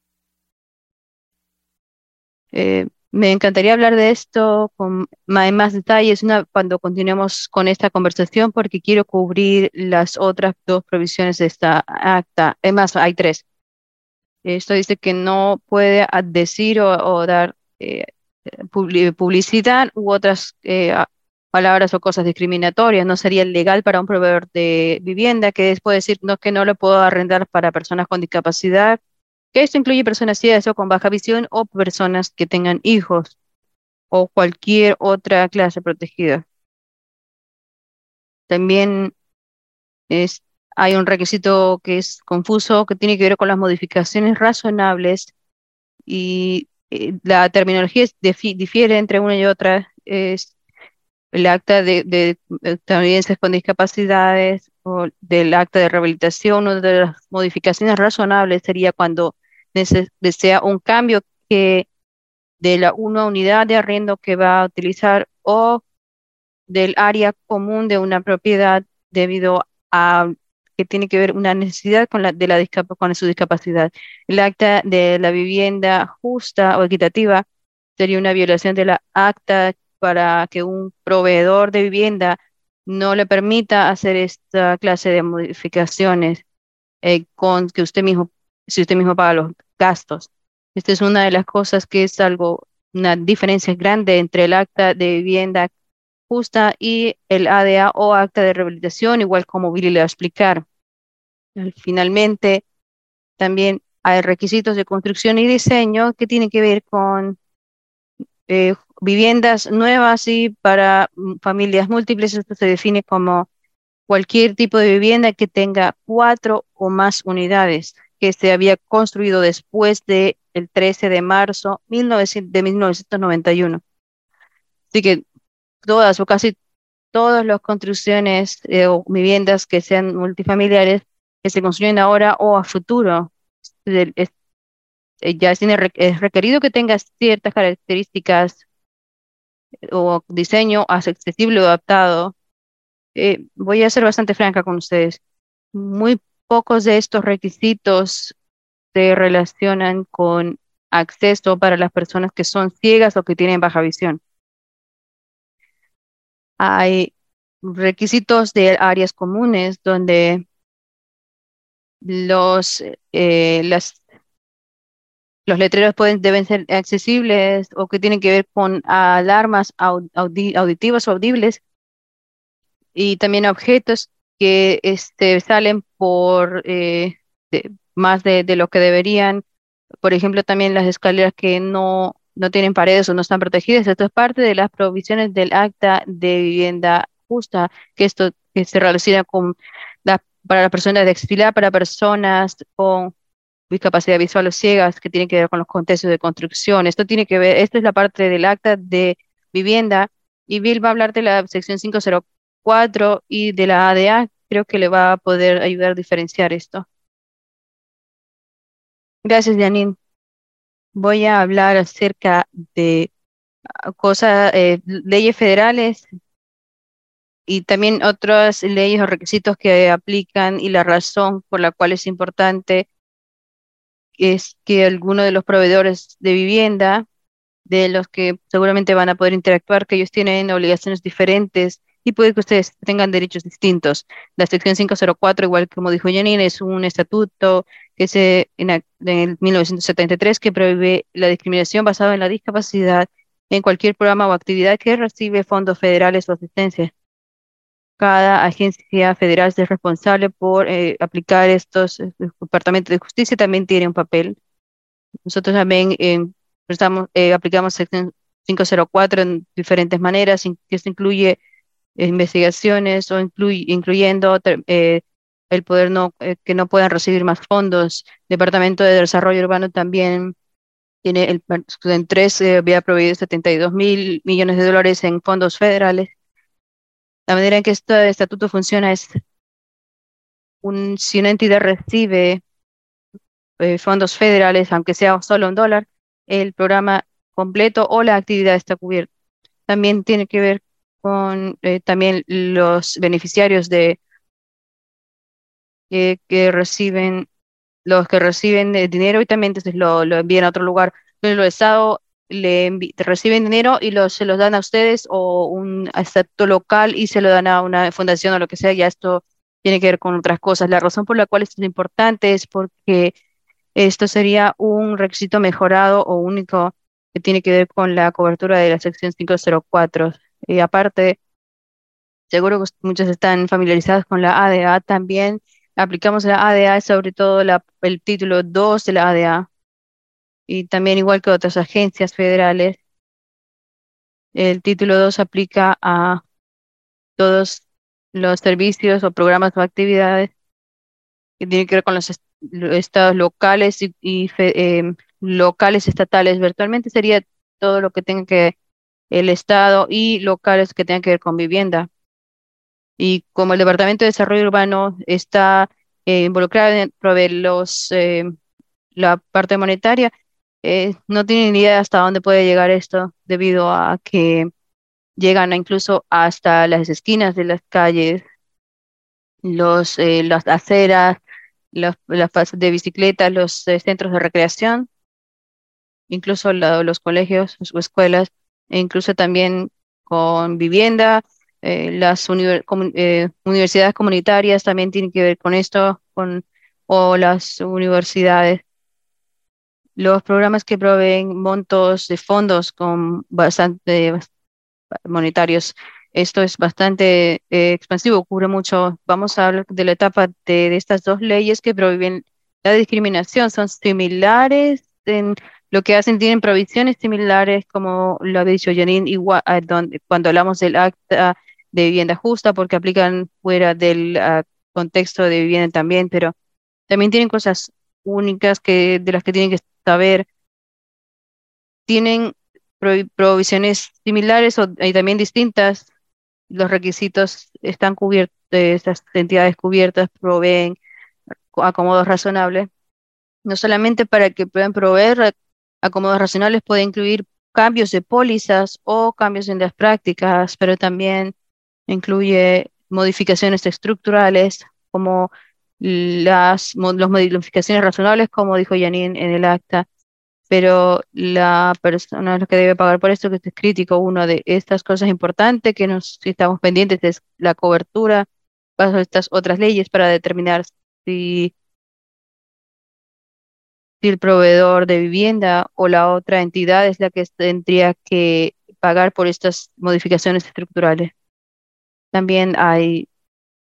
Eh, Me encantaría hablar de esto con ma- en más detalles una, cuando continuemos con esta conversación, porque quiero cubrir las otras dos provisiones de esta acta. Es más, hay tres. Esto dice que no puede a- decir o, o dar eh, publi- publicidad u otras eh, a- palabras o cosas discriminatorias. No sería legal para un proveedor de vivienda que después decir no, que no lo puedo arrendar para personas con discapacidad, que esto incluye personas ciegas o con baja visión, o personas que tengan hijos, o cualquier otra clase protegida. También es, hay un requisito que es confuso, que tiene que ver con las modificaciones razonables, y eh, la terminología es- difi- difiere entre una y otra. Es el acta de, de estadounidenses con discapacidades o del acta de rehabilitación. Una de las modificaciones razonables sería cuando nece- desea un cambio que de la una unidad de arriendo que va a utilizar, o del área común de una propiedad, debido a que tiene que ver una necesidad con la, de la discap- con su discapacidad. El acta de la vivienda justa o equitativa sería una violación de la acta para que un proveedor de vivienda no le permita hacer esta clase de modificaciones eh, con que usted mismo, si usted mismo paga los gastos. Esta es una de las cosas que es algo, una diferencia grande entre el acta de vivienda justa y el A D A o acta de rehabilitación, igual como Billy le va a explicar. Al- Finalmente, también hay requisitos de construcción y diseño que tienen que ver con eh, viviendas nuevas y para mm, familias múltiples. Esto se define como cualquier tipo de vivienda que tenga cuatro o más unidades, que se había construido después de el trece de marzo mil novecientos de mil novecientos noventa y uno. Así que todas o casi todas las construcciones eh, o viviendas que sean multifamiliares que se construyen ahora o a futuro, es- es- eh, ya tiene, re- es requerido que tenga ciertas características o diseño accesible o adaptado. Eh, voy a ser bastante franca con ustedes. Muy pocos de estos requisitos se relacionan con acceso para las personas que son ciegas o que tienen baja visión. Hay requisitos de áreas comunes donde los, eh, las, los letreros pueden, deben ser accesibles, o que tienen que ver con alarmas au- audi- auditivas o audibles, y también objetos que este, salen por eh, de- más de, de lo que deberían. Por ejemplo, también las escaleras que no, no tienen paredes o no están protegidas. Esto es parte de las provisiones del acta de vivienda justa, que esto que se relaciona con la, para las personas de accesibilidad, para personas con discapacidad visual o ciegas, que tiene que ver con los contextos de construcción. Esto tiene que ver, esto es la parte del acta de vivienda, y Bill va a hablar de la sección quinientos cuatro y de la A D A. Creo que le va a poder ayudar a diferenciar esto. Gracias, Janine. voy a hablar acerca de cosas, eh, leyes federales y también otras leyes o requisitos que aplican y la razón por la cual es importante es que alguno de los proveedores de vivienda, de los que seguramente van a poder interactuar, que ellos tienen obligaciones diferentes y puede que ustedes tengan derechos distintos. La sección quinientos cuatro, igual como dijo Janine, es un estatuto que se en, en el mil novecientos setenta y tres que prohíbe la discriminación basada en la discapacidad en cualquier programa o actividad que recibe fondos federales o asistencia. Cada agencia federal es responsable por eh, aplicar estos. El Departamento de Justicia también tiene un papel. Nosotros también eh, prestamos, eh, aplicamos sección quinientos cuatro en diferentes maneras, in- que esto incluye eh, investigaciones o incluy- incluyendo ter- eh, el poder no, eh, que no puedan recibir más fondos. Departamento de Desarrollo Urbano también tiene el, en tres eh, había proveído setenta y dos mil millones de dólares en fondos federales. La manera en que este estatuto funciona es un, si una entidad recibe eh, fondos federales, aunque sea solo un dólar, el programa completo o la actividad está cubierta. También tiene que ver con eh, también los beneficiarios de eh, que reciben, los que reciben eh, dinero y también entonces lo, lo envían a otro lugar. Entonces, los estados le envi- reciben dinero y los, se los dan a ustedes o un estatuto local y se lo dan a una fundación o lo que sea. Ya esto tiene que ver con otras cosas. La razón por la cual esto es importante es porque esto sería un requisito mejorado o único que tiene que ver con la cobertura de la sección quinientos cuatro. Y aparte, seguro que muchos están familiarizados con la A D A también. Aplicamos la A D A, sobre todo la- el título dos de la A D A. Y también, igual que otras agencias federales, el título dos aplica a todos los servicios o programas o actividades que tienen que ver con los est- lo- estados locales y, y fe- em, locales, estatales. Virtualmente sería todo lo que tenga que el estado y locales que tengan que ver con vivienda. Y como el Departamento de Desarrollo Urbano está eh, involucrado en proveer los, eh, la parte monetaria, eh, no tienen ni idea hasta dónde puede llegar esto, debido a que llegan a incluso hasta las esquinas de las calles, los, eh, las aceras, los, las fases de bicicletas, los eh, centros de recreación, incluso la- los colegios o escuelas, e incluso también con vivienda. Eh, las univer- comu- eh, universidades comunitarias también tienen que ver con esto, con, o las universidades. Los programas que proveen montos de fondos con bastante bas- monetarios. Esto es bastante eh, expansivo, cubre mucho. Vamos a hablar de la etapa de, de estas dos leyes que prohíben la discriminación. Son similares en lo que hacen, tienen provisiones similares, como lo había dicho Janine, igual, a donde, cuando hablamos del acta de vivienda justa, porque aplican fuera del ah, contexto de vivienda también, pero también tienen cosas únicas que, de las que tienen que saber. Tienen prohi- provisiones similares o y también distintas. Los requisitos están cubiertos, estas entidades cubiertas proveen co- acomodos razonables. No solamente para que puedan proveer a- acomodos razonables, puede incluir cambios de pólizas o cambios en las prácticas, pero también incluye modificaciones estructurales como las, mo- las modificaciones razonables, como dijo Janine en el acta, pero la persona que debe pagar por esto, que es crítico, una de estas cosas importantes que nos si estamos pendientes es la cobertura bajo estas otras leyes para determinar si, si el proveedor de vivienda o la otra entidad es la que tendría que pagar por estas modificaciones estructurales. También hay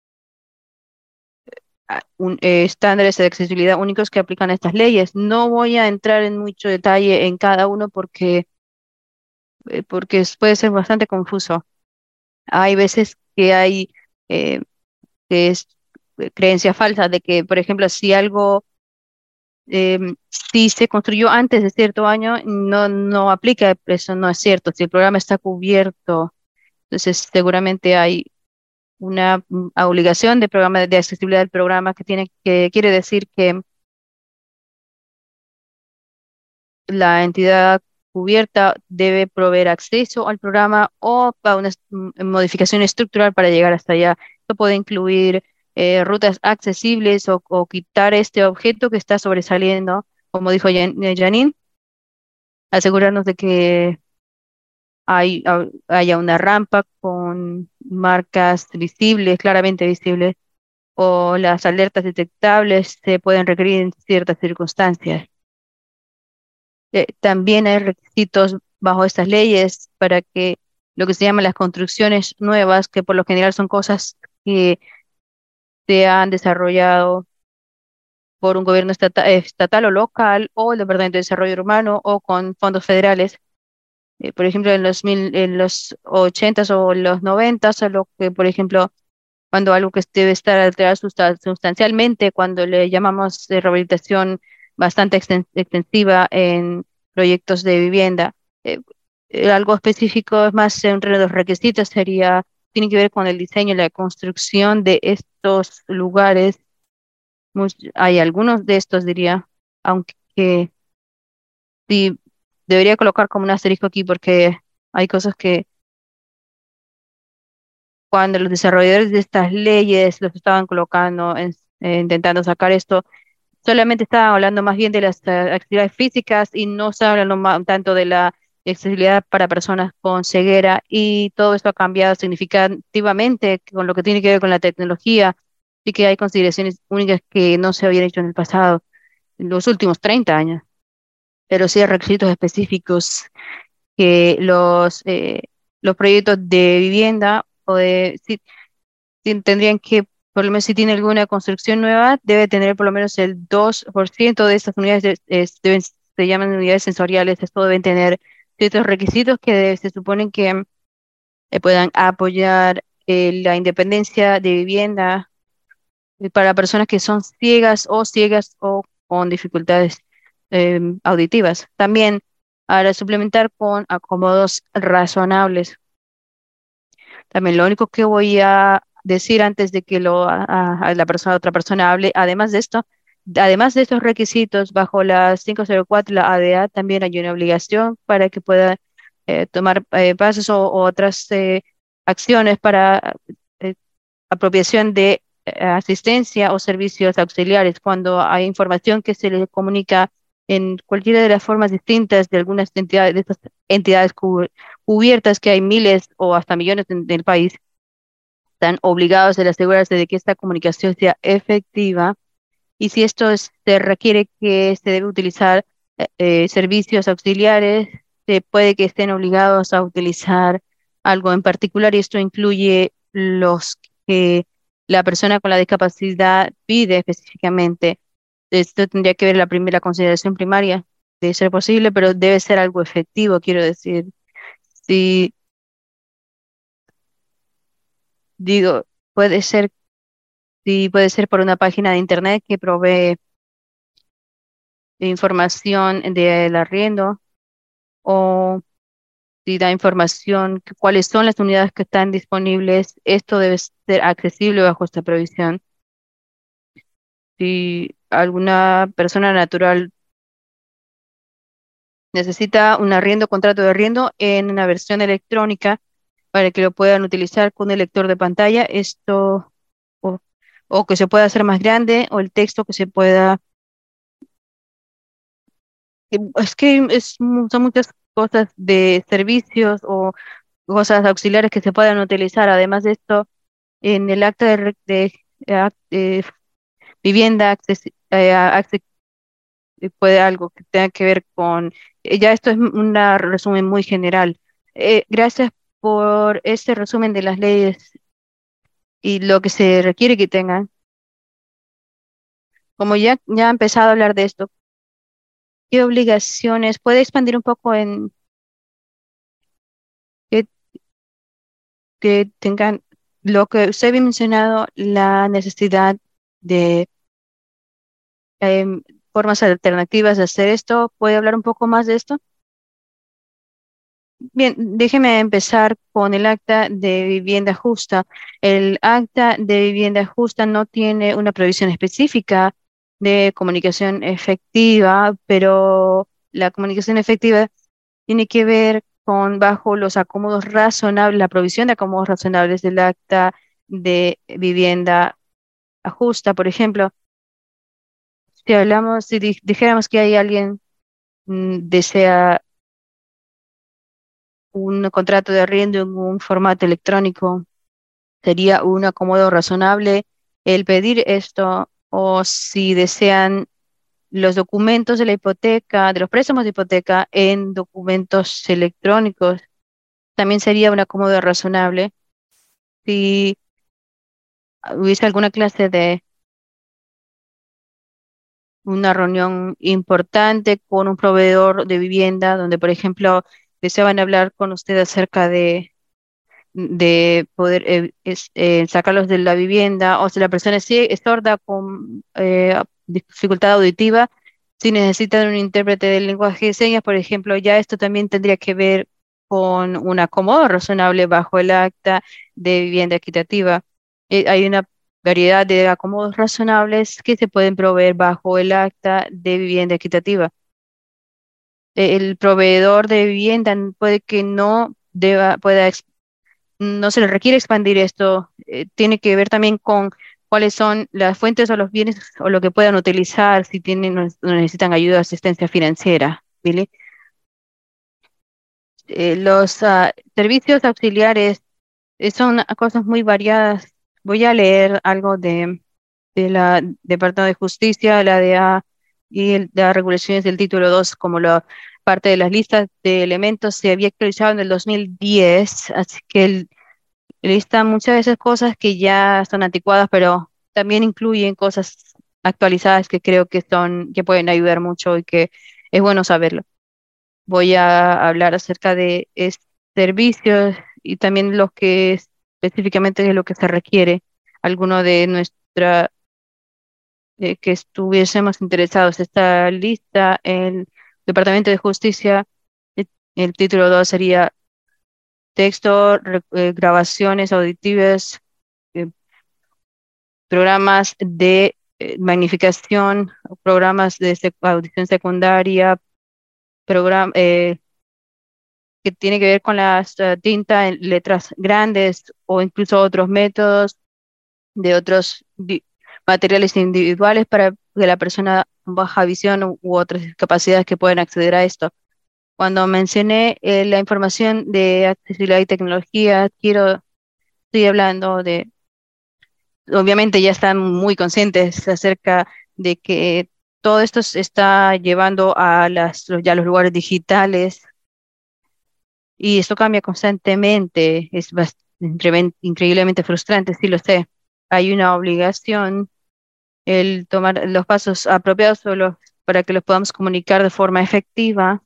ah, un- eh, estándares de accesibilidad únicos que aplican a estas leyes. No voy a entrar en mucho detalle en cada uno porque, eh, porque es- puede ser bastante confuso. Hay veces que hay eh, que es eh, creencia falsa de que, por ejemplo, si algo em, si se construyó antes de cierto año, no, no aplica, eso no es cierto. Si el programa está cubierto, entonces seguramente hay una mm, obligación de programa de accesibilidad del programa que tiene que quiere decir que la entidad cubierta debe proveer acceso al programa o para una s- m- modificación estructural para llegar hasta allá. Esto puede incluir eh, rutas accesibles o, o quitar este objeto que está sobresaliendo, como dijo Jan- eh, Janine, asegurarnos de que hay, ha- haya una rampa con marcas visibles, claramente visibles, o las alertas detectables se pueden requerir en ciertas circunstancias. Eh, también hay requisitos bajo estas leyes para que lo que se llaman las construcciones nuevas, que por lo general son cosas que se han desarrollado por un gobierno estata- eh, estatal o local o el Departamento de Desarrollo Urbano o con fondos federales. Eh, por ejemplo, en los mil, en los ochentas o los noventas, a lo que, por ejemplo, cuando algo que debe estar alterado susta- sustancialmente, cuando le llamamos de rehabilitación bastante exten- extensiva en proyectos de vivienda. Eh, eh, algo específico, es más, entre los requisitos sería, tiene que ver con el diseño y la construcción de estos lugares. Mus- Hay algunos de estos, diría, aunque sí, debería colocar como un asterisco aquí porque hay cosas que cuando los desarrolladores de estas leyes los estaban colocando, en- eh, intentando sacar esto, solamente estaban hablando más bien de las eh, actividades físicas y no estaban hablando ma- tanto de la accesibilidad para personas con ceguera y todo esto ha cambiado significativamente con lo que tiene que ver con la tecnología y que hay consideraciones únicas que no se habían hecho en el pasado, en los últimos treinta años, pero sí hay requisitos específicos que los, eh, los proyectos de vivienda o de, sí, tien- tendrían que, por lo menos si tiene alguna construcción nueva, debe tener por lo menos el dos por ciento de estas unidades, de- es- deben, se llaman unidades sensoriales, esto deben tener ciertos requisitos que de- se suponen que mm, eh, puedan apoyar eh, la independencia de vivienda eh, para personas que son ciegas o ciegas o con dificultades em, auditivas. También para suplementar con acomodos razonables. También lo único que voy a decir antes de que lo, a, a- a la persona, otra persona hable, además de esto, además de estos requisitos, bajo la quinientos cuatro, la A D A, también hay una obligación para que pueda eh, tomar eh, pasos o, o otras eh, acciones para eh, apropiación de eh, asistencia o servicios auxiliares cuando hay información que se le comunica en cualquiera de las formas distintas de algunas entidades, de estas entidades cu- cubiertas, que hay miles o hasta millones en el país, están obligados a asegurarse de que esta comunicación sea efectiva y si esto es- se requiere que se debe utilizar eh, eh, servicios auxiliares, se puede que estén obligados a utilizar algo en particular y esto incluye los que la persona con la discapacidad pide específicamente. Esto tendría que ver la primera consideración primaria de ser posible, pero debe ser algo efectivo, quiero decir. Si digo, puede ser, si puede ser por una página de internet que provee información del arriendo o si da información, que- cuáles son las unidades que están disponibles, esto debe ser accesible bajo esta previsión. Si alguna persona natural necesita un arriendo, contrato de arriendo en una versión electrónica para que lo puedan utilizar con el lector de pantalla, esto o, o que se pueda hacer más grande o el texto que se pueda. eh, Es que es, mu- son muchas cosas de servicios o cosas auxiliares que se puedan utilizar. Además de esto, en el acta de, re- de, eh, ac- eh, vivienda accesi- eh, a- acce- eh, puede algo que tenga que ver con, eh, ya esto es un resumen muy general. Eh, gracias por este resumen de las leyes y lo que se requiere que tengan. Como ya, ya he empezado a hablar de esto, ¿qué obligaciones? ¿Puede expandir un poco en qué, que tengan lo que usted había mencionado, la necesidad de em, formas alternativas de hacer esto? ¿Puede hablar un poco más de esto? Bien, déjeme empezar con el acta de vivienda justa. El acta de vivienda justa no tiene una provisión específica de comunicación efectiva, pero la comunicación efectiva tiene que ver con bajo los acomodos razonables, la provisión de acomodos razonables del acta de vivienda justa. Por ejemplo, si hablamos, si di- dijéramos que hay alguien mm, desea un contrato de arriendo en un formato electrónico, sería un acomodo razonable el pedir esto, o si desean los documentos de la hipoteca, de los préstamos de hipoteca en documentos electrónicos, también sería un acomodo razonable. Si hubiese alguna clase de una reunión importante con un proveedor de vivienda, donde, por ejemplo, deseaban hablar con usted acerca de, de poder eh, es- eh, sacarlos de la vivienda, o si la persona es, cie- es sorda con eh, dificultad auditiva, si necesitan un intérprete del lenguaje de señas, por ejemplo, ya esto también tendría que ver con un acomodo razonable bajo el acta de vivienda equitativa. Eh, hay una variedad de acomodos razonables que se pueden proveer bajo el acta de vivienda equitativa. Eh, El proveedor de vivienda n- puede que no deba, pueda, ex- no se le requiere expandir esto. Eh, tiene que ver también con cuáles son las fuentes o los bienes o lo que puedan utilizar si tienen o necesitan ayuda o asistencia financiera. ¿Billy? Eh, los ah, servicios auxiliares eh, son cosas muy variadas. Voy a leer algo de de la Departamento de Justicia, la D A y el- las regulaciones del título dos como la parte de las listas de elementos se había actualizado en el dos mil diez, así que el, lista muchas veces cosas que ya son anticuadas, pero también incluyen cosas actualizadas que creo que son, que pueden ayudar mucho y que es bueno saberlo. Voy a hablar acerca de es- servicios y también lo que es específicamente de lo que se requiere. Alguno de nuestra eh, que estuviésemos interesados. Esta lista, el Departamento de Justicia, el, el título dos sería texto, re- eh, grabaciones auditivas, eh, programas de eh, magnificación, programas de sec- audición secundaria, program- eh, que tiene que ver con la tinta en letras grandes o incluso otros métodos de otros di- materiales individuales para que la persona con baja visión u, u otras discapacidades que pueden acceder a esto. Cuando mencioné eh, la información de accesibilidad y tecnología, quiero, estoy hablando de, obviamente ya están muy conscientes acerca de que todo esto se está llevando a las, los, ya los lugares digitales y esto cambia constantemente, es bast- incremen- increíblemente frustrante, sí lo sé. Hay una obligación el tomar los pasos apropiados o los- para que los podamos comunicar de forma efectiva.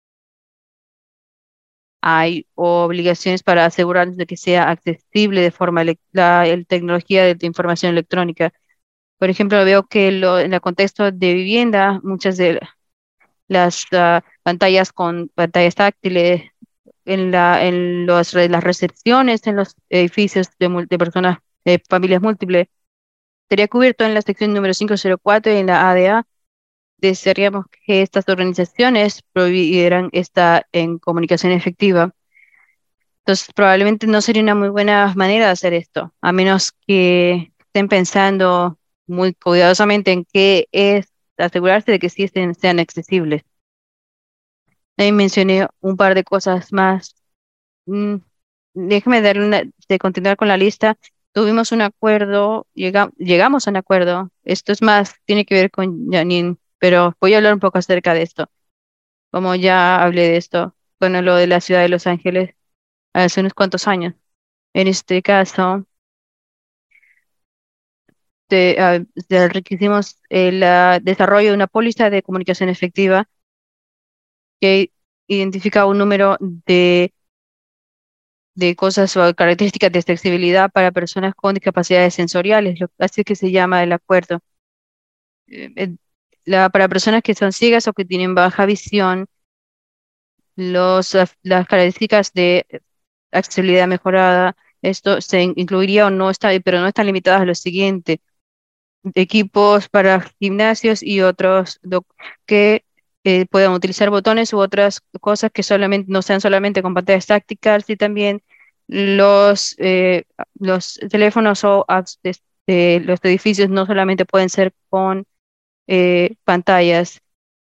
Hay obligaciones para asegurarnos de que sea accesible de forma elec- la el tecnología de, de información electrónica. Por ejemplo, veo que lo- en el contexto de vivienda, muchas de las ah, pantallas con pantallas táctiles en la en los, re- las recepciones en los edificios de, mul- de personas, eh, familias múltiples, sería cubierto en la sección número quinientos cuatro y en la A D A. Desearíamos que estas organizaciones prohibieran esta en comunicación efectiva. Entonces, probablemente no sería una muy buena manera de hacer esto, a menos que estén pensando muy cuidadosamente en qué es asegurarse de que sí estén- sean accesibles. Ahí mencioné un par de cosas más. Mm, déjeme darle una, de continuar con la lista. Tuvimos un acuerdo, llega- llegamos a un acuerdo. Esto es más, tiene que ver con Janine, pero voy a hablar un poco acerca de esto. Como ya hablé de esto, con lo de la ciudad de Los Ángeles hace unos cuantos años. En este caso, te, ah, te requisimos el ah, desarrollo de una póliza de comunicación efectiva que identifica un número de, de cosas o características de accesibilidad para personas con discapacidades sensoriales, lo, así que se llama el acuerdo. Eh, eh, la, para personas que son ciegas o que tienen baja visión, los, ah, las características de accesibilidad mejorada, esto se in- incluiría o no está, pero no están limitadas a lo siguiente: equipos para gimnasios y otros doc- que eh, puedan utilizar botones u otras cosas que solamente no sean solamente con pantallas tácticas, y también los, eh, los teléfonos o apps de, de los edificios no solamente pueden ser con eh, pantallas.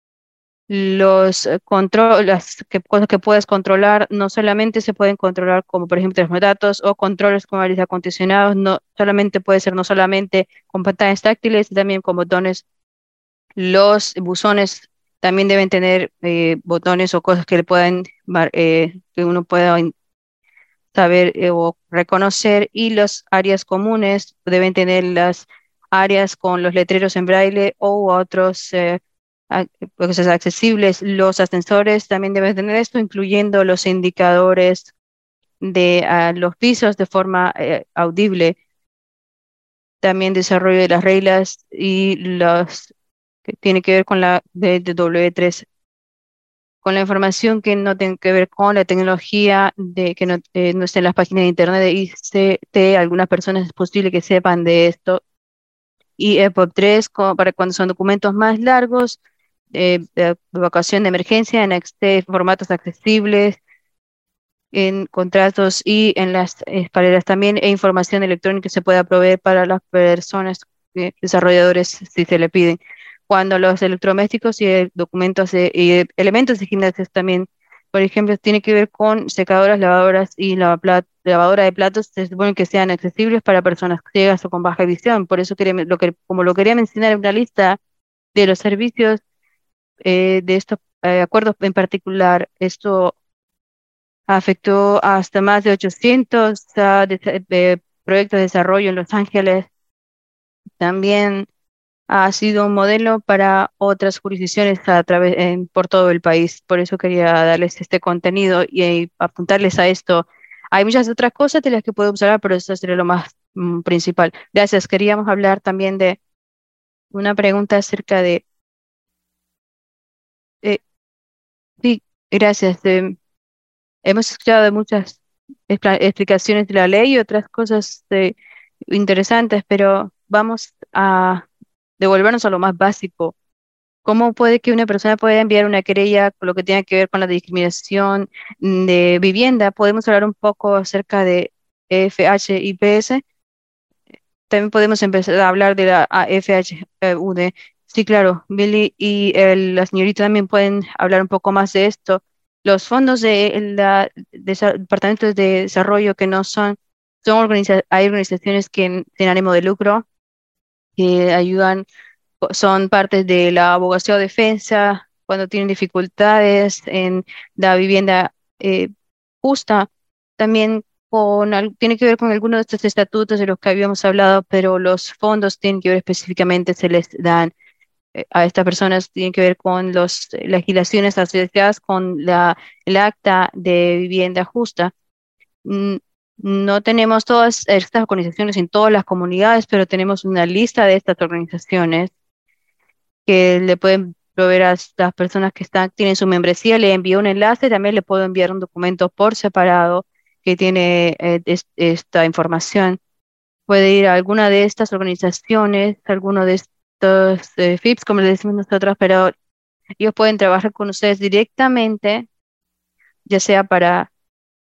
Los eh, control, las que- cosas que puedes controlar no solamente se pueden controlar como por ejemplo los datos o controles con aires acondicionados, no solamente puede ser no solamente con pantallas táctiles, también con botones. Los buzones también deben tener eh, botones o cosas que le puedan mar- eh, que uno pueda in- saber eh, o reconocer, y las áreas comunes deben tener las áreas con los letreros en braille o otros eh, ac- cosas accesibles. Los ascensores también deben tener esto, incluyendo los indicadores de ah, los pisos de forma eh, audible. También desarrollo de las reglas y los que tiene que ver con la D W tres, con la información que no tiene que ver con la tecnología, de que no, eh, no esté en las páginas de internet de I C T. Algunas personas es posible que sepan de esto. Y E P O B tres co- para cuando son documentos más largos, eh, de evacuación de emergencia en ex- formatos accesibles, en contratos y en las escaleras también, e información electrónica que se pueda proveer para las personas, eh, desarrolladores, si se le piden. Cuando los electrodomésticos y eh, documentos de- y eh, elementos de gimnasia también, por ejemplo, tiene que ver con secadoras, lavadoras y lavaplat- lavadora de platos, se supone que sean accesibles para personas ciegas o con baja visión. Por eso quería, men- lo que, como lo quería mencionar en una lista de los servicios eh, de estos eh, acuerdos en particular, esto afectó hasta más de ochocientos ah, desa- eh, proyectos de desarrollo en Los Ángeles. También ha sido un modelo para otras jurisdicciones a través, en- por todo el país. Por eso quería darles este contenido y, eh, apuntarles a esto. Hay muchas otras cosas de las que puedo observar, pero eso sería lo más mm, principal. Gracias. Queríamos hablar también de una pregunta acerca de... eh, sí, gracias. em, Hemos escuchado de muchas expla- explicaciones de la ley y otras cosas eh, interesantes, pero vamos a devolvernos a lo más básico. ¿Cómo puede que una persona pueda enviar una querella con lo que tiene que ver con la discriminación mm, de vivienda? Podemos hablar un poco acerca de F H I P S. También podemos empezar a hablar de la A F H U D. Sí, claro, Billy y el- la señorita también pueden hablar un poco más de esto. Los fondos de la desa- departamentos de desarrollo que no son, son organiza- hay organizaciones que n- sin ánimo de lucro que ayudan, o- son parte de la abogacía o defensa cuando tienen dificultades en la vivienda eh, justa. También con, al- tiene que ver con algunos de estos estatutos de los que habíamos hablado, pero los fondos tienen que ver específicamente, se les dan eh, a estas personas, tienen que ver con las legislaciones asociadas con la, el acta de vivienda justa. Mm, No tenemos todas estas organizaciones en todas las comunidades, pero tenemos una lista de estas organizaciones que le pueden proveer a las personas que están, tienen su membresía. Le envío un enlace, también le puedo enviar un documento por separado que tiene eh, es- esta información. Puede ir a alguna de estas organizaciones, alguno de estos eh, F I Ps, como le decimos nosotros, pero ellos pueden trabajar con ustedes directamente, ya sea para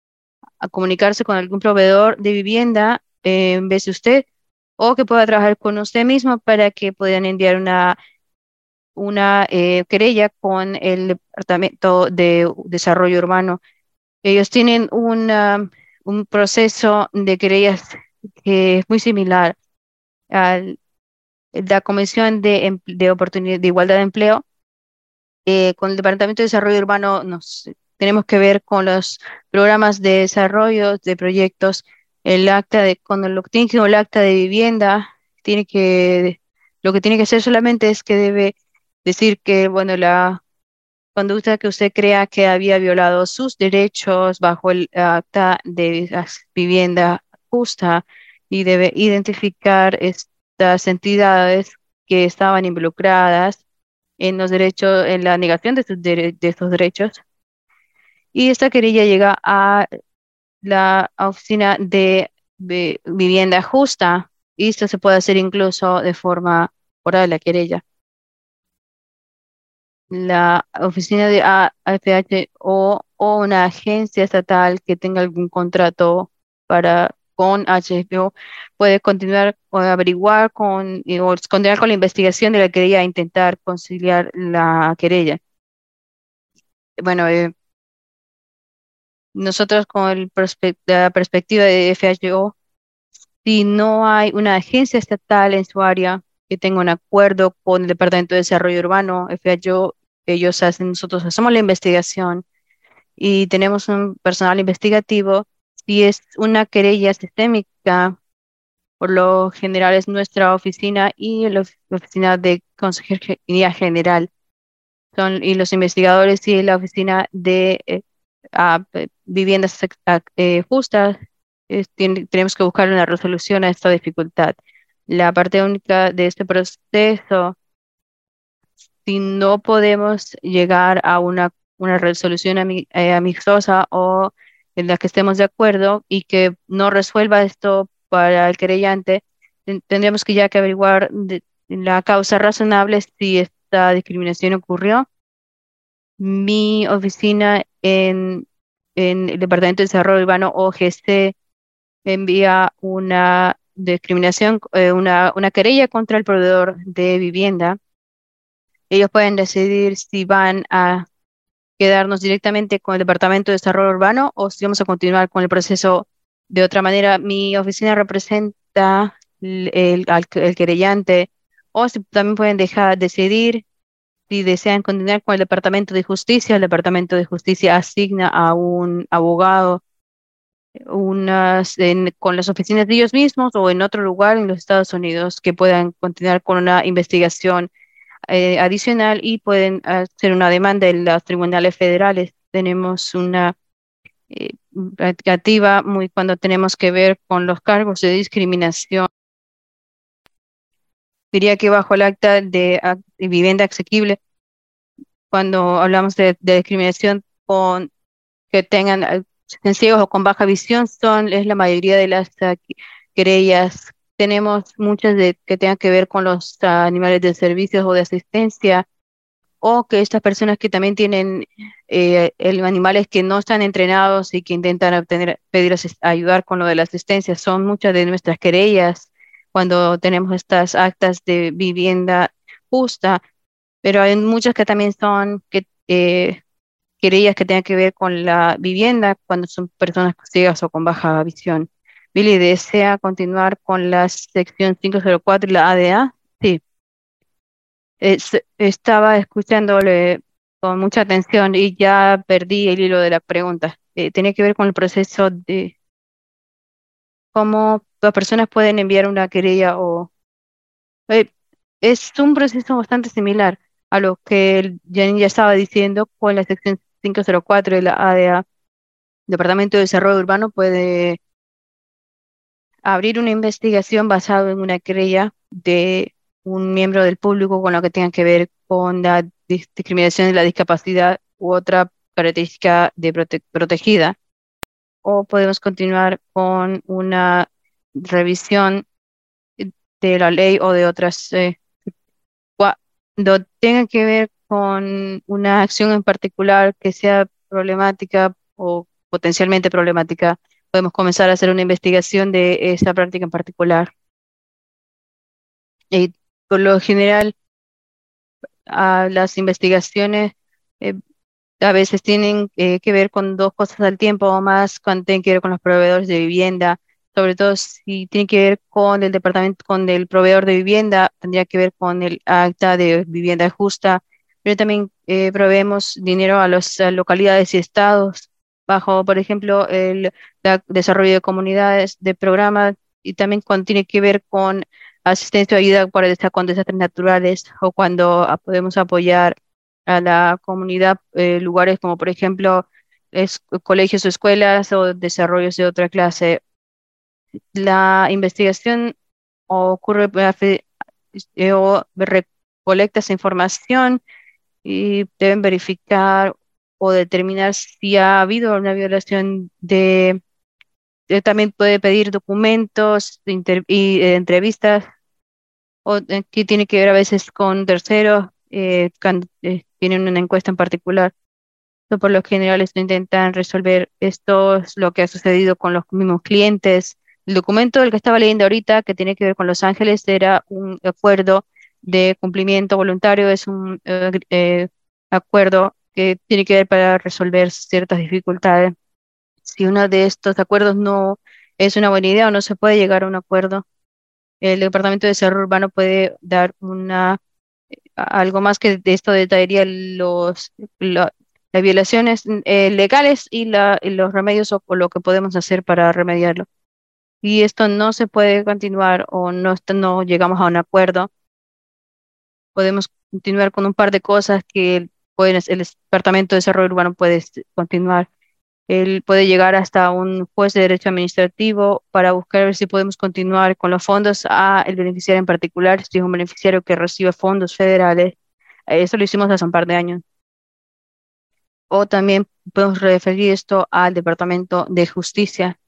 a comunicarse con algún proveedor de vivienda eh, en vez de usted, o que pueda trabajar con usted mismo para que puedan enviar una una eh, querella con el Departamento de Desarrollo Urbano. Ellos tienen una- un proceso de querellas que es muy similar a la Comisión de, Em- de Oportunidad de Igualdad de Empleo. Eh, con el Departamento de Desarrollo Urbano nos tenemos que ver con los programas de desarrollo de proyectos, el acta de, cuando lo que tiene que ver con el acta de vivienda, tiene que, lo que tiene que hacer solamente es que debe decir que, bueno, la conducta que usted crea que había violado sus derechos bajo el acta de as- vivienda justa, y debe identificar estas entidades que estaban involucradas en los derechos, en la negación de, sus dere- de estos derechos. Y esta querella llega a la oficina de, de vivienda justa, y esto se puede hacer incluso de forma oral, la querella. la oficina de A F H O o una agencia estatal que tenga algún contrato para con H F O puede continuar o averiguar con y- o continuar con la investigación de la querella e intentar conciliar la querella. Bueno, eh, nosotros con el perspe- la perspectiva de F H O, si no hay una agencia estatal en su área que tenga un acuerdo con el Departamento de Desarrollo Urbano, F H O, ellos hacen, nosotros hacemos la investigación y tenemos un personal investigativo. Si es una querella sistémica, por lo general es nuestra oficina y la of- oficina de Consejería General son, y los investigadores y la oficina de eh, ah, eh, viviendas ex- ah, eh, justas. Es- tiene- tenemos que buscar una resolución a esta dificultad. La parte única de este proceso, si no podemos llegar a una, una resolución ami- eh, amistosa o en la que estemos de acuerdo y que no resuelva esto para el querellante, ten- tendremos que ya que averiguar de- la causa razonable si esta discriminación ocurrió. Mi oficina en, en el Departamento de Desarrollo Urbano o G C envía una discriminación, eh, una, una querella contra el proveedor de vivienda. Ellos pueden decidir si van a quedarnos directamente con el Departamento de Desarrollo Urbano o si vamos a continuar con el proceso de otra manera. Mi oficina representa el, el- al el querellante o si también pueden dejar decidir si desean continuar con el Departamento de Justicia. El Departamento de Justicia asigna a un abogado unas, en- con las oficinas de ellos mismos o en otro lugar en los Estados Unidos que puedan continuar con una investigación eh, adicional y pueden hacer una demanda en los tribunales federales. Tenemos una eh, practicativa muy cuando tenemos que ver con los cargos de discriminación. Diría que bajo el acta de, ac- de vivienda asequible, cuando hablamos de, de discriminación con que tengan eh, sean ciegos o con baja visión, son, es la mayoría de las ah, que- querellas. Tenemos muchas de, que tengan que ver con los ah, animales de servicios o de asistencia o que estas personas que también tienen eh, el- animales que no están entrenados y que intentan obtener, pedir asis- ayudar con lo de la asistencia, son muchas de nuestras querellas cuando tenemos estas actas de vivienda justa, pero hay muchas que también son que, eh, querellas que tengan que ver con la vivienda cuando son personas ciegas o con baja visión. Billy, ¿desea continuar con la sección quinientos cuatro y la A D A? Sí. Es- estaba escuchándole con mucha atención y ya perdí el hilo de la pregunta. Eh, tenía que ver con el proceso de cómo las personas pueden enviar una querella o... eh, es un proceso bastante similar a lo que el Janine ya estaba diciendo con la sección quinientos cuatro de la A D A. Departamento de Desarrollo Urbano puede abrir una investigación basada en una querella de un miembro del público con lo que tenga que ver con la dis- discriminación de la discapacidad u otra característica de prote- protegida. O podemos continuar con una revisión de la ley o de otras, eh, cuando tenga que ver con una acción en particular que sea problemática o potencialmente problemática, podemos comenzar a hacer una investigación de esa práctica en particular. Y por lo general, a las investigaciones eh, a veces tienen eh, que ver con dos cosas al tiempo o más, cuando tienen que ver con los proveedores de vivienda, sobre todo si tiene que ver con el departamento, con el proveedor de vivienda, tendría que ver con el acta de vivienda justa, pero también eh, proveemos dinero a las a localidades y estados bajo, por ejemplo, el la- desarrollo de comunidades, de programas, y también cuando tiene que ver con asistencia o ayuda para desa- con desastres naturales o cuando ah, podemos apoyar a la comunidad, eh, lugares como por ejemplo es- colegios o escuelas o desarrollos de otra clase. La investigación ocurre a fe- eh, o recolecta esa información y deben verificar o determinar si ha habido una violación de... eh, También puede pedir documentos de inter- y eh, entrevistas o eh, que tiene que ver a veces con terceros eh, cuando eh, tienen una encuesta en particular. So, por lo general, esto intentan resolver. Esto es lo que ha sucedido con los mismos clientes. El documento del que estaba leyendo ahorita, que tiene que ver con Los Ángeles, era un acuerdo de cumplimiento voluntario, es un eh, eh, acuerdo que tiene que ver para resolver ciertas dificultades. Si uno de estos acuerdos no es una buena idea o no se puede llegar a un acuerdo, el Departamento de Desarrollo Urbano puede dar una a- algo más que de esto detallaría los, la- las violaciones eh, legales y, la, y los remedios o, o lo que podemos hacer para remediarlo. Y esto no se puede continuar o no, está- no llegamos a un acuerdo, podemos continuar con un par de cosas que pueden, el Departamento de Desarrollo Urbano puede este, continuar. Él puede llegar hasta un juez de derecho administrativo para buscar ver si podemos continuar con los fondos a el beneficiario en particular, si es un beneficiario que recibe fondos federales. Eh, Eso lo hicimos hace un par de años. O también podemos referir esto al Departamento de Justicia,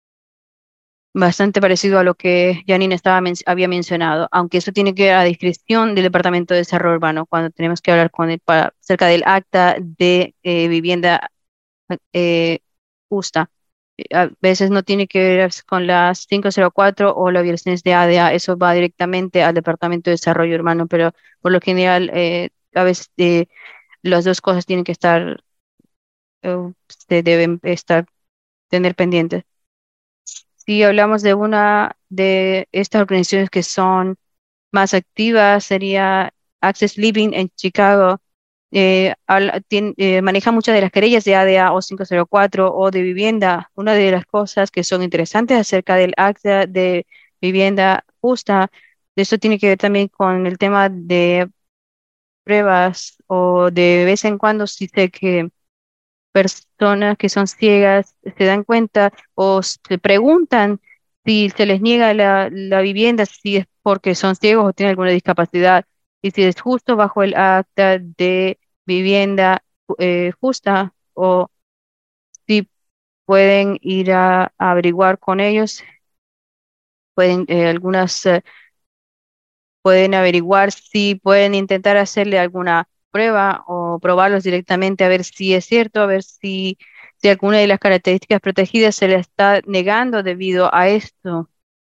bastante parecido a lo que Janine estaba men- había mencionado, aunque eso tiene que ver a discreción del Departamento de Desarrollo Urbano, cuando tenemos que hablar con él para, acerca del acta de eh, vivienda eh, justa. Eh, A veces no tiene que ver con las quinientos cuatro o las violaciones de A D A, eso va directamente al Departamento de Desarrollo Urbano, pero por lo general eh, a veces eh, las dos cosas tienen que estar, eh, se deben estar, tener pendientes. Si hablamos de una de estas organizaciones que son más activas, sería Access Living en Chicago. Eh, habla- tien- eh, maneja muchas de las querellas de A D A o quinientos cuatro o de vivienda. Una de las cosas que son interesantes acerca del acta de vivienda justa, esto tiene que ver también con el tema de pruebas o de vez en cuando sí sé que personas que son ciegas se dan cuenta o se preguntan si se les niega la, la vivienda, si es porque son ciegos o tienen alguna discapacidad, y si es justo bajo el acta de vivienda eh, justa, o si pueden ir a, a averiguar con ellos, pueden eh, algunas eh, pueden averiguar si pueden intentar hacerle alguna prueba o probarlos directamente a ver si es cierto, a ver si, si alguna de las características protegidas se le está negando debido a esto.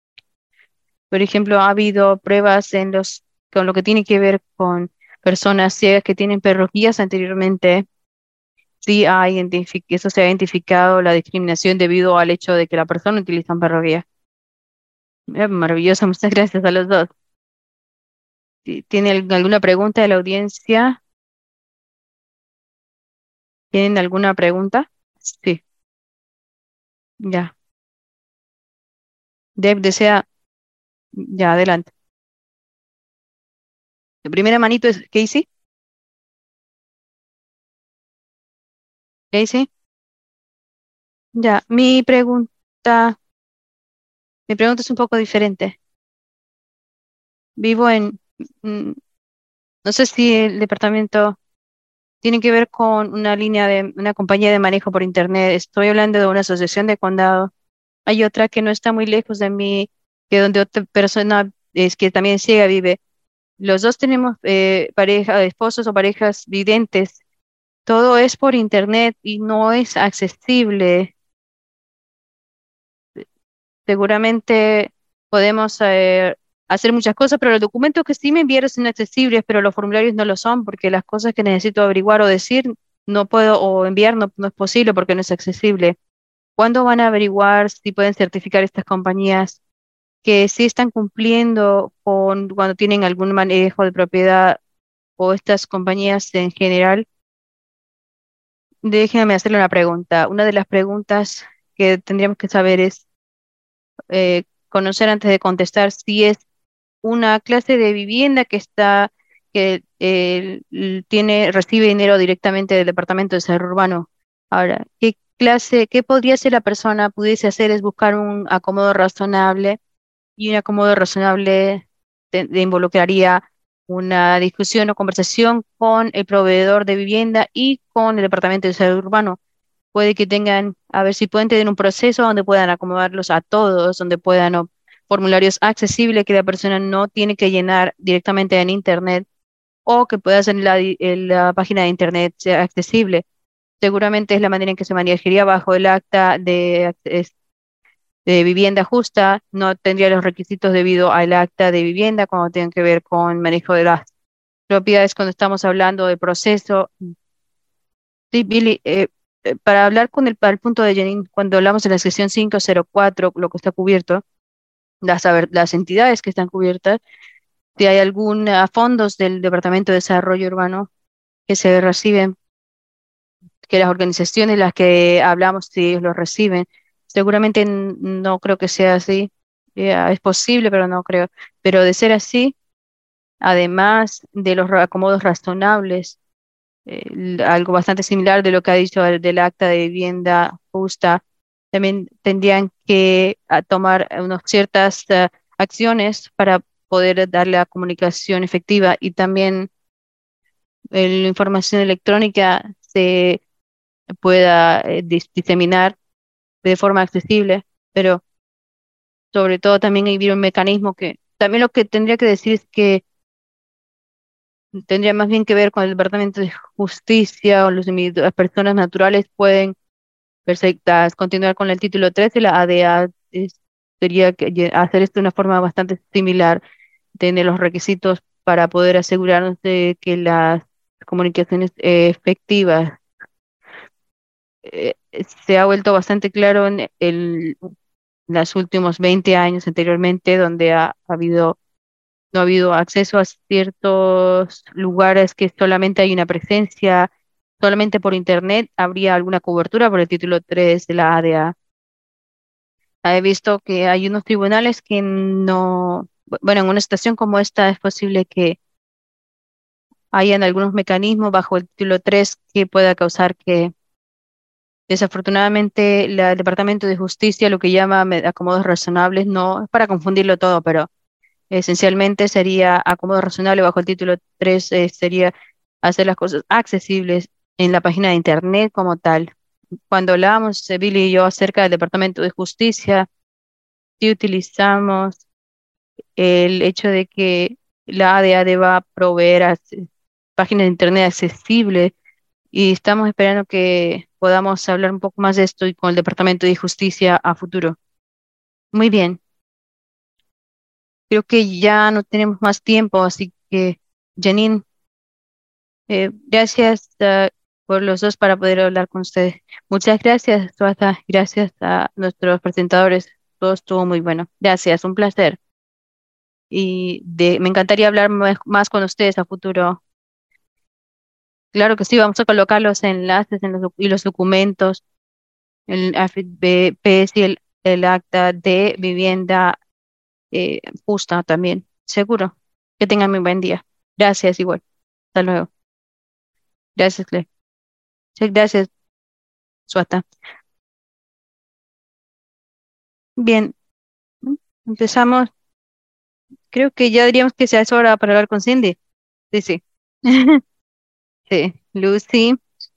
Por ejemplo, ha habido pruebas en los, con lo que tiene que ver con personas ciegas que tienen perros guías anteriormente. Sí, ha identifi- eso se ha identificado la discriminación debido al hecho de que la persona utiliza un perro guía. Eh, Maravilloso, muchas gracias a los dos. Si ¿tiene al- alguna pregunta de la audiencia? ¿Tienen alguna pregunta? Sí, ya. Deb desea, ya, adelante. La primera manito es Casey. Casey, ya. Mi pregunta, mi pregunta es un poco diferente. Vivo en, mm, no sé si el departamento tiene que ver con una línea de, una compañía de manejo por internet. Estoy hablando de una asociación de condado. Hay otra que no está muy lejos de mí, que donde otra persona es que también ciega vive. Los dos tenemos eh, pareja, esposos o parejas videntes. Todo es por internet y no es accesible. Seguramente podemos eh, hacer muchas cosas, pero los documentos que sí me enviaron son accesibles, pero los formularios no lo son, porque las cosas que necesito averiguar o decir no puedo, o enviar no, no es posible porque no es accesible. ¿Cuándo van a averiguar si pueden certificar estas compañías que sí están cumpliendo con cuando tienen algún manejo de propiedad, o estas compañías en general? Déjenme hacerle una pregunta. Una de las preguntas que tendríamos que saber es eh, conocer antes de contestar si es una clase de vivienda que está, que eh, l- tiene, recibe dinero directamente del Departamento de Desarrollo Urbano. Ahora, ¿qué clase, qué podría ser la persona pudiese hacer es buscar un acomodo razonable, y un acomodo razonable te- te involucraría una discusión o conversación con el proveedor de vivienda y con el Departamento de Desarrollo Urbano. Puede que tengan, a ver si pueden tener un proceso donde puedan acomodarlos a todos, donde puedan, o formularios accesibles que la persona no tiene que llenar directamente en internet, o que pueda hacer la, di- en la página de internet sea accesible. Seguramente es la manera en que se manejaría bajo el acta de, ac- de vivienda justa, no tendría los requisitos debido al acta de vivienda cuando tengan que ver con manejo de las propiedades cuando estamos hablando del proceso. Sí, Billy, eh, eh, para hablar con el, para el punto de Janine, cuando hablamos de la sección quinientos cuatro, lo que está cubierto, las, a ver, las entidades que están cubiertas, si hay algún ah, fondos del Departamento de Desarrollo Urbano que se reciben, que las organizaciones las que hablamos, si ellos los reciben, seguramente n- no creo que sea así. Ya, es posible, pero no creo. Pero de ser así, además de los ra- acomodos razonables, eh, l- algo bastante similar de lo que ha dicho el del acta de vivienda justa, también tendrían que ah, tomar unas ciertas ah, acciones para poder dar la comunicación efectiva y también eh, la información electrónica se pueda eh, dis- diseminar de forma accesible, pero sobre todo también hay un mecanismo que también lo que tendría que decir es que tendría más bien que ver con el Departamento de Justicia o los individu- las personas naturales pueden perfectas continuar con el título tres de la A D A. Es- sería que lle- hacer esto de una forma bastante similar, tener los requisitos para poder asegurarnos de que las comunicaciones eh, efectivas eh, se ha vuelto bastante claro en el, los últimos veinte años anteriormente, donde ha, ha habido, no ha habido acceso a ciertos lugares que solamente hay una presencia, solamente por internet habría alguna cobertura por el título tres de la A D A. He visto que hay unos tribunales que no, bu- bueno, en una situación como esta es posible que hayan algunos mecanismos bajo el título tres que pueda causar que desafortunadamente la- el Departamento de Justicia lo que llama me- acomodos razonables, no es para confundirlo todo, pero esencialmente sería acomodo razonable bajo el título tres, eh, sería hacer las cosas accesibles en la página de internet como tal. Cuando hablábamos, eh, Billy y yo, acerca del Departamento de Justicia, sí utilizamos el hecho de que la A D A deba proveer ac- páginas de internet accesibles y estamos esperando que podamos hablar un poco más de esto y con el Departamento de Justicia a futuro. Muy bien, creo que ya no tenemos más tiempo, así que Janine, eh, gracias ah, por los dos para poder hablar con ustedes. Muchas gracias, Suasa, gracias a nuestros presentadores, todo estuvo muy bueno. Gracias, un placer. Y de, me encantaría hablar más más con ustedes a futuro. Claro que sí, vamos a colocar los enlaces en los, doc- y los documentos, el A F I B P S y el, el acta de vivienda eh, justa también. Seguro. Que tengan muy buen día. Gracias, igual. Hasta luego. Gracias, Cle. Sí, gracias, Suata. Bien, ¿no? Empezamos. Creo que ya diríamos que ya es hora para hablar con Cindy. Sí, sí. Sí, Lucy.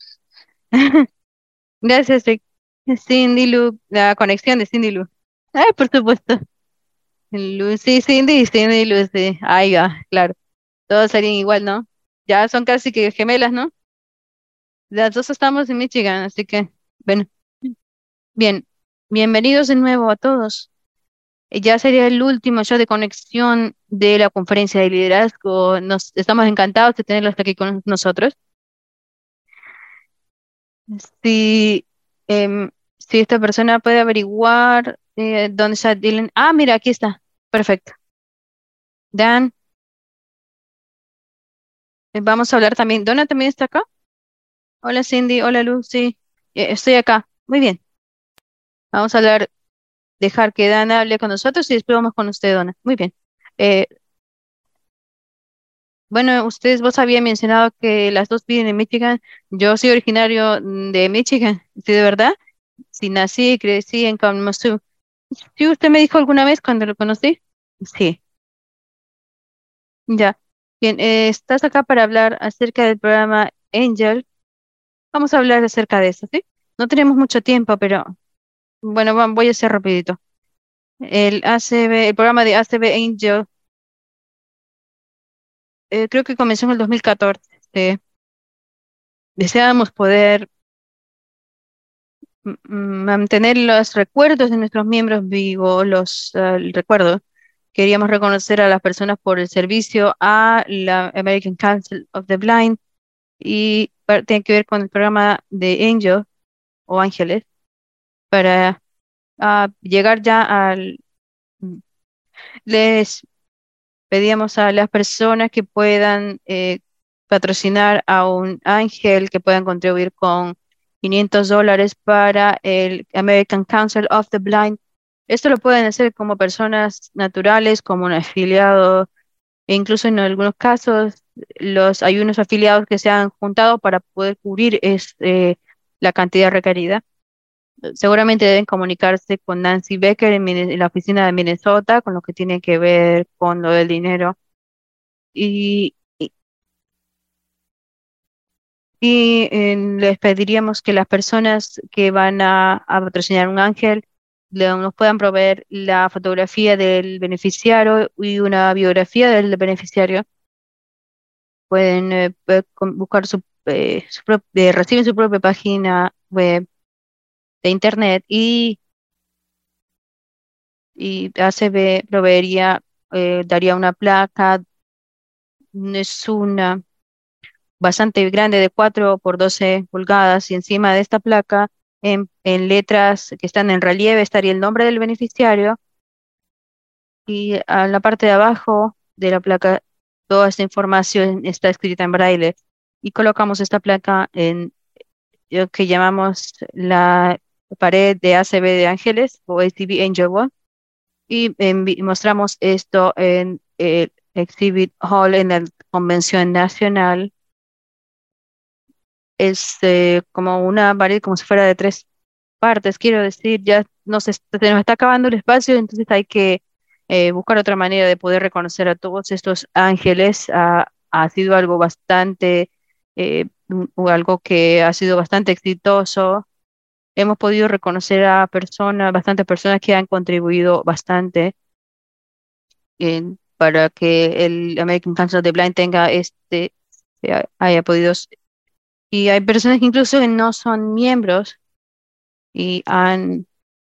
Gracias, Rick. Cindy Lu, la conexión de Cindy Lu. Ay, por supuesto. Lucy, Cindy, Cindy, Lucy. Ahí va, claro. Todos serían igual, ¿no? Ya son casi que gemelas, ¿no? Las dos estamos en Michigan, así que, bueno, bien. Bienvenidos de nuevo a todos. Eh, Ya sería el último show de conexión de la conferencia de liderazgo. Nos estamos encantados de tenerlos aquí con nosotros. Si, em, si esta persona puede averiguar eh, dónde está Dylan. Ah, mira, aquí está. Perfecto. Dan, eh, vamos a hablar también. ¿Donna también está acá? Hola Cindy, hola Lucy. Eh, estoy acá. Muy bien. Vamos a hablar, dejar que Dan hable con nosotros y después vamos con usted, Donna. Muy bien. Eh, bueno, ustedes, vos habían mencionado que las dos viven en Michigan. Yo soy originario mm, de Michigan. ¿Sí, de verdad? Sí, nací y crecí en Kalamazoo. ¿Sí usted me dijo alguna vez cuando lo conocí? Sí, ya. Bien, eh, estás acá para hablar acerca del programa Angel. Vamos a hablar acerca de eso, ¿sí? No tenemos mucho tiempo, pero bueno, va- voy a hacer rapidito. El A C B, el programa de A C B Angel eh, creo que comenzó en el dos mil catorce. eh, Deseábamos poder m- m- mantener los recuerdos de nuestros miembros vivos, los, ah, el recuerdo. Queríamos reconocer a las personas por el servicio a la American Council of the Blind y pa- tiene que ver con el programa de Angel o Ángeles para ah, llegar ya al... Les pedíamos a las personas que puedan eh, patrocinar a un ángel, que puedan contribuir con quinientos dólares para el American Council of the Blind. Esto lo pueden hacer como personas naturales, como un afiliado, e incluso en algunos casos los, hay unos afiliados que se han juntado para poder cubrir este, la cantidad requerida. Seguramente deben comunicarse con Nancy Becker en, Mine- en la oficina de Minnesota, con lo que tiene que ver con lo del dinero. Y, y, y, eh, les pediríamos que las personas que van a, a patrocinar un ángel le- nos puedan proveer la fotografía del beneficiario y una biografía del beneficiario. Pueden eh, pe- con- buscar su, eh, su prop- eh, reciben su propia página web de internet y, y A C B proveería, eh, daría una placa. Es una bastante grande de cuatro por doce pulgadas y encima de esta placa, en, en letras que están en relieve, estaría el nombre del beneficiario y a la parte de abajo de la placa toda esta información está escrita en braille y colocamos esta placa en lo que llamamos la pared de A C B de Ángeles o A C B Angel Wall y envi- mostramos esto en el Exhibit Hall en la Convención Nacional. Es eh, como una pared como si fuera de tres partes, quiero decir, ya no se, se nos está acabando el espacio, entonces hay que eh, buscar otra manera de poder reconocer a todos estos ángeles. Ha, ha sido algo bastante, eh, un- o algo que ha sido bastante exitoso. Hemos podido reconocer a personas, bastantes personas que han contribuido bastante en- para que el American Council of the Blind tenga este, eh, haya podido. Y hay personas que incluso que no son miembros y han,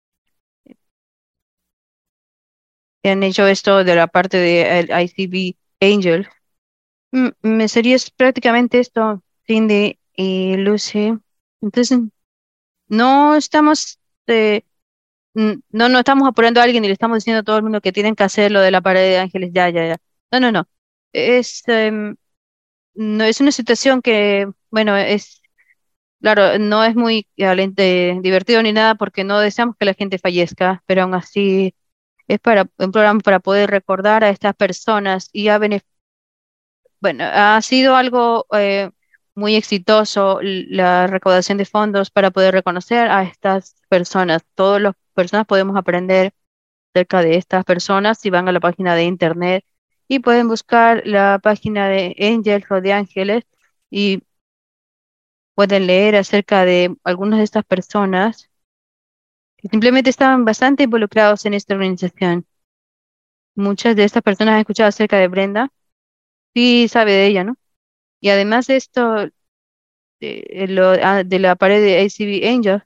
han hecho esto de la parte del I C B Angel. Mm, Me sería es prácticamente esto, Cindy y Lucy. Entonces, no estamos, eh, n- no, no estamos apurando a alguien y le estamos diciendo a todo el mundo que tienen que hacer lo de la pared de ángeles, ya, ya, ya. No, no, no. Es, em, no es una situación que, bueno, es, claro, no es muy alente- divertido ni nada porque no deseamos que la gente fallezca, pero aún así es para un programa para poder recordar a estas personas y ha bene- bueno, ha sido algo eh, muy exitoso l- la recaudación de fondos para poder reconocer a estas personas. Todas las personas podemos aprender acerca de estas personas si van a la página de internet y pueden buscar la página de Angels o de Ángeles y pueden leer acerca de algunas de estas personas que simplemente estaban bastante involucrados en esta organización. Muchas de estas personas han escuchado acerca de Brenda. Sí, sabe de ella, ¿no? Y además de esto, de, lo, ah, de la pared de A C B Angel,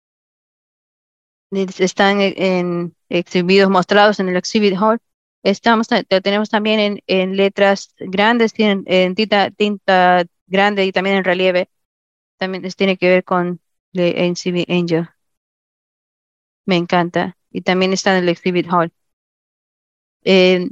de- están en, en exhibidos, mostrados en el Exhibit Hall. Estamos, ta- te- tenemos también en, en letras grandes, tienen en tinta, tinta grande y también en relieve. También es- tiene que ver con de A C B Angel. Me encanta. Y también está en el Exhibit Hall. Eh,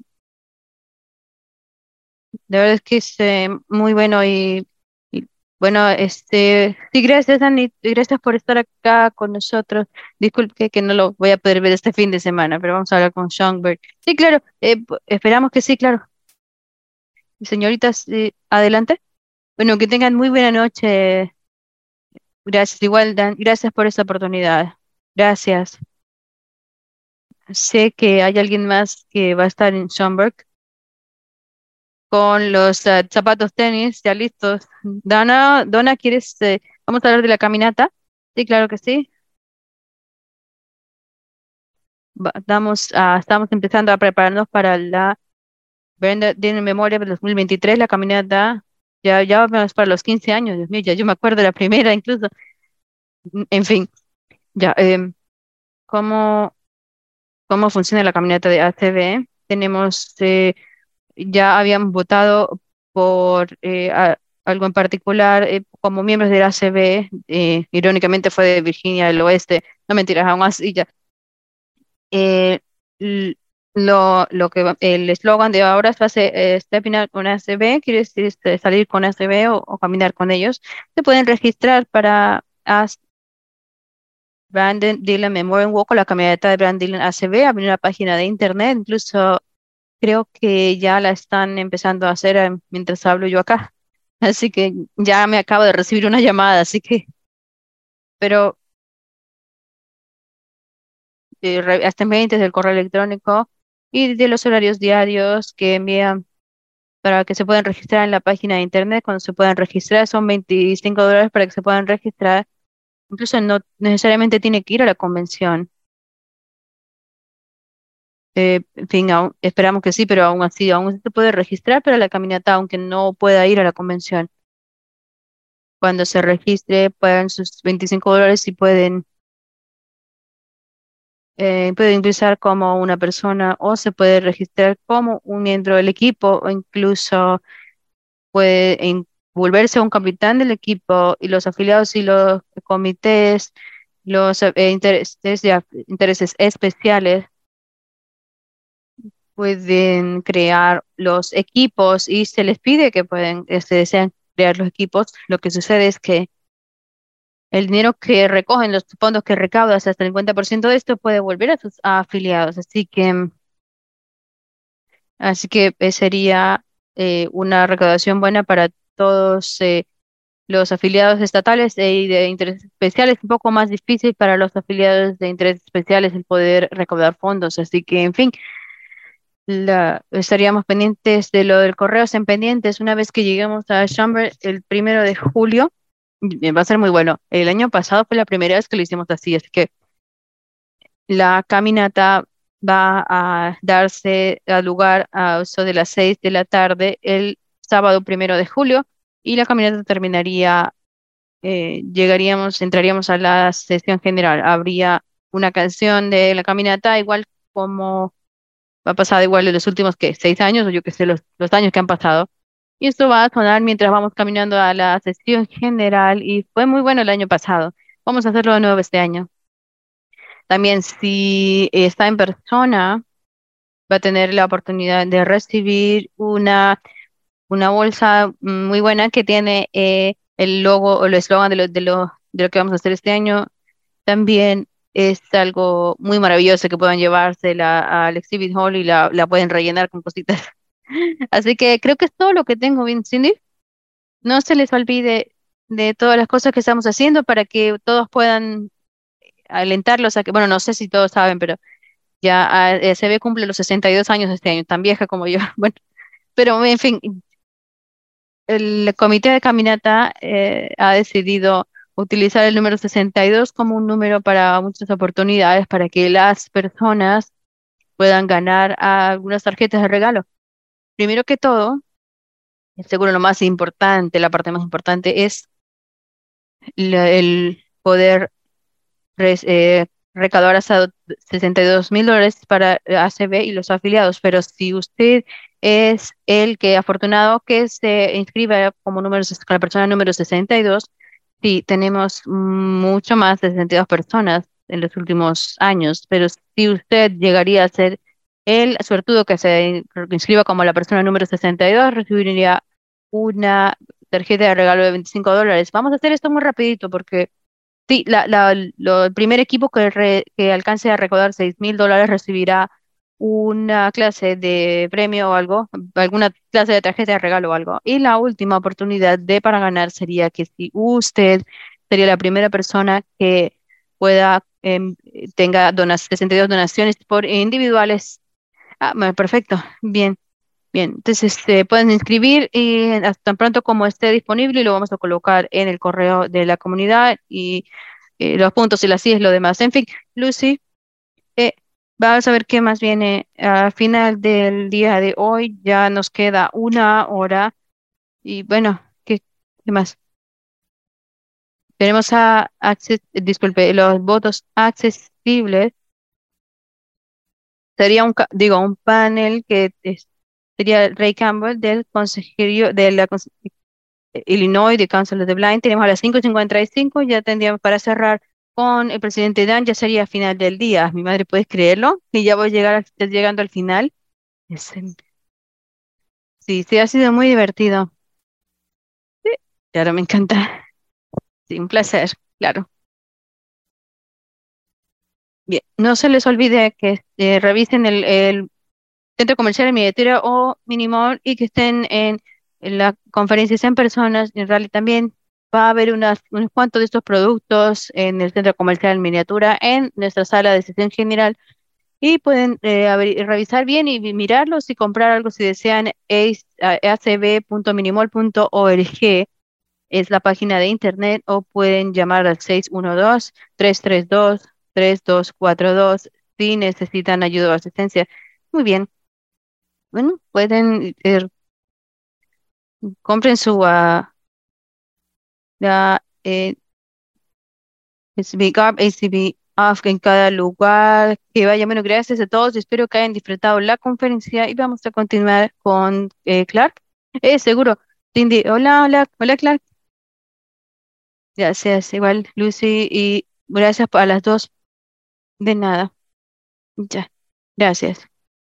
La verdad es que es eh, muy bueno y, y, bueno, este, sí, gracias, Dani, gracias por estar acá con nosotros. Disculpe que, que no lo voy a poder ver este fin de semana, pero vamos a hablar con Schoenberg. Sí, claro, eh, p- esperamos que sí, claro. Señoritas, eh, adelante. Bueno, que tengan muy buena noche. Gracias, igual, Dan, gracias por esta oportunidad. Gracias. Sé que hay alguien más que va a estar en Schoenberg con los eh, zapatos tenis ya listos. Dana, Donna, ¿quieres, eh, vamos a hablar de la caminata? Sí, claro que sí. Va- Estamos, ah, estamos empezando a prepararnos para la Brenda tiene memoria del dos mil veintitrés, la caminata, ya, ya vamos para los quince años, Dios mío, ya yo me acuerdo de la primera incluso. En fin, ya, em, ¿cómo, cómo funciona la caminata de A C B? Tenemos, eh, ya habíamos votado por eh, a- algo en particular, eh, como miembros de la A C B, eh, irónicamente fue de Virginia del Oeste, no mentiras, aún así ya. eh, l- lo, lo que va- el eslogan de ahora es fase, eh, Stepping Out con A C B, quiere decir este, salir con A C B o, o caminar con ellos. Se pueden registrar para Ask Brandon Dillon Memorial Walk o la caminata de Brandon Dillon A C B, abrir una página de internet, incluso creo que ya la están empezando a hacer eh, mientras hablo yo acá. Así que ya me acabo de recibir una llamada, así que, pero eh, re- estén pendientes del correo electrónico y de los horarios diarios que envían para que se puedan registrar en la página de internet. Cuando se puedan registrar son veinticinco dólares para que se puedan registrar. Incluso no necesariamente tiene que ir a la convención. Eh, en fin, aún- esperamos que sí, pero aún así, aún se puede registrar para la caminata, aunque no pueda ir a la convención. Cuando se registre, pagan sus veinticinco dólares y pueden, eh, pueden ingresar como una persona o se puede registrar como un miembro del equipo o incluso puede in- volverse un capitán del equipo y los afiliados y los comités, los eh, intereses, de af- intereses especiales pueden crear los equipos y se les pide que pueden, este, desean crear los equipos. Lo que sucede es que el dinero que recogen, los fondos que recaudas, hasta el cincuenta por ciento de esto puede volver a sus afiliados. Así que, así que eh, sería eh, una recaudación buena para todos. Eh, los afiliados estatales e- y de intereses especiales, un poco más difícil para los afiliados de intereses especiales el poder recaudar fondos. Así que, en fin, la, estaríamos pendientes de lo del correo, estén pendientes una vez que lleguemos a Chamber el primero de julio. y Va a ser muy bueno. El año pasado fue la primera vez que lo hicimos así, así que la caminata va a darse a lugar a eso de las seis de la tarde el sábado primero de julio y la caminata terminaría eh, llegaríamos, entraríamos a la sesión general. Habría una canción de la caminata, igual como ha pasado igual en los últimos, ¿qué? Seis años, o yo qué sé, los, los años que han pasado. Y esto va a sonar mientras vamos caminando a la sesión general y fue muy bueno el año pasado. Vamos a hacerlo de nuevo este año. También si está en persona, va a tener la oportunidad de recibir una una bolsa mm, muy buena que tiene eh, el logo o el eslogan de lo, de lo, de lo que vamos a hacer este año. También es algo muy maravilloso que puedan llevársela al exhibit hall y la, la pueden rellenar con cositas. Así que creo que es todo lo que tengo, bien, Cindy. No se les olvide de todas las cosas que estamos haciendo para que todos puedan alentarlos a que, bueno, no sé si todos saben, pero ya ah, eh, se ve cumple los sesenta y dos años este año, tan vieja como yo. Bueno, pero en fin, el comité de caminata eh, ha decidido utilizar el número sesenta y dos como un número para muchas oportunidades para que las personas puedan ganar algunas tarjetas de regalo. Primero que todo, seguro lo más importante, la parte más importante es la- el poder res- eh, recaudar hasta sesenta y dos mil dólares para A C B y los afiliados. Pero si usted es el que afortunado que se inscriba como número, ses- con la persona número sesenta y dos, sí, tenemos mucho más de sesenta y dos personas en los últimos años. Pero si usted llegaría a ser el suertudo que se inscriba como la persona número sesenta y dos, recibiría una tarjeta de regalo de veinticinco dólares. Vamos a hacer esto muy rapidito porque sí, la, la- lo- el primer equipo que, re- que alcance a recaudar seis mil dólares recibirá una clase de premio o algo, alguna clase de tarjeta de regalo o algo. Y la última oportunidad de para ganar sería que si usted sería la primera persona que pueda, em, tenga donas, sesenta y dos donaciones por individuales. Ah, bueno, perfecto, bien. Bien, entonces este, pueden inscribir y hasta tan pronto como esté disponible lo vamos a colocar en el correo de la comunidad y eh, los puntos y las sillas y lo demás. En fin, Lucy, eh, vamos a ver qué más viene al final del día de hoy. Ya nos queda una hora y bueno, ¿qué, qué más? Tenemos a, acces- disculpe, los votos accesibles. Sería un, ca- digo, un panel que es- sería Ray Campbell del Consejería de la Conse- Illinois de Council of the Blind. Tenemos a las cinco cincuenta y cinco, ya tendríamos para cerrar con el presidente Dan, ya sería final del día. Mi madre, ¿puedes creerlo? Y ya voy a llegar, a- ya llegando al final. Es, em, sí, sí, ha sido muy divertido. Sí, claro, me encanta. Sí, un placer, claro. Bien, no se les olvide que eh, revisen el, el centro comercial en miniatura o Minimall y que estén en, en la conferencia en personas. En realidad también va a haber unas, unos cuantos de estos productos en el centro comercial en miniatura en nuestra sala de sesión general y pueden eh, abrir- revisar bien y vi- mirarlos y comprar algo si desean. Es a c b punto minimall punto org es la página de internet o pueden llamar al seis uno dos, tres tres dos, tres dos cuatro dos si necesitan ayuda o asistencia. Muy bien. Bueno, pueden, eh, compren su, ah, la, eh, S B Gap, S B Off en cada lugar. Que vaya, bueno, gracias a todos. Espero que hayan disfrutado la conferencia y vamos a continuar con eh, Clark. Eh, seguro. Cindy, hola, hola, hola, Clark. Gracias, igual, Lucy, y gracias a las dos. De nada. Ya, gracias.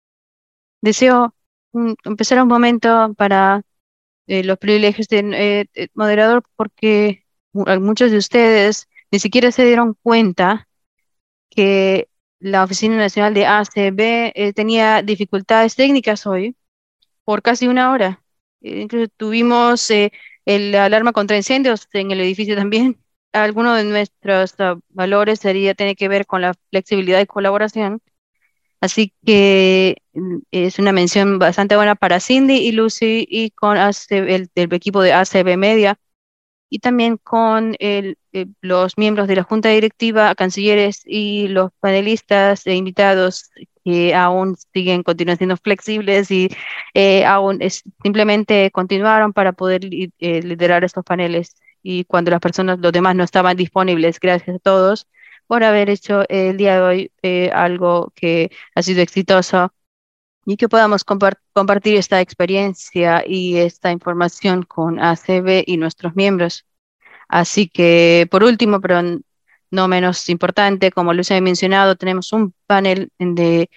Deseo mm, empezar un momento para eh, los privilegios de eh, eh, moderador porque mu- a muchos de ustedes ni siquiera se dieron cuenta que la Oficina Nacional de A C B eh, tenía dificultades técnicas hoy por casi una hora. Eh, incluso tuvimos eh, el alarma contra incendios en el edificio también. Alguno de nuestros ah, valores sería, tiene que ver con la flexibilidad y colaboración. Así que mm, es una mención bastante buena para Cindy y Lucy y con A C B el, el equipo de A C B Media y también con el, eh, los miembros de la Junta Directiva, cancilleres y los panelistas e invitados que aún siguen continuando siendo flexibles y eh, aún es- simplemente continuaron para poder li- eh, liderar estos paneles y cuando las personas, los demás no estaban disponibles. Gracias a todos por haber hecho el día de hoy eh, algo que ha sido exitoso y que podamos compar- compartir esta experiencia y esta información con A C B y nuestros miembros. Así que, por último, pero n- no menos importante, como les he mencionado, tenemos un panel de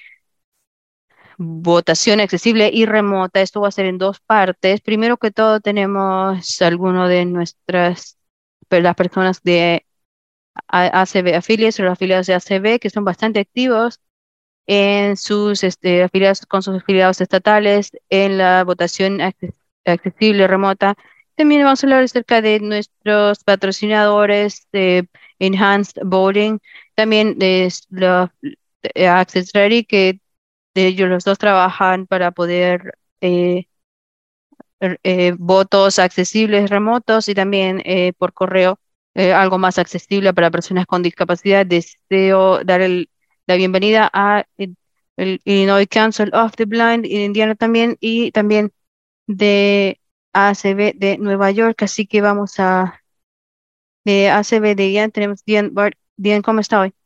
votación accesible y remota. Esto va a ser en dos partes. Primero que todo, tenemos algunos de nuestras, pe- las personas de A- ACB, affiliates o los afiliados de A C B, que son bastante activos en sus este, afiliados con sus afiliados estatales en la votación acces- accesible remota. También vamos a hablar acerca de nuestros patrocinadores de Enhanced Voting, también de s- la de Access Ready, que de ellos los dos trabajan para poder eh, er- eh, votos accesibles remotos y también eh, por correo eh, algo más accesible para personas con discapacidad. Deseo dar el- la bienvenida a el, el Illinois Council of the Blind en Indiana también y también de A C B de Nueva York. Así que vamos a de A C B de Ian tenemos Diane Bart. Diane, ¿cómo está hoy?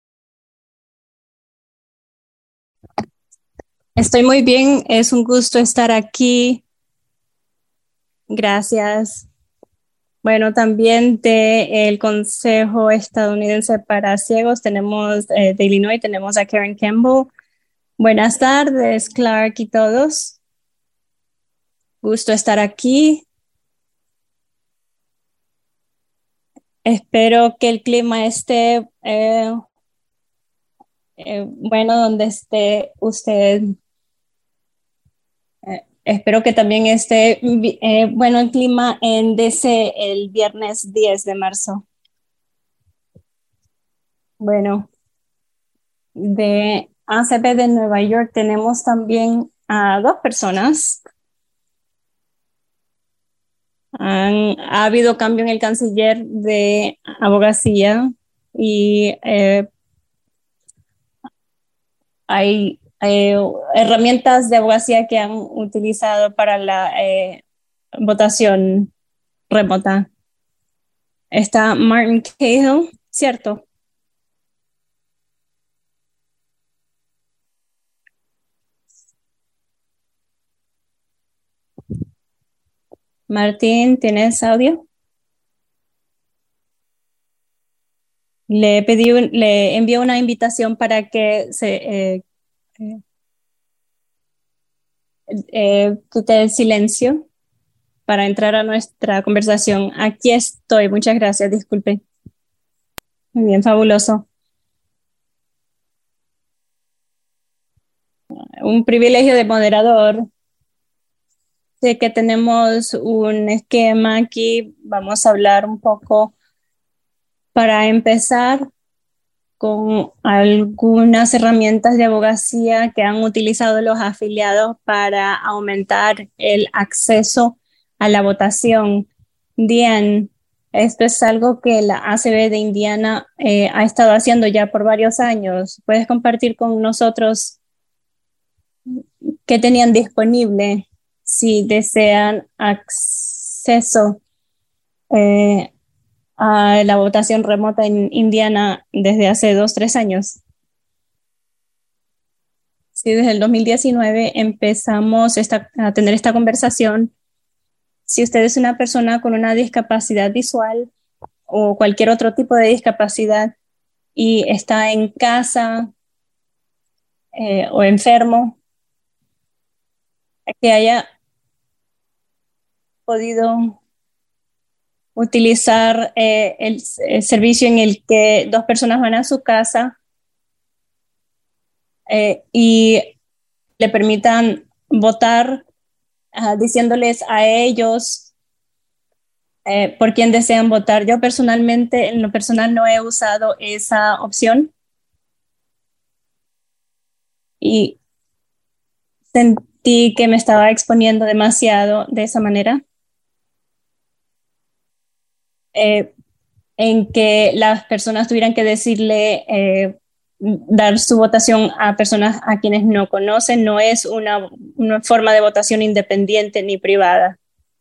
Estoy muy bien, es un gusto estar aquí. Gracias. Bueno, también del Consejo Estadounidense para Ciegos tenemos eh, de Illinois, tenemos a Karen Campbell. Buenas tardes, Clark y todos. Gusto estar aquí. Espero que el clima esté eh, eh, bueno donde esté usted. Eh, espero que también esté vi- eh, bueno el clima en D C el viernes diez de marzo. Bueno, de A C B de Nueva York tenemos también a dos personas. Han- ha habido cambio en el canciller de abogacía y eh, hay eh, herramientas de abogacía que han utilizado para la eh, votación remota. Está Martin Cahill, ¿cierto? Martín, ¿tienes audio? Le pedí, un- le envié una invitación para que se eh, eh, eh, quite el silencio para entrar a nuestra conversación. Aquí estoy, muchas gracias, disculpe. Muy bien, fabuloso. Un privilegio de moderador. Sé que tenemos un esquema aquí, vamos a hablar un poco para empezar con algunas herramientas de abogacía que han utilizado los afiliados para aumentar el acceso a la votación. Diane, esto es algo que la A C B de Indiana eh, ha estado haciendo ya por varios años. ¿Puedes compartir con nosotros qué tenían disponible si desean acceso eh, a la votación remota en Indiana desde hace dos, tres años? Sí, desde el dos mil diecinueve empezamos esta, a tener esta conversación. Si usted es una persona con una discapacidad visual o cualquier otro tipo de discapacidad y está en casa eh, o enfermo, que haya podido utilizar eh, el, el servicio en el que dos personas van a su casa eh, y le permitan votar, uh, diciéndoles a ellos eh, por quién desean votar. Yo personalmente, en lo personal, no he usado esa opción y sentí que me estaba exponiendo demasiado de esa manera, eh, en que las personas tuvieran que decirle, eh, dar su votación a personas a quienes no conocen. No es una, una forma de votación independiente ni privada.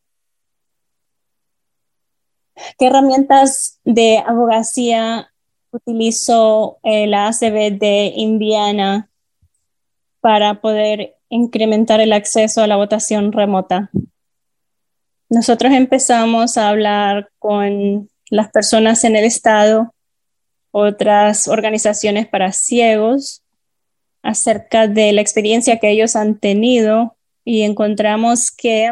¿Qué herramientas de abogacía utilizó eh, la A C B de Indiana para poder incrementar el acceso a la votación remota? Nosotros empezamos a hablar con las personas en el estado, otras organizaciones para ciegos, acerca de la experiencia que ellos han tenido y encontramos que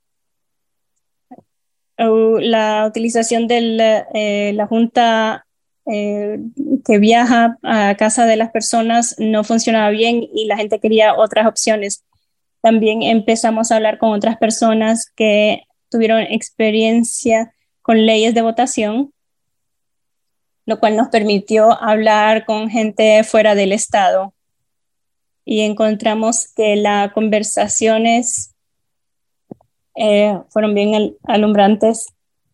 uh, la utilización de la, eh, la junta eh, que viaja a casa de las personas no funcionaba bien y la gente quería otras opciones. También empezamos a hablar con otras personas que tuvieron experiencia con leyes de votación, lo cual nos permitió hablar con gente fuera del estado. Y encontramos que las conversaciones eh, fueron bien al alumbrantes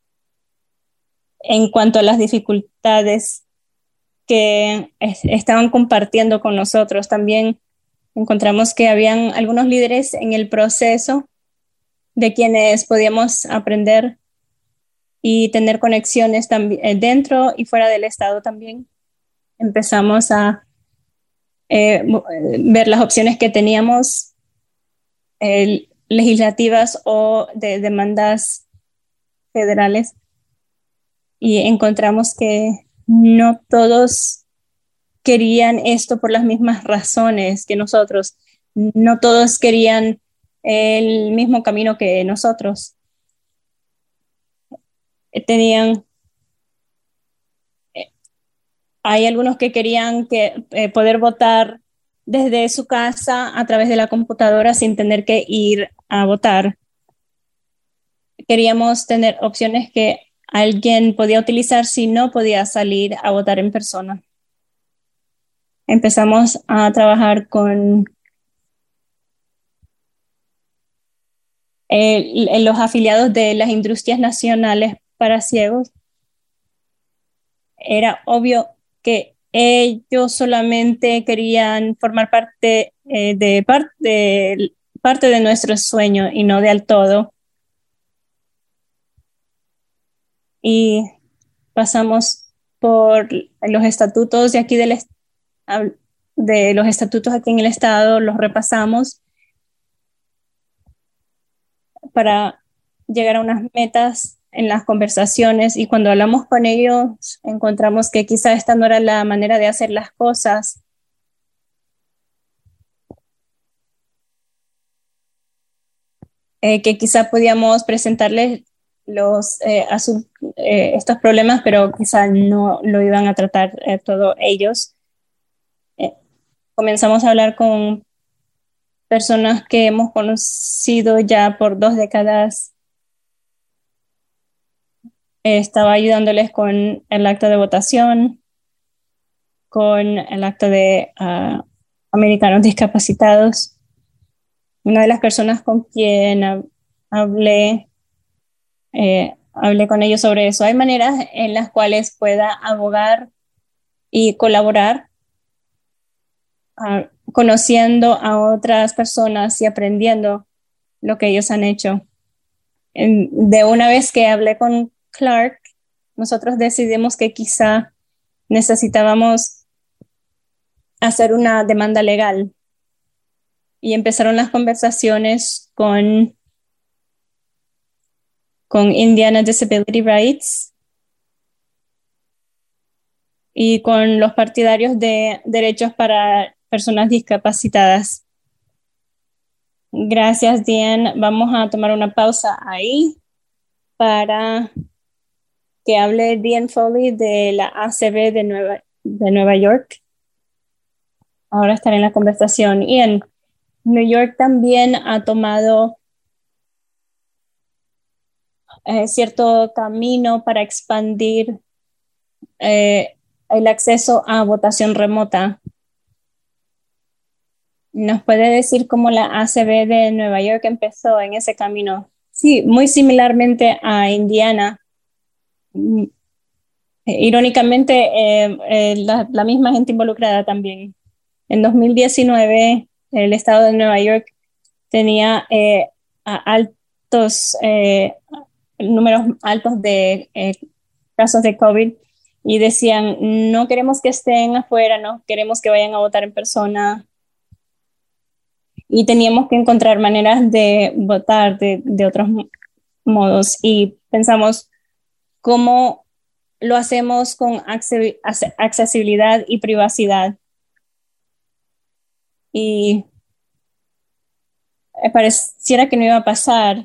en cuanto a las dificultades que es estaban compartiendo con nosotros. También encontramos que habían algunos líderes en el proceso de quienes podíamos aprender y tener conexiones también dentro y fuera del estado también. Empezamos a eh, ver las opciones que teníamos eh, legislativas o de demandas federales y encontramos que no todos querían esto por las mismas razones que nosotros. No todos querían el mismo camino que nosotros. Tenían, hay algunos que querían que, eh, poder votar desde su casa a través de la computadora sin tener que ir a votar. Queríamos tener opciones que alguien podía utilizar si no podía salir a votar en persona. Empezamos a trabajar con eh, los afiliados de las industrias nacionales para ciegos. Era obvio que ellos solamente querían formar parte eh, de, par de parte de nuestro sueño y no del todo. Y pasamos por los estatutos de aquí del de los estatutos aquí en el estado, los repasamos para llegar a unas metas en las conversaciones, y cuando hablamos con ellos encontramos que quizá esta no era la manera de hacer las cosas. Eh, que quizá podíamos presentarles los, eh, asun- eh, estos problemas, pero quizá no lo iban a tratar eh, todos ellos. Eh, comenzamos a hablar con personas que hemos conocido ya por dos décadas. Eh, estaba ayudándoles con el acta de votación, con el acta de uh, americanos discapacitados. Una de las personas con quien uh, hablé, eh, hablé con ellos sobre eso. Hay maneras en las cuales pueda abogar y colaborar, uh, conociendo a otras personas y aprendiendo lo que ellos han hecho. En, de una vez que hablé con Clark, nosotros decidimos que quizá necesitábamos hacer una demanda legal, y empezaron las conversaciones con, con Indiana Disability Rights y con los partidarios de derechos para personas discapacitadas. Gracias, Diane. Vamos a tomar una pausa ahí para que hable Diane Foley de la A C B de Nueva, de Nueva York. Ahora estaré en la conversación. Y en New York también ha tomado eh, cierto camino para expandir eh, el acceso a votación remota. ¿Nos puede decir cómo la A C B de Nueva York empezó en ese camino? Sí, muy similarmente a Indiana. Mm, Irónicamente, eh, eh, la, la misma gente involucrada también. En dos mil diecinueve, el estado de Nueva York tenía eh, a altos, eh, números altos de eh, casos de COVID, y decían, no queremos que estén afuera, no queremos que vayan a votar en persona. Y teníamos que encontrar maneras de votar de, de otros modos. Y pensamos, ¿cómo lo hacemos con accesibilidad y privacidad? Y pareciera que no iba a pasar.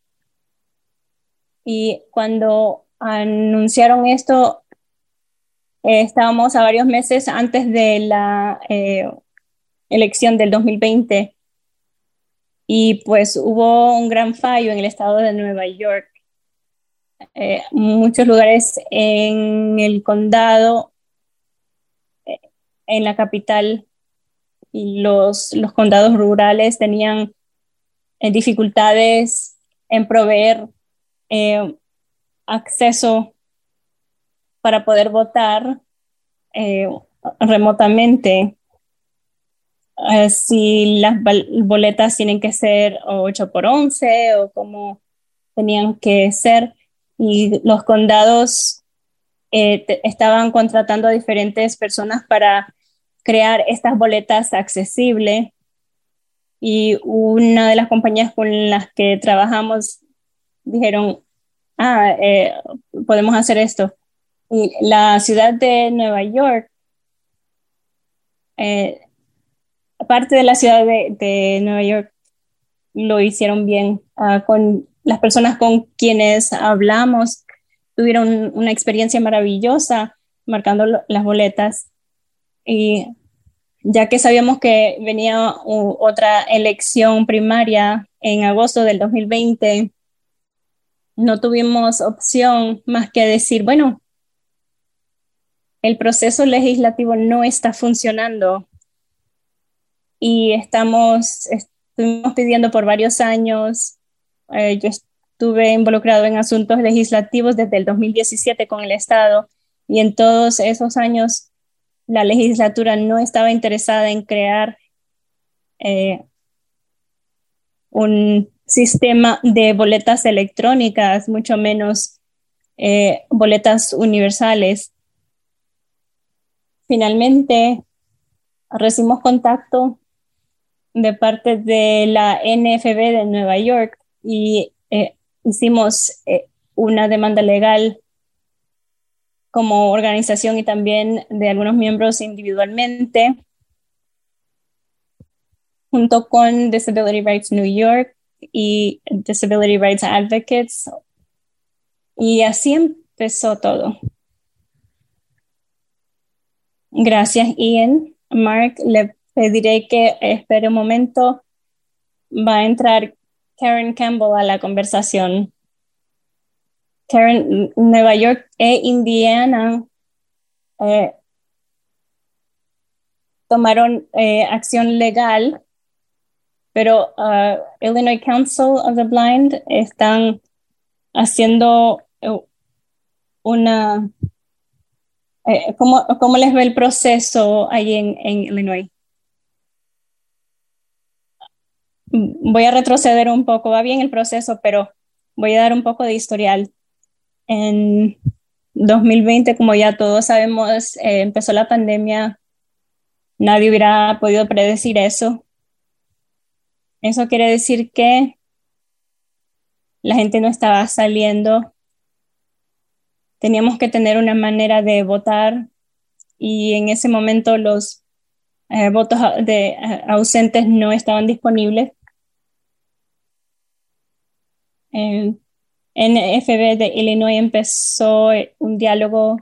Y cuando anunciaron esto, eh, estábamos a varios meses antes de la eh, elección del dos mil veinte, y pues hubo un gran fallo en el estado de Nueva York. Eh, muchos lugares en el condado, eh, en la capital y los, los condados rurales tenían eh, dificultades en proveer eh, acceso para poder votar eh, remotamente. Uh, si las boletas tienen que ser ocho por once o como tenían que ser, y los condados eh, te, estaban contratando a diferentes personas para crear estas boletas accesibles, y una de las compañías con las que trabajamos dijeron, ah, eh, podemos hacer esto. Y la ciudad de Nueva York, eh, parte de la ciudad de, de Nueva York lo hicieron bien. Uh, con las personas con quienes hablamos tuvieron una experiencia maravillosa marcando lo, las boletas, y ya que sabíamos que venía uh, otra elección primaria en agosto del dos mil veinte, no tuvimos opción más que decir, bueno, el proceso legislativo no está funcionando y estamos, estuvimos pidiendo por varios años. Eh, yo estuve involucrado en asuntos legislativos desde el dos mil diecisiete con el Estado, y en todos esos años la legislatura no estaba interesada en crear eh, un sistema de boletas electrónicas, mucho menos eh, boletas universales. Finalmente, recibimos contacto de parte de la N F B de Nueva York y eh, hicimos eh, una demanda legal como organización y también de algunos miembros individualmente, junto con Disability Rights New York y Disability Rights Advocates. Y así empezó todo. Gracias, Ian. Mark, le pediré que espere un momento. Va a entrar Karen Campbell a la conversación. Karen, Nueva York e Indiana eh, tomaron eh, acción legal, pero uh, Illinois Council of the Blind están haciendo uh, una... Eh, ¿cómo, ¿Cómo les ve el proceso ahí en, en Illinois? Voy a retroceder un poco, va bien el proceso, pero voy a dar un poco de historial. En dos mil veinte, como ya todos sabemos, eh, empezó la pandemia. Nadie hubiera podido predecir eso. Eso quiere decir que la gente no estaba saliendo. Teníamos que tener una manera de votar y en ese momento los eh, votos de, eh, ausentes no estaban disponibles. El N F B de Illinois empezó un diálogo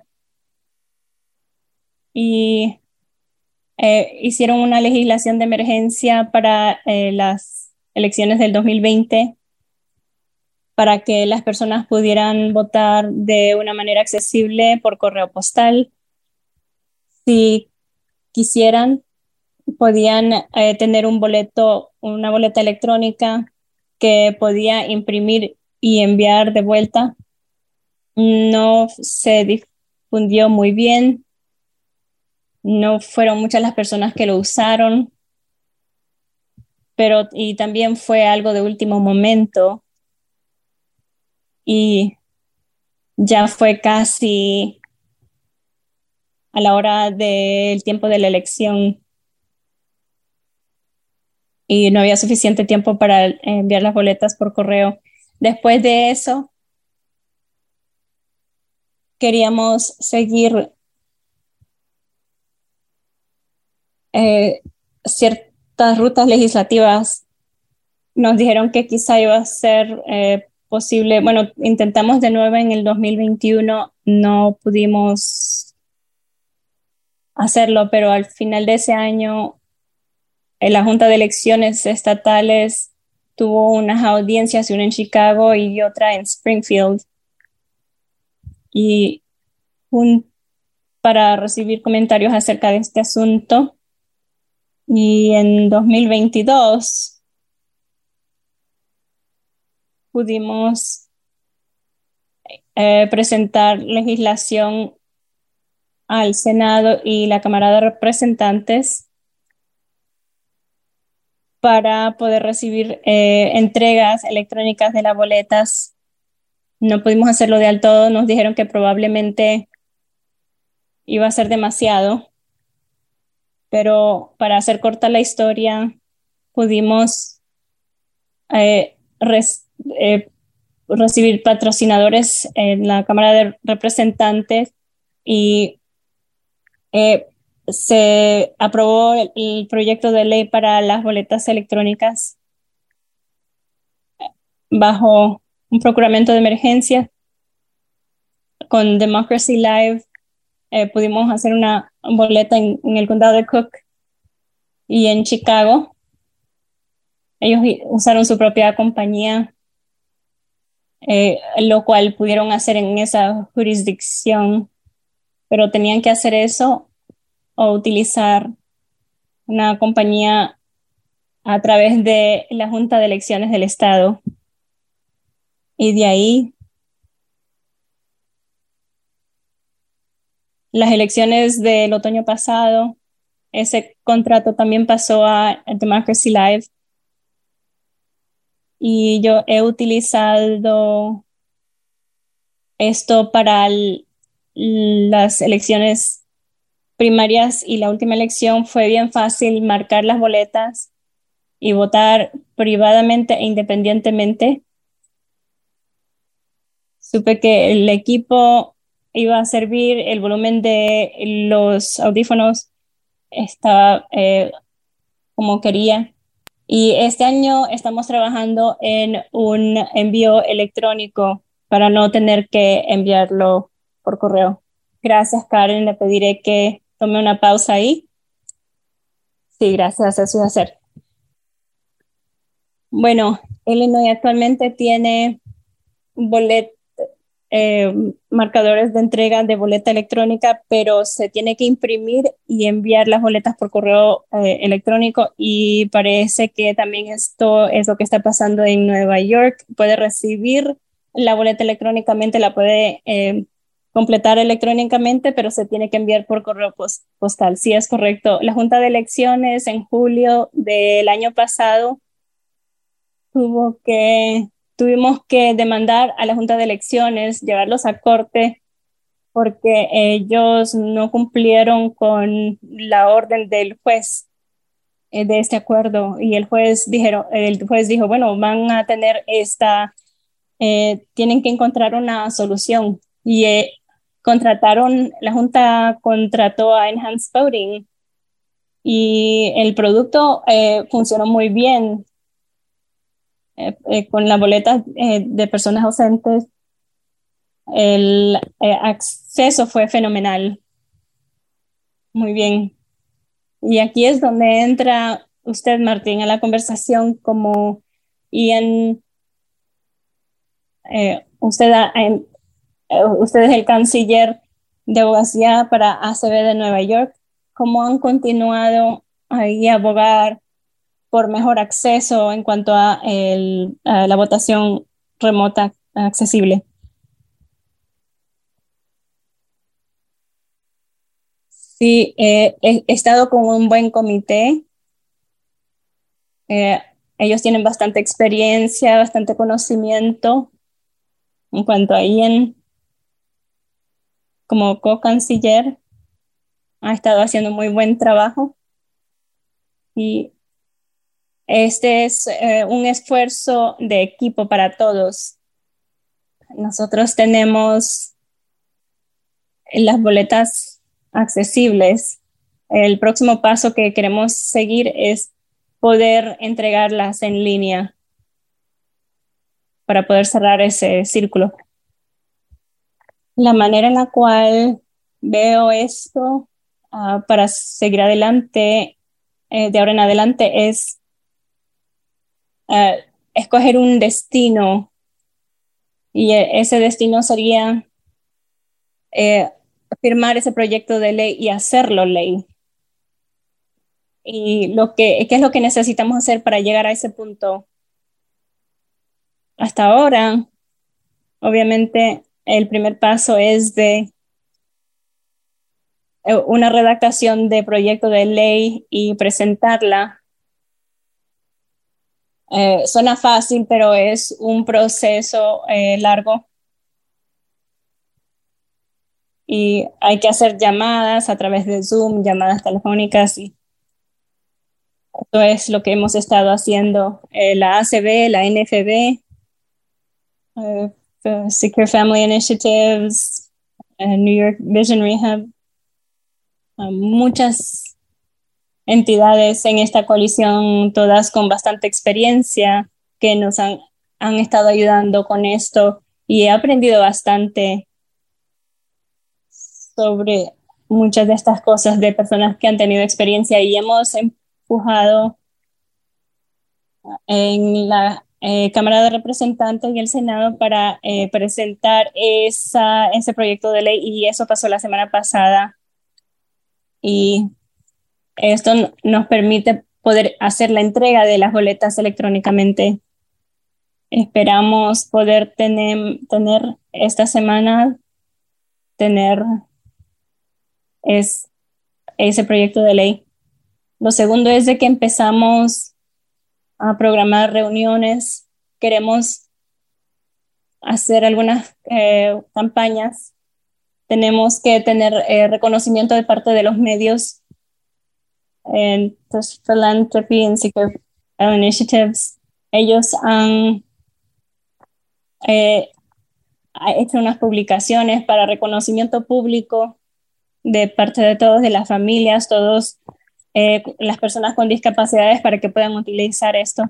y eh, hicieron una legislación de emergencia para eh, las elecciones del dos mil veinte para que las personas pudieran votar de una manera accesible por correo postal. Si quisieran, podían eh, tener un boleto, una boleta electrónica que podía imprimir y enviar de vuelta. No se difundió muy bien. No fueron muchas las personas que lo usaron, pero y también fue algo de último momento y ya fue casi a la hora del tiempo de la elección y no había suficiente tiempo para enviar las boletas por correo. Después de eso, queríamos seguir eh, ciertas rutas legislativas. Nos dijeron que quizá iba a ser eh, posible. Bueno, intentamos de nuevo en el dos mil veintiuno, no pudimos hacerlo, pero al final de ese año eh, la Junta de Elecciones Estatales tuvo unas audiencias, una en Chicago y otra en Springfield, y un, para recibir comentarios acerca de este asunto. Y en dos mil veintidós pudimos eh, presentar legislación al Senado y la Cámara de Representantes para poder recibir eh, entregas electrónicas de las boletas. No pudimos hacerlo de al todo, nos dijeron que probablemente iba a ser demasiado, pero para hacer corta la historia, pudimos eh, res, eh, recibir patrocinadores en la Cámara de Representantes y eh, se aprobó el, el proyecto de ley para las boletas electrónicas bajo un procuramiento de emergencia. Con Democracy Live eh, pudimos hacer una boleta en, en el condado de Cook y en Chicago. Ellos usaron su propia compañía, eh, lo cual pudieron hacer en esa jurisdicción, pero tenían que hacer eso o utilizar una compañía a través de la Junta de Elecciones del Estado. Y de ahí las elecciones del otoño pasado, ese contrato también pasó a Democracy Live y yo he utilizado esto para el, las elecciones primarias y la última elección. Fue bien fácil marcar las boletas y votar privadamente e independientemente. Supe que el equipo iba a servir, el volumen de los audífonos estaba eh, como quería. Y este año estamos trabajando en un envío electrónico para no tener que enviarlo por correo. Gracias, Karen. Le pediré que tome una pausa ahí. Sí, gracias. Eso va a hacer. Bueno, Illinois actualmente tiene bolet, eh, marcadores de entrega de boleta electrónica, pero se tiene que imprimir y enviar las boletas por correo eh, electrónico, y parece que también esto es lo que está pasando en Nueva York. Puede recibir la boleta electrónicamente, la puede eh, completar electrónicamente, pero se tiene que enviar por correo post postal. Sí, es correcto. La Junta de Elecciones en julio del año pasado tuvo que, tuvimos que demandar a la Junta de Elecciones, llevarlos a corte, porque ellos no cumplieron con la orden del juez eh, de este acuerdo. Y el juez, dijeron, el juez dijo, bueno, van a tener esta, eh, tienen que encontrar una solución. Y eh, contrataron, la Junta contrató a Enhanced Voting y el producto eh, funcionó muy bien. Eh, eh, con las boletas eh, de personas ausentes, el eh, acceso fue fenomenal. Muy bien. Y aquí es donde entra usted, Martín, a la conversación como Ian. Eh, usted, eh, usted es el canciller de abogacía para A C B de Nueva York. ¿Cómo han continuado ahí a abogar por mejor acceso en cuanto a, el, a la votación remota accesible? Sí, eh, he, he estado con un buen comité. Eh, ellos tienen bastante experiencia, bastante conocimiento en cuanto a Ian como co-canciller. Ha estado haciendo muy buen trabajo y este es eh, un esfuerzo de equipo para todos. Nosotros tenemos las boletas accesibles. El próximo paso que queremos seguir es poder entregarlas en línea para poder cerrar ese círculo. La manera en la cual veo esto uh, para seguir adelante, eh, de ahora en adelante, es uh, escoger un destino, y ese destino sería eh, firmar ese proyecto de ley y hacerlo ley. Y lo que, ¿qué es lo que necesitamos hacer para llegar a ese punto? Hasta ahora, obviamente, el primer paso es de una redactación de proyecto de ley y presentarla. Eh, suena fácil, pero es un proceso eh, largo. Y hay que hacer llamadas a través de Zoom, llamadas telefónicas, y eso es lo que hemos estado haciendo. Eh, la A C B, la N F B, uh, Secure Family Initiatives, uh, New York Vision Rehab, uh, muchas entidades en esta coalición, todas con bastante experiencia, que nos han, han estado ayudando con esto, y he aprendido bastante sobre muchas de estas cosas de personas que han tenido experiencia, y hemos empujado en la eh, Cámara de Representantes y el Senado para eh, presentar esa, ese proyecto de ley, y eso pasó la semana pasada, y esto nos permite poder hacer la entrega de las boletas electrónicamente. Esperamos poder tener, tener esta semana, tener es ese proyecto de ley. Lo segundo es de que empezamos a programar reuniones. Queremos hacer algunas eh, campañas. Tenemos que tener eh, reconocimiento de parte de los medios en pues, Philanthropy and Secure Initiatives. Ellos han eh, hecho unas publicaciones para reconocimiento público de parte de todos, de las familias, todos eh, las personas con discapacidades para que puedan utilizar esto.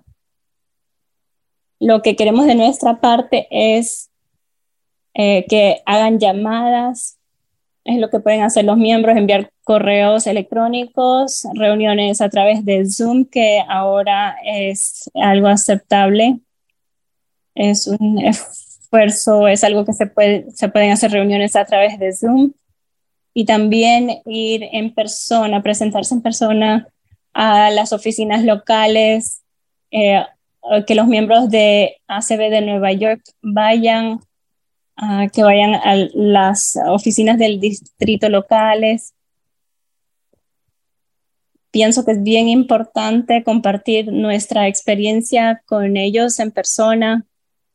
Lo que queremos de nuestra parte es eh, que hagan llamadas, es lo que pueden hacer los miembros, enviar correos electrónicos, reuniones a través de Zoom, que ahora es algo aceptable. Es un esfuerzo, es algo que se puede, se pueden hacer reuniones a través de Zoom. Y también ir en persona, presentarse en persona a las oficinas locales, eh, que los miembros de A C B de Nueva York vayan, uh, que vayan a las oficinas del distrito locales. Pienso que es bien importante compartir nuestra experiencia con ellos en persona.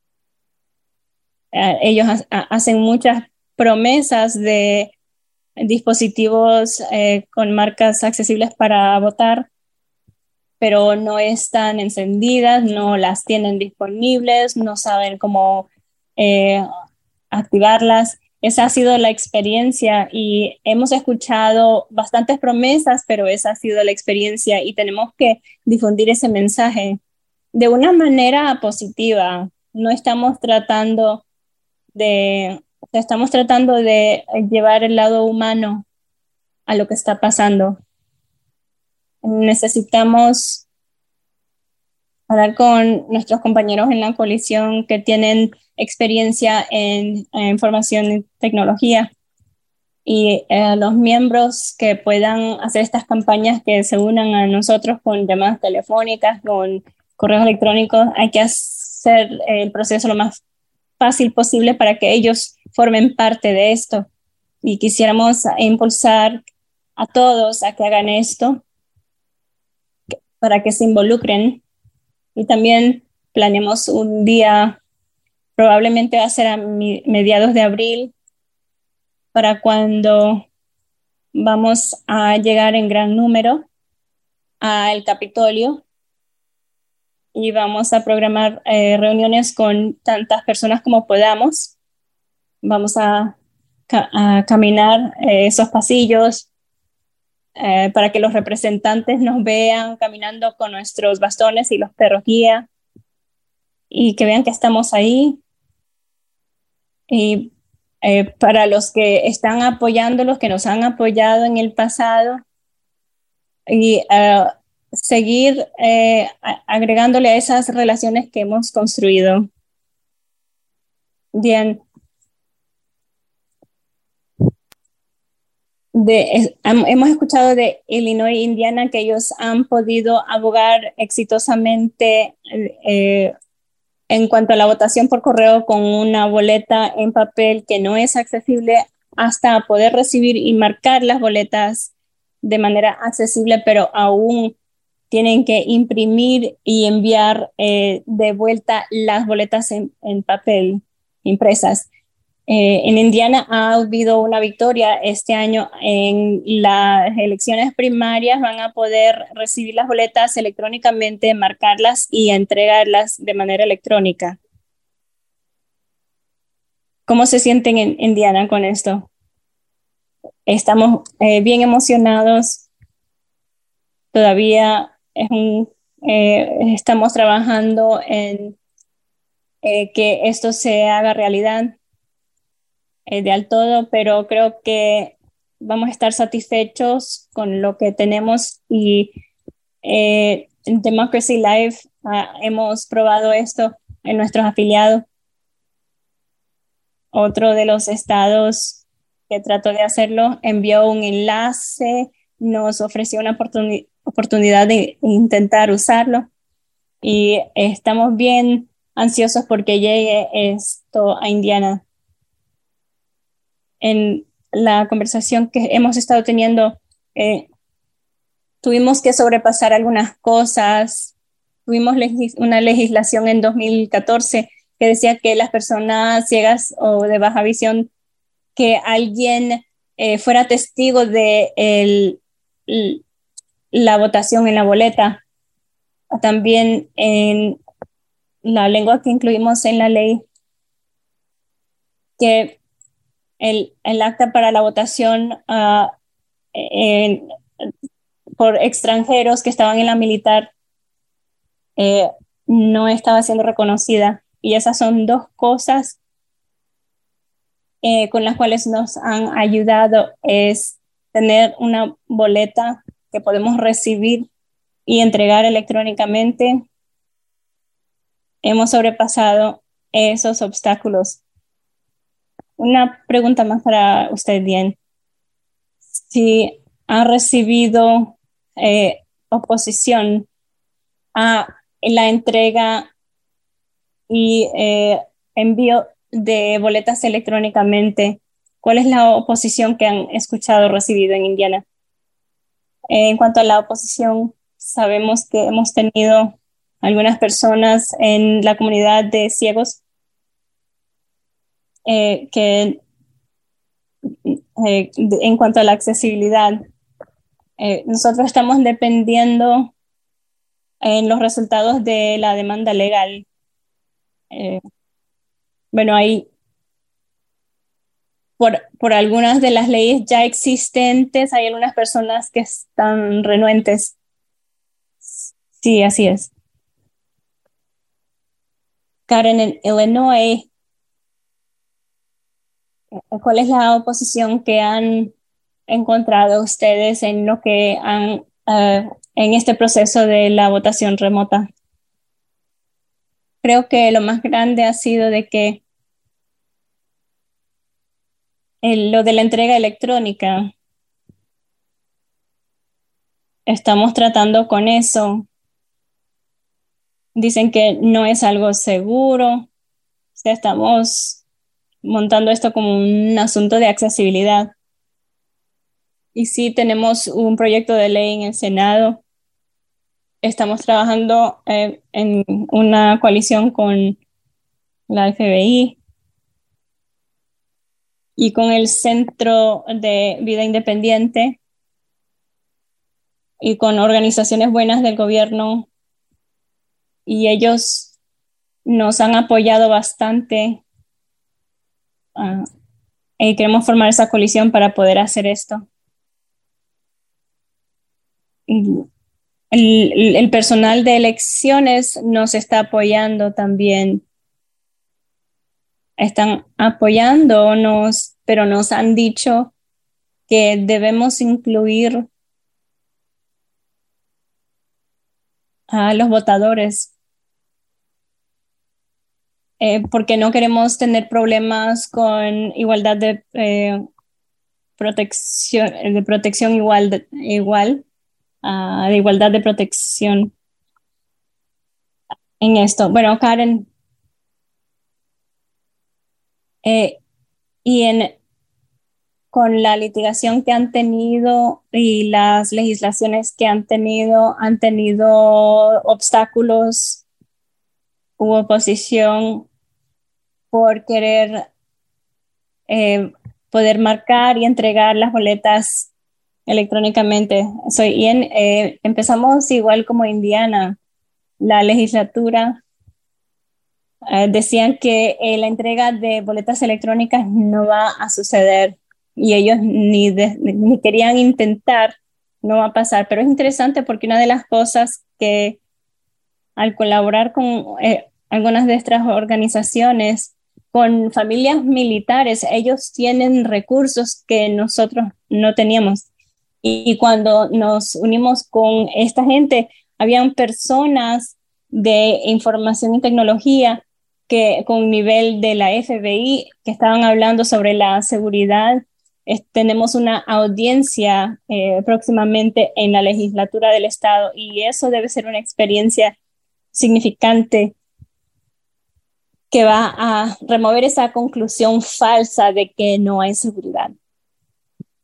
Uh, ellos ha- hacen muchas promesas de dispositivos eh, con marcas accesibles para votar, pero no están encendidas, no las tienen disponibles, no saben cómo eh, activarlas. Esa ha sido la experiencia y hemos escuchado bastantes promesas, pero esa ha sido la experiencia y tenemos que difundir ese mensaje de una manera positiva. No estamos tratando de Estamos tratando de llevar el lado humano a lo que está pasando. Necesitamos hablar con nuestros compañeros en la coalición que tienen experiencia en, en información y tecnología y eh, los miembros que puedan hacer estas campañas que se unan a nosotros con llamadas telefónicas, con correos electrónicos. Hay que hacer el proceso lo más fácil posible para que ellos formen parte de esto. Y quisiéramos impulsar a todos a que hagan esto, para que se involucren. Y también planeamos un día, probablemente va a ser a mi, mediados de abril, para cuando vamos a llegar en gran número al Capitolio y vamos a programar eh, reuniones con tantas personas como podamos. Vamos a, a caminar eh, esos pasillos eh, para que los representantes nos vean caminando con nuestros bastones y los perros guía y que vean que estamos ahí. Y eh, para los que están apoyando, los que nos han apoyado en el pasado, y uh, seguir eh, agregándole a esas relaciones que hemos construido. Bien. De, es, hemos escuchado de Illinois e Indiana que ellos han podido abogar exitosamente eh, en cuanto a la votación por correo con una boleta en papel que no es accesible hasta poder recibir y marcar las boletas de manera accesible, pero aún tienen que imprimir y enviar eh, de vuelta las boletas en, en papel impresas. Eh, en Indiana ha habido una victoria este año en las elecciones primarias. Van a poder recibir las boletas electrónicamente, marcarlas y entregarlas de manera electrónica. ¿Cómo se sienten en Indiana con esto? Estamos eh, bien emocionados. Todavía es un, eh, estamos trabajando en eh, que esto se haga realidad eh, de al todo, pero creo que vamos a estar satisfechos con lo que tenemos y eh, en Democracy Live uh, hemos probado esto en nuestros afiliados. Otro de los estados que trató de hacerlo envió un enlace, nos ofreció una oportuni- oportunidad de intentar usarlo y estamos bien ansiosos porque llegue esto a Indiana. En la conversación que hemos estado teniendo, eh, tuvimos que sobrepasar algunas cosas. Tuvimos legis- una legislación en dos mil catorce que decía que las personas ciegas o de baja visión, que alguien eh, fuera testigo de el, l- la votación en la boleta. También en la lengua que incluimos en la ley, que el, el acta para la votación uh, en, por extranjeros que estaban en la militar eh, no estaba siendo reconocida. Y esas son dos cosas eh, con las cuales nos han ayudado, es tener una boleta que podemos recibir y entregar electrónicamente. Hemos sobrepasado esos obstáculos. Una pregunta más para usted, bien. Si ha recibido eh, oposición a la entrega y eh, envío de boletas electrónicamente, ¿cuál es la oposición que han escuchado recibido en Indiana? En cuanto a la oposición, sabemos que hemos tenido algunas personas en la comunidad de ciegos eh, que eh, en cuanto a la accesibilidad, eh, nosotros estamos dependiendo en los resultados de la demanda legal. Eh, bueno, hay por, por algunas de las leyes ya existentes, hay algunas personas que están renuentes. Sí, así es. Karen, en Illinois, ¿cuál es la oposición que han encontrado ustedes en lo que han uh, en este proceso de la votación remota? Creo que lo más grande ha sido de que el, lo de la entrega electrónica, estamos tratando con eso. Dicen que no es algo seguro. O sea, estamos montando esto como un asunto de accesibilidad. Y sí, tenemos un proyecto de ley en el Senado. Estamos trabajando eh, en una coalición con la F B I y con el Centro de Vida Independiente y con organizaciones buenas del gobierno, y ellos nos han apoyado bastante uh, y queremos formar esa coalición para poder hacer esto. Y el, el personal de elecciones nos está apoyando también. Están apoyándonos, pero nos han dicho que debemos incluir a los votadores eh, porque no queremos tener problemas con igualdad de eh, protección, de protección igual, de, igual uh, de igualdad de protección en esto. Bueno, Karen, eh, y en con la litigación que han tenido y las legislaciones que han tenido, han tenido obstáculos u oposición por querer eh, poder marcar y entregar las boletas electrónicamente. Soy Ian, eh, empezamos igual como Indiana. La legislatura eh, decían que eh, la entrega de boletas electrónicas no va a suceder y ellos ni, de, ni querían intentar, no va a pasar. Pero es interesante porque una de las cosas que al colaborar con eh, algunas de estas organizaciones, con familias militares, ellos tienen recursos que nosotros no teníamos. Y, y cuando nos unimos con esta gente, habían personas de información y tecnología que con nivel de la F B I que estaban hablando sobre la seguridad. Es, tenemos una audiencia eh, próximamente en la legislatura del estado y eso debe ser una experiencia significante que va a remover esa conclusión falsa de que no hay seguridad.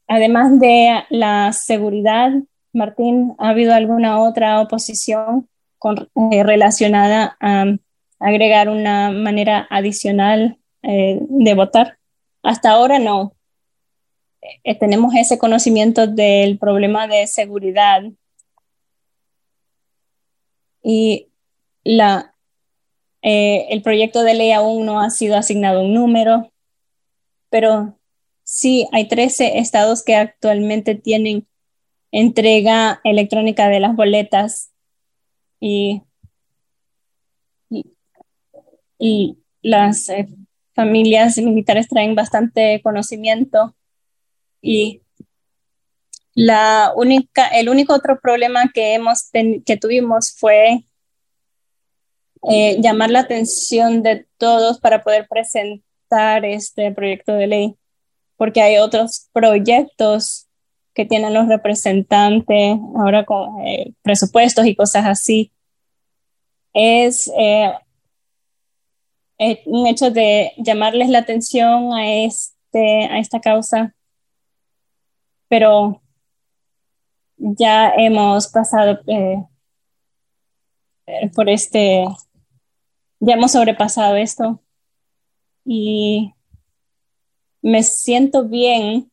además de la seguridad, Martín, ¿ha habido alguna otra oposición con, eh, relacionada a agregar una manera adicional eh, de votar? Hasta ahora no. Eh, tenemos ese conocimiento del problema de seguridad y la, eh, el proyecto de ley aún no ha sido asignado un número, pero sí hay trece estados que actualmente tienen entrega electrónica de las boletas y, y, y las eh, familias militares traen bastante conocimiento y la única, el único otro problema que, hemos ten, que tuvimos fue eh, llamar la atención de todos para poder presentar este proyecto de ley, porque hay otros proyectos que tienen los representantes ahora con eh, presupuestos y cosas así. Es eh, eh, un hecho de llamarles la atención a, este, a esta causa, pero ya hemos pasado eh, por este, ya hemos sobrepasado esto y me siento bien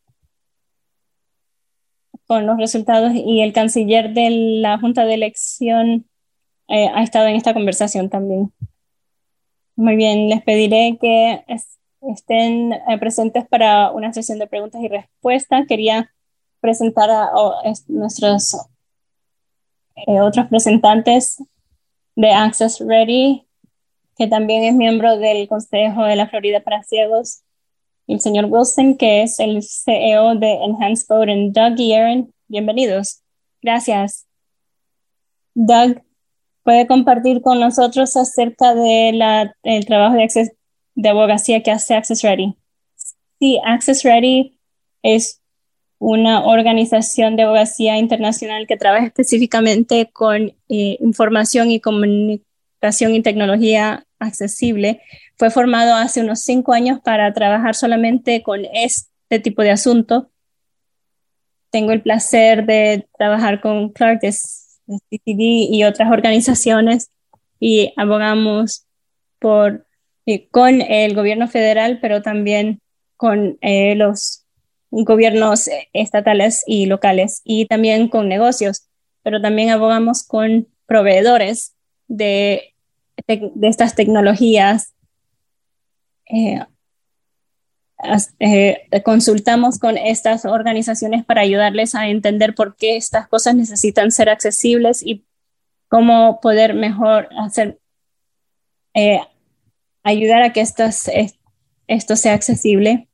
con los resultados y el canciller de la Junta de Elección eh, ha estado en esta conversación también. Muy bien, les pediré que es, estén eh, presentes para una sesión de preguntas y respuestas. Quería presentar a, a nuestros eh, otros representantes de Access Ready, que también es miembro del Consejo de la Florida para Ciegos, el señor Wilson, que es el C E O de Enhanced Voting. Doug y Aaron, bienvenidos. Gracias. Doug, ¿puede compartir con nosotros acerca del de trabajo de, access, de abogacía que hace Access Ready? Sí, Access Ready es una organización de abogacía internacional que trabaja específicamente con eh, información y comunicación y tecnología accesible. Fue formado hace unos cinco años para trabajar solamente con este tipo de asuntos. Tengo el placer de trabajar con Clark de C T V y otras organizaciones y abogamos por, eh, con el gobierno federal, pero también con eh, los gobiernos estatales y locales y también con negocios, pero también abogamos con proveedores de, de, de estas tecnologías. Eh, as, eh, consultamos con estas organizaciones para ayudarles a entender por qué estas cosas necesitan ser accesibles y cómo poder mejor hacer, eh, ayudar a que estas, eh, esto sea accesible.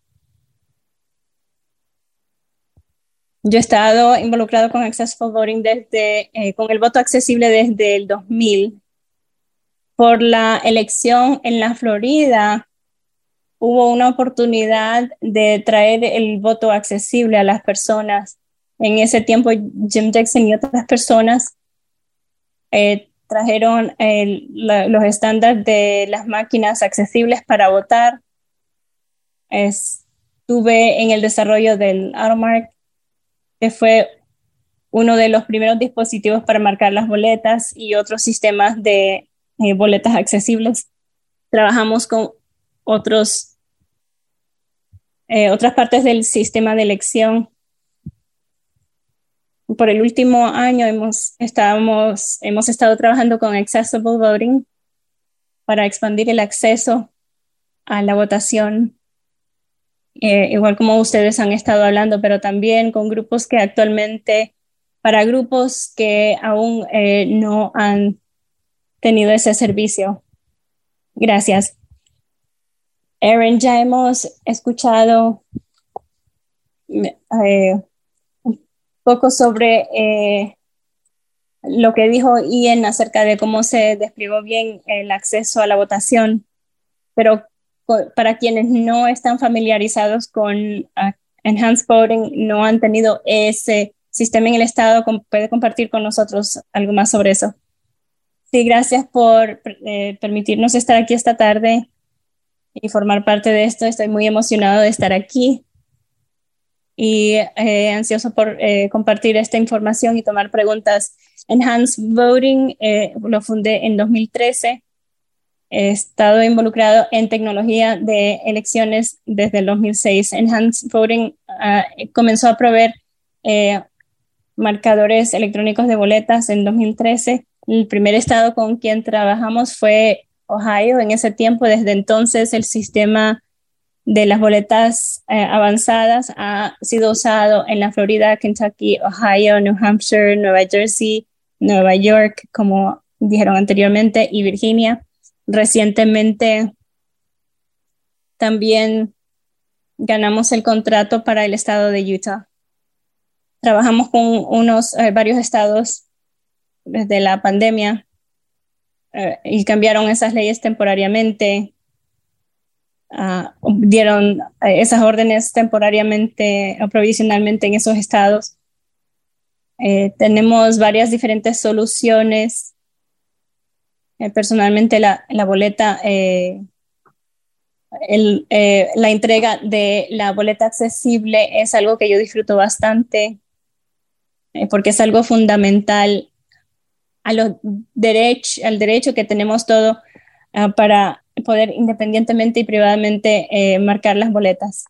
Yo he estado involucrado con Accessible Voting desde, eh, con el voto accesible desde el dos mil. Por la elección en la Florida, hubo una oportunidad de traer el voto accesible a las personas. En ese tiempo, Jim Jackson y otras personas eh, trajeron el, la, los estándares de las máquinas accesibles para votar. Estuve en el desarrollo del Automark, que fue uno de los primeros dispositivos para marcar las boletas y otros sistemas de eh, boletas accesibles. Trabajamos con otros, eh, otras partes del sistema de elección. Por el último año hemos, estamos, hemos estado trabajando con Accessible Voting para expandir el acceso a la votación. Eh, igual como ustedes han estado hablando, pero también con grupos que actualmente, para grupos que aún eh, no han tenido ese servicio. Gracias. Aaron, ya hemos escuchado eh, un poco sobre eh, lo que dijo Ian acerca de cómo se desplegó bien el acceso a la votación, pero para quienes no están familiarizados con uh, Enhanced Voting, no han tenido ese sistema en el estado, ¿puede compartir con nosotros algo más sobre eso? Sí, gracias por eh, permitirnos estar aquí esta tarde y formar parte de esto. Estoy muy emocionado de estar aquí. y eh, ansioso por eh, compartir esta información y tomar preguntas. Enhanced Voting eh, lo fundé en dos mil trece. He estado involucrado en tecnología de elecciones desde el dos mil seis. Enhanced Voting uh, comenzó a proveer eh, marcadores electrónicos de boletas en dos mil trece. El primer estado con quien trabajamos fue Ohio. En ese tiempo, desde entonces, el sistema de las boletas eh, avanzadas ha sido usado en la Florida, Kentucky, Ohio, New Hampshire, Nueva Jersey, Nueva York, como dijeron anteriormente, y Virginia. Recientemente también ganamos el contrato para el estado de Utah. Trabajamos con unos eh, varios estados desde la pandemia eh, y cambiaron esas leyes temporariamente. Uh, dieron uh, esas órdenes temporariamente o provisionalmente en esos estados. Eh, tenemos varias diferentes soluciones. Eh, personalmente la, la boleta, eh, el, eh, la entrega de la boleta accesible es algo que yo disfruto bastante eh, porque es algo fundamental a los derech- al derecho que tenemos todos uh, para poder independientemente y privadamente eh, marcar las boletas.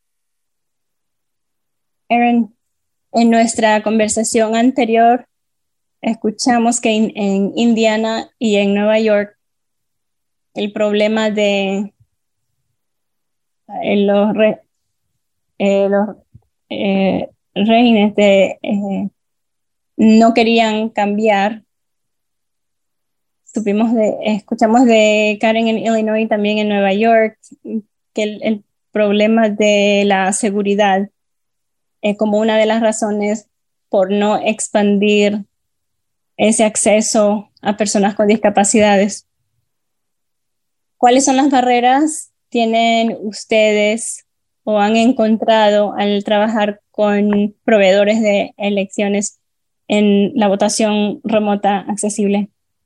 Aaron, en nuestra conversación anterior escuchamos que in, en Indiana y en Nueva York el problema de eh, los, re, eh, los eh, regímenes de, eh, no querían cambiar. Supimos de, escuchamos de Karen en Illinois y también en Nueva York que el, el problema de la seguridad es como una de las razones por no expandir ese acceso a personas con discapacidades. ¿Cuáles son las barreras tienen ustedes o han encontrado al trabajar con proveedores de elecciones en la votación remota accesible?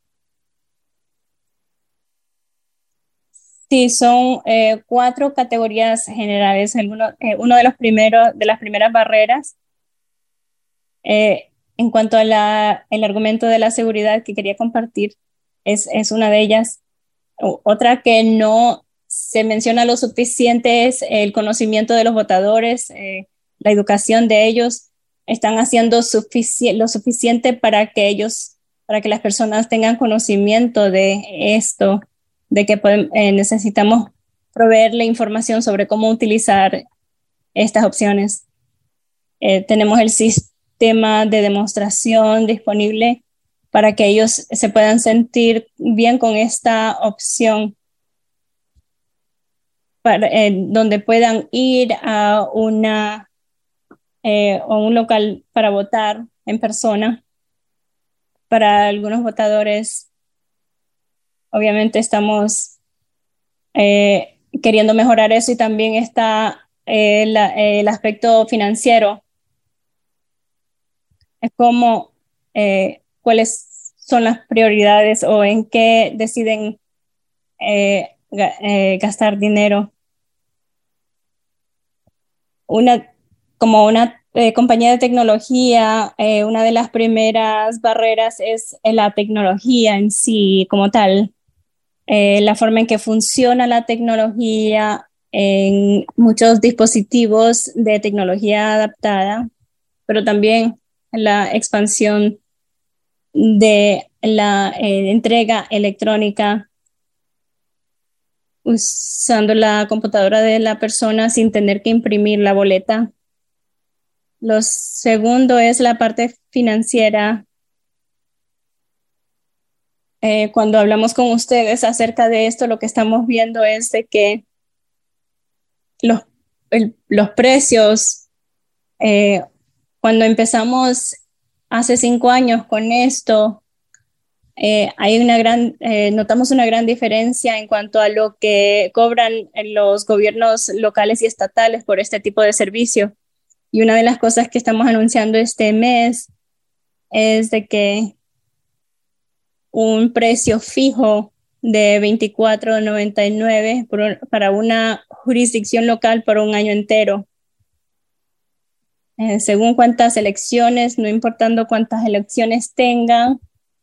Sí, son eh, cuatro categorías generales. Alguno, eh, uno de los primeros, de las primeras barreras, eh, en cuanto al argumento de la seguridad que quería compartir, es, es una de ellas. O, otra que no se menciona lo suficiente es el conocimiento de los votadores, eh, la educación de ellos. Están haciendo sufici- lo suficiente para que ellos, para que las personas tengan conocimiento de esto, de que podemos, eh, necesitamos proveerle información sobre cómo utilizar estas opciones. Eh, tenemos el sistema de demostración disponible para que ellos se puedan sentir bien con esta opción, para, eh, donde puedan ir a, una, eh, a un local para votar en persona. Para algunos votadores, obviamente estamos eh, queriendo mejorar eso, y también está eh, la, eh, el aspecto financiero. Es como eh, cuáles son las prioridades o en qué deciden eh, eh, gastar dinero. Una, como una eh, compañía de tecnología, eh, una de las primeras barreras es la tecnología en sí como tal. Eh, la forma en que funciona la tecnología en muchos dispositivos de tecnología adaptada, pero también la expansión de la eh, entrega electrónica usando la computadora de la persona sin tener que imprimir la boleta. Lo segundo es la parte financiera. Eh, cuando hablamos con ustedes acerca de esto, lo que estamos viendo es de que los, el, los precios, eh, cuando empezamos hace cinco años con esto, eh, hay una gran, eh, notamos una gran diferencia en cuanto a lo que cobran los gobiernos locales y estatales por este tipo de servicio. Y una de las cosas que estamos anunciando este mes es de que un precio fijo de veinticuatro noventa y nueve por, para una jurisdicción local por un año entero. eh, según cuántas elecciones, no importando cuántas elecciones tengan,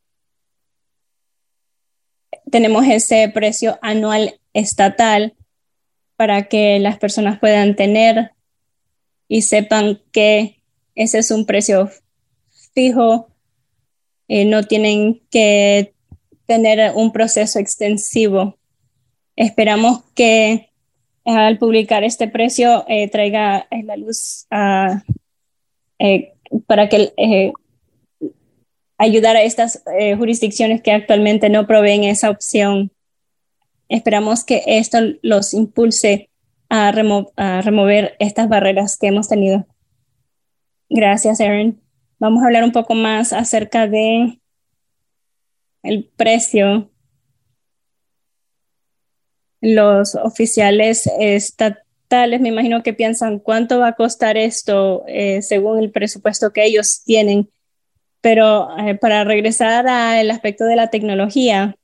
tenemos ese precio anual estatal para que las personas puedan tener y sepan que ese es un precio fijo. Eh, no tienen que tener un proceso extensivo. Esperamos que al publicar este precio eh, traiga eh, la luz a, eh, para que eh, ayudar a estas eh, jurisdicciones que actualmente no proveen esa opción. Esperamos que esto los impulse a, remo a remover estas barreras que hemos tenido. Gracias, Erin. Vamos a hablar un poco más acerca de el precio. Los oficiales estatales, me imagino que piensan cuánto va a costar esto eh, según el presupuesto que ellos tienen. Pero eh, para regresar al aspecto de la tecnología,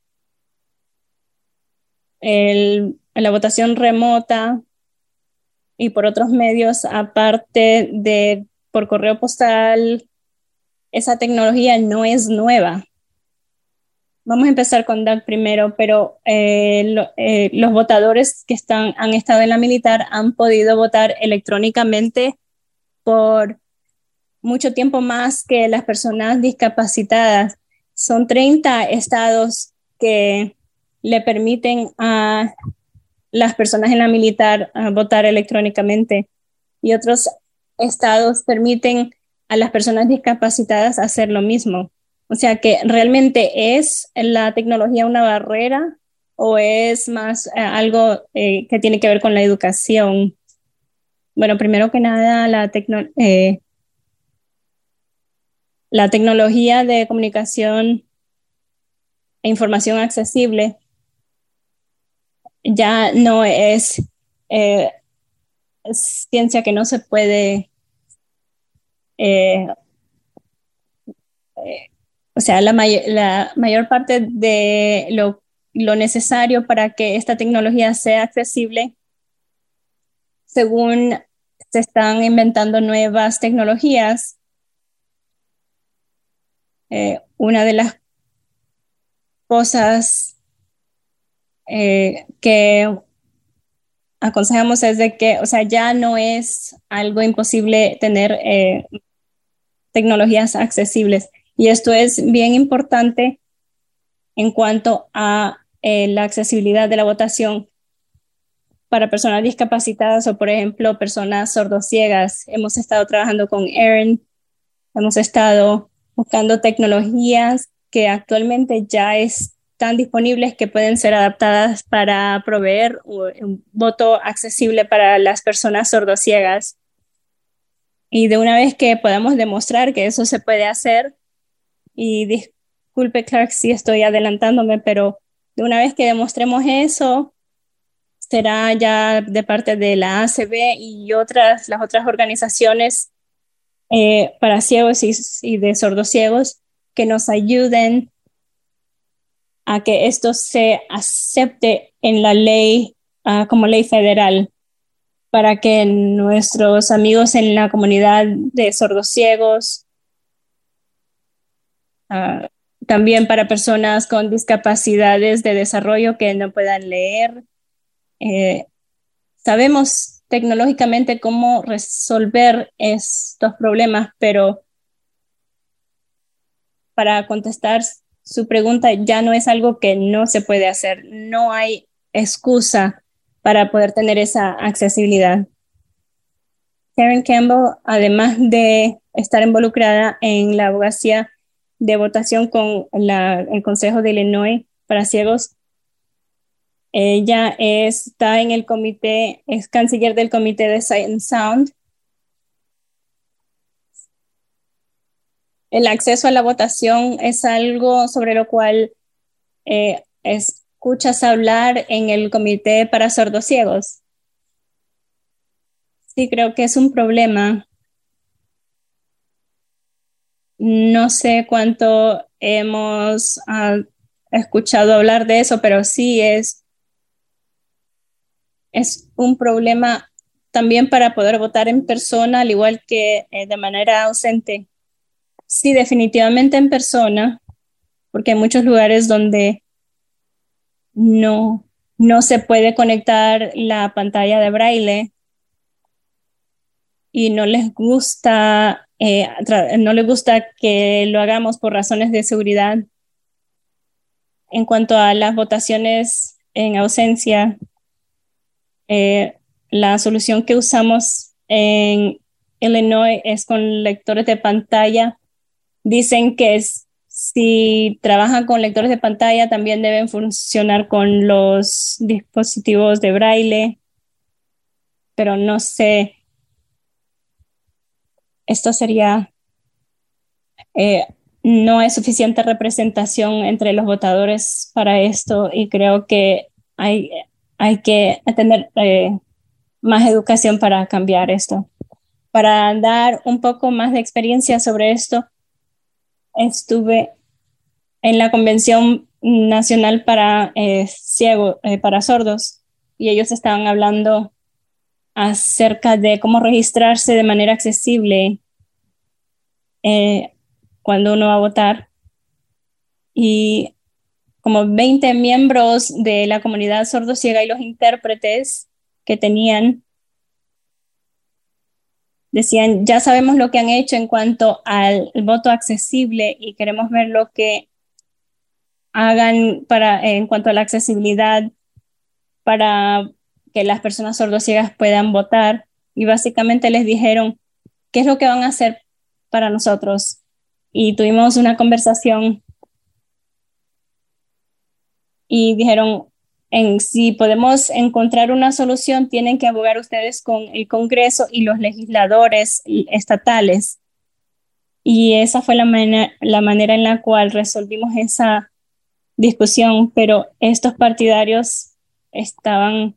el, la votación remota y por otros medios, aparte de por correo postal, esa tecnología no es nueva. Vamos a empezar con Doug primero, pero eh, lo, eh, los votadores que están, han estado en la militar han podido votar electrónicamente por mucho tiempo más que las personas discapacitadas. Son treinta estados que le permiten a las personas en la militar uh, votar electrónicamente y otros estados permiten a las personas discapacitadas hacer lo mismo. O sea que realmente es la tecnología una barrera o es más uh, algo eh, que tiene que ver con la educación. Bueno, primero que nada, la, tecno eh, la tecnología de comunicación e información accesible ya no es eh, ciencia que no se puede, eh, eh, o sea, la, may la mayor parte de lo, lo necesario para que esta tecnología sea accesible, según se están inventando nuevas tecnologías, eh, una de las cosas eh, que aconsejamos es de que, o sea, ya no es algo imposible tener eh, tecnologías accesibles. Y esto es bien importante en cuanto a eh, la accesibilidad de la votación para personas discapacitadas o, por ejemplo, personas sordociegas. Hemos estado trabajando con Erin, hemos estado buscando tecnologías que actualmente ya están disponibles que pueden ser adaptadas para proveer un voto accesible para las personas sordociegas. Y de una vez que podamos demostrar que eso se puede hacer, y disculpe Clark si estoy adelantándome, pero de una vez que demostremos eso, será ya de parte de la A C B y otras, las otras organizaciones eh, para ciegos y, y de sordociegos que nos ayuden a que esto se acepte en la ley uh, como ley federal, para que nuestros amigos en la comunidad de sordociegos, uh, también para personas con discapacidades de desarrollo que no puedan leer, eh, sabemos tecnológicamente cómo resolver estos problemas, pero para contestar su pregunta, ya no es algo que no se puede hacer. No hay excusa para poder tener esa accesibilidad. Karen Campbell, además de estar involucrada en la abogacía de votación con la, el Consejo de Illinois para ciegos, ella está en el comité, es canciller del comité de Sight and Sound. El acceso a la votación es algo sobre lo cual eh, escuchas hablar en el comité para sordociegos. Sí, creo que es un problema. No sé cuánto hemos uh, escuchado hablar de eso, pero sí es, es un problema también para poder votar en persona, al igual que eh, de manera ausente. Sí, definitivamente en persona, porque hay muchos lugares donde no, no se puede conectar la pantalla de braille y no les gusta, eh, no les gusta que lo hagamos por razones de seguridad. En cuanto a las votaciones en ausencia, eh, la solución que usamos en Illinois es con lectores de pantalla. Dicen que es, si trabajan con lectores de pantalla, también deben funcionar con los dispositivos de braille, pero no sé. Esto sería, eh, no hay suficiente representación entre los votadores para esto y creo que hay, hay que tener eh, más educación para cambiar esto. Para dar un poco más de experiencia sobre esto, estuve en la Convención Nacional para eh, Ciegos, eh, para Sordos, y ellos estaban hablando acerca de cómo registrarse de manera accesible eh, cuando uno va a votar. Y como veinte miembros de la comunidad sordociega y los intérpretes que tenían decían, ya sabemos lo que han hecho en cuanto al voto accesible y queremos ver lo que hagan para, en cuanto a la accesibilidad para que las personas sordociegas puedan votar. Y básicamente les dijeron, ¿qué es lo que van a hacer para nosotros? Y tuvimos una conversación y dijeron, en, si podemos encontrar una solución, tienen que abogar ustedes con el Congreso y los legisladores estatales. Y esa fue la, man- la manera en la cual resolvimos esa discusión, pero estos partidarios estaban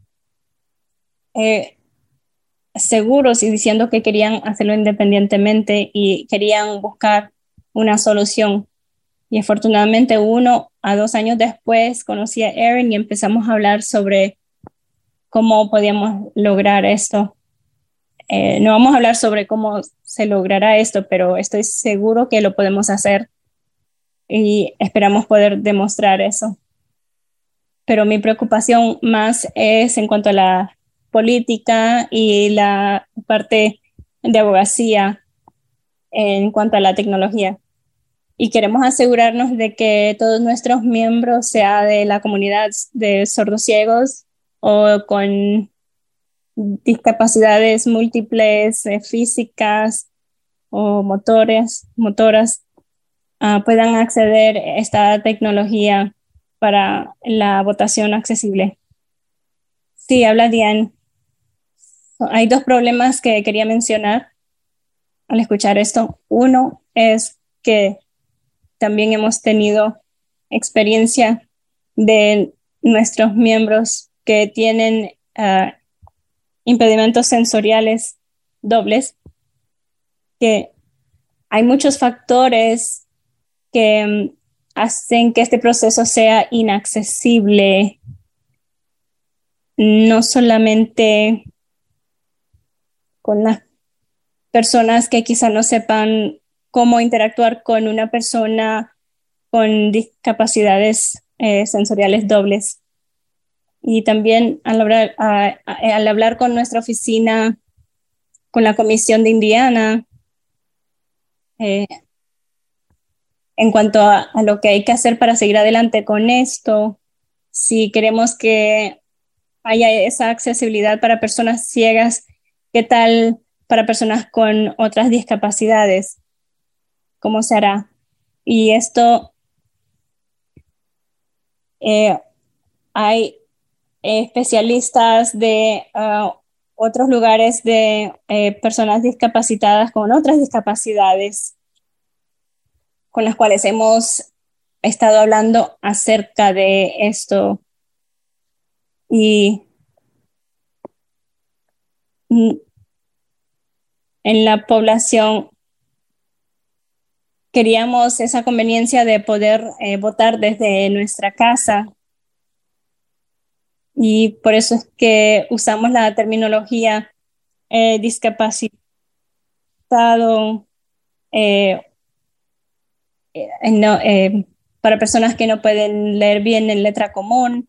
eh, seguros y diciendo que querían hacerlo independientemente y querían buscar una solución. Y afortunadamente uno a dos años después conocí a Erin y empezamos a hablar sobre cómo podíamos lograr esto. Eh, no vamos a hablar sobre cómo se logrará esto, pero estoy seguro que lo podemos hacer y esperamos poder demostrar eso. Pero mi preocupación más es en cuanto a la política y la parte de abogacía en cuanto a la tecnología. Y queremos asegurarnos de que todos nuestros miembros, sea de la comunidad de sordociegos o con discapacidades múltiples, eh, físicas o motores, motoras, uh, puedan acceder a esta tecnología para la votación accesible. Sí, habla Diane. Hay dos problemas que quería mencionar al escuchar esto. Uno es que también hemos tenido experiencia de nuestros miembros que tienen uh, impedimentos sensoriales dobles, que hay muchos factores que um, hacen que este proceso sea inaccesible, no solamente con las personas que quizá no sepan cómo interactuar con una persona con discapacidades eh, sensoriales dobles. Y también al hablar, a, a, al hablar con nuestra oficina, con la Comisión de Indiana, eh, en cuanto a, a lo que hay que hacer para seguir adelante con esto, si queremos que haya esa accesibilidad para personas ciegas, ¿qué tal para personas con otras discapacidades? ¿Cómo se hará? Y esto, eh, hay especialistas de uh, otros lugares de eh, personas discapacitadas con otras discapacidades con las cuales hemos estado hablando acerca de esto. Y mm, en la población queríamos esa conveniencia de poder eh, votar desde nuestra casa. y por eso es que usamos la terminología eh, discapacitado, eh, eh, no, eh, para personas que no pueden leer bien en letra común.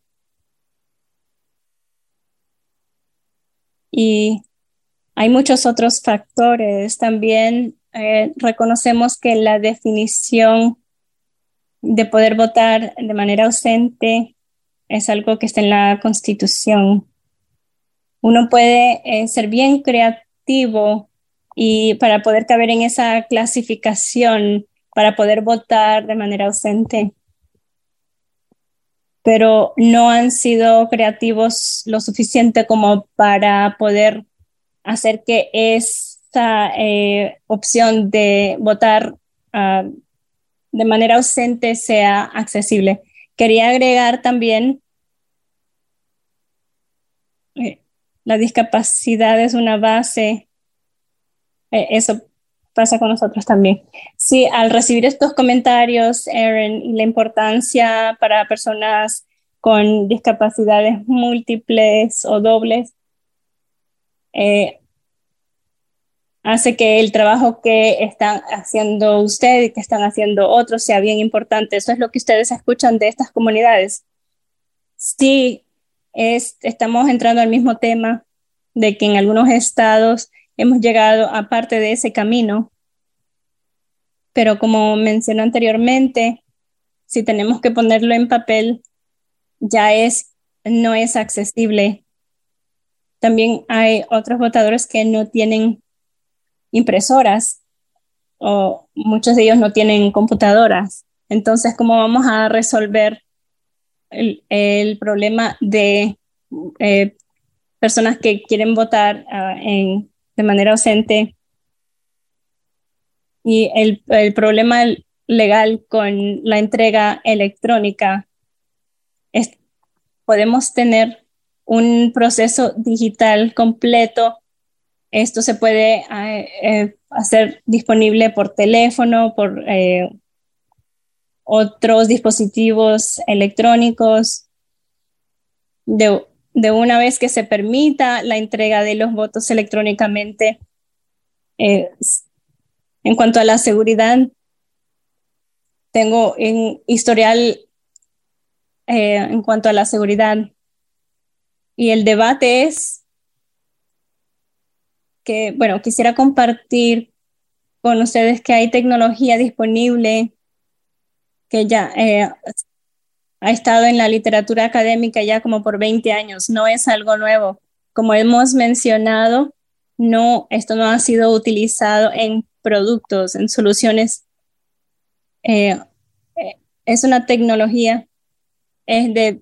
Y hay muchos otros factores. También eh, reconocemos que la definición de poder votar de manera ausente es algo que está en la Constitución. Uno puede eh, ser bien creativo y para poder caber en esa clasificación, para poder votar de manera ausente, pero no han sido creativos lo suficiente como para poder hacer que esta eh, opción de votar uh, de manera ausente sea accesible. Quería agregar también eh, la discapacidad es una base, eh, eso pasa con nosotros también. Sí, al recibir estos comentarios, Erin, y la importancia para personas con discapacidades múltiples o dobles, eh, hace que el trabajo que están haciendo usted y que están haciendo otros sea bien importante. Eso es lo que ustedes escuchan de estas comunidades. Sí, es, estamos entrando al mismo tema de que en algunos estados hemos llegado a parte de ese camino, pero como mencioné anteriormente, si tenemos que ponerlo en papel, ya es, no es accesible. También hay otros votadores que no tienen impresoras o muchos de ellos no tienen computadoras. Entonces, ¿cómo vamos a resolver el, el problema de eh, personas que quieren votar uh, en, de manera ausente y el, el problema legal con la entrega electrónica? Es, podemos tener un proceso digital completo. Esto se puede eh, eh, hacer disponible por teléfono, por eh, otros dispositivos electrónicos. De, de una vez que se permita la entrega de los votos electrónicamente. Eh, en cuanto a la seguridad, tengo un historial eh, en cuanto a la seguridad. Y el debate es que, bueno, quisiera compartir con ustedes que hay tecnología disponible que ya eh, ha estado en la literatura académica ya como por veinte años, no es algo nuevo. Como hemos mencionado, no, esto no ha sido utilizado en productos, en soluciones. Eh, eh, es una tecnología, es de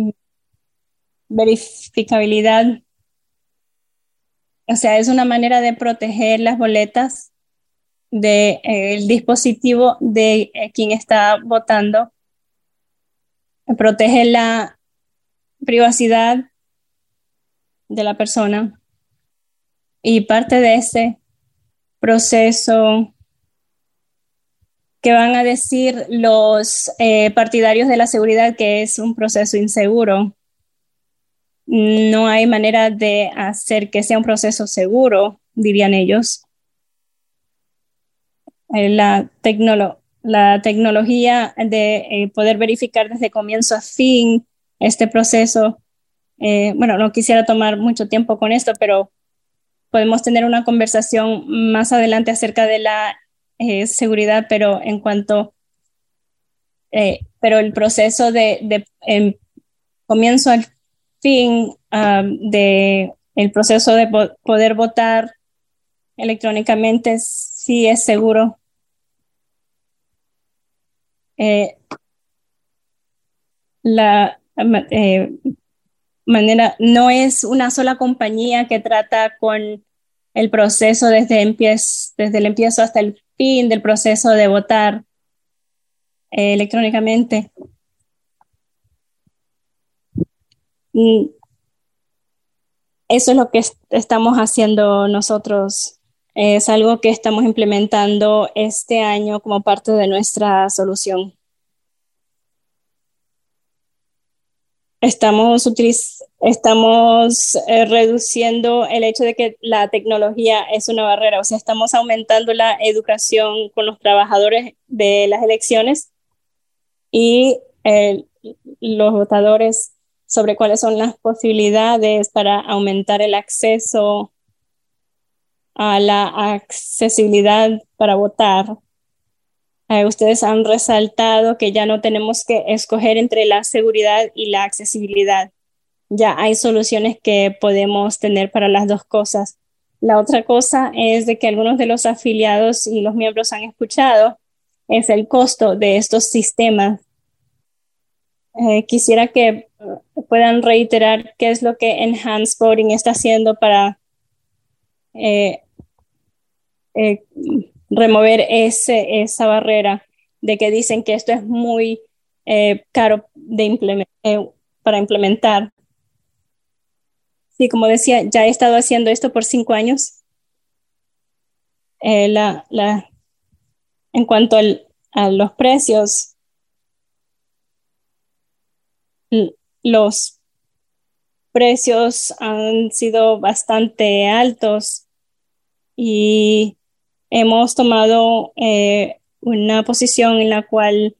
verificabilidad, o sea, es una manera de proteger las boletas del de, eh, dispositivo de eh, quien está votando, protege la privacidad de la persona y parte de ese proceso que van a decir los eh, partidarios de la seguridad que es un proceso inseguro. No hay manera de hacer que sea un proceso seguro, dirían ellos. Eh, la, tecnolo la tecnología de eh, poder verificar desde comienzo a fin este proceso. Eh, bueno, no quisiera tomar mucho tiempo con esto, pero podemos tener una conversación más adelante acerca de la eh, seguridad, pero en cuanto, eh, pero el proceso de, de em, comienzo al fin um, de el proceso de po poder votar electrónicamente sí es seguro. Eh, la eh, manera, no es una sola compañía que trata con el proceso desde, empiez, desde el empiezo hasta el fin del proceso de votar eh, electrónicamente. Y eso es lo que est estamos haciendo nosotros. Es algo que estamos implementando este año como parte de nuestra solución. estamos, utiliz- estamos eh, reduciendo el hecho de que la tecnología es una barrera, o sea, estamos aumentando la educación con los trabajadores de las elecciones y eh, los votadores sobre cuáles son las posibilidades para aumentar el acceso a la accesibilidad para votar. Eh, ustedes han resaltado que ya no tenemos que escoger entre la seguridad y la accesibilidad. Ya hay soluciones que podemos tener para las dos cosas. La otra cosa es de que algunos de los afiliados y los miembros han escuchado es el costo de estos sistemas. Eh, quisiera que uh, puedan reiterar qué es lo que Enhanced Voting está haciendo para eh, eh, remover ese, esa barrera de que dicen que esto es muy eh, caro de implement eh, para implementar. Sí, como decía, ya he estado haciendo esto por cinco años. Eh, la, la, en cuanto al, a los precios, los precios han sido bastante altos y hemos tomado eh, una posición en la cual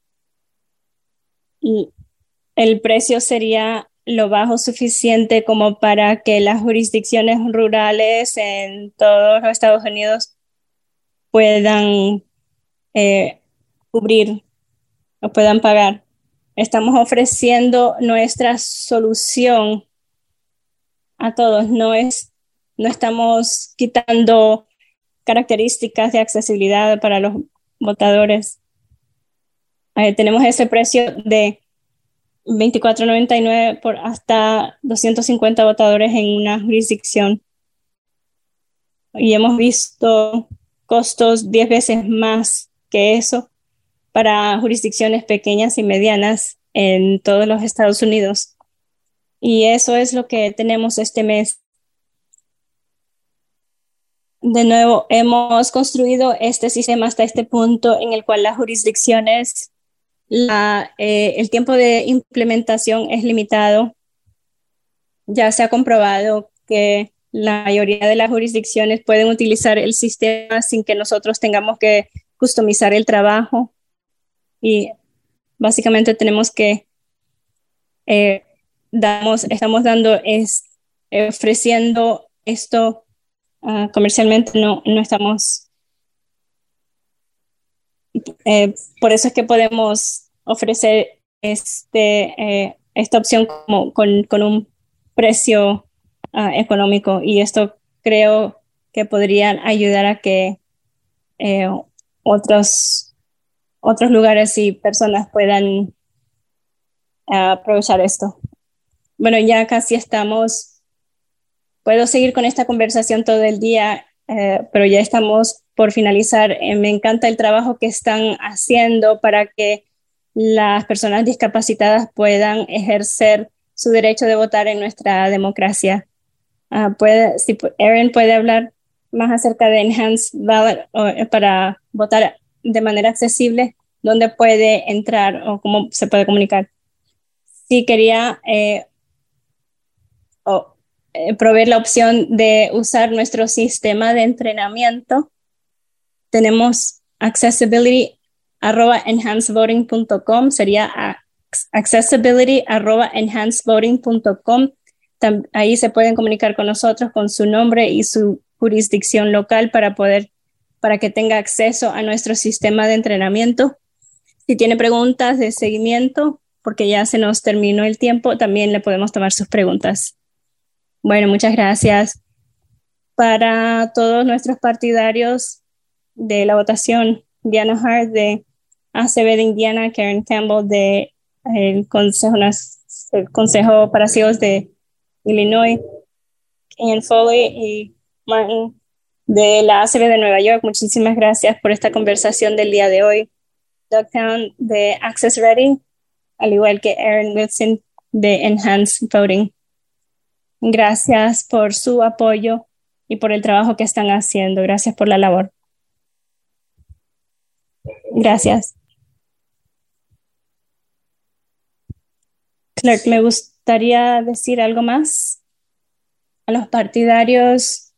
el precio sería lo bajo suficiente como para que las jurisdicciones rurales en todos los Estados Unidos puedan eh, cubrir o puedan pagar. Estamos ofreciendo nuestra solución a todos, no es, no estamos quitando características de accesibilidad para los votadores. Eh, tenemos ese precio de veinticuatro noventa y nueve por hasta doscientos cincuenta votadores en una jurisdicción. Y hemos visto costos diez veces más que eso para jurisdicciones pequeñas y medianas en todos los Estados Unidos. Y eso es lo que tenemos este mes. De nuevo, hemos construido este sistema hasta este punto en el cual las jurisdicciones, la, eh, el tiempo de implementación es limitado. Ya se ha comprobado que la mayoría de las jurisdicciones pueden utilizar el sistema sin que nosotros tengamos que customizar el trabajo. Y básicamente tenemos que eh, damos, estamos dando es eh, ofreciendo esto uh, comercialmente, no, no estamos eh, por eso es que podemos ofrecer este eh, esta opción como con, con un precio uh, económico, y esto creo que podrían ayudar a que eh, otros otros lugares y personas puedan uh, aprovechar esto. Bueno, ya casi estamos. Puedo seguir con esta conversación todo el día, eh, pero ya estamos por finalizar. Eh, me encanta el trabajo que están haciendo para que las personas discapacitadas puedan ejercer su derecho de votar en nuestra democracia. Uh, puede, si Erin puede hablar más acerca de Enhanced Ballot o, para votar de manera accesible, dónde puede entrar o cómo se puede comunicar. Sí, quería eh, oh, eh, proveer la opción de usar nuestro sistema de entrenamiento. Tenemos accessibility arroba enhanced voting punto com, sería accessibility arroba enhanced voting punto com. Ahí se pueden comunicar con nosotros con su nombre y su jurisdicción local para poder, para que tenga acceso a nuestro sistema de entrenamiento. Si tiene preguntas de seguimiento, porque ya se nos terminó el tiempo, también le podemos tomar sus preguntas. Bueno, muchas gracias. Para todos nuestros partidarios de la votación, Diana Hart de A C B de Indiana, Karen Campbell de el Consejo, el Consejo para Ciegos de Illinois, Ian Foley y Martin de la A C B de Nueva York, muchísimas gracias por esta conversación del día de hoy. Doug Town de Access Ready, al igual que Erin Wilson de Enhanced Voting. Gracias por su apoyo y por el trabajo que están haciendo. Gracias por la labor. Gracias. Clark, me gustaría decir algo más. A los partidarios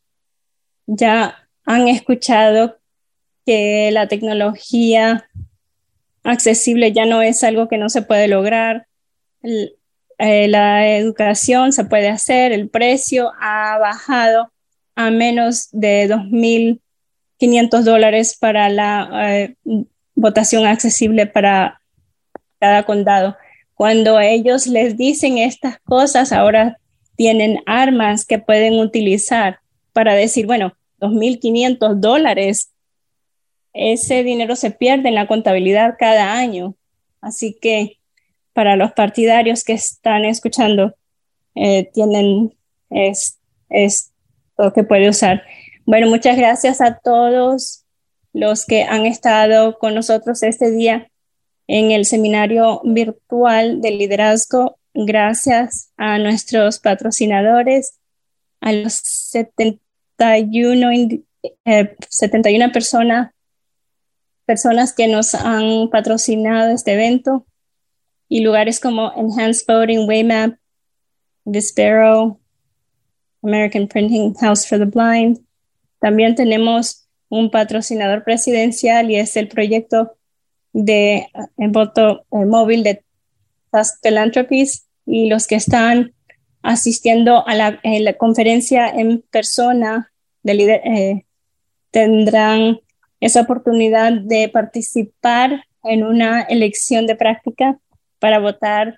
ya han escuchado que la tecnología accesible ya no es algo que no se puede lograr. El, eh, la educación se puede hacer, el precio ha bajado a menos de dos mil quinientos dólares para la eh, votación accesible para cada condado. Cuando ellos les dicen estas cosas, ahora tienen armas que pueden utilizar para decir, bueno, dos mil quinientos dólares, ese dinero se pierde en la contabilidad cada año. Así que para los partidarios que están escuchando, eh, tienen es, es lo que puede usar. Bueno, muchas gracias a todos los que han estado con nosotros este día en el seminario virtual de liderazgo. Gracias a nuestros patrocinadores, a los setenta y uno, eh, setenta y una personas, personas que nos han patrocinado este evento, y lugares como Enhanced Voting, Waymap, Vispero, American Printing House for the Blind. También tenemos un patrocinador presidencial y es el proyecto de en voto eh, móvil de Task Philanthropies, y los que están asistiendo a la, en la conferencia en persona de líder, eh, tendrán esa oportunidad de participar en una elección de práctica para votar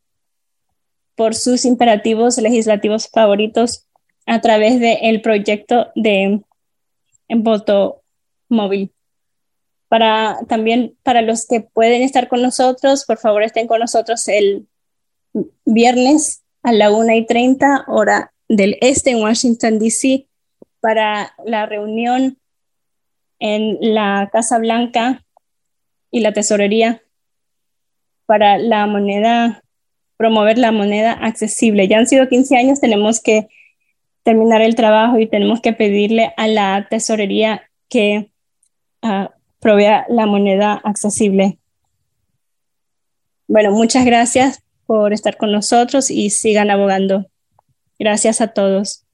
por sus imperativos legislativos favoritos a través del proyecto de en voto móvil. Para, también para los que pueden estar con nosotros, por favor estén con nosotros el viernes a la una y treinta hora del este en Washington, D C, para la reunión en la Casa Blanca y la Tesorería para la moneda, promover la moneda accesible. Ya han sido quince años, tenemos que terminar el trabajo y tenemos que pedirle a la Tesorería que uh, provea la moneda accesible. Bueno, muchas gracias por estar con nosotros y sigan abogando. Gracias a todos.